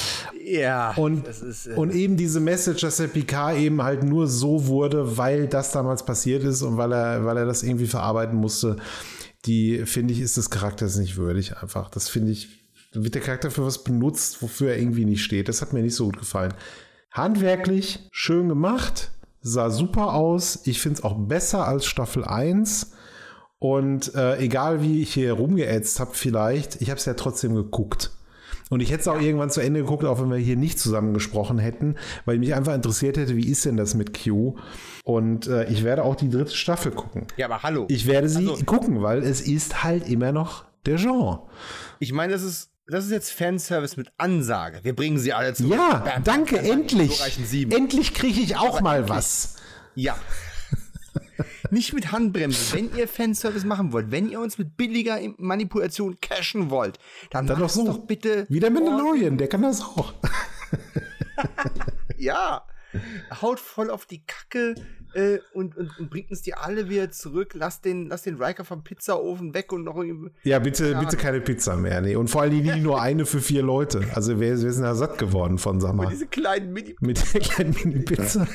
Ja. Und, das ist, äh, und eben diese Message, dass der Picard eben halt nur so wurde, weil das damals passiert ist und weil er, weil er das irgendwie verarbeiten musste, die, finde ich, ist des Charakters nicht würdig einfach. Das finde ich, da wird der Charakter für was benutzt, wofür er irgendwie nicht steht. Das hat mir nicht so gut gefallen. Handwerklich, schön gemacht, sah super aus. Ich finde es auch besser als Staffel eins. Und äh, egal wie ich hier rumgeätzt habe vielleicht, ich habe es ja trotzdem geguckt. Und ich hätte es auch ja. irgendwann zu Ende geguckt, auch wenn wir hier nicht zusammen gesprochen hätten, weil mich einfach interessiert hätte, wie ist denn das mit Q? Und äh, ich werde auch die dritte Staffel gucken. Ja, aber hallo. Ich werde sie also, gucken, weil es ist halt immer noch der Genre. Ich meine, das ist, das ist jetzt Fanservice mit Ansage. Wir bringen sie alle zurück. Ja, bam, danke, bam, bam, endlich. Endlich kriege ich auch aber mal endlich. was. Ja. Nicht mit Handbremse. Wenn ihr Fanservice machen wollt, wenn ihr uns mit billiger Manipulation cashen wollt, dann, dann macht doch, so. doch bitte. Wie der Mandalorian, der kann das auch. Ja. Haut voll auf die Kacke äh, und, und, und bringt uns die alle wieder zurück. Lasst den, lasst den Riker vom Pizzaofen weg und noch irgendwie. Ja, bitte, ja. bitte keine Pizza mehr. Nee. Und vor allem nie nur eine für vier Leute. Also wir, wir sind ja satt geworden von, sag mal. Mit diese kleinen Mini Mit der kleinen Mini-Pizza.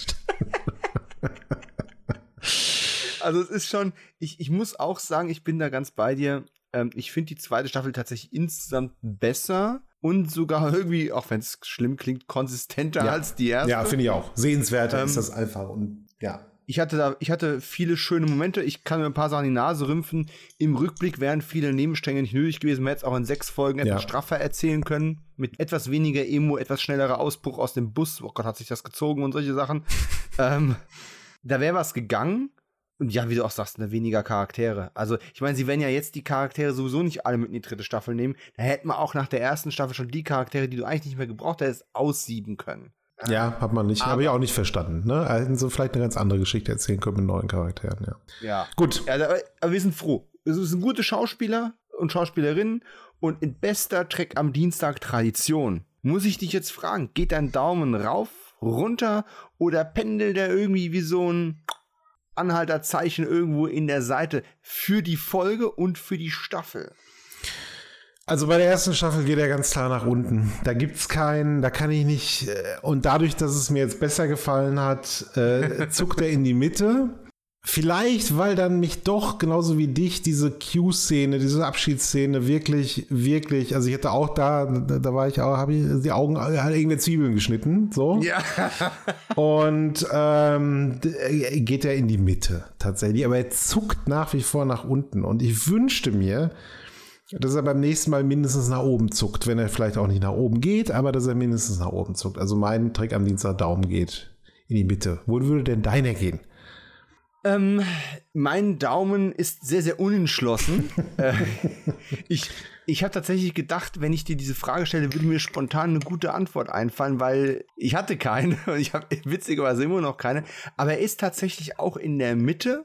Also es ist schon, ich, ich muss auch sagen, ich bin da ganz bei dir. Ähm, ich finde die zweite Staffel tatsächlich insgesamt besser und sogar irgendwie, auch wenn es schlimm klingt, konsistenter ja. als die erste. Ja, finde ich auch. Sehenswerter ähm, ist das einfach und ja. Ich hatte da, ich hatte viele schöne Momente. Ich kann mir ein paar Sachen in die Nase rümpfen. Im Rückblick wären viele Nebenstränge nicht nötig gewesen. Man hätte es auch in sechs Folgen etwas ja. straffer erzählen können. Mit etwas weniger Emo, etwas schnellerer Ausbruch aus dem Bus. Oh Gott, hat sich das gezogen und solche Sachen. ähm, da wäre was gegangen. Und ja, wie du auch sagst, ne, weniger Charaktere. Also, ich meine, sie werden ja jetzt die Charaktere sowieso nicht alle mit in die dritte Staffel nehmen. Da hätten wir auch nach der ersten Staffel schon die Charaktere, die du eigentlich nicht mehr gebraucht hättest, aussieben können. Ja, hat man nicht, habe ich auch nicht verstanden. Ne? Hätten so vielleicht eine ganz andere Geschichte erzählen können mit neuen Charakteren, ja. Ja. Gut. Ja, aber, aber wir sind froh. Es sind gute Schauspieler und Schauspielerinnen und in bester Trek am Dienstag Tradition. Muss ich dich jetzt fragen, geht dein Daumen rauf, runter oder pendelt der irgendwie wie so ein Anhalterzeichen irgendwo in der Seite für die Folge und für die Staffel? Also bei der ersten Staffel geht er ganz klar nach unten. Da gibt's keinen, da kann ich nicht, und dadurch, dass es mir jetzt besser gefallen hat, äh, zuckt er in die Mitte. Vielleicht, weil dann mich doch, genauso wie dich, diese Q-Szene, diese Abschiedsszene wirklich, wirklich, also ich hätte auch da, da, da war ich auch, habe ich die Augen, hat irgendeine Zwiebeln geschnitten, so. Ja. Und ähm, geht er in die Mitte, tatsächlich. Aber er zuckt nach wie vor nach unten. Und ich wünschte mir, dass er beim nächsten Mal mindestens nach oben zuckt, wenn er vielleicht auch nicht nach oben geht, aber dass er mindestens nach oben zuckt. Also mein Trick am Dienstag Daumen geht in die Mitte. Wo würde denn deiner gehen? Ähm, mein Daumen ist sehr, sehr unentschlossen. äh, ich ich habe tatsächlich gedacht, wenn ich dir diese Frage stelle, würde mir spontan eine gute Antwort einfallen, weil ich hatte keine und ich habe witzigerweise immer noch keine. Aber er ist tatsächlich auch in der Mitte.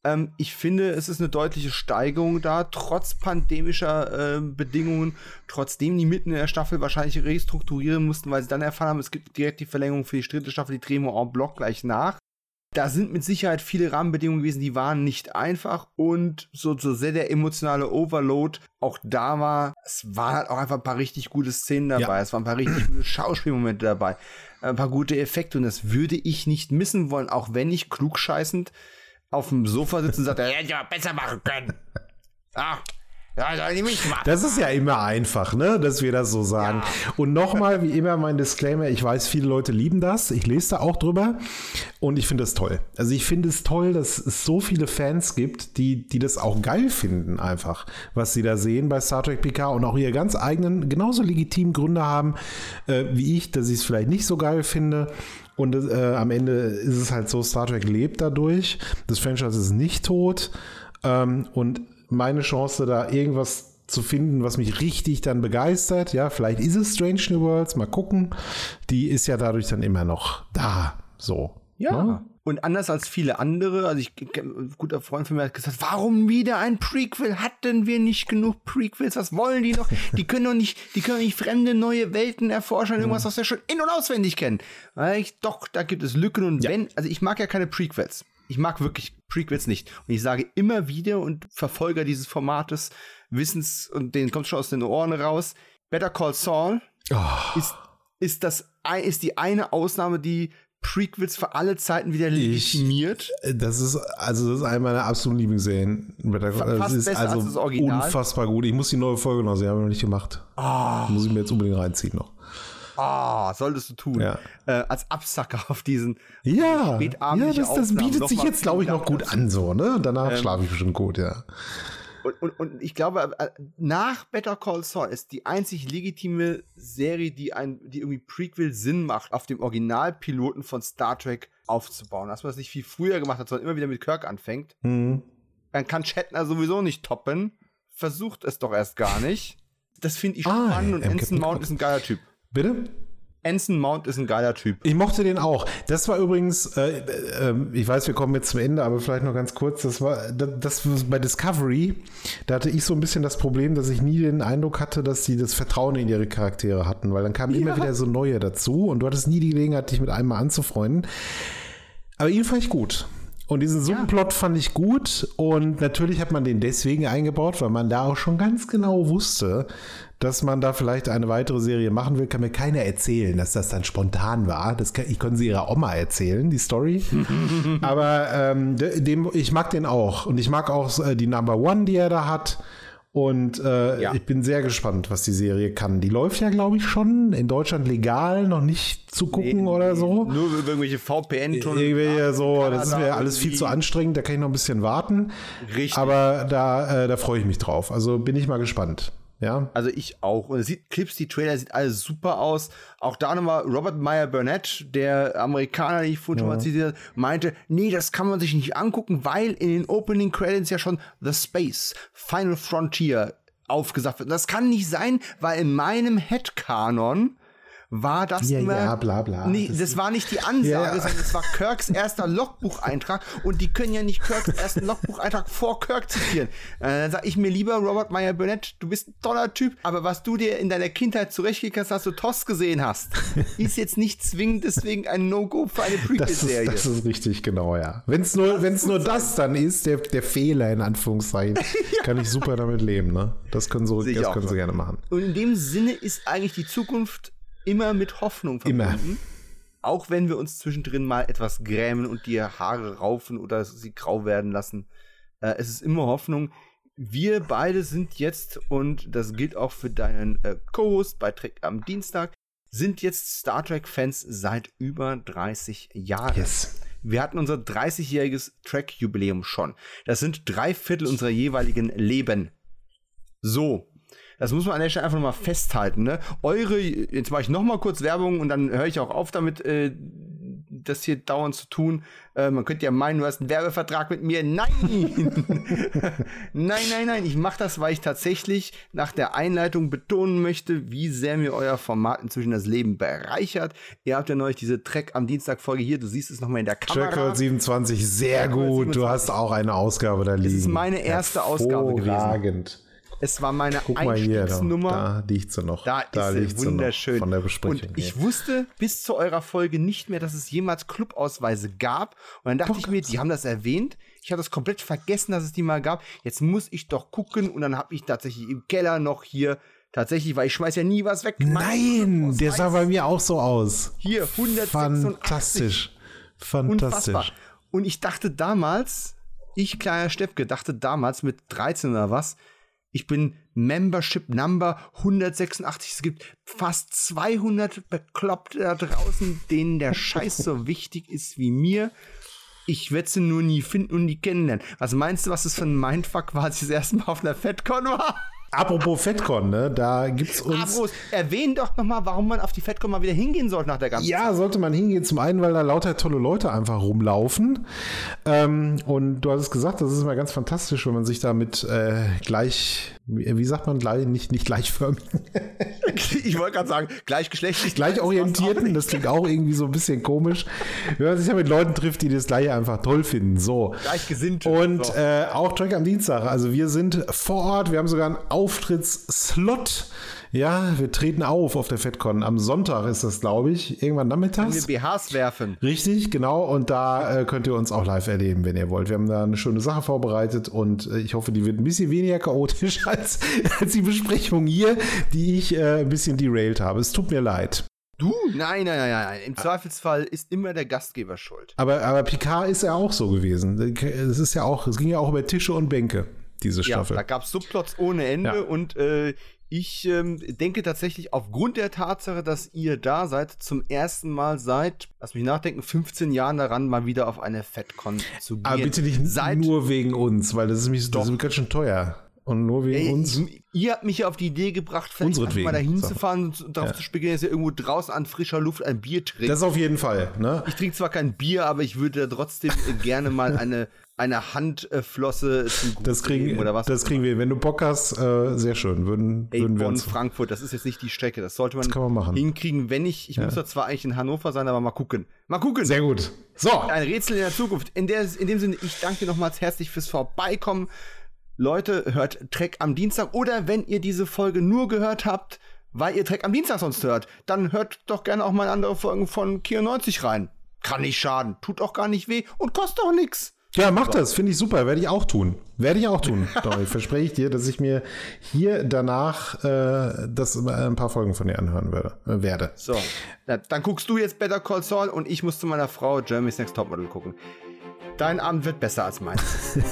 Ähm, ich finde, es ist eine deutliche Steigerung da, trotz pandemischer äh, Bedingungen, trotzdem die mitten in der Staffel wahrscheinlich restrukturieren mussten, weil sie dann erfahren haben, es gibt direkt die Verlängerung für die dritte Staffel, die drehen wir en bloc gleich nach. Da sind mit Sicherheit viele Rahmenbedingungen gewesen, die waren nicht einfach und so, so sehr der emotionale Overload auch da war. Es waren halt auch einfach ein paar richtig gute Szenen dabei, ja. Es waren ein paar richtig gute Schauspielmomente dabei, ein paar gute Effekte und das würde ich nicht missen wollen, auch wenn ich klugscheißend auf dem Sofa sitze und sage, ja, hätte ich aber besser machen können. Ach. Ja, soll ich nicht machen. Das ist ja immer einfach, ne, dass wir das so sagen. Ja. Und nochmal, wie immer, mein Disclaimer, ich weiß, viele Leute lieben das, ich lese da auch drüber und ich finde das toll. Also ich finde es toll, dass es so viele Fans gibt, die, die das auch geil finden einfach, was sie da sehen bei Star Trek Picard und auch ihre ganz eigenen, genauso legitimen Gründe haben, äh, wie ich, dass ich es vielleicht nicht so geil finde. Und äh, am Ende ist es halt so, Star Trek lebt dadurch, das Franchise ist nicht tot ähm, und meine Chance, da irgendwas zu finden, was mich richtig dann begeistert. Ja, vielleicht ist es Strange New Worlds, mal gucken. Die ist ja dadurch dann immer noch da. So. Ja. Ne? Und anders als viele andere, also ich, ein guter Freund von mir hat gesagt, warum wieder ein Prequel? Hatten wir nicht genug Prequels? Was wollen die noch? Die können doch nicht, die können doch nicht fremde neue Welten erforschen, irgendwas, was wir schon in- und auswendig kennen. Weil ich, doch, da gibt es Lücken und ja. wenn, also ich mag ja keine Prequels. Ich mag wirklich Prequels nicht. Und ich sage immer wieder und Verfolger dieses Formates, Wissens, und denen kommt schon aus den Ohren raus, Better Call Saul oh. ist, ist, das, ist die eine Ausnahme, die Prequels für alle Zeiten wieder legitimiert. Ich, das ist, also das ist eine meiner absoluten Lieblingsserien. Das ist also als das Original. Unfassbar gut. Ich muss die neue Folge noch sehen, habe ich noch nicht gemacht. Oh. Muss ich mir jetzt unbedingt reinziehen noch. Ah, oh, solltest du tun. Ja. Äh, als Absacker auf diesen ja, ja, das, das bietet sich jetzt, glaube ich, noch gut an, so, ne? Danach ähm, schlafe ich bestimmt gut, ja. Und, und, und ich glaube, nach Better Call Saul ist die einzig legitime Serie, die ein, die irgendwie Prequel Sinn macht, auf dem Originalpiloten von Star Trek aufzubauen. Dass man das nicht viel früher gemacht hat, sondern immer wieder mit Kirk anfängt. Mhm. Dann kann Shatner sowieso nicht toppen. Versucht es doch erst gar nicht. Das finde ich ah, spannend und Anson Mount ist ein geiler Typ. Bitte? Anson Mount ist ein geiler Typ. Ich mochte den auch. Das war übrigens, äh, äh, ich weiß, wir kommen jetzt zum Ende, aber vielleicht noch ganz kurz, das war das, das bei Discovery, da hatte ich so ein bisschen das Problem, dass ich nie den Eindruck hatte, dass sie das Vertrauen in ihre Charaktere hatten, weil dann kamen ja. immer wieder so neue dazu und du hattest nie die Gelegenheit, dich mit einem mal anzufreunden. Aber ihn fand ich gut. Und diesen Subplot ja. fand ich gut und natürlich hat man den deswegen eingebaut, weil man da auch schon ganz genau wusste, dass man da vielleicht eine weitere Serie machen will. Kann mir keiner erzählen, dass das dann spontan war. Das kann, ich konnte sie ihrer Oma erzählen, die Story. Aber ähm, dem, ich mag den auch und ich mag auch äh, die Number One, die er da hat. Und äh, ja. ich bin sehr gespannt, was die Serie kann. Die läuft ja, glaube ich, schon in Deutschland legal, noch nicht zu gucken nee, oder so. Nur über irgendwelche V P N-Tunnel. Irgendwie so, das ist mir alles viel zu anstrengend, da kann ich noch ein bisschen warten. Richtig. Aber da, äh, da freue ich mich drauf. Also bin ich mal gespannt. Ja. Also ich auch. Und es sieht, Clips, die Trailer, sieht alles super aus. Auch da nochmal Robert Meyer Burnett, der Amerikaner, den ich vorhin schon mal zitiert, meinte, nee, das kann man sich nicht angucken, weil in den Opening Credits ja schon The Space, Final Frontier aufgesagt wird. Das kann nicht sein, weil in meinem Headcanon war das ja, immer, ja, bla, bla. Nee, das, das war nicht die Ansage, ja. sondern es war Kirks erster Logbucheintrag und die können ja nicht Kirks ersten Logbucheintrag vor Kirk zitieren. Äh, dann sag ich mir lieber, Robert Meyer Burnett, du bist ein toller Typ, aber was du dir in deiner Kindheit zurechtgelegt hast, dass du T O S gesehen hast, ist jetzt nicht zwingend deswegen ein No-Go für eine Prequel-Serie. Das, das ist richtig, genau, ja. Wenn es nur, wenn's nur das dann ist, der, der Fehler in Anführungszeichen, ja. kann ich super damit leben, ne? Das können, so, das können sie gerne machen. Und in dem Sinne ist eigentlich die Zukunft immer mit Hoffnung verbunden. Immer. Auch wenn wir uns zwischendrin mal etwas grämen und die Haare raufen oder sie grau werden lassen. Äh, es ist immer Hoffnung. Wir beide sind jetzt, und das gilt auch für deinen äh, Co-Host bei Trek am Dienstag, sind jetzt Star Trek-Fans seit über dreißig Jahren. Yes. Wir hatten unser dreißigjähriges Trek-Jubiläum schon. Das sind drei Viertel unserer jeweiligen Leben. So. Das muss man an der Stelle einfach nochmal festhalten, ne? Eure, jetzt mache ich nochmal kurz Werbung und dann höre ich auch auf damit, äh, das hier dauernd zu tun. Äh, man könnte ja meinen, du hast einen Werbevertrag mit mir. Nein! nein, nein, nein. Ich mache das, weil ich tatsächlich nach der Einleitung betonen möchte, wie sehr mir euer Format inzwischen das Leben bereichert. Ihr habt ja neulich diese Trek am Dienstag-Folge hier. Du siehst es nochmal in der Kamera. Trackworld siebenundzwanzig, sehr gut. siebenundzwanzig. Du hast auch eine Ausgabe da liegen. Das ist meine erste Ausgabe gewesen. Hervorragend. Es war meine Guck mal Einstiegsnummer. Hier, da, da liegt sie noch. Da, da ist sie wunderschön. Von der Besprechung. Und ich wusste bis zu eurer Folge nicht mehr, dass es jemals Clubausweise gab. Und dann dachte Doch, ich mir, die haben das erwähnt. Ich habe das komplett vergessen, dass es die mal gab. Jetzt muss ich doch gucken. Und dann habe ich tatsächlich im Keller noch hier, tatsächlich, weil ich schmeiß ja nie was weg. Nein, der sah bei mir auch so aus. Hier, hundertsechsundachtzig. Fantastisch. Fantastisch. Unfassbar. Und ich dachte damals, ich, kleiner Steppke, dachte damals mit dreizehn oder was, ich bin Membership Number hundertsechsundachtzig. Es gibt fast zweihundert Bekloppte da draußen, denen der Scheiß so wichtig ist wie mir. Ich werde sie nur nie finden und nie kennenlernen. Was meinst du, was das für ein Mindfuck war, als ich das erste Mal auf einer FedCon war? Apropos FedCon, ne, da gibt's uns... Apropos, erwähn doch noch mal, warum man auf die FedCon mal wieder hingehen sollte nach der ganzen Ja, Zeit. sollte man hingehen. Zum einen, weil da lauter tolle Leute einfach rumlaufen. Ähm, und du hast es gesagt, das ist immer ganz fantastisch, wenn man sich da mit äh, gleich, wie sagt man, gleich, nicht, nicht gleichförmigen. Ich wollte gerade sagen, gleichgeschlechtlich. Gleichorientierten, das klingt auch irgendwie so ein bisschen komisch. Wenn man sich ja mit Leuten trifft, die das Gleiche einfach toll finden. So. Gleichgesinnte. Und so. äh, auch Track am Dienstag. Also wir sind vor Ort, wir haben sogar einen Auftrittsslot. Ja, wir treten auf auf der FedCon. Am Sonntag ist das, glaube ich, irgendwann nachmittags. Wenn wir B Hs werfen. Richtig, genau. Und da äh, könnt ihr uns auch live erleben, wenn ihr wollt. Wir haben da eine schöne Sache vorbereitet und äh, ich hoffe, die wird ein bisschen weniger chaotisch als, als die Besprechung hier, die ich äh, ein bisschen derailed habe. Es tut mir leid. Du? Nein, nein, nein, nein. Im Zweifelsfall ist immer der Gastgeber schuld. Aber, aber Picard ist ja auch so gewesen. Es ist ja auch, es ging ja auch über Tische und Bänke, diese Staffel. Ja, da gab es Subplots ohne Ende Ja. und äh, ich ähm, denke tatsächlich aufgrund der Tatsache, dass ihr da seid, zum ersten Mal seit, lass mich nachdenken, fünfzehn Jahren daran, mal wieder auf eine FedCon zu gehen. Aber bitte nicht Seit, nur wegen uns, weil das ist, mich, das ist ganz schön teuer. Und nur wegen ey, uns. Ihr habt mich ja auf die Idee gebracht, vielleicht einfach mal dahin so. zu fahren und darauf Ja. zu spekulieren, dass ihr irgendwo draußen an frischer Luft ein Bier trinkt. Das auf jeden Fall. Ne? Ich trinke zwar kein Bier, aber ich würde trotzdem gerne mal eine, eine Handflosse zum Gruß Das kriegen, geben oder was. das kriegen wir. Wenn du Bock hast, äh, sehr schön. Würden, Ey, würden wir Bonn, uns. Frankfurt, das ist jetzt nicht die Strecke. Das sollte man, Das kann man machen. hinkriegen, wenn ich, ich Ja. muss da zwar eigentlich in Hannover sein, aber mal gucken. Mal gucken. Sehr gut. So. Ein Rätsel in der Zukunft. In, der, in dem Sinne, ich danke dir nochmals herzlich fürs Vorbeikommen. Leute, hört Trek am Dienstag. Oder wenn ihr diese Folge nur gehört habt, weil ihr Trek am Dienstag sonst hört, dann hört doch gerne auch mal andere Folgen von Kino neunzig rein. Kann nicht schaden, tut auch gar nicht weh und kostet auch nix. Ja, mach das. Finde ich super. Werde ich auch tun. Werde ich auch tun. Doch, ich verspreche ich dir, dass ich mir hier danach äh, das ein paar Folgen von dir anhören werde. Äh, werde. So, na, dann guckst du jetzt Better Call Saul und ich muss zu meiner Frau Jeremy's Next Topmodel gucken. Dein Abend wird besser als meins.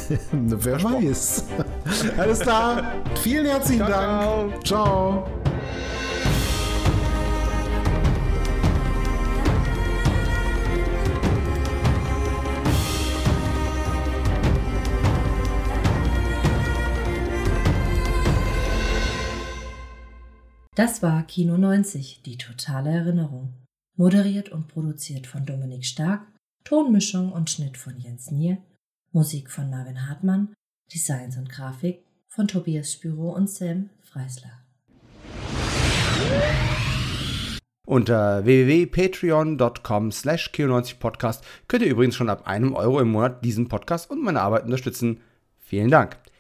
Wer weiß. Alles klar. Vielen herzlichen Ciao, Dank. Ciao. Das war Kino neunzig, die totale Erinnerung. Moderiert und produziert von Dominik Stark, Tonmischung und Schnitt von Jens Nier, Musik von Marvin Hartmann, Designs und Grafik von Tobias Spyro und Sam Freisler. Unter w w w punkt patreon punkt com slash kino neunzig podcast könnt ihr übrigens schon ab einem Euro im Monat diesen Podcast und meine Arbeit unterstützen. Vielen Dank.